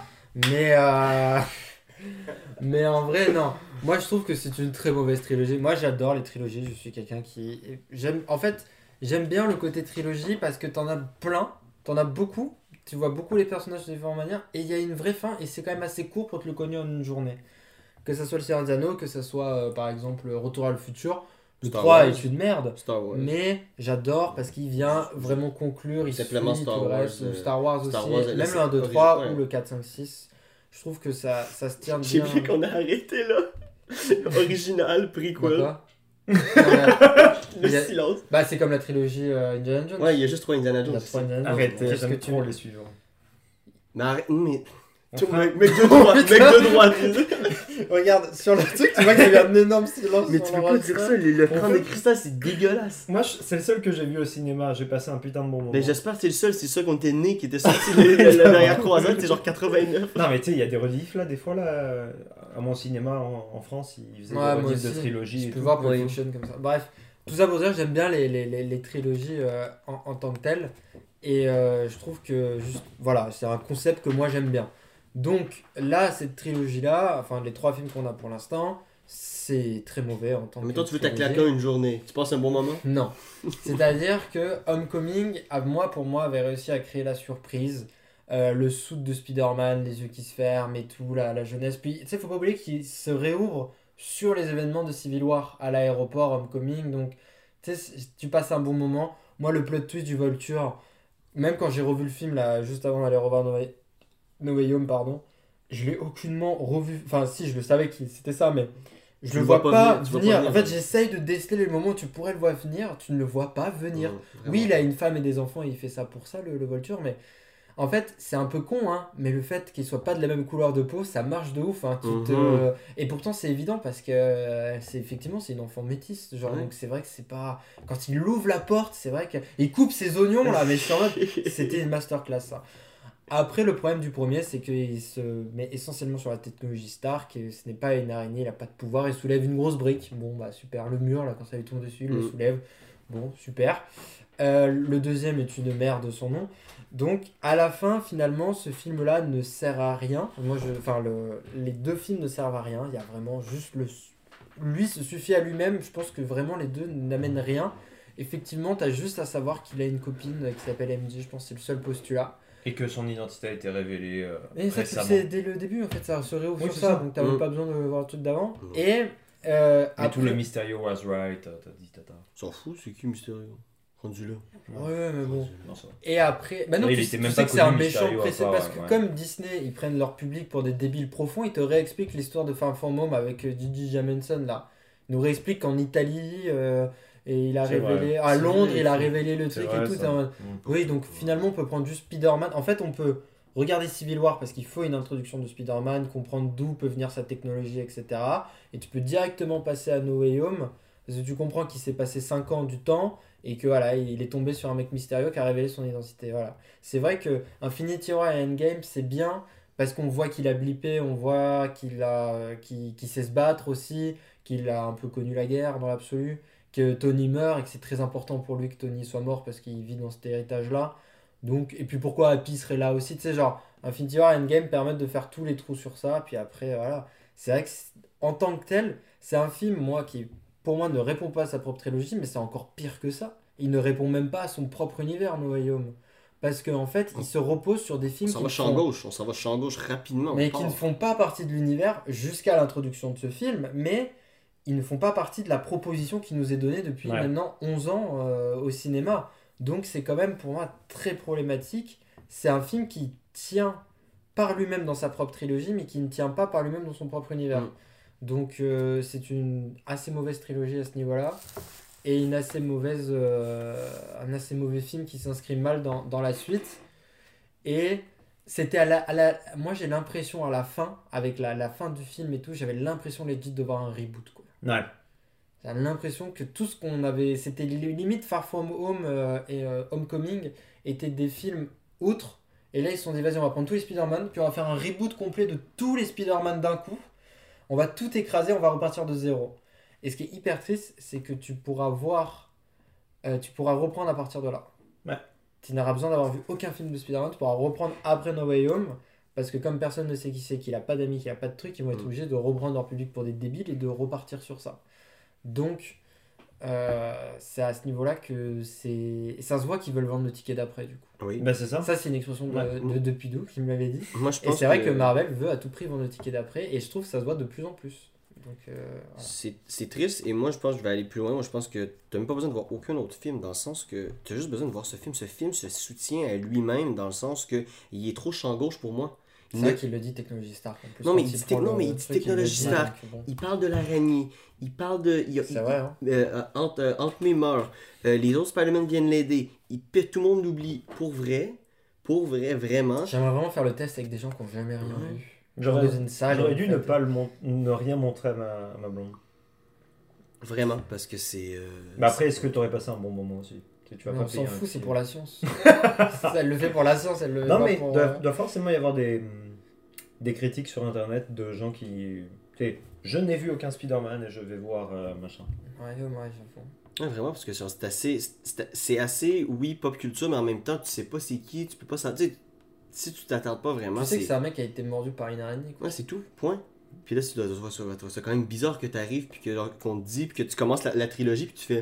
[SPEAKER 2] Mais en vrai, non. Moi, je trouve que c'est une très mauvaise trilogie. Moi, j'adore les trilogies. Je suis quelqu'un qui j'aime bien le côté trilogie parce que t'en as plein, t'en as beaucoup. Tu vois beaucoup les personnages de différentes manières et il y a une vraie fin et c'est quand même assez court pour te le cogner en une journée. Que ça soit le Seigneur des Anneaux, que ça soit par exemple Retour à le futur. Le
[SPEAKER 1] Star
[SPEAKER 2] 3
[SPEAKER 1] Wars.
[SPEAKER 2] est une merde.
[SPEAKER 1] Star Wars.
[SPEAKER 2] Mais j'adore parce qu'il vient vraiment conclure, il
[SPEAKER 1] Simplement
[SPEAKER 2] suit
[SPEAKER 1] Star
[SPEAKER 2] tout le
[SPEAKER 1] Wars,
[SPEAKER 2] reste, Star Wars aussi,
[SPEAKER 1] Star Wars,
[SPEAKER 2] même
[SPEAKER 1] c'est
[SPEAKER 2] le 1, 2, 3
[SPEAKER 1] origine-
[SPEAKER 2] ou le 4, 5, 6. Je trouve que ça se tient
[SPEAKER 1] J'ai
[SPEAKER 2] bien.
[SPEAKER 1] vu qu'on a arrêté là. Original, prequel.
[SPEAKER 2] Quoi
[SPEAKER 1] Le
[SPEAKER 2] Il y a-
[SPEAKER 1] silence.
[SPEAKER 2] Bah, c'est comme la trilogie Indiana Jones.
[SPEAKER 1] Ouais, il y a juste 3 Indiana
[SPEAKER 2] Il y
[SPEAKER 1] Jones.
[SPEAKER 2] a 3 Indiana Jones.
[SPEAKER 3] Arrête,
[SPEAKER 2] Qu'est-ce que
[SPEAKER 3] j'aime
[SPEAKER 2] tu
[SPEAKER 3] trop
[SPEAKER 2] veux
[SPEAKER 3] les suivants.
[SPEAKER 1] Mais arrête, mais.
[SPEAKER 3] On fera-
[SPEAKER 1] Mec de droite, mec de droite.
[SPEAKER 2] Regarde, sur le truc, tu vois qu'il y a un énorme silence.
[SPEAKER 1] Mais
[SPEAKER 2] sur
[SPEAKER 1] tu peux pas
[SPEAKER 2] l'enregistrement.
[SPEAKER 1] dire ça, le
[SPEAKER 3] On
[SPEAKER 1] crâne
[SPEAKER 3] fait-
[SPEAKER 1] de cristal c'est dégueulasse.
[SPEAKER 3] Moi, c'est le seul que j'ai vu au cinéma. J'ai passé un putain de bon moment.
[SPEAKER 1] Mais j'espère que c'est le seul, c'est ça qu'on était né qui était sorti la dernière croisade, c'est genre 89.
[SPEAKER 3] Non, mais tu sais, il y a des rediffs là, des fois là. À mon cinéma en France, ils faisaient
[SPEAKER 2] Ouais,
[SPEAKER 3] des
[SPEAKER 2] moi
[SPEAKER 3] rediffs de
[SPEAKER 2] aussi.
[SPEAKER 3] trilogie.
[SPEAKER 2] Je
[SPEAKER 3] et
[SPEAKER 2] peux
[SPEAKER 3] tout.
[SPEAKER 2] voir Pulp
[SPEAKER 1] Oui.
[SPEAKER 2] Fiction comme ça. Bref, tout ça pour dire, j'aime bien les trilogies en tant que telles. Et je trouve que, juste, voilà, c'est un concept que moi j'aime bien. Donc là, cette trilogie-là, enfin les 3 films qu'on a pour l'instant, c'est très mauvais en tant que
[SPEAKER 1] Mais toi tu veux
[SPEAKER 2] trilogie.
[SPEAKER 1] t'acclaquer une journée, tu passes un bon moment?
[SPEAKER 2] Non. C'est-à-dire que Homecoming, pour moi, avait réussi à créer la surprise. le suit de Spider-Man, les yeux qui se ferment et tout, la jeunesse. Puis, tu sais, faut pas oublier qu'il se réouvre sur les événements de Civil War à l'aéroport, Homecoming. Donc, tu sais, tu passes un bon moment. Moi, le plot twist du Vulture, même quand j'ai revu le film, là, juste avant d'aller revoir No Way Home, pardon, je l'ai aucunement revu. Enfin, si, je le savais que c'était ça, mais je
[SPEAKER 1] Tu
[SPEAKER 2] le
[SPEAKER 1] le
[SPEAKER 2] vois
[SPEAKER 1] vois
[SPEAKER 2] pas
[SPEAKER 1] pas venir, tu vois
[SPEAKER 2] venir.
[SPEAKER 1] pas
[SPEAKER 2] En
[SPEAKER 1] venir.
[SPEAKER 2] fait, j'essaye de déceler les moments où tu pourrais le voir venir. Tu ne le vois pas venir.
[SPEAKER 1] Vraiment.
[SPEAKER 2] Oui, il a une femme et des enfants et il fait ça pour ça, le Vulture, mais en fait, c'est un peu con, hein, mais le fait qu'il soit pas de la même couleur de peau, ça marche de ouf. Hein, Et pourtant, c'est évident parce que effectivement, c'est une enfant métisse. Genre,
[SPEAKER 1] Ouais.
[SPEAKER 2] donc c'est vrai que c'est pas. Quand il ouvre la porte, c'est vrai qu'il coupe ses oignons là, mais je suis en mode. C'était une masterclass ça. Après, le problème du premier, c'est qu'il se met essentiellement sur la technologie Stark. Et ce n'est pas une araignée, il a pas de pouvoir, il soulève une grosse brique. Bon, bah super, le mur, là, quand ça lui tombe dessus, il le soulève. Bon, super. Le deuxième est une merde de son nom. Donc, à la fin, finalement, ce film-là ne sert à rien. Les deux films ne servent à rien. Il y a vraiment juste lui se suffit à lui-même. Je pense que vraiment les deux n'amènent rien. Effectivement, t'as juste à savoir qu'il a une copine qui s'appelle MJ. Je pense que c'est le seul postulat.
[SPEAKER 3] Et que son identité a été révélée
[SPEAKER 2] Et ça, tu le
[SPEAKER 3] récemment.
[SPEAKER 2] sais dès le début, en fait, ça se réouvre
[SPEAKER 3] Oui,
[SPEAKER 2] sur
[SPEAKER 3] c'est
[SPEAKER 2] ça.
[SPEAKER 3] ça.
[SPEAKER 2] Donc, t'as même pas besoin de voir le truc d'avant.
[SPEAKER 1] Non.
[SPEAKER 2] Et
[SPEAKER 3] Mais
[SPEAKER 2] après...
[SPEAKER 3] tout le Mysterio was right, t'as dit tata.
[SPEAKER 1] S'en fout, c'est qui Mystérieux? Rendu là.
[SPEAKER 2] Ouais, mais bon.
[SPEAKER 3] Non, ça va.
[SPEAKER 2] Et après, bah non,
[SPEAKER 3] Il
[SPEAKER 2] tu,
[SPEAKER 3] était
[SPEAKER 2] tu
[SPEAKER 3] même
[SPEAKER 2] sais
[SPEAKER 3] pas
[SPEAKER 2] que c'est un
[SPEAKER 3] connu,
[SPEAKER 2] méchant
[SPEAKER 3] Mysterio, à
[SPEAKER 2] pressé
[SPEAKER 3] part,
[SPEAKER 2] parce que
[SPEAKER 3] ouais.
[SPEAKER 2] comme Disney, ils prennent leur public pour des débiles profonds, ils te réexpliquent l'histoire de Far From Home avec Gigi Jamenson là. Ils nous réexpliquent qu'en Italie, et il a
[SPEAKER 3] C'est
[SPEAKER 2] révélé,
[SPEAKER 3] vrai.
[SPEAKER 2] à
[SPEAKER 1] C'est
[SPEAKER 2] Londres,
[SPEAKER 1] vrai,
[SPEAKER 2] il a
[SPEAKER 1] c'est-
[SPEAKER 2] révélé le
[SPEAKER 3] C'est
[SPEAKER 2] truc
[SPEAKER 3] vrai,
[SPEAKER 2] et tout.
[SPEAKER 3] ça.
[SPEAKER 2] t'es en mode, Oui, donc finalement, on peut prendre juste Spider-Man. En fait, on peut regarder Civil War parce qu'il faut une introduction de Spider-Man, comprendre d'où peut venir sa technologie, etc. Et tu peux directement passer à No Way Home parce que tu comprends qu'il s'est passé 5 ans du temps et que voilà, il est tombé sur un mec mystérieux qui a révélé son identité. Voilà. C'est vrai que Infinity War et Endgame, c'est bien parce qu'on voit qu'il a blippé, on voit qu'il sait se battre aussi, qu'il a un peu connu la guerre dans l'absolu, que Tony meurt et que c'est très important pour lui que Tony soit mort parce qu'il vit dans cet héritage-là. Donc, et puis pourquoi Happy serait là aussi, tu sais, genre, Infinity War et Endgame permettent de faire tous les trous sur ça, puis après, voilà. C'est vrai que, en tant que tel, c'est un film, moi, qui, pour moi, ne répond pas à sa propre trilogie, mais c'est encore pire que ça. Il ne répond même pas à son propre univers, No Way Home. Parce qu'en fait, il se repose sur des
[SPEAKER 1] On
[SPEAKER 2] films
[SPEAKER 1] s'en
[SPEAKER 2] qui
[SPEAKER 1] va
[SPEAKER 2] ne
[SPEAKER 1] champ
[SPEAKER 2] font,
[SPEAKER 1] gauche, on s'en va champ gauche rapidement.
[SPEAKER 2] mais
[SPEAKER 1] on
[SPEAKER 2] qui
[SPEAKER 1] part.
[SPEAKER 2] ne font pas partie de l'univers jusqu'à l'introduction de ce film, mais ils ne font pas partie de la proposition qui nous est donnée depuis
[SPEAKER 3] Ouais.
[SPEAKER 2] maintenant 11 ans au cinéma. Donc c'est quand même pour moi très problématique. C'est un film qui tient par lui-même dans sa propre trilogie, mais qui ne tient pas par lui-même dans son propre univers.
[SPEAKER 1] Mm.
[SPEAKER 2] Donc c'est une assez mauvaise trilogie à ce niveau-là. Et un assez mauvais film qui s'inscrit mal dans la suite. Et c'était moi j'ai l'impression à la fin, avec la fin du film et tout, j'avais l'impression legit de voir un reboot quoi.
[SPEAKER 3] Ouais.
[SPEAKER 2] J'ai l'impression que tout ce qu'on avait, c'était limite Far From Home et Homecoming étaient des films outre. Et là ils se sont dit vas-y on va prendre tous les Spider-Man, puis on va faire un reboot complet de tous les Spider-Man d'un coup. On va tout écraser, on va repartir de zéro. Et ce qui est hyper triste, c'est que tu pourras reprendre à partir de là.
[SPEAKER 3] Ouais.
[SPEAKER 2] Tu n'auras besoin d'avoir vu aucun film de Spider-Man, tu pourras reprendre après No Way Home, parce que comme personne ne sait qui c'est, qu'il a pas d'amis, qu'il a pas de trucs, ils vont être obligés de reprendre leur public pour des débiles et de repartir sur ça. Donc, c'est à ce niveau-là que c'est... et ça se voit qu'ils veulent vendre le ticket d'après, du coup.
[SPEAKER 1] Oui.
[SPEAKER 3] Bah, c'est ça.
[SPEAKER 2] Ça, c'est une expression
[SPEAKER 3] Ouais.
[SPEAKER 2] de Pidou qui me l'avait dit.
[SPEAKER 1] Moi, je
[SPEAKER 2] Et
[SPEAKER 1] pense
[SPEAKER 2] c'est vrai que Marvel veut à tout prix vendre le ticket d'après, et je trouve que ça se voit de plus en plus. Donc, voilà.
[SPEAKER 1] c'est triste et moi je pense que je vais aller plus loin. Moi je pense que t'as même pas besoin de voir aucun autre film dans le sens que t'as juste besoin de voir ce film. Ce film se soutient à lui-même dans le sens que il est trop champ gauche pour moi.
[SPEAKER 2] C'est
[SPEAKER 1] Il
[SPEAKER 2] vrai
[SPEAKER 1] ne-
[SPEAKER 2] qu'il le dit technologie Stark en plus.
[SPEAKER 1] Non, mais
[SPEAKER 2] Quand
[SPEAKER 1] il dit
[SPEAKER 2] prend
[SPEAKER 1] non,
[SPEAKER 2] le
[SPEAKER 1] mais il dit
[SPEAKER 2] truc,
[SPEAKER 1] technologie
[SPEAKER 2] le dit,
[SPEAKER 1] Stark.
[SPEAKER 2] donc bon.
[SPEAKER 1] Il parle de l'araignée, il parle de...
[SPEAKER 2] C'est vrai, hein.
[SPEAKER 1] Aunt May meurt, les autres Spider-Man viennent l'aider, tout le monde l'oublie. Pour vrai, vraiment.
[SPEAKER 2] J'aimerais vraiment faire le test avec des gens qui n'ont jamais rien
[SPEAKER 1] Ouais.
[SPEAKER 2] vu.
[SPEAKER 3] J'aurais
[SPEAKER 2] Dans une salle,
[SPEAKER 3] j'aurais
[SPEAKER 2] en
[SPEAKER 3] dû
[SPEAKER 2] fait.
[SPEAKER 3] ne rien montrer à ma blonde.
[SPEAKER 1] Vraiment, parce que c'est...
[SPEAKER 3] Mais après, est-ce que tu aurais passé un bon moment aussi? Tu vas
[SPEAKER 2] Mais
[SPEAKER 3] pas
[SPEAKER 2] on s'en
[SPEAKER 3] payer un
[SPEAKER 2] fout, c'est
[SPEAKER 3] film.
[SPEAKER 2] pour la science. Elle le fait pour la science, elle le fait
[SPEAKER 3] Non,
[SPEAKER 2] pas
[SPEAKER 3] mais
[SPEAKER 2] pour...
[SPEAKER 3] doit forcément y avoir des critiques sur internet de gens qui. Tu sais, je n'ai vu aucun Spider-Man et je vais voir machin.
[SPEAKER 2] Ouais, j'avoue.
[SPEAKER 1] Ouais, vraiment, parce que c'est assez, oui, pop culture, mais en même temps, tu sais pas c'est qui, tu peux pas sentir... Si tu t'attardes pas vraiment,
[SPEAKER 2] Tu sais que c'est un mec qui a été mordu par une araignée, quoi.
[SPEAKER 1] Ouais, c'est tout, point. Puis là, tu dois trouver ça quand même bizarre que t'arrives, puis qu'on te dit, puis que tu commences la trilogie, puis tu fais...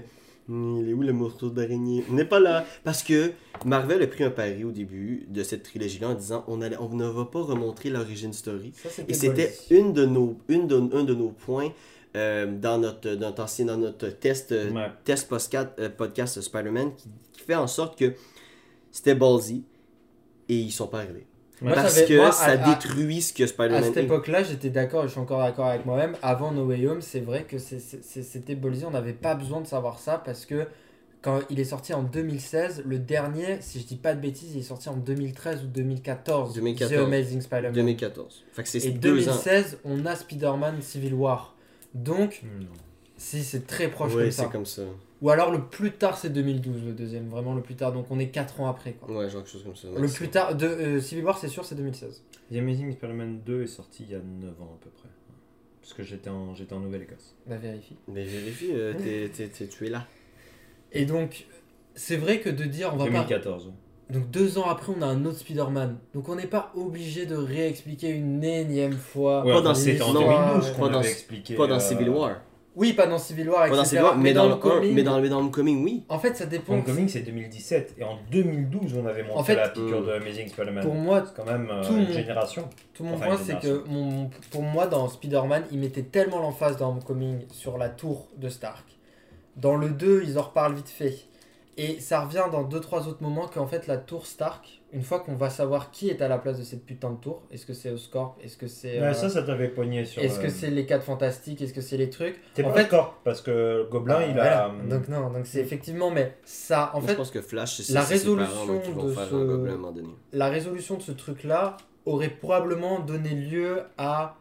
[SPEAKER 1] Il est où le morceau d'araignée? On n'est pas là. Parce que Marvel a pris un pari au début de cette trilogie-là en disant on ne va pas remontrer l'origin story.
[SPEAKER 2] Ça,
[SPEAKER 1] Et c'était un de nos points dans notre test, test podcast Spider-Man qui fait en sorte que c'était ballsy et ils sont pas arrivés. Parce que ça détruit ce que Spider-Man
[SPEAKER 2] à cette époque-là, j'étais d'accord, et je suis encore d'accord avec moi-même. Avant No Way Home, c'est vrai que c'était ballsy, on n'avait pas besoin de savoir ça parce que quand il est sorti en 2016, le dernier, si je dis pas de bêtises, il est sorti en 2013 ou 2014.
[SPEAKER 1] 2014.
[SPEAKER 2] The Amazing Spider-Man.
[SPEAKER 1] 2014. Fait que c'est
[SPEAKER 2] et 2016, on a Spider-Man Civil War. Donc, si c'est très proche
[SPEAKER 1] ouais,
[SPEAKER 2] comme ça.
[SPEAKER 1] c'est comme ça.
[SPEAKER 2] Ou alors le plus tard, c'est 2012, le deuxième, vraiment le plus tard. Donc on est 4 ans après. Quoi.
[SPEAKER 1] Ouais, genre quelque chose comme ça.
[SPEAKER 2] Le plus tard, Civil War, c'est sûr, c'est 2016.
[SPEAKER 3] The Amazing Spider-Man 2 est sorti il y a 9 ans à peu près. Parce que j'étais en Nouvelle-Écosse.
[SPEAKER 2] Bah vérifie.
[SPEAKER 1] Mais vérifie, tu es là.
[SPEAKER 2] Et donc, c'est vrai que de dire on va
[SPEAKER 3] 2014.
[SPEAKER 2] pas... Donc 2 ans après, on a un autre Spider-Man. Donc on n'est pas obligé de réexpliquer une énième fois.
[SPEAKER 3] Ouais,
[SPEAKER 1] pas dans
[SPEAKER 3] c'était en
[SPEAKER 2] l'histoire.
[SPEAKER 3] 2012 qu'on
[SPEAKER 1] pas dans-
[SPEAKER 3] avait expliqué.
[SPEAKER 1] Pas dans Civil War.
[SPEAKER 2] Oui, pas dans Civil War,
[SPEAKER 1] Pas
[SPEAKER 2] etc.
[SPEAKER 1] dans Civil War, mais dans le
[SPEAKER 2] Homecoming,
[SPEAKER 1] mais dans Homecoming, oui.
[SPEAKER 2] En fait, ça dépend.
[SPEAKER 3] Homecoming c'est 2017 et en 2012 on avait montré
[SPEAKER 2] En fait,
[SPEAKER 3] la piqûre de Amazing Spider-Man.
[SPEAKER 2] Pour moi,
[SPEAKER 3] C'est quand même
[SPEAKER 2] tout
[SPEAKER 3] une
[SPEAKER 2] mon-
[SPEAKER 3] génération.
[SPEAKER 2] tout mon
[SPEAKER 3] Enfin,
[SPEAKER 2] point,
[SPEAKER 3] une
[SPEAKER 2] c'est que pour moi, dans Spider-Man, il mettait tellement l'emphase dans Homecoming sur la tour de Stark. Dans le 2, ils en reparlent vite fait. Et ça revient dans 2-3 autres moments qu'en fait, la tour Stark, une fois qu'on va savoir qui est à la place de cette putain de tour, est-ce que c'est Oscorp, est-ce que c'est...
[SPEAKER 3] Ouais, ça t'avait pogné sur.
[SPEAKER 2] Est-ce que c'est les 4 fantastiques, est-ce que c'est les trucs
[SPEAKER 3] T'es
[SPEAKER 2] en
[SPEAKER 3] pas
[SPEAKER 2] fait,
[SPEAKER 3] d'accord parce que Gobelin il
[SPEAKER 2] voilà.
[SPEAKER 3] a.
[SPEAKER 2] Donc non, donc c'est effectivement, mais ça, en
[SPEAKER 1] Moi,
[SPEAKER 2] fait,
[SPEAKER 1] je pense que Flash, c'est
[SPEAKER 2] la
[SPEAKER 1] ses parents
[SPEAKER 2] résolution
[SPEAKER 1] qui vont
[SPEAKER 2] de
[SPEAKER 1] faire
[SPEAKER 2] ce-
[SPEAKER 1] un gobelin à un moment donné.
[SPEAKER 2] la résolution de ce truc-là aurait probablement donné lieu à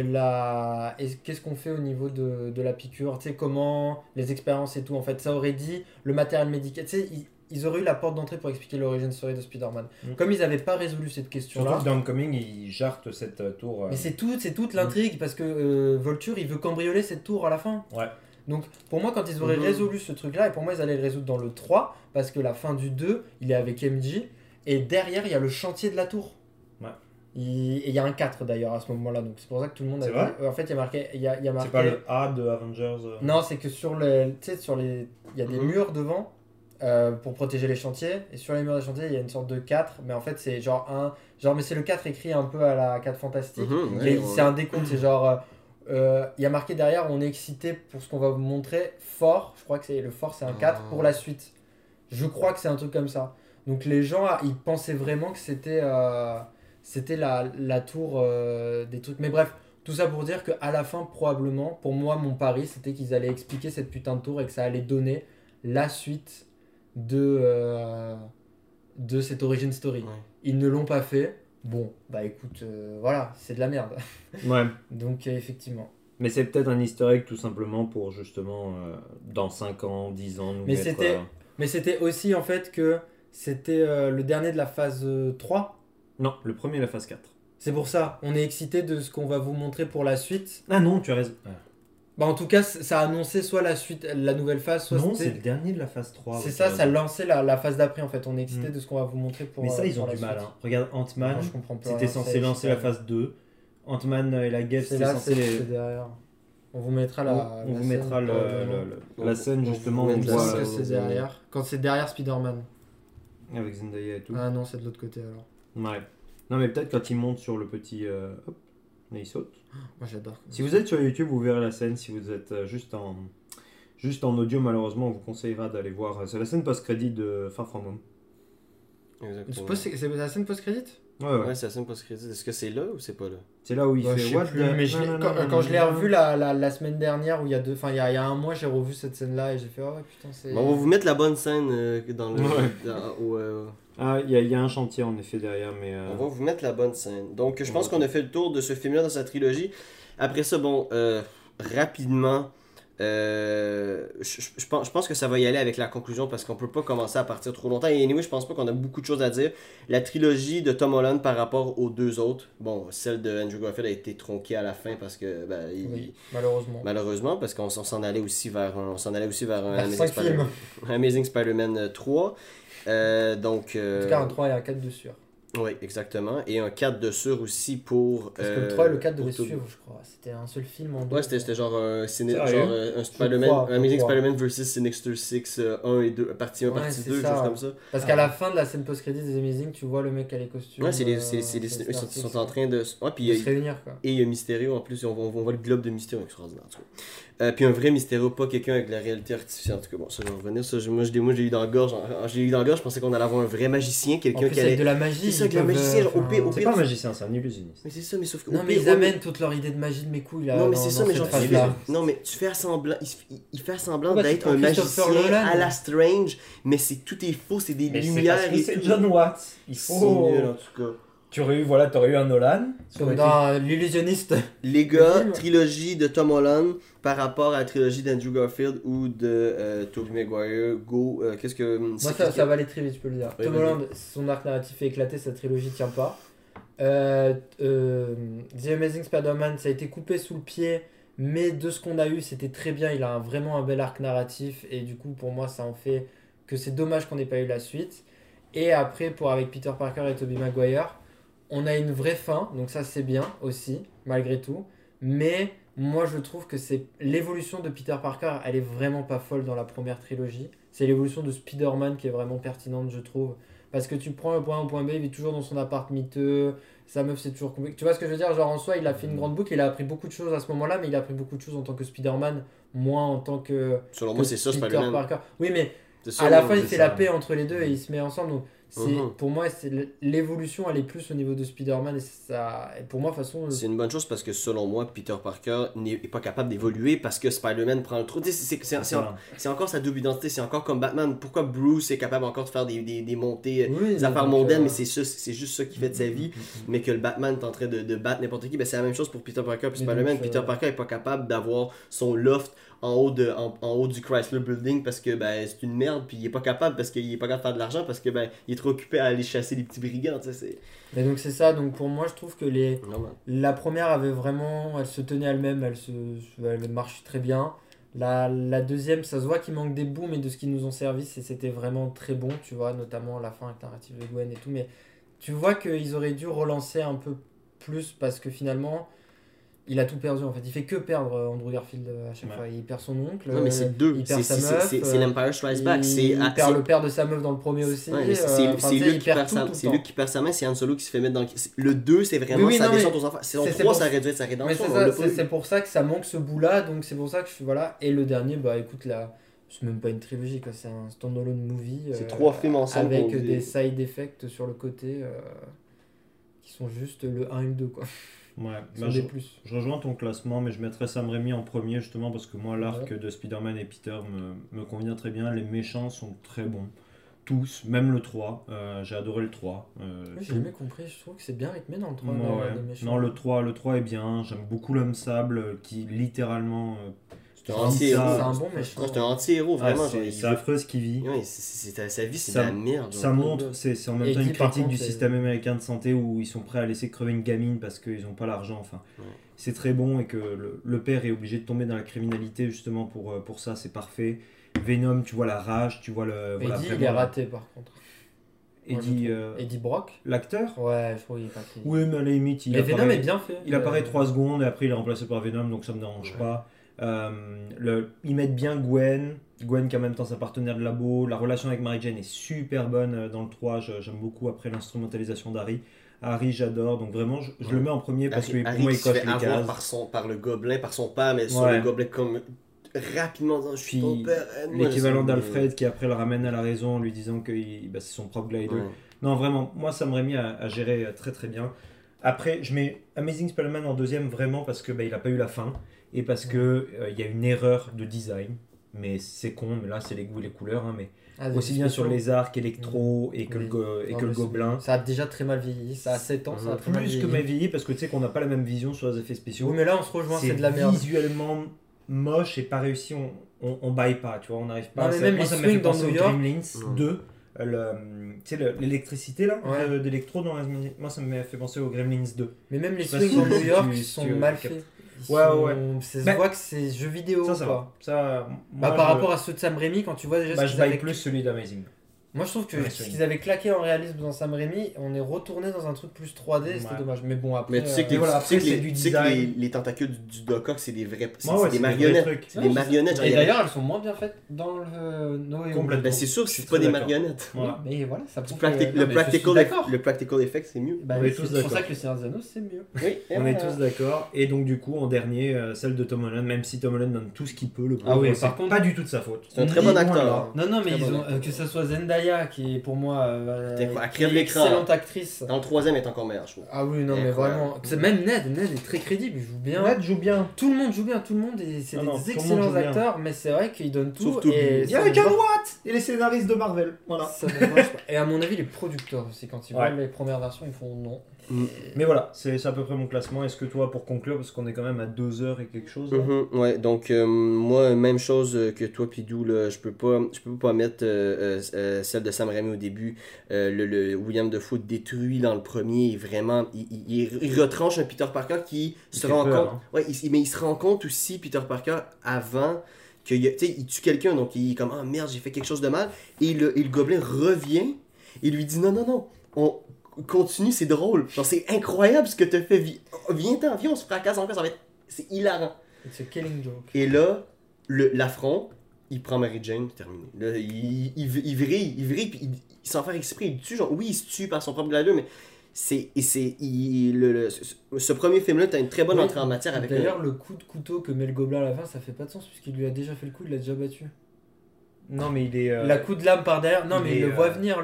[SPEAKER 2] qu'est-ce qu'on fait au niveau de la piqûre, tu sais, comment, les expériences et tout, en fait, ça aurait dit le matériel médical, tu sais, ils auraient eu la porte d'entrée pour expliquer l'origine story de Spider-Man. Comme ils n'avaient pas résolu cette question-là.
[SPEAKER 3] Surtout que dans Homecoming il jarte cette tour.
[SPEAKER 2] Mais c'est toute l'intrigue, parce que Vulture, il veut cambrioler cette tour à la fin.
[SPEAKER 3] Ouais.
[SPEAKER 2] Donc pour moi, quand ils auraient résolu ce truc-là, et pour moi ils allaient le résoudre dans le 3, parce que la fin du 2, il est avec MJ, et derrière il y a le chantier de la tour.
[SPEAKER 3] Ouais.
[SPEAKER 2] Et il y a un 4 d'ailleurs à ce moment-là, donc c'est pour ça que tout le monde
[SPEAKER 3] C'est
[SPEAKER 2] a
[SPEAKER 3] vrai
[SPEAKER 2] dit... En fait, il y a marqué... Il y a marqué...
[SPEAKER 3] C'est pas le A de Avengers.
[SPEAKER 2] Non, c'est que sur les... Tu sais, sur les... Il y a des murs devant pour protéger les chantiers, et sur les murs des chantiers, il y a une sorte de 4, mais en fait c'est genre un... Genre, mais c'est le 4 écrit un peu à la 4 fantastique. C'est un décompte, c'est genre... il y a marqué derrière, on est excité pour ce qu'on va vous montrer. Fort, je crois que c'est le fort, c'est un 4 pour la suite. Je crois que c'est un truc comme ça. Donc les gens, ils pensaient vraiment que c'était la tour des trucs. Mais bref, tout ça pour dire qu'à la fin, probablement, pour moi, mon pari, c'était qu'ils allaient expliquer cette putain de tour et que ça allait donner la suite de cette origin story.
[SPEAKER 1] Ouais.
[SPEAKER 2] Ils ne l'ont pas fait. Bon, bah écoute, voilà, c'est de la merde.
[SPEAKER 3] Ouais.
[SPEAKER 2] Donc effectivement.
[SPEAKER 3] Mais c'est peut-être un easter egg tout simplement pour justement dans 5 ans, 10 ans nous
[SPEAKER 2] Mais
[SPEAKER 3] mettre.
[SPEAKER 2] Mais c'était aussi en fait que c'était le dernier de la phase 3.
[SPEAKER 3] Non, le premier la phase 4.
[SPEAKER 2] C'est pour ça, on est excité de ce qu'on va vous montrer pour la suite.
[SPEAKER 3] Ah non, tu as raison.
[SPEAKER 2] Bah en tout cas, ça a annoncé soit la suite, la nouvelle phase, soit
[SPEAKER 3] Non,
[SPEAKER 2] c'était-
[SPEAKER 3] c'est le dernier de la phase 3.
[SPEAKER 2] C'est
[SPEAKER 3] ouais,
[SPEAKER 2] ça,
[SPEAKER 3] t'as
[SPEAKER 2] ça
[SPEAKER 3] raison.
[SPEAKER 2] lançait la phase d'après en fait. On est excité de ce qu'on va vous montrer pour.
[SPEAKER 3] Mais ça, ils
[SPEAKER 2] pour
[SPEAKER 3] ont
[SPEAKER 2] la
[SPEAKER 3] du mal.
[SPEAKER 2] suite.
[SPEAKER 3] Hein. Regarde, Ant-Man,
[SPEAKER 2] Non, je comprends pas.
[SPEAKER 3] c'était censé lancer la phase 2. Ant-Man et la guêpe,
[SPEAKER 2] C'est
[SPEAKER 3] c'était
[SPEAKER 2] là,
[SPEAKER 3] censé les.
[SPEAKER 2] c'est derrière. On vous mettra
[SPEAKER 3] On vous mettra la scène justement
[SPEAKER 1] on
[SPEAKER 3] où on
[SPEAKER 1] vous
[SPEAKER 2] Je
[SPEAKER 1] voit,
[SPEAKER 2] pense
[SPEAKER 3] voit
[SPEAKER 2] que c'est derrière. Quand c'est derrière Spider-Man.
[SPEAKER 3] avec Zendaya et tout.
[SPEAKER 2] Ah non, c'est de l'autre côté alors.
[SPEAKER 3] Ouais. Non, mais peut-être quand il monte sur le petit. Hop, là, il saute.
[SPEAKER 2] Moi j'adore.
[SPEAKER 3] Si vous êtes sur YouTube, vous verrez la scène. Si vous êtes juste en audio, malheureusement, on vous conseillera d'aller voir. C'est la scène post-crédit de Far From Home.
[SPEAKER 1] Exactement.
[SPEAKER 2] C'est la scène post-crédit?
[SPEAKER 3] Ouais, ouais.
[SPEAKER 1] Ouais, c'est la scène post-crédit. Est-ce que c'est là ou c'est pas là?
[SPEAKER 3] C'est là où il
[SPEAKER 2] Bah, je
[SPEAKER 3] fait
[SPEAKER 2] sais
[SPEAKER 3] What
[SPEAKER 2] plus,
[SPEAKER 3] the-
[SPEAKER 2] mais
[SPEAKER 3] Non, non,
[SPEAKER 2] quand
[SPEAKER 3] non,
[SPEAKER 2] je l'ai
[SPEAKER 3] non.
[SPEAKER 2] revu la semaine dernière, où il y a il y a un mois, j'ai revu cette scène-là et j'ai fait, oh ouais, putain, c'est.
[SPEAKER 1] Bon, on va vous mettre la bonne scène dans le.
[SPEAKER 3] Ouais. Ah, il y a un chantier en effet derrière, mais.
[SPEAKER 1] On va vous mettre la bonne scène. Donc, je pense qu'on a fait le tour de ce film-là dans sa trilogie. Après ça, bon, rapidement, je pense que ça va y aller avec la conclusion parce qu'on peut pas commencer à partir trop longtemps. Et anyway, je pense pas qu'on a beaucoup de choses à dire. La trilogie de Tom Holland par rapport aux deux autres, bon, celle de Andrew Garfield a été tronquée à la fin parce que,
[SPEAKER 2] Oui, malheureusement.
[SPEAKER 1] malheureusement, parce qu'on s'en allait aussi vers un
[SPEAKER 2] Vers 5 films.
[SPEAKER 1] Amazing Spider-Man 3. Donc,
[SPEAKER 2] En tout cas, un 3 et un 4 de sûr.
[SPEAKER 1] Oui, exactement. Et un 4 de sur aussi pour.
[SPEAKER 2] Parce que le 3 et le 4
[SPEAKER 1] pour
[SPEAKER 2] devaient
[SPEAKER 1] Tobey.
[SPEAKER 2] suivre, je crois. C'était un seul film en deux.
[SPEAKER 1] Ouais, c'était genre,
[SPEAKER 3] Sérieux?
[SPEAKER 1] un Spider-Man,
[SPEAKER 2] crois,
[SPEAKER 1] un Amazing
[SPEAKER 2] je crois.
[SPEAKER 1] Spider-Man vs Sinister Six 1 et 2, partie 1,
[SPEAKER 2] Ouais,
[SPEAKER 1] partie
[SPEAKER 2] c'est
[SPEAKER 1] 2,
[SPEAKER 2] ça,
[SPEAKER 1] chose
[SPEAKER 2] ouais.
[SPEAKER 1] comme ça.
[SPEAKER 2] Parce qu'à la fin de la scène post-crédit des Amazing, tu vois le mec à les costumes.
[SPEAKER 1] Ouais, ils sont en train de. Ouais, puis
[SPEAKER 2] de se réunir, quoi.
[SPEAKER 1] et il y a Mysterio en plus, on voit le globe de Mysterio extraordinaire. En tout cas. Puis un vrai Mysterio, pas quelqu'un avec la réalité artificielle. En tout cas, bon, ça je vais revenir. Ça, moi, j'ai eu dans la gorge. Je pensais qu'on allait avoir un vrai magicien,
[SPEAKER 2] En
[SPEAKER 1] quelqu'un
[SPEAKER 2] plus,
[SPEAKER 1] qui
[SPEAKER 2] avec
[SPEAKER 1] allait.
[SPEAKER 2] de la magie.
[SPEAKER 1] C'est ça,
[SPEAKER 2] ils
[SPEAKER 1] que le
[SPEAKER 2] peuvent,
[SPEAKER 1] magicien, genre, au
[SPEAKER 2] enfin,
[SPEAKER 1] pire,
[SPEAKER 3] C'est pas un magicien, c'est un illusionniste.
[SPEAKER 1] Mais c'est ça, mais sauf que.
[SPEAKER 2] Non, mais ils amènent toute leur idée de magie de mes couilles là.
[SPEAKER 1] Non, mais
[SPEAKER 2] dans-
[SPEAKER 1] c'est ça,
[SPEAKER 2] dans
[SPEAKER 1] mais
[SPEAKER 2] cette
[SPEAKER 1] genre,
[SPEAKER 2] phase-là.
[SPEAKER 1] non, mais tu fais semblant, il fait semblant
[SPEAKER 2] Ouais,
[SPEAKER 1] d'être
[SPEAKER 2] tu
[SPEAKER 1] un
[SPEAKER 2] prends Christopher
[SPEAKER 1] magicien
[SPEAKER 2] Nolan.
[SPEAKER 1] à la Strange, mais tout est faux, c'est des
[SPEAKER 3] Mais c'est
[SPEAKER 1] lumières
[SPEAKER 3] parce que
[SPEAKER 1] et
[SPEAKER 3] c'est
[SPEAKER 1] tout.
[SPEAKER 3] John Watts. Il
[SPEAKER 1] C'est
[SPEAKER 3] faut.
[SPEAKER 1] nul, en tout cas.
[SPEAKER 3] T'aurais eu un Nolan. ça aurait
[SPEAKER 2] Comme dans l'illusionniste.
[SPEAKER 1] Les gars,
[SPEAKER 2] film.
[SPEAKER 1] trilogie de Tom Holland par rapport à la trilogie d'Andrew Garfield ou de Tobey Maguire, go, qu'est-ce que...
[SPEAKER 2] Moi, ça va aller très vite, je peux le dire.
[SPEAKER 1] Oui,
[SPEAKER 2] Tom
[SPEAKER 1] vas-y.
[SPEAKER 2] Holland, son arc narratif est éclaté, sa trilogie tient pas. The Amazing Spider-Man, ça a été coupé sous le pied, mais de ce qu'on a eu, c'était très bien. Il a vraiment un bel arc narratif, et du coup, pour moi, ça en fait que c'est dommage qu'on n'ait pas eu la suite. Et après, avec Peter Parker et Tobey Maguire, on a une vraie fin, donc ça c'est bien aussi, malgré tout. Mais moi je trouve que c'est l'évolution de Peter Parker, elle est vraiment pas folle dans la première trilogie. C'est l'évolution de Spider-Man qui est vraiment pertinente, je trouve. Parce que tu prends le point A au point B, il vit toujours dans son appart miteux, sa meuf c'est toujours compliqué. Tu vois ce que je veux dire? Genre en soi, il a fait une grande boucle, il a appris beaucoup de choses à ce moment-là, mais il a appris beaucoup de choses en tant que Spider-Man, moins en tant que,
[SPEAKER 1] Selon
[SPEAKER 2] que
[SPEAKER 1] moi, c'est ça,
[SPEAKER 2] Peter
[SPEAKER 1] Spider-Man.
[SPEAKER 2] Parker. Oui, mais
[SPEAKER 1] C'est ça,
[SPEAKER 2] à la
[SPEAKER 1] moi,
[SPEAKER 2] fin, il
[SPEAKER 1] c'est
[SPEAKER 2] fait
[SPEAKER 1] ça.
[SPEAKER 2] la paix entre les deux et il se met ensemble. Donc, pour moi, l'évolution, elle est plus au niveau de Spider-Man. Et pour moi, de toute façon.
[SPEAKER 1] C'est une bonne chose parce que selon moi, Peter Parker n'est pas capable d'évoluer parce que Spider-Man prend le trou. Tu sais, c'est encore sa double identité, c'est encore comme Batman. Pourquoi Bruce est capable encore de faire des montées,
[SPEAKER 2] Oui,
[SPEAKER 1] des affaires
[SPEAKER 2] donc,
[SPEAKER 1] mondaines, mais c'est juste ça qui fait de sa vie. Mais que le Batman est en train de battre n'importe qui, ben c'est la même chose pour Peter Parker et
[SPEAKER 2] Mais
[SPEAKER 1] Spider-Man.
[SPEAKER 2] donc,
[SPEAKER 1] Peter Parker est pas capable d'avoir son loft en haut du Chrysler Building parce que ben, c'est une merde, puis il est pas capable parce qu'il est pas capable de faire de l'argent parce que ben, il est trop occupé à aller chasser les petits brigands. Tu sais,
[SPEAKER 2] Mais donc, c'est ça. Donc, pour moi, je trouve que
[SPEAKER 1] c'est normal.
[SPEAKER 2] la première avait vraiment. Elle se tenait elle-même, elle marche très bien. La deuxième, ça se voit qu'il manque des bouts, mais de ce qu'ils nous ont servi, c'était vraiment très bon, tu vois, notamment la fin avec la narrative de Gwen et tout. Mais tu vois qu'ils auraient dû relancer un peu plus parce que finalement, il a tout perdu en fait. Il fait que perdre Andrew Garfield à chaque fois. Il perd son oncle,
[SPEAKER 1] Non, mais c'est deux.
[SPEAKER 2] il perd
[SPEAKER 1] C'est
[SPEAKER 2] sa meuf,
[SPEAKER 1] c'est l'Empire Strikes Back.
[SPEAKER 2] il perd le père de sa meuf dans le premier aussi.
[SPEAKER 1] Ouais, mais
[SPEAKER 2] enfin,
[SPEAKER 1] c'est
[SPEAKER 2] tu sais,
[SPEAKER 1] Luke
[SPEAKER 2] il
[SPEAKER 1] qui
[SPEAKER 2] perd
[SPEAKER 1] perd
[SPEAKER 2] tout,
[SPEAKER 1] sa
[SPEAKER 2] tout le
[SPEAKER 1] c'est
[SPEAKER 2] temps.
[SPEAKER 1] Luke qui perd sa main, c'est Han Solo qui se fait mettre dans le 2, c'est vraiment
[SPEAKER 2] Oui,
[SPEAKER 1] sa
[SPEAKER 2] non,
[SPEAKER 1] descente
[SPEAKER 2] mais
[SPEAKER 1] aux enfants. C'est
[SPEAKER 2] c'est
[SPEAKER 1] 3,
[SPEAKER 2] pour-
[SPEAKER 1] ça aurait dû être sa
[SPEAKER 2] Mais
[SPEAKER 1] rédemption.
[SPEAKER 2] c'est
[SPEAKER 1] on
[SPEAKER 2] ça,
[SPEAKER 1] l'a pas eu.
[SPEAKER 2] c'est pour ça que ça manque ce bout là, donc c'est pour ça que je suis voilà. Et le dernier, bah écoute là, c'est même pas une trilogie quoi, c'est un standalone movie.
[SPEAKER 1] C'est 3 films ensemble
[SPEAKER 2] avec
[SPEAKER 1] qu'on dit.
[SPEAKER 2] des side effects sur le côté qui sont juste le 1 et le 2 quoi.
[SPEAKER 3] Ouais,
[SPEAKER 2] Qui
[SPEAKER 3] bah,
[SPEAKER 2] sont
[SPEAKER 3] je,
[SPEAKER 2] des plus.
[SPEAKER 3] je rejoins ton classement, mais je mettrais Sam Raimi en premier justement parce que moi, l'arc de Spider-Man et Peter me convient très bien. Les méchants sont très bons. Tous, même le 3. J'ai adoré le 3.
[SPEAKER 2] J'ai jamais compris, je trouve que c'est bien rythmé dans le 3.
[SPEAKER 3] Ouais, ouais.
[SPEAKER 2] les méchants.
[SPEAKER 3] Non, le 3 est bien. J'aime beaucoup l'homme sable qui littéralement.
[SPEAKER 1] C'est un
[SPEAKER 3] c'est
[SPEAKER 1] anti-héros.
[SPEAKER 2] C'est un bon méchant.
[SPEAKER 1] C'est un anti-héros, vraiment.
[SPEAKER 3] c'est
[SPEAKER 1] genre,
[SPEAKER 3] c'est affreux ce qu'il vit.
[SPEAKER 1] Ouais, sa vie, c'est de
[SPEAKER 3] Ça-
[SPEAKER 1] la merde.
[SPEAKER 3] Ça montre, c'est en même
[SPEAKER 2] Et
[SPEAKER 3] temps une
[SPEAKER 2] qui, par
[SPEAKER 3] critique du
[SPEAKER 2] contre, est-
[SPEAKER 3] système américain de santé où ils sont prêts à laisser crever une gamine parce qu'ils n'ont pas l'argent. Enfin,
[SPEAKER 1] Ouais.
[SPEAKER 3] c'est très bon et que le père est obligé de tomber dans la criminalité justement pour ça, c'est parfait. Venom, tu vois la rage, tu vois le. Voilà,
[SPEAKER 2] Eddie, il
[SPEAKER 3] vraiment
[SPEAKER 2] est
[SPEAKER 3] la-
[SPEAKER 2] raté par contre. Moi, je
[SPEAKER 3] Eddie,
[SPEAKER 2] trouve. Eddie Brock.
[SPEAKER 3] l'acteur.
[SPEAKER 2] Ouais, je trouve qu'il est pas très.
[SPEAKER 3] Oui, mais à la limite, il
[SPEAKER 2] Mais Venom
[SPEAKER 3] apparaît,
[SPEAKER 2] est bien fait.
[SPEAKER 3] il apparaît 3 secondes et après il est remplacé par Venom, donc ça me dérange
[SPEAKER 1] Ouais.
[SPEAKER 3] pas. Ils mettent bien Gwen qui est en même temps sa partenaire de labo. La relation avec Mary Jane est super bonne dans le 3, j'aime beaucoup après l'instrumentalisation d'Harry. Harry, j'adore, donc vraiment, je le mets en premier parce que pour
[SPEAKER 1] Harry
[SPEAKER 3] moi,
[SPEAKER 1] qui
[SPEAKER 3] il
[SPEAKER 1] se
[SPEAKER 3] coche
[SPEAKER 1] fait
[SPEAKER 3] les
[SPEAKER 1] avoir
[SPEAKER 3] cases.
[SPEAKER 1] par le gobelin, par son père, mais sur
[SPEAKER 3] Ouais.
[SPEAKER 1] le gobelin comme rapidement en disant, je suis ton
[SPEAKER 3] Puis,
[SPEAKER 1] père, aide-moi.
[SPEAKER 3] L'équivalent
[SPEAKER 1] C'est-
[SPEAKER 3] d'Alfred qui après le ramène à la raison en lui disant que c'est son propre glider.
[SPEAKER 1] Ouais.
[SPEAKER 3] Non, vraiment, moi, ça m'aurait mis à gérer très très bien. Après, je mets Amazing Spider-Man en deuxième vraiment parce que il n'a pas eu la fin et parce que il y a une erreur de design. Mais c'est con, mais là, c'est les goûts et les couleurs. Hein, mais
[SPEAKER 2] Ah,
[SPEAKER 3] aussi bien sur les arcs électro et que
[SPEAKER 2] Oui.
[SPEAKER 3] le
[SPEAKER 2] Non, mais
[SPEAKER 3] gobelin.
[SPEAKER 2] Ça a déjà très mal vieilli. Ça a 7 ans, ça a très mal
[SPEAKER 3] Plus
[SPEAKER 2] vieilli.
[SPEAKER 3] que ma vie, parce que tu sais qu'on n'a pas la même vision sur les effets spéciaux.
[SPEAKER 2] Oui, mais là on se rejoint, c'est de la merde.
[SPEAKER 3] Visuellement moche et pas réussi, on baille pas, tu vois, on n'arrive pas.
[SPEAKER 2] Non, mais
[SPEAKER 3] Ça-
[SPEAKER 2] même
[SPEAKER 3] moi,
[SPEAKER 2] les
[SPEAKER 3] ça m'a fait
[SPEAKER 2] swings dans
[SPEAKER 3] penser
[SPEAKER 2] New
[SPEAKER 3] au
[SPEAKER 2] York.
[SPEAKER 3] Gremlins
[SPEAKER 1] Ouais.
[SPEAKER 3] 2. Tu sais, l'électricité là,
[SPEAKER 2] Ouais.
[SPEAKER 3] d'électro dans moi ça m'a fait penser au Gremlins 2.
[SPEAKER 2] Mais même les
[SPEAKER 3] Je sais pas
[SPEAKER 2] swings dans
[SPEAKER 3] si
[SPEAKER 2] New York
[SPEAKER 3] tu-
[SPEAKER 2] ils
[SPEAKER 3] si
[SPEAKER 2] sont
[SPEAKER 3] tu-
[SPEAKER 2] mal
[SPEAKER 3] tu-
[SPEAKER 2] faits.
[SPEAKER 3] Ouais, ouais.
[SPEAKER 2] Ça se
[SPEAKER 3] Bah,
[SPEAKER 2] voit que c'est jeux vidéo.
[SPEAKER 3] Ça va.
[SPEAKER 2] quoi.
[SPEAKER 3] Ça,
[SPEAKER 2] Bah,
[SPEAKER 3] moi,
[SPEAKER 2] par
[SPEAKER 3] je-
[SPEAKER 2] rapport à ceux de Sam Raimi, quand tu vois déjà
[SPEAKER 3] bah,
[SPEAKER 2] ce
[SPEAKER 3] je
[SPEAKER 2] qu'ils
[SPEAKER 3] baille
[SPEAKER 2] avaient.
[SPEAKER 3] plus celui d'Amazing.
[SPEAKER 2] Moi je trouve que
[SPEAKER 3] Ouais,
[SPEAKER 2] ce
[SPEAKER 3] c'est
[SPEAKER 2] qu'ils avaient claqué en réalisme dans Sam Raimi, on est retourné dans un truc plus 3D, c'était
[SPEAKER 3] Ouais.
[SPEAKER 2] dommage. Mais bon, après.
[SPEAKER 1] Mais tu sais que,
[SPEAKER 3] voilà,
[SPEAKER 1] tu sais
[SPEAKER 3] après,
[SPEAKER 1] que
[SPEAKER 3] c'est du
[SPEAKER 1] tu sais que
[SPEAKER 3] design.
[SPEAKER 1] les tentacules du Doc Ock, c'est des vrais. C'est
[SPEAKER 3] Ouais, ouais,
[SPEAKER 1] c'est des
[SPEAKER 3] c'est des vrais
[SPEAKER 1] marionnettes.
[SPEAKER 3] trucs.
[SPEAKER 1] C'est des marionnettes. genre,
[SPEAKER 2] Et
[SPEAKER 1] il y avait-
[SPEAKER 2] d'ailleurs, elles sont moins bien faites dans le No Way Home.
[SPEAKER 3] Complètement.
[SPEAKER 1] Ben, c'est sûr que
[SPEAKER 3] Je suis
[SPEAKER 1] c'est pas
[SPEAKER 3] très
[SPEAKER 1] des
[SPEAKER 3] d'accord.
[SPEAKER 1] marionnettes.
[SPEAKER 3] Voilà.
[SPEAKER 2] Mais voilà, ça
[SPEAKER 1] Le
[SPEAKER 2] prouve
[SPEAKER 1] practi-
[SPEAKER 2] que-
[SPEAKER 1] le
[SPEAKER 2] Non, mais je suis
[SPEAKER 1] practical,
[SPEAKER 2] d'accord.
[SPEAKER 1] le practical effect, c'est mieux.
[SPEAKER 2] Bah,
[SPEAKER 3] On est
[SPEAKER 2] c'est
[SPEAKER 3] tous
[SPEAKER 2] pour ça
[SPEAKER 3] d'accord.
[SPEAKER 2] que le Seigneur des Anneaux, c'est mieux.
[SPEAKER 1] Oui, et
[SPEAKER 3] On est
[SPEAKER 1] voilà.
[SPEAKER 3] tous d'accord. Et donc, du coup, en dernier, celle de Tom Holland, même si Tom Holland donne tout ce qu'il peut, le pauvre,
[SPEAKER 2] Ah oui,
[SPEAKER 3] c'est
[SPEAKER 2] par contre-
[SPEAKER 3] pas du tout de sa faute.
[SPEAKER 1] C'est un très bon
[SPEAKER 3] Ni loin
[SPEAKER 1] acteur.
[SPEAKER 3] de là.
[SPEAKER 1] hein.
[SPEAKER 2] Non, non, mais
[SPEAKER 1] Très
[SPEAKER 2] ils
[SPEAKER 1] bon
[SPEAKER 2] ont, que ce soit Zendaya, qui est pour moi
[SPEAKER 1] Elle
[SPEAKER 2] qui
[SPEAKER 1] crève
[SPEAKER 2] est
[SPEAKER 1] l'écran.
[SPEAKER 2] excellente actrice.
[SPEAKER 1] Dans le troisième, elle est encore meilleure, je trouve.
[SPEAKER 2] Ah oui, non, mais
[SPEAKER 1] Incroyable.
[SPEAKER 2] vraiment. Même Ned est très crédible, il joue bien.
[SPEAKER 3] Ned joue bien.
[SPEAKER 2] Tout le monde joue bien, tout le monde, et c'est
[SPEAKER 3] Non,
[SPEAKER 2] des
[SPEAKER 3] non, tout le monde
[SPEAKER 2] excellents
[SPEAKER 3] joue bien.
[SPEAKER 2] acteurs, mais c'est vrai qu'ils donnent tout.
[SPEAKER 1] Sauf tout
[SPEAKER 2] et
[SPEAKER 3] Il y a
[SPEAKER 2] ça
[SPEAKER 3] Jon
[SPEAKER 2] ne marche-
[SPEAKER 3] Watt et les scénaristes de Marvel. Voilà.
[SPEAKER 2] ça ne marche pas. Et à mon avis, les producteurs aussi, quand ils
[SPEAKER 3] Ouais.
[SPEAKER 2] voient les premières versions, ils font non.
[SPEAKER 3] Mais voilà, c'est à peu près mon classement. Est-ce que toi, pour conclure, parce qu'on est quand même à 2 heures et quelque chose. là.
[SPEAKER 1] Ouais, donc moi, même chose que toi, Pidou, là, je peux pas mettre celle de Sam Raimi au début. Le William Dafoe détruit dans le premier, et vraiment, il retranche un Peter Parker qui se
[SPEAKER 3] fait
[SPEAKER 1] rend
[SPEAKER 3] peur,
[SPEAKER 1] compte.
[SPEAKER 3] hein.
[SPEAKER 1] Ouais, mais il se rend compte aussi, Peter Parker, avant que, tu sais, il tue quelqu'un, donc il est comme, ah merde, j'ai fait quelque chose de mal. Et le gobelin revient et lui dit, non, on continue, c'est drôle. Genre, c'est incroyable ce que tu fait. Viens, on se fracasse encore, ça va être. C'est hilarant.
[SPEAKER 2] C'est Killing Joke.
[SPEAKER 1] Et là, l'affront, il prend Mary Jane, terminé. Là, il vrille, puis sans faire exprès, il tue. Genre, oui, il se tue par son propre glider, mais ce premier film-là, t'as une très bonne
[SPEAKER 2] Oui,
[SPEAKER 1] entrée en matière avec
[SPEAKER 2] D'ailleurs, le coup de couteau que met le gobelin à la fin, ça fait pas de sens, puisqu'il lui a déjà fait le coup, il l'a déjà battu.
[SPEAKER 3] Non, mais il est.
[SPEAKER 2] La coup de lame par derrière, non,
[SPEAKER 3] il
[SPEAKER 2] mais il
[SPEAKER 3] est,
[SPEAKER 2] le voit venir,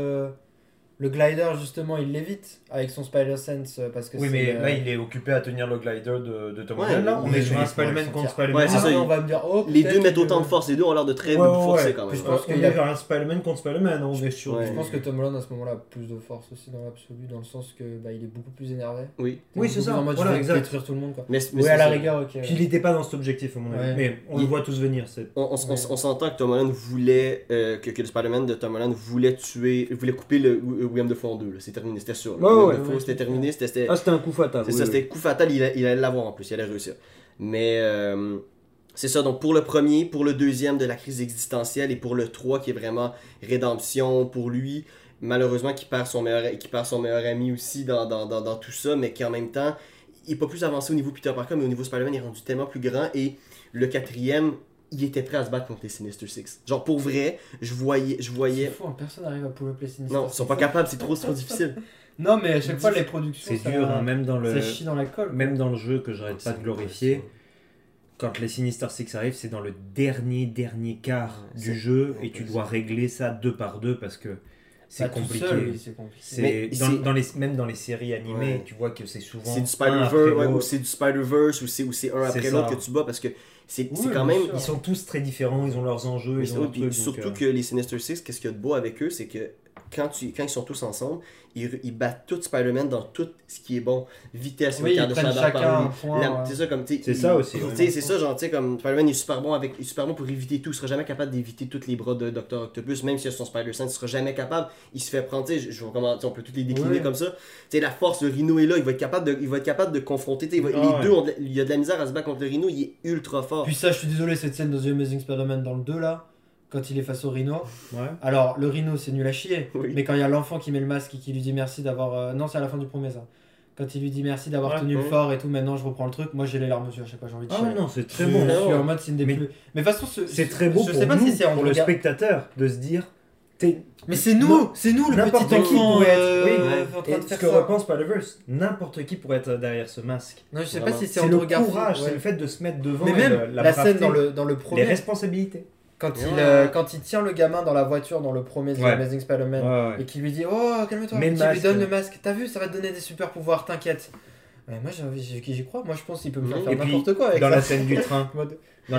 [SPEAKER 2] le glider, justement, il l'évite avec son Spider-Sense, parce que
[SPEAKER 3] Oui,
[SPEAKER 2] c'est
[SPEAKER 3] mais
[SPEAKER 2] le-
[SPEAKER 3] là, il est occupé à tenir le glider de Tom
[SPEAKER 1] Ouais,
[SPEAKER 3] Holland. Là, on
[SPEAKER 1] il-
[SPEAKER 3] est sur un
[SPEAKER 2] ils
[SPEAKER 3] Spider-Man
[SPEAKER 2] sont
[SPEAKER 3] contre
[SPEAKER 2] fiers.
[SPEAKER 3] Spider-Man.
[SPEAKER 1] Ouais, c'est
[SPEAKER 2] Ah,
[SPEAKER 1] ça,
[SPEAKER 2] mais on va me dire, oh,
[SPEAKER 1] les
[SPEAKER 2] peut-être
[SPEAKER 1] deux mettent
[SPEAKER 2] que-
[SPEAKER 1] autant de force, les deux ont l'air de très
[SPEAKER 3] Ouais, ouais,
[SPEAKER 1] forcer
[SPEAKER 3] ouais.
[SPEAKER 1] quand même.
[SPEAKER 2] Puis je
[SPEAKER 3] Je pense
[SPEAKER 2] pense
[SPEAKER 3] qu'on
[SPEAKER 2] qu'il
[SPEAKER 3] est
[SPEAKER 2] a-
[SPEAKER 3] vers un Spider-Man contre Spider-Man, on est sûr.
[SPEAKER 1] Ouais.
[SPEAKER 2] Je pense que Tom Holland, à ce moment-là, a plus de force aussi dans l'absolu, dans le sens que bah, il est beaucoup plus énervé.
[SPEAKER 1] Oui.
[SPEAKER 3] Oui, c'est
[SPEAKER 2] Beaucoup
[SPEAKER 3] ça.
[SPEAKER 2] plus en mode,
[SPEAKER 3] Voilà,
[SPEAKER 2] je vais
[SPEAKER 3] exact.
[SPEAKER 2] détruire tout le monde, quoi.
[SPEAKER 1] Mais
[SPEAKER 2] Oui,
[SPEAKER 1] c'est
[SPEAKER 2] à la
[SPEAKER 1] ça.
[SPEAKER 2] rigueur, ok.
[SPEAKER 3] Puis il n'était pas dans cet objectif, à mon avis.
[SPEAKER 2] Ouais.
[SPEAKER 3] Mais on le voit tous venir.
[SPEAKER 1] On s'entend que Tom Holland voulait, que le Spider-Man de Tom Holland voulait couper le William Dafoe en deux. là. C'est terminé, c'était sûr. là.
[SPEAKER 3] Ouais,
[SPEAKER 1] William
[SPEAKER 3] ouais,
[SPEAKER 1] Dafoe,
[SPEAKER 2] ouais,
[SPEAKER 1] c'était
[SPEAKER 2] c'est
[SPEAKER 1] terminé, c'était.
[SPEAKER 3] Ah, c'était un coup fatal.
[SPEAKER 1] C'est ça, c'était coup fatal, il allait l'avoir en plus, il allait réussir. Mais c'est ça, donc pour le premier, pour le deuxième de la crise existentielle et pour le 3 qui est vraiment rédemption pour lui, malheureusement qui perd son meilleur ami aussi dans tout ça, mais qui en même temps, il n'est pas plus avancé au niveau Peter Parker, mais au niveau Spider-Man, il est rendu tellement plus grand et le quatrième, il était prêt à se battre contre les Sinister Six. Genre pour vrai, je voyais.
[SPEAKER 2] C'est fou, hein, personne n'arrive à pull up les Sinister.
[SPEAKER 1] Non, ils sont pas capables, c'est trop difficile.
[SPEAKER 2] Non, mais à chaque fois, les productions.
[SPEAKER 3] C'est
[SPEAKER 2] ça-
[SPEAKER 3] dur, hein, même dans le.
[SPEAKER 2] Ça chie dans la colle.
[SPEAKER 3] Même dans le jeu que j'arrête pas de
[SPEAKER 1] C'est-
[SPEAKER 3] glorifier, quand les Sinister Six arrivent, c'est dans le dernier quart
[SPEAKER 1] Ouais,
[SPEAKER 3] du
[SPEAKER 1] c'est-
[SPEAKER 3] jeu et
[SPEAKER 1] ouais,
[SPEAKER 3] tu
[SPEAKER 1] c'est-
[SPEAKER 3] dois régler ça 2 par 2 parce que c'est
[SPEAKER 2] Bah, tout
[SPEAKER 3] compliqué.
[SPEAKER 2] seul, oui, c'est compliqué.
[SPEAKER 1] Mais
[SPEAKER 3] Même dans les séries animées,
[SPEAKER 1] Ouais.
[SPEAKER 3] tu vois que c'est souvent.
[SPEAKER 1] C'est du
[SPEAKER 3] un
[SPEAKER 1] Spider-Verse,
[SPEAKER 3] après
[SPEAKER 1] ouais, ou
[SPEAKER 3] l'autre.
[SPEAKER 1] c'est du Spider-Verse, ou c'est un après
[SPEAKER 3] C'est
[SPEAKER 1] l'autre
[SPEAKER 3] ça.
[SPEAKER 1] que tu bats parce que c'est
[SPEAKER 2] Oui,
[SPEAKER 1] quand
[SPEAKER 2] bien
[SPEAKER 1] même.
[SPEAKER 2] sûr.
[SPEAKER 3] Ils sont tous très différents, ils ont leurs enjeux,
[SPEAKER 1] Mais
[SPEAKER 3] ils ont leurs
[SPEAKER 1] puis
[SPEAKER 3] trucs,
[SPEAKER 1] surtout
[SPEAKER 3] donc,
[SPEAKER 1] que les Sinister Six, qu'est-ce qu'il y a de beau avec eux, c'est que quand ils sont tous ensemble, ils battent tout Spider-Man dans tout ce qui est bon. Vitesse,
[SPEAKER 2] Oui,
[SPEAKER 1] le quart
[SPEAKER 2] ils
[SPEAKER 1] de
[SPEAKER 2] prennent
[SPEAKER 1] chaleur
[SPEAKER 2] chacun
[SPEAKER 1] par
[SPEAKER 2] un
[SPEAKER 1] lui.
[SPEAKER 2] point. Ouais.
[SPEAKER 1] C'est ça comme tu sais,
[SPEAKER 3] C'est ça aussi,
[SPEAKER 1] tu
[SPEAKER 3] ouais.
[SPEAKER 1] sais, c'est ça genre tu sais comme Spider-Man il est super bon pour éviter tout, il sera jamais capable d'éviter tous les bras de Dr Octopus, même s'il a son Spider-Sense, il sera jamais capable. Il se fait prendre, tu sais, je vois comment tu sais, on peut toutes les décliner
[SPEAKER 2] Ouais.
[SPEAKER 1] comme ça. Tu sais la force, le Rhino est là, il va être capable de confronter, tu sais,
[SPEAKER 3] Ah
[SPEAKER 1] les
[SPEAKER 3] ouais.
[SPEAKER 1] deux il y a de la misère à se battre contre le Rhino, il est ultra fort.
[SPEAKER 2] Puis ça, je suis désolé, cette scène dans The Amazing Spider-Man dans le 2 là, quand il est face au Rhino.
[SPEAKER 3] Ouais.
[SPEAKER 2] Alors, le Rhino, c'est nul à chier.
[SPEAKER 1] Oui.
[SPEAKER 2] Mais quand il y a l'enfant qui met le masque et qui lui dit merci d'avoir. Non, c'est à la fin du premier ça. Quand il lui dit merci d'avoir
[SPEAKER 3] Ouais,
[SPEAKER 2] tenu le
[SPEAKER 1] ouais.
[SPEAKER 2] fort et tout, maintenant je reprends le truc. Moi j'ai les larmes aux yeux à chaque fois, j'ai envie de
[SPEAKER 3] Ah
[SPEAKER 2] chialer.
[SPEAKER 3] non, c'est très
[SPEAKER 2] Je
[SPEAKER 3] bon.
[SPEAKER 2] suis en mode c'est une des
[SPEAKER 3] Mais-
[SPEAKER 2] plus. Mais de toute façon,
[SPEAKER 3] C'est très beau
[SPEAKER 2] je
[SPEAKER 3] pour
[SPEAKER 2] sais pas
[SPEAKER 3] nous,
[SPEAKER 2] si c'est en
[SPEAKER 3] pour le
[SPEAKER 2] regard-
[SPEAKER 3] spectateur, de se dire.
[SPEAKER 2] Mais c'est nous,
[SPEAKER 3] Non,
[SPEAKER 2] c'est nous le
[SPEAKER 3] n'importe
[SPEAKER 2] petit
[SPEAKER 3] qui
[SPEAKER 2] enfant
[SPEAKER 3] pourrait être- oui,
[SPEAKER 2] en train
[SPEAKER 3] Et
[SPEAKER 2] de
[SPEAKER 3] ce
[SPEAKER 2] faire
[SPEAKER 3] que
[SPEAKER 2] ça.
[SPEAKER 3] repense Spider-Verse, n'importe qui pourrait être derrière ce masque.
[SPEAKER 2] Non, je sais
[SPEAKER 1] Vraiment.
[SPEAKER 2] pas si c'est
[SPEAKER 3] C'est
[SPEAKER 2] en
[SPEAKER 3] le
[SPEAKER 2] regard.
[SPEAKER 3] courage,
[SPEAKER 2] ouais.
[SPEAKER 3] c'est le fait de se mettre devant
[SPEAKER 2] Mais
[SPEAKER 3] et
[SPEAKER 2] même
[SPEAKER 3] la
[SPEAKER 2] la scène
[SPEAKER 3] braveté,
[SPEAKER 2] dans le
[SPEAKER 3] les
[SPEAKER 2] premier,
[SPEAKER 3] responsabilités.
[SPEAKER 2] quand
[SPEAKER 1] Et
[SPEAKER 2] il,
[SPEAKER 1] voilà.
[SPEAKER 2] quand il tient le gamin dans la voiture dans le premier The
[SPEAKER 3] Ouais.
[SPEAKER 2] Amazing Spider-Man
[SPEAKER 3] Ouais, ouais.
[SPEAKER 2] et qui lui dit oh calme-toi,
[SPEAKER 3] Mets
[SPEAKER 2] et
[SPEAKER 3] le
[SPEAKER 2] qui lui
[SPEAKER 3] masque.
[SPEAKER 2] donne le masque. T'as vu, ça va te donner des super pouvoirs, t'inquiète. Ouais, moi j'y crois, moi je pense qu'il peut me faire
[SPEAKER 1] Et
[SPEAKER 2] faire
[SPEAKER 3] puis,
[SPEAKER 2] n'importe quoi avec
[SPEAKER 3] Dans
[SPEAKER 2] ça.
[SPEAKER 3] la scène du train,
[SPEAKER 2] En mode-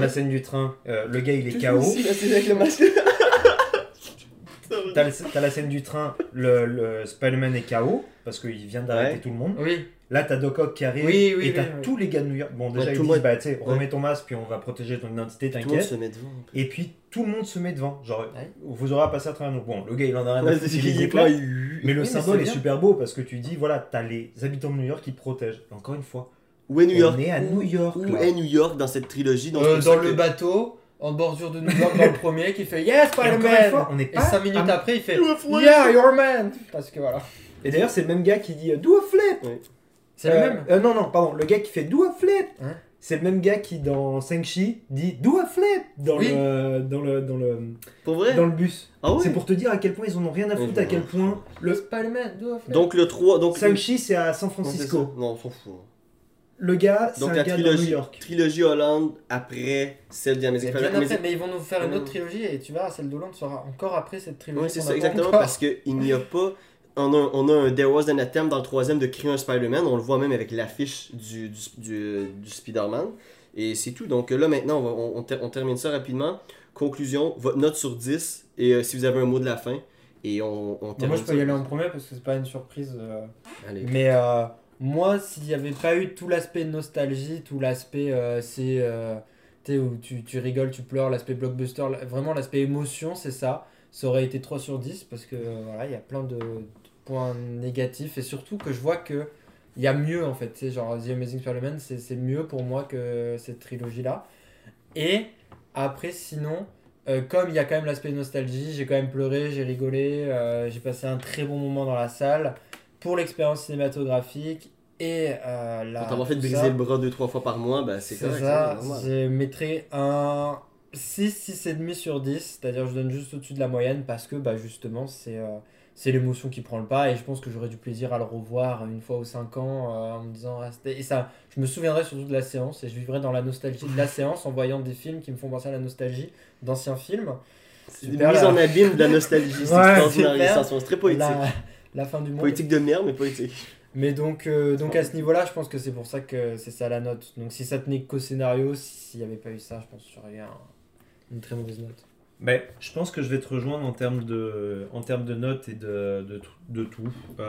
[SPEAKER 3] le gars il est
[SPEAKER 1] Toujours
[SPEAKER 3] KO.
[SPEAKER 1] aussi, là, c'est avec le masque.
[SPEAKER 3] T'as la scène du train, le Spider-Man est KO parce qu'il vient d'arrêter
[SPEAKER 1] Ouais.
[SPEAKER 3] tout le monde.
[SPEAKER 2] Oui,
[SPEAKER 3] Là, t'as Doc Ock qui arrive
[SPEAKER 2] Oui, oui,
[SPEAKER 3] et t'as
[SPEAKER 2] oui, oui.
[SPEAKER 3] tous les gars de New York. Bon, déjà,
[SPEAKER 1] Ouais,
[SPEAKER 3] ils
[SPEAKER 1] tout le
[SPEAKER 3] disent,
[SPEAKER 1] monde-
[SPEAKER 3] bah, tu sais,
[SPEAKER 1] Ouais.
[SPEAKER 3] remets ton masque, puis on va protéger ton identité,
[SPEAKER 1] Tout le monde
[SPEAKER 3] t'inquiète.
[SPEAKER 1] se met devant.
[SPEAKER 3] Et puis, tout le monde se met devant. Genre,
[SPEAKER 2] Ouais.
[SPEAKER 3] vous aurez à passer à travers nous. Bon, le gars, il en a rien à
[SPEAKER 1] Ouais,
[SPEAKER 3] foutre,
[SPEAKER 1] c'est
[SPEAKER 3] il
[SPEAKER 1] qu'il
[SPEAKER 3] les
[SPEAKER 1] est pas.
[SPEAKER 3] éclate. Mais le
[SPEAKER 2] Oui, mais
[SPEAKER 3] symbole
[SPEAKER 2] c'est
[SPEAKER 3] est
[SPEAKER 2] bien.
[SPEAKER 3] super beau parce que tu dis, voilà, t'as les habitants de New York qui te protègent. Encore une fois,
[SPEAKER 1] Où est New York?
[SPEAKER 3] on est à New York.
[SPEAKER 1] Où
[SPEAKER 3] là.
[SPEAKER 1] est New York dans cette trilogie? Donc, c'est pour
[SPEAKER 2] dans
[SPEAKER 1] ça
[SPEAKER 2] le
[SPEAKER 1] que-
[SPEAKER 2] bateau, en bordure de New York dans le premier qui fait Yeah,
[SPEAKER 3] Et encore une
[SPEAKER 2] Spider-Man!
[SPEAKER 3] fois, on n'est
[SPEAKER 2] Et
[SPEAKER 3] pas
[SPEAKER 2] 5 minutes
[SPEAKER 3] à-
[SPEAKER 2] après, il fait
[SPEAKER 1] Do a flip.
[SPEAKER 2] Yeah, you're man! Parce que voilà.
[SPEAKER 3] Et d'ailleurs, c'est le même gars qui dit do a flip.
[SPEAKER 2] C'est le même?
[SPEAKER 3] Non, pardon. Le gars qui fait do a flip.
[SPEAKER 2] Hein
[SPEAKER 3] C'est le même gars qui dans Shang-Chi dit do a flip dans
[SPEAKER 2] Oui.
[SPEAKER 1] Pour vrai?
[SPEAKER 3] dans le bus.
[SPEAKER 1] Ah ouais?
[SPEAKER 3] C'est pour te dire à quel point ils en ont rien à foutre, à quel point
[SPEAKER 2] Le
[SPEAKER 3] le
[SPEAKER 2] Spider-Man, do a flip.
[SPEAKER 1] Donc le 3... Donc,
[SPEAKER 3] Shang-Chi c'est à San
[SPEAKER 1] non, c'est
[SPEAKER 3] Francisco.
[SPEAKER 1] ça. Non, on s'en fout.
[SPEAKER 3] Le gars, c'est
[SPEAKER 1] Donc
[SPEAKER 3] un
[SPEAKER 1] la
[SPEAKER 3] gars de New
[SPEAKER 1] trilogie,
[SPEAKER 3] York.
[SPEAKER 1] trilogie Hollande après celle
[SPEAKER 2] Mais
[SPEAKER 1] d'Amazing
[SPEAKER 2] bien
[SPEAKER 1] Spider-Man.
[SPEAKER 2] après, mais ils vont nous faire une autre
[SPEAKER 1] Mm.
[SPEAKER 2] trilogie et tu verras, celle d'Hollande sera encore après cette trilogie.
[SPEAKER 1] Oui, c'est
[SPEAKER 2] qu'on
[SPEAKER 1] ça,
[SPEAKER 2] attend
[SPEAKER 1] exactement,
[SPEAKER 2] encore.
[SPEAKER 1] parce qu'il n'y a pas... On a un There Was an Attempt dans le 3e de créer un Spider-Man, on le voit même avec l'affiche du Spider-Man, et c'est tout. Donc là, maintenant, on termine ça rapidement. Conclusion, votre note sur 10, et si vous avez un mot de la fin, et on
[SPEAKER 2] Bon,
[SPEAKER 1] termine
[SPEAKER 2] moi, je peux
[SPEAKER 1] ça.
[SPEAKER 2] y aller en premier parce que c'est pas une surprise.
[SPEAKER 1] Allez.
[SPEAKER 2] Mais moi, s'il n'y avait pas eu tout l'aspect nostalgie, tout l'aspect tu sais, où tu rigoles, tu pleures, l'aspect blockbuster, vraiment l'aspect émotion, c'est ça. Ça aurait été 3 sur 10 parce que voilà, il y a plein de points négatifs et surtout que je vois que il y a mieux en fait. Tu sais, genre The Amazing Spider-Man, c'est mieux pour moi que cette trilogie-là. Et après, sinon, comme il y a quand même l'aspect nostalgie, j'ai quand même pleuré, j'ai rigolé, j'ai passé un très bon moment dans la salle pour l'expérience cinématographique et la.
[SPEAKER 1] Quand t'as fait
[SPEAKER 2] tout
[SPEAKER 1] briser
[SPEAKER 2] ça.
[SPEAKER 1] le bras 2-3 fois par mois, ben c'est correct.
[SPEAKER 2] Ça,
[SPEAKER 1] c'est normal.
[SPEAKER 2] je mettrais un 6, 6,5 sur 10, c'est-à-dire je donne juste au-dessus de la moyenne parce que bah, justement c'est l'émotion qui prend le pas et je pense que j'aurais du plaisir à le revoir une fois ou 5 ans en me disant et ça, je me souviendrai surtout de la séance et je vivrai dans la nostalgie de la séance en voyant des films qui me font penser à la nostalgie d'anciens films.
[SPEAKER 1] C'est une
[SPEAKER 2] Super,
[SPEAKER 1] mise
[SPEAKER 2] là.
[SPEAKER 1] en abîme de la nostalgie, c'est
[SPEAKER 3] Ouais,
[SPEAKER 1] extraordinaire,
[SPEAKER 2] super.
[SPEAKER 1] c'est très poétique.
[SPEAKER 2] La fin du monde.
[SPEAKER 1] Poétique de merde, mais poétique.
[SPEAKER 2] Mais donc à ce niveau-là, je pense que c'est pour ça que c'est ça la note. Donc si ça tenait qu'au scénario, s'il n'y avait pas eu ça, je pense que j'aurais eu une très mauvaise note.
[SPEAKER 3] Ben, je pense que je vais te rejoindre en termes de notes et de tout.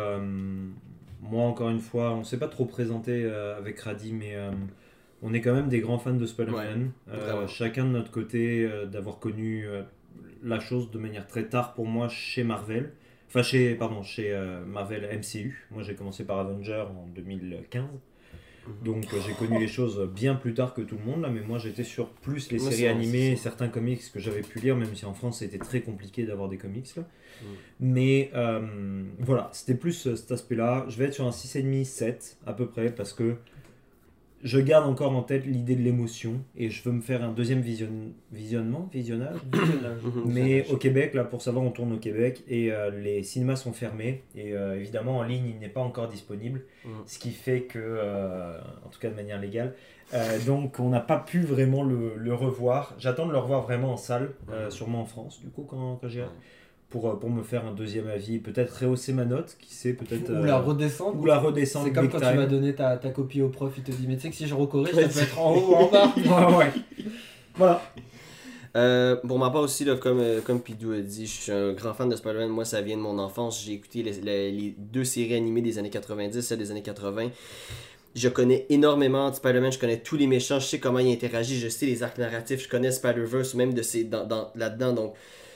[SPEAKER 3] Moi, encore une fois, on ne s'est pas trop présenté avec Radi, mais on est quand même des grands fans de Spider-Man.
[SPEAKER 1] vraiment.
[SPEAKER 3] Chacun de notre côté, d'avoir connu la chose de manière très tard pour moi chez Marvel. Enfin, chez Marvel MCU. Moi, j'ai commencé par Avenger en 2015. Donc j'ai connu les choses bien plus tard que tout le monde là, mais moi j'étais sur plus les
[SPEAKER 1] Moi,
[SPEAKER 3] séries
[SPEAKER 1] c'est-
[SPEAKER 3] animées,
[SPEAKER 1] c'est-
[SPEAKER 3] certains comics que j'avais pu lire, même si en France c'était très compliqué d'avoir des comics là.
[SPEAKER 1] Mm.
[SPEAKER 3] Mais voilà, c'était plus cet aspect là. Je vais être sur un 6,5, 7 à peu près, parce que je garde encore en tête l'idée de l'émotion et je veux me faire un deuxième visionnage. Mais au Québec, là pour savoir, on tourne au Québec et les cinémas sont fermés et évidemment en ligne il n'est pas encore disponible, ce qui fait que, en tout cas de manière légale, donc on n'a pas pu vraiment le revoir. J'attends de le revoir vraiment en salle, sûrement en France du coup quand j'irai, pour me faire un deuxième avis, peut-être rehausser ma note, qui sait, peut-être...
[SPEAKER 2] Ou la redescendre.
[SPEAKER 3] ou la redescendre
[SPEAKER 2] C'est comme
[SPEAKER 3] big
[SPEAKER 2] quand
[SPEAKER 3] time.
[SPEAKER 2] tu vas donner ta copie au prof, il te dit mais tu sais que si je recorrige, ça peut être en haut ou en bas.
[SPEAKER 3] Ouais. Voilà.
[SPEAKER 1] Pour ma part aussi, là, comme Pidou a dit, je suis un grand fan de Spider-Man. Moi, ça vient de mon enfance. J'ai écouté les deux séries animées des années 90, celles des années 80. Je connais énormément de Spider-Man, je connais tous les méchants, je sais comment il interagit, je sais les arcs narratifs, je connais Spider-Verse, même de là-dedans. Donc,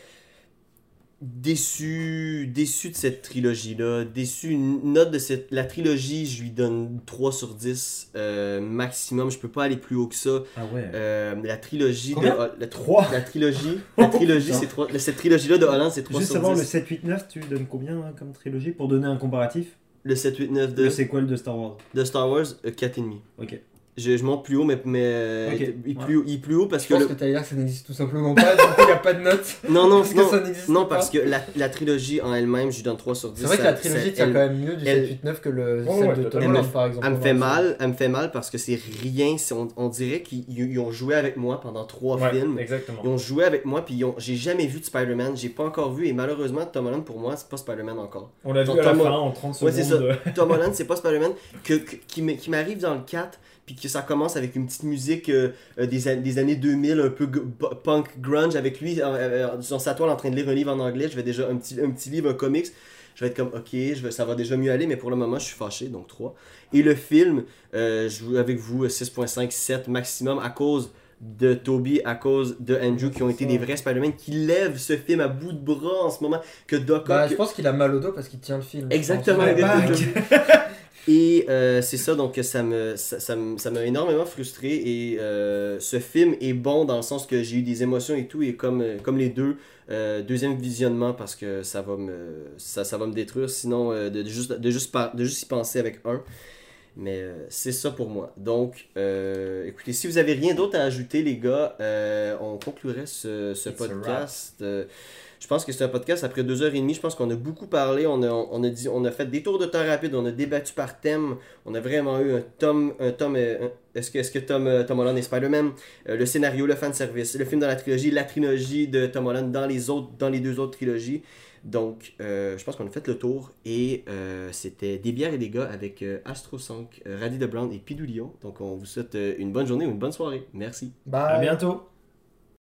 [SPEAKER 1] déçu de cette trilogie-là, déçu, une note de la trilogie, je lui donne 3 sur 10 maximum, je peux pas aller plus haut que ça.
[SPEAKER 3] Ah ouais.
[SPEAKER 1] La trilogie
[SPEAKER 2] Combien
[SPEAKER 1] de...
[SPEAKER 3] 3.
[SPEAKER 1] La trilogie, c'est 3, cette trilogie-là de Holland, c'est 3
[SPEAKER 3] Juste
[SPEAKER 1] sur
[SPEAKER 3] savoir
[SPEAKER 1] 10.
[SPEAKER 3] le 7, 8, 9, tu donnes combien comme trilogie pour donner un comparatif?
[SPEAKER 1] Le 7, 8, 9
[SPEAKER 3] Le sequel de Star Wars.
[SPEAKER 1] de Star Wars, 4,5.
[SPEAKER 3] Ok.
[SPEAKER 1] Je monte plus haut, mais
[SPEAKER 3] Ok.
[SPEAKER 1] il est plus haut parce
[SPEAKER 2] Je
[SPEAKER 1] que...
[SPEAKER 2] pense que t'allais dire que ça n'existe tout simplement pas, du coup il n'y a pas de note.
[SPEAKER 1] Non,
[SPEAKER 2] Parce que ça n'existe
[SPEAKER 1] non,
[SPEAKER 2] pas.
[SPEAKER 1] parce que la trilogie en elle-même, je lui donne 3 sur 10.
[SPEAKER 2] C'est vrai que la trilogie tient
[SPEAKER 1] elle-
[SPEAKER 2] quand même mieux du
[SPEAKER 1] elle-
[SPEAKER 2] 7-8-9 que le
[SPEAKER 3] Ouais,
[SPEAKER 2] celle
[SPEAKER 3] ouais,
[SPEAKER 2] de
[SPEAKER 3] totalement.
[SPEAKER 2] Tom Holland par exemple.
[SPEAKER 1] Elle me fait mal parce que c'est rien, on dirait qu'ils ont joué avec moi pendant 3 films.
[SPEAKER 3] exactement.
[SPEAKER 1] Ils ont joué avec moi, puis j'ai jamais vu de Spider-Man, j'ai pas encore vu, et malheureusement, Tom Holland, pour moi, c'est pas Spider-Man encore.
[SPEAKER 3] On l'a vu
[SPEAKER 1] Genre
[SPEAKER 3] à la
[SPEAKER 1] Tom-
[SPEAKER 3] fin en 30
[SPEAKER 1] Ouais,
[SPEAKER 3] secondes.
[SPEAKER 1] c'est ça. Tom Holland, c'est pas Spider-Man, qui m'arrive dans le 4, puis que ça commence avec une petite musique des années 2000, un peu punk grunge, avec lui sur sa toile en train de lire un livre en anglais. Je vais déjà un petit livre, un comics. Je vais être comme, ok, ça va déjà mieux aller, mais pour le moment, je suis fâché, donc 3. Et le film, je joue avec vous 6.5, 7 maximum à cause de Toby, à cause de Andrew, qui ont été des vrais Spider-Man, qui lèvent ce film à bout de bras en ce moment, que Doc Ock...
[SPEAKER 2] Bah, je pense qu'il a mal au dos parce qu'il tient le film.
[SPEAKER 1] Exactement,
[SPEAKER 2] Je pense.
[SPEAKER 1] exactement. Et c'est ça, donc ça m'a énormément frustré. Et ce film est bon dans le sens que j'ai eu des émotions et tout. Et comme les deux, deuxième visionnement parce que ça va me détruire. Sinon, de juste y penser avec un. Mais c'est ça pour moi. Donc, écoutez, si vous avez rien d'autre à ajouter, les gars, on conclurait ce podcast. Je pense que c'est un podcast après 2h30. Je pense qu'on a beaucoup parlé. On a fait des tours de temps rapides. On a débattu par thème. On a vraiment eu est-ce que Tom Holland est Spider-Man? Le scénario, le fanservice, le film dans la trilogie de Tom Holland dans les deux autres trilogies. Donc, je pense qu'on a fait le tour et c'était Des bières et des gars avec Astro 5, Radis de Brown et Pidou Lion. Donc, on vous souhaite une bonne journée ou une bonne soirée. Merci.
[SPEAKER 2] Bye.
[SPEAKER 3] À bientôt.